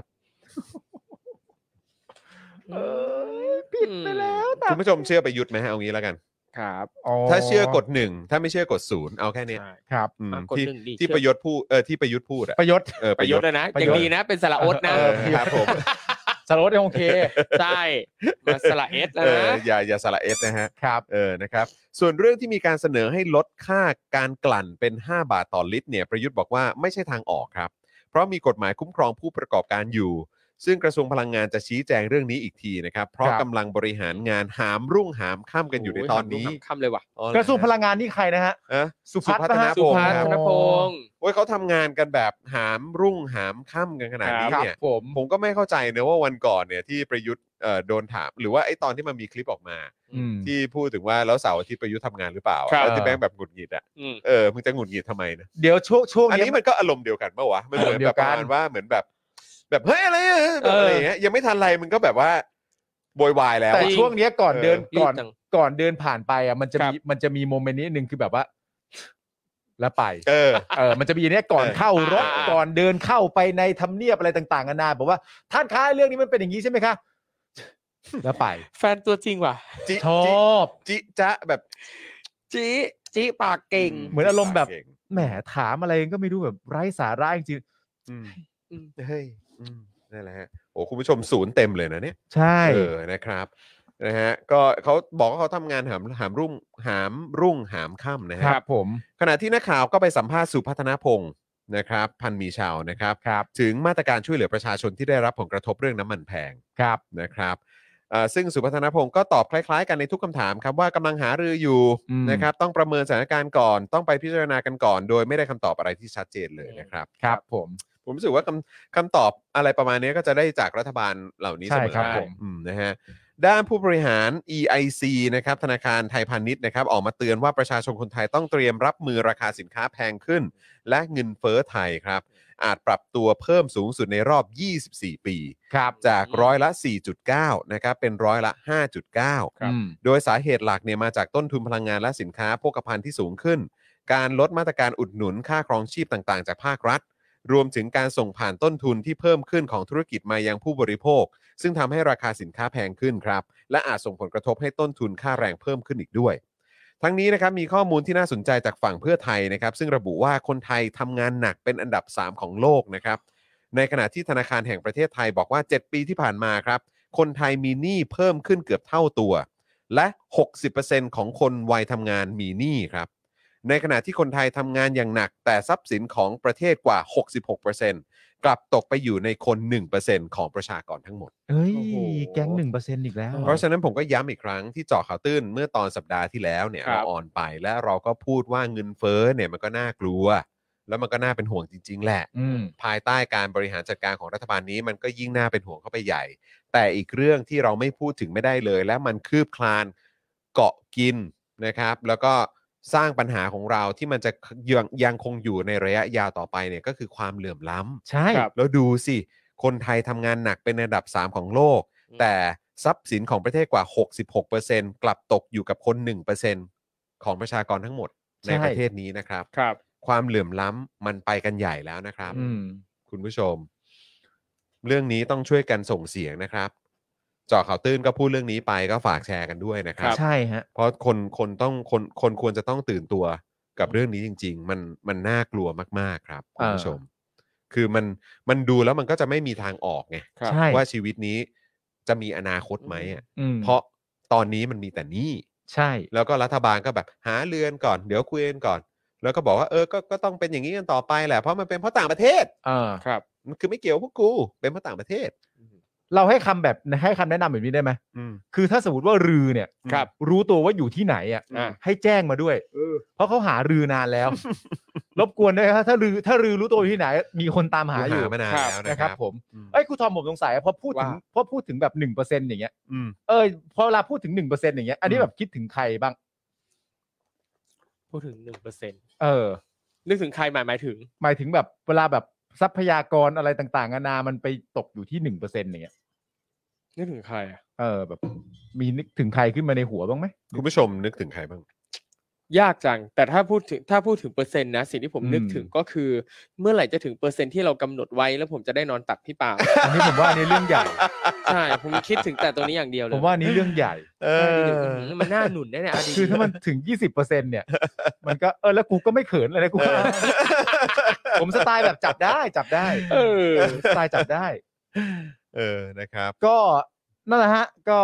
Speaker 4: ผิดไปแล้วแต่
Speaker 2: คุณผู้ชมเชื่อประยุทธ์ไหมฮะเอางี้แล้วกัน
Speaker 3: ครับ
Speaker 2: ถ้าเชื่อกด1ถ้าไม่เชื่อกด0เอาแค่เนี้ย
Speaker 3: ใช่
Speaker 4: ครับ
Speaker 2: อืม
Speaker 3: กด
Speaker 2: ที่
Speaker 3: หนึ่งดิ
Speaker 2: ที่ประยุทธ์พูดที่ประยุทธ์พูดอะ
Speaker 4: ประยศ
Speaker 3: ประยุทธ์นะ
Speaker 4: ประ
Speaker 3: ยั
Speaker 4: ยุ
Speaker 3: ง
Speaker 4: ทธ์
Speaker 3: ดีนะ เป็นสระโอดนะ
Speaker 2: ครับผม
Speaker 4: สารวัตรโอเค
Speaker 3: ใช่มาสระเอสแล้วนะ
Speaker 2: อย่าสละเอสนะฮะ
Speaker 4: ครับ
Speaker 2: นะครับส่วนเรื่องที่มีการเสนอให้ลดค่าการกลั่นเป็น5 บาทต่อลิตรเนี่ยประยุทธ์บอกว่าไม่ใช่ทางออกครับเพราะมีกฎหมายคุ้มครองผู้ประกอบการอยู่ ซึ่งกระทรวงพลังงานจะชี้แจงเรื่องนี้อีกทีนะครับเพราะ
Speaker 4: ครับ
Speaker 2: กำลังบริหารงานหามรุ่งหามค่ำกันอยู่ในตอนนี้
Speaker 3: คำเลยว่ะ
Speaker 4: กระทรวงพลังงานนี่ใครนะฮะ สุพัฒน์
Speaker 2: ธน
Speaker 3: สุ
Speaker 2: พงศ์
Speaker 3: ภา
Speaker 2: ค
Speaker 3: ธ
Speaker 2: รับ
Speaker 3: นพงศ์
Speaker 2: โอ้ยเขาทำงานกันแบบหามรุ่งหามค่ำกันขนาดนี้
Speaker 4: ครับ
Speaker 2: เนี่ย
Speaker 4: ผม
Speaker 2: ก็ไม่เข้าใจเนอะว่าวันก่อนเนี่ยที่ประยุทธ์โดนถามหรือว่าไอ้ตอนที่มันมีคลิปออกมา
Speaker 4: อืม
Speaker 2: ที่พูดถึงว่าแล้วเสาร์อาทิตย์ประยุทธ์ทำงานหรือเปล่า
Speaker 3: ครับ
Speaker 2: แล้วที่แบงค์แบบหงุดหงิดอ่ะ
Speaker 3: อืม
Speaker 2: มึงจะหงุดหงิดทำไมนะ
Speaker 4: เดี๋ยวช่วง
Speaker 2: อัน
Speaker 4: นี้
Speaker 2: นี้มันก็อารมณ์เดียวกันปะวะมันเหมือน
Speaker 4: อารมณ์เดี
Speaker 2: แบ
Speaker 4: ย
Speaker 2: บ
Speaker 4: ว
Speaker 2: ป
Speaker 4: กัน
Speaker 2: ระมาณว่าเหมือนแบบเฮ้ยอะไรอะไรอย่างเงี้ยยังไม่ทันไรมึงก็แบบว่าโวยวายแล้ว
Speaker 4: แต่
Speaker 2: อะ
Speaker 4: ช่วงเนี้ยก่อนเดิน
Speaker 3: รี
Speaker 4: ก่
Speaker 3: บ
Speaker 4: อน
Speaker 3: จัง
Speaker 4: ก่อนเดินผ่านไปอ่ะมันจะ
Speaker 3: ครั
Speaker 4: มี
Speaker 3: บ
Speaker 4: มันจะมีโมเมนต์นี้หนึ่งคือแบบว่า แล้วไป
Speaker 2: เออ
Speaker 4: มันจะมีเนี้ยก่อนเข้ารถ
Speaker 3: อ่า
Speaker 4: ก่อนเดินเข้าไปในทำเนียบอะไรต่างๆนานาบอกว่าท่านคะเรื่องนี้มันเป็นอย่างนี้ใช่ไหมคะแล้วไป
Speaker 3: แฟนตัวจริงว่ะ
Speaker 2: จิ
Speaker 4: ชอบ
Speaker 2: จิจ๊ะแบบ
Speaker 3: จีปากเก่ง
Speaker 4: เหมือนอารมณ์แบบ
Speaker 2: เก่ง
Speaker 4: แหมถามอะไรก็ไม่รู้แบบไร้สาระจริง
Speaker 2: อืม
Speaker 3: อืม
Speaker 2: เฮ้ยนั่นแหละฮะโอ้คุณผู้ชม0เต็มเลยนะเนี่ย
Speaker 4: ๆใช่
Speaker 2: นะครับนะฮะก็เขาบอกว่าเขาทำงานหามรุ่งหามค่ำนะ
Speaker 4: ค
Speaker 2: ฮะ
Speaker 4: รับผม
Speaker 2: ขณะที่นักข่าวก็ไปสัมภาษณ์สุพัฒนพงศ์นะครับพันมีชาวนะครับ
Speaker 4: ครับ
Speaker 2: ถึงมาตรการช่วยเหลือประชาชนที่ได้รับผลกระทบเรื่องน้ำมันแพง
Speaker 4: ครับ
Speaker 2: นะครับซึ่งสุพัฒนพงศ์ก็ตอบคล้ายๆกันในทุกคำถามครับว่ากำลังหารืออยู่นะครับต้องประเมินสถานการณ์ก่อนต้องไปพิจารณากันก่อน โดยไม่ได้คำตอบอะไรที่ชัดเจนเลยนะครับ
Speaker 4: ครับผม
Speaker 2: ผมรู้สึกว่าคำตอบอะไรประมาณนี้ก็จะได้จากรัฐบาลเหล่านี้เสมอ
Speaker 4: ใช่ครับ
Speaker 2: ไป
Speaker 4: ผม
Speaker 2: นะฮะด้านผู้บริหาร EIC นะครับธนาคารไทยพาณิชย์นะครับออกมาเตือนว่าประชาชนคนไทยต้องเตรียมรับมือราคาสินค้าแพงขึ้น และเงินเฟ้อไทยครับอาจปรับตัวเพิ่มสูงสุดในรอบ 24 ปี
Speaker 4: ครับ
Speaker 2: จากร้อยละ 4.9 นะครับเป็นร้อยละ 5.9
Speaker 4: ครับ
Speaker 2: โดยสาเหตุหลักเนี่ยมาจากต้นทุนพลังงานและสินค้าโภคภัณฑ์ที่สูงขึ้น การลดมาตรการอุดหนุนค่าครองชีพต่างๆจากภาครัฐ รวมถึงการส่งผ่านต้นทุนที่เพิ่มขึ้นของธุรกิจมายังผู้บริโภค ซึ่งทำให้ราคาสินค้าแพงขึ้นครับและอาจส่งผลกระทบให้ต้นทุนค่าแรงเพิ่มขึ้นอีกด้วย ทั้งนี้นะครับมีข้อมูลที่น่าสนใจจากฝั่งเพื่อไทยนะครับซึ่งระบุว่าคนไทยทำงานหนักเป็นอันดับ 3 ของโลกนะครับในขณะที่ธนาคารแห่งประเทศไทยบอกว่า 7 ปีที่ผ่านมาครับคนไทยมีหนี้เพิ่มขึ้นเกือบเท่าตัวและ 60% ของคนวัยทำงานมีหนี้ครับในขณะที่คนไทยทำงานอย่างหนักแต่ทรัพย์สินของประเทศกว่า 66% กลับตกไปอยู่ในคน 1% ของประชากรทั้งหมด
Speaker 4: เอ้ย
Speaker 3: โอ้โห
Speaker 4: แก๊ง 1% อีกแล้ว
Speaker 2: เพราะฉะนั้นผมก็ย้ำอีกครั้งที่เจาะข่าวตื้นเมื่อตอนสัปดาห์ที่แล้วเนี่ย
Speaker 3: ครับ
Speaker 2: เราออนไปและเราก็พูดว่าเงินเฟ้อเนี่ยมันก็น่ากลัว แล้วมันก็น่าเป็นห่วงจริงๆแหละ
Speaker 4: อืม
Speaker 2: ภายใต้การบริหารจัดการของรัฐบาลนี้มันก็ยิ่งน่าเป็นห่วงเข้าไปใหญ่ แต่อีกเรื่องที่เราไม่พูดถึงไม่ได้เลย และมันคืบคลานเกาะกินนะครับแล้วก็สร้างปัญหาของเราที่มันจะยังคงอยู่ในระยะยาวต่อไปเนี่ยก็คือความเหลื่อมล้ำ
Speaker 4: ใช่
Speaker 3: ครับ
Speaker 2: แล้วดูสิ คนไทยทำงานหนักเป็นอันดับ 3 ของโลก แต่ทรัพย์สินของประเทศกว่า 66% กลับตกอยู่กับคน 1% ของประชากรทั้งหมด
Speaker 4: ใช่
Speaker 2: ในประเทศนี้นะครับ
Speaker 3: ครับ
Speaker 2: ความเหลื่อมล้ำมันไปกันใหญ่แล้วนะครับ
Speaker 4: อืม
Speaker 2: คุณผู้ชม เรื่องนี้ต้องช่วยกันส่งเสียงนะครับเจาะข่าวตื้นก็พูดเรื่องนี้ไปก็ฝากแชร์กันด้วยนะครับ
Speaker 4: ใช่ฮะ
Speaker 2: เพราะคนควรจะต้องตื่นตัวกับเรื่องนี้จริง ๆ มันน่ากลัวมากๆครับคุณผู้ชม คือมันดูแล้วมันก็จะไม่มีทางออกไง
Speaker 3: ครับ
Speaker 4: ใช่
Speaker 2: ว่าชีวิตนี้จะมีอนาคตไหมอ่ะ
Speaker 4: อืม
Speaker 2: เพราะตอนนี้มันมีแต่หนี้
Speaker 4: ใช่
Speaker 2: แล้วก็รัฐบาลก็แบบหาเรือนก่อนเดี๋ยวคุยกันก่อน แล้วก็บอกว่าก็ต้องเป็นอย่างนี้กันต่อไปแหละเพราะมันเป็นเพราะต่างประเทศ
Speaker 3: ครับ
Speaker 2: มันคือไม่เกี่ยวพวกกูเป็นเพราะต่างประเทศ
Speaker 4: เราให้คำแนะนำแบบนี้ได้ไหม
Speaker 2: อืม
Speaker 4: คือถ้าสมมติว่ารือเนี่ย
Speaker 3: ครับ
Speaker 4: รู้ตัวว่าอยู่ที่ไหนอ่ะ
Speaker 3: อ่า
Speaker 4: ให้แจ้งมาด้วย เพราะเขาหารือนานแล้ว รบกวนด้วยครับถ้ารือรู้ตัวอยู่ที่ไหน มีคนตามหาอยู่
Speaker 2: มานาน
Speaker 3: ครับ
Speaker 2: แล้ว
Speaker 4: นะ
Speaker 2: นะ
Speaker 4: ค
Speaker 2: ค
Speaker 4: รั
Speaker 2: รั
Speaker 4: บบ ผม
Speaker 2: อืม
Speaker 4: เอ้ยครูทอมผมสงสัยพอพูดถึงแบบ 1% อย่างเงี้ย
Speaker 2: อืม
Speaker 4: พอเวลาพูดถึง 1% อย่างเงี้ยอันนี้แบบคิดถึงใครบ้าง
Speaker 3: พูดถึง 1%
Speaker 4: นึก
Speaker 3: นึกถึงใครหมายถึง
Speaker 4: หมายถึงแบบเวลาแบบทรัพยากรอะไรต่างๆนานามันไปตกอยู่ที่ 1%อย่างเงี้ย
Speaker 3: นึกถึงใครอ่ะ
Speaker 4: แบบมีนึกถึงใครขึ้นมาในหัวบ้างไหม
Speaker 2: คุณผู้ชมนึกถึงใครบ้าง
Speaker 3: ยากจัง แต่ถ้าพูดถึงเปอร์เซ็นต์นะสิ่งที่ผมนึกถึงก็คือ เมื่อไหร่จะถึงเปอร์เซ็นต์ที่เรากำหนดไว้แล้วผมจะได้นอนตักพี่ปาล์ม
Speaker 4: อันนี้ผมว่าอันนี้เรื่องใหญ่
Speaker 3: ใช่ ผมคิดถึงแต่ตัวนี้อย่างเดียวเลย
Speaker 4: ผมว่าอันนี้เรื่องใหญ่
Speaker 3: ใช่เดี๋ยวมันน่าหนุนได้เนี่ยดี
Speaker 4: คือถ้ามันถึง 20%เนี่ย มันก็แล้วกูก็ไม่เขินเลยนะกูก็ผมสไตล์แบบจับได้ สไตล์จับได้
Speaker 2: นะครับ
Speaker 4: ก็นั่นแหละฮะ ก็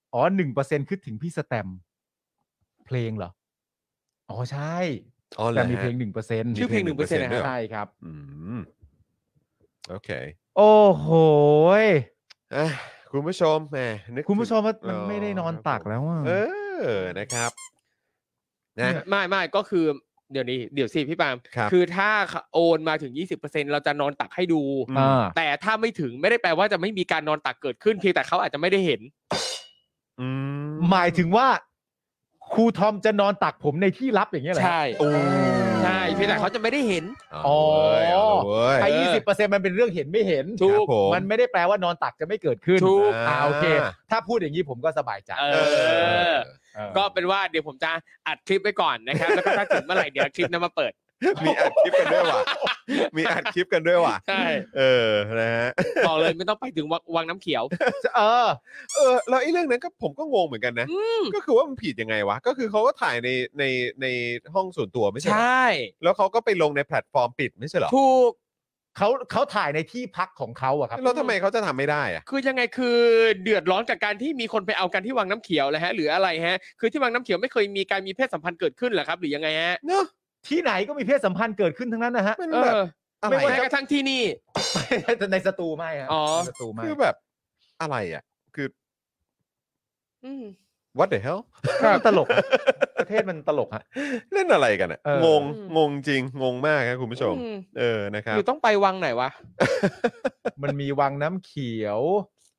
Speaker 4: 1% คือถึงพี่สแตมป์เพลงเหรออ๋อใช่ แต่มีเพลง 1%
Speaker 3: ชื่อเพลง 1% นะครับ
Speaker 4: ใช่ครับ
Speaker 2: อืมโอเค
Speaker 4: โอ้โห
Speaker 2: อ่ะคุณผู้ชมแหมนึก
Speaker 4: คุณผู้ชมว่ามัน
Speaker 2: อ๋อ
Speaker 4: ไม่ได้นอนตักแล้วอ่ะ
Speaker 2: นะครับนะ
Speaker 3: ไม่ก็คือเดี๋ยวสิพี่ปาล์ม
Speaker 2: ครับ
Speaker 3: คือถ้าโอนมาถึง 20%เราจะนอนตักให้ดู แต่ถ้าไม่ถึงไม่ได้แปลว่าจะไม่มีการนอนตักเกิดขึ้นเพียงแต่เขาอาจจะไม่ได้เห็น
Speaker 2: อืม
Speaker 4: หมายถึงว่าครูทอมจะนอนตักผมในที่ลับอย่างเงี้ยเหรอ
Speaker 3: ใช่
Speaker 2: โอ้
Speaker 3: ใช่เพียงแต่เขาจะไม่ได้เห็น
Speaker 2: อ๋อเอาละเว้ย
Speaker 4: ไอ้ 20% มันเป็นเรื่องเห็นไม่เห็น
Speaker 3: ถูก
Speaker 2: ครับผม
Speaker 4: มันไม่ได้แปลว่านอนตักจะไม่เกิดขึ้น
Speaker 3: ถูก
Speaker 4: โอเค ถ้าพูดอย่างนี้ผมก็สบายใจ
Speaker 3: เออ ก็เป็นว่าเดี๋ยวผมจะอัดคลิปไว้ก่อนนะครับ แล้วก็ถ้าถึงเมื่อไหร่เดี๋ยวคลิปนั้นมาเปิด
Speaker 2: มีอัดคลิปกันด้วยว่ะมีอัดคลิปกันด้วยว่ะ
Speaker 3: ใช่
Speaker 2: นะฮะ
Speaker 3: บอกเลยไม่ต้องไปถึงวังน้ำเขียว
Speaker 2: แล้วไอ้เรื่องนั้นก็ผมก็งงเหมือนกันนะก็คือว่ามันผิดยังไงวะก็คือเขาก็ถ่ายในห้องส่วนตัวไม่ใช่เหรอ
Speaker 3: ใช่
Speaker 2: แล้วเขาก็ไปลงในแพลตฟอร์มปิดไม่ใช่เหรอ
Speaker 3: ถูก
Speaker 4: เขาถ่ายในที่พักของเขาอะครับ
Speaker 2: แล้วทำไมเขาจะทำไม่ได้อะ
Speaker 3: คือยังไงคือเดือดร้อนกับการที่มีคนไปเอากันที่วังน้ำเขียวเลยฮะ หรืออะไรฮะ คือที่วังน้ำเขียวไม่เคยมีการมีเพศสัมพันธ์เกิดขึ้นเหรอครับ หรือยังไงฮะ
Speaker 2: เนอะ
Speaker 4: ที่ไหนก็มีเพศสัมพันธ์เกิดขึ้นทั้งนั้นนะฮะ
Speaker 2: มัน
Speaker 3: เอ
Speaker 2: แบบ
Speaker 3: อ
Speaker 2: อะไร
Speaker 3: ไม่ว่า
Speaker 2: อะ
Speaker 3: กระทั่งที่นี่
Speaker 4: ในสตูไม่ฮะ
Speaker 3: อ๋อ
Speaker 4: ในสตูไม่
Speaker 2: คือแบบอะไรอ่ะคือ
Speaker 3: อืม
Speaker 2: what the hell
Speaker 4: มันตลก ประเทศมันตลกฮะ
Speaker 2: เล่นอะไรกันอ่ะ
Speaker 4: เออ
Speaker 2: งงจริงงงมากครับคุณผู้ชม นะครับ
Speaker 3: หรือต้องไปวังไหนวะ
Speaker 4: มันมีวังน้ำเขียว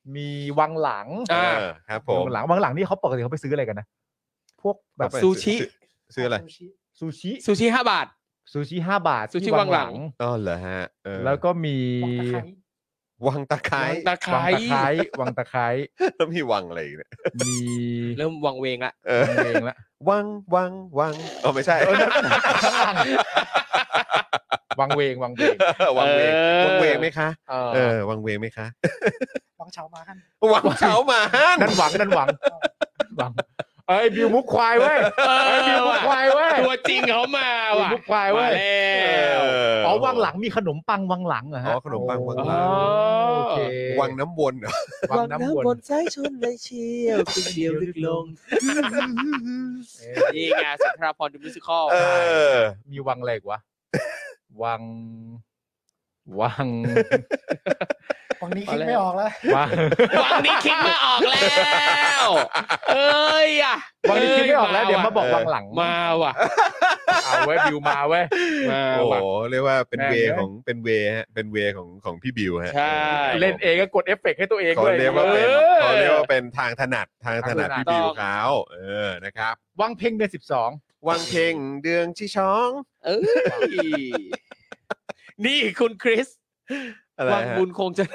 Speaker 4: มีวังหลัง
Speaker 2: ครับผม
Speaker 4: วังหลังนี่เขาปกติเขาไปซื้ออะไรกันนะพวกแบบ
Speaker 3: ซูชิ
Speaker 2: ซื้ออะไร
Speaker 4: ซูชิ
Speaker 3: ซูชิ5 บาท
Speaker 4: ซูชิ5 บาท
Speaker 3: ซูชิ
Speaker 4: ที่
Speaker 3: วังหลัง
Speaker 2: อ๋อเหรอฮะ
Speaker 4: แล้วก็มี
Speaker 2: วังตะไคร้
Speaker 3: ตะไคร้
Speaker 4: วังตะไคร้
Speaker 2: แล้วมีวังอะไรอีกเนี่ย
Speaker 4: มี
Speaker 3: เริ่มวังเวงละ
Speaker 4: วังเวงละ
Speaker 2: วังอ๋อไม่ใช่
Speaker 4: วังเวง
Speaker 2: วังเวงวังเวงไหมคะวังเวงไหมคะ
Speaker 5: วังเฉามาฮั่น
Speaker 2: วังเฉาหมาฮั่น
Speaker 4: นั่นหวังเอ้ยบิวมุกควายเว้ยบิวมุกควายเว้ย
Speaker 3: ตัวจริงเขามาว่ะ
Speaker 4: มุกควายเว้ย
Speaker 3: แล้ว
Speaker 4: อ๋อวังหลังมีขนมปังวังหลังเหรอ
Speaker 2: อ๋
Speaker 4: ฮะ
Speaker 2: อขนมปังวังหลัง
Speaker 4: โอเค
Speaker 2: วังน้ำวนเหรอ
Speaker 4: วังน้ำวน
Speaker 3: สายชนเลยเชียวคุณเดียวลึกลงนี่ไงสุนทรภรณ์ดูมิวสิคอล
Speaker 4: มีวังอะไรอีกวะวัง
Speaker 5: วังนี้คิดไม่ออกแล้ว
Speaker 3: วังนี้คิดไม่ออกแล้วเอ้ยอ่ะ
Speaker 4: วังนี้คิดไม่ออกแล้วเดี๋ยวมาบอกวังหลัง
Speaker 3: มาว่ะ
Speaker 4: เอาเว้ยบิวมาเว้ย
Speaker 3: มา
Speaker 2: โอ้
Speaker 3: ว่ะ
Speaker 2: เรียกว่าเป็น
Speaker 4: แม่ง
Speaker 2: เว
Speaker 4: เลย
Speaker 2: ของเป็นเวฮะเป็นเวของพี่บิวฮะ
Speaker 3: ใช่
Speaker 4: เล่นเองก็กดเอฟเฟกต์ให้ตัวเอง
Speaker 2: เขา
Speaker 4: ด้วย
Speaker 2: เรียกว่าเป็น
Speaker 3: เออ
Speaker 2: เขาเรียกว่าเป็นทางถนัดพี่บิว
Speaker 3: ต้อง
Speaker 2: เขานะครับ
Speaker 4: วังเพ่งเดือน12
Speaker 2: วังเพ่งเดืองที่ช้อง
Speaker 3: เอ้ยนี่คุณคริส
Speaker 2: อะไร
Speaker 3: วัง
Speaker 2: ฮะ
Speaker 3: บุญคงจะ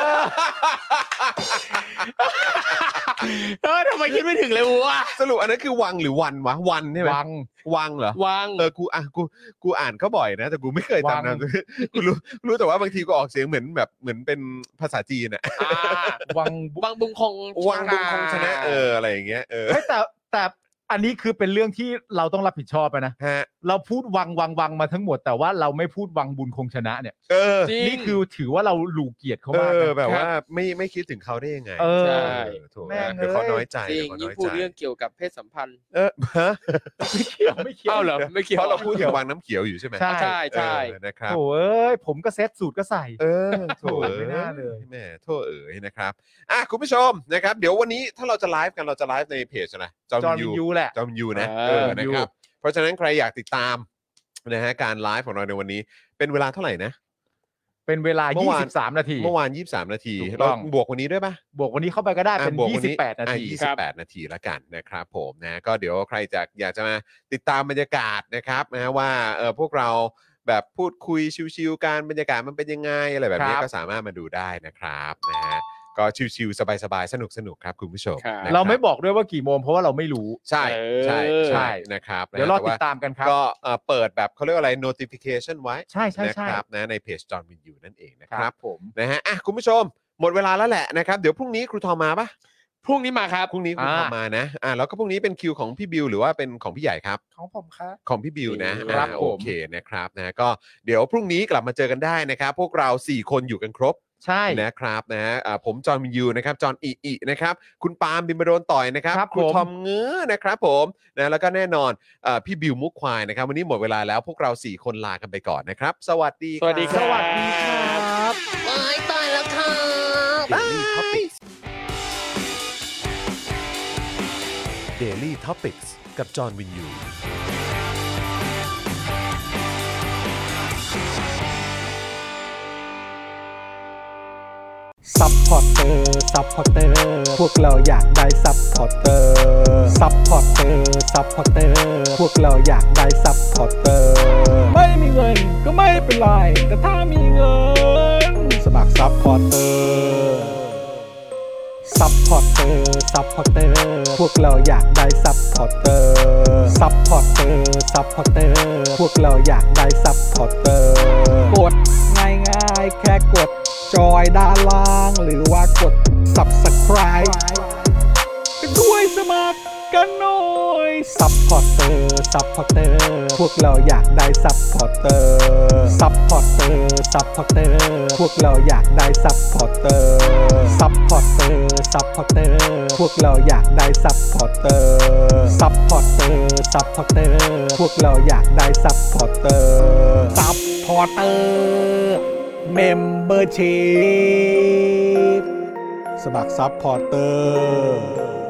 Speaker 3: ทำไมคิดไม่ถึงเลยวะ
Speaker 2: สรุปอันนั้นคือวังหรือวันวะวันใช่ไหม วังเหรอ
Speaker 3: วัง
Speaker 2: กูอ่านก็บ่อยนะแต่กูไม่เคย
Speaker 4: วัง
Speaker 2: จำนะกูรู้แต่ว่าบางทีกูออกเสียงเหมือนเป็นภาษาจีนอะ
Speaker 4: วัง
Speaker 3: วังบุญคง
Speaker 2: วังบุญคงชนะอะไรอย่างเงี้ย
Speaker 4: เฮ้ยแต่อันนี้คือเป็นเรื่องที่เราต้องรับผิดชอบนะ
Speaker 2: ฮะ
Speaker 4: เราพูดวังมาทั้งหมดแต่ว่าเราไม่พูดวังบุญคงชนะเนี่ย
Speaker 3: จริง
Speaker 4: นี่คือถือว่าเราหลู่เกียรติเขามากนะ
Speaker 2: แบบว่าไม่คิดถึงเขาได้ยังไง
Speaker 3: ใช่
Speaker 2: ถูก
Speaker 4: แม่ง
Speaker 2: เดี๋ยวเขาน้อยใจ
Speaker 3: จริง
Speaker 2: เดี๋ยวเขา
Speaker 3: ยิ่
Speaker 2: น้
Speaker 3: ง
Speaker 2: อย
Speaker 3: พูด
Speaker 2: ใจ
Speaker 3: เรื่องเกี่ยวกับเพศสัมพันธ์
Speaker 2: ฮะ
Speaker 4: ไม่เกี่ยว
Speaker 3: เอ้าเหรอไม่เกี่ยว
Speaker 2: เพราะเราพูดถึงวังน้ำเขียวอยู่ใช่ไหม
Speaker 4: ใช่
Speaker 3: ใช่
Speaker 2: นะครับ
Speaker 4: โถ่เอ้ยผมก็เซ็ตสูตรก็ใส่
Speaker 2: โถ่
Speaker 4: ไม่น่าเลย
Speaker 2: แม่โถ่นะครับคุณผู้ชมนะครับเดี๋ยววันนี้ถ้าเราจะไลฟ์กันเราจะไลฟ์ในเพจอะไรจอ
Speaker 4: จอ
Speaker 2: ม
Speaker 4: ห์น
Speaker 2: ยู
Speaker 4: ยูแหละ
Speaker 2: จอมยูนะ
Speaker 3: เออ
Speaker 2: นะครับเพราะฉะนั้นใครอยากติดตามนะฮะการไลฟ์ของเราในวันนี้เป็นเวลาเท่าไหร่นะ
Speaker 4: เป็นเวลา
Speaker 2: เมื่อวาน
Speaker 4: 23 นาที
Speaker 2: เมื่อวาน23นาที
Speaker 4: ถูกต้
Speaker 2: เรา
Speaker 4: อง
Speaker 2: บวกวันนี้ด้วยป่ะ
Speaker 4: บวกวันนี้เข้าไปก็ได้เป็น
Speaker 2: บวกวันนี้
Speaker 4: 28 นาที
Speaker 2: 28 นาทีแล้วกันนะครับผมนะก็เดี๋ยวใครอยากจะมาติดตามบรรยากาศนะครับนะว่าพวกเราแบบพูดคุยชิวๆกันบรรยากาศมันเป็นยังไงอะไรแบบนี้
Speaker 4: ครับ
Speaker 2: ก็สามารถมาดูได้นะครับนะฮะก็ชิวๆสบายๆสนุกๆครับคุณผู้ชม
Speaker 3: ครับ
Speaker 2: นะครับ
Speaker 4: เราไม่บอกด้วยว่ากี่โมงเพราะว่าเราไม่รู้
Speaker 2: ใช่ใช่
Speaker 3: เออ
Speaker 2: ใช่นะครับ
Speaker 4: เดี๋ยวรอ
Speaker 2: แต่
Speaker 4: ติดตามกันครับ
Speaker 2: ก็เปิดแบบเขาเรียกว่าอะไร notification ไว้
Speaker 4: ใช่
Speaker 2: นะครับนะในเพจจอห์นวินยูนั่นเองนะ
Speaker 4: ค
Speaker 2: ค
Speaker 4: รั
Speaker 2: รั
Speaker 4: บบ ผม
Speaker 2: นะฮะคุณผู้ชมหมดเวลาแล้วแหละนะครับเดี๋ยวพรุ่งนี้ครูทอมมาปะ
Speaker 3: พรุ่งนี้มาครับ
Speaker 2: พรุ่งนี้ครูทอมมานะแล้วก็พรุ่งนี้เป็นคิวของพี่บิวหรือว่าเป็นของพี่ใหญ่ครับ
Speaker 5: ของผมครับ
Speaker 2: ของพี่บิวนะครับ โอเคนะครับนะก็เดี๋ยวพรุ่งนี้กลับมาเจอกันได้นะครับ พวกเรา 4 คนอยู่กันครบ
Speaker 4: ใช่
Speaker 2: นะครับนะผมจอห์นวินยูนะครับจอห์นอินะครับคุณปาล์มบินมาโดนต่อยนะครับ
Speaker 4: ครับ
Speaker 2: ครู
Speaker 4: ผม
Speaker 2: ทอมเงื้อนะครับผมนะแล้วก็แน่นอนพี่บิวมุกควายนะครับวันนี้หมดเวลาแล้วพวกเรา 4 คนลากันไปก่อนนะครับ สวัสดี
Speaker 3: สวัสดีครับ
Speaker 4: สวัสดีครับ
Speaker 3: ตายแล้วครับ
Speaker 2: Daily Topics กับจอห์นวินยู
Speaker 1: ซัพพอร์เตอร์พวกเราอยากได้ซัพพอร์เตอร์ซัพพอร์เตอร์พวกเราอยากได้ซัพพอร์เตอร์ไม่มีเงินก็ไม่เป็นไรแต่ถ้ามีเงินสมัครซัพพอร์เตอร์ซัพพอร์เตอร์พวกเราอยากได้ซัพพอร์เตอร์ซัพพอร์เตอร์พวกเราอยากได้ซัพพอร์เตอร์กดง่ายๆแค่กดจอยด้านล่างหรือว่ากด Subscribe ไปด้วยสมัครกันหน่อยซัพพอร์เตอร์พวกเราอยากได้ซัพพอร์เตอร์ซัพพอร์เตอร์พวกเราอยากได้ซัพพอร์เตอร์ซัพพอร์เตอร์พวกเราอยากได้ซัพพอร์เตอร์ซัพพอร์เตอร์พวกเราอยากได้ซัพพอร์เตอร์ซัพพอร์เตอร์เมมเบอร์ชีพสมัครซัพพอร์เตอร์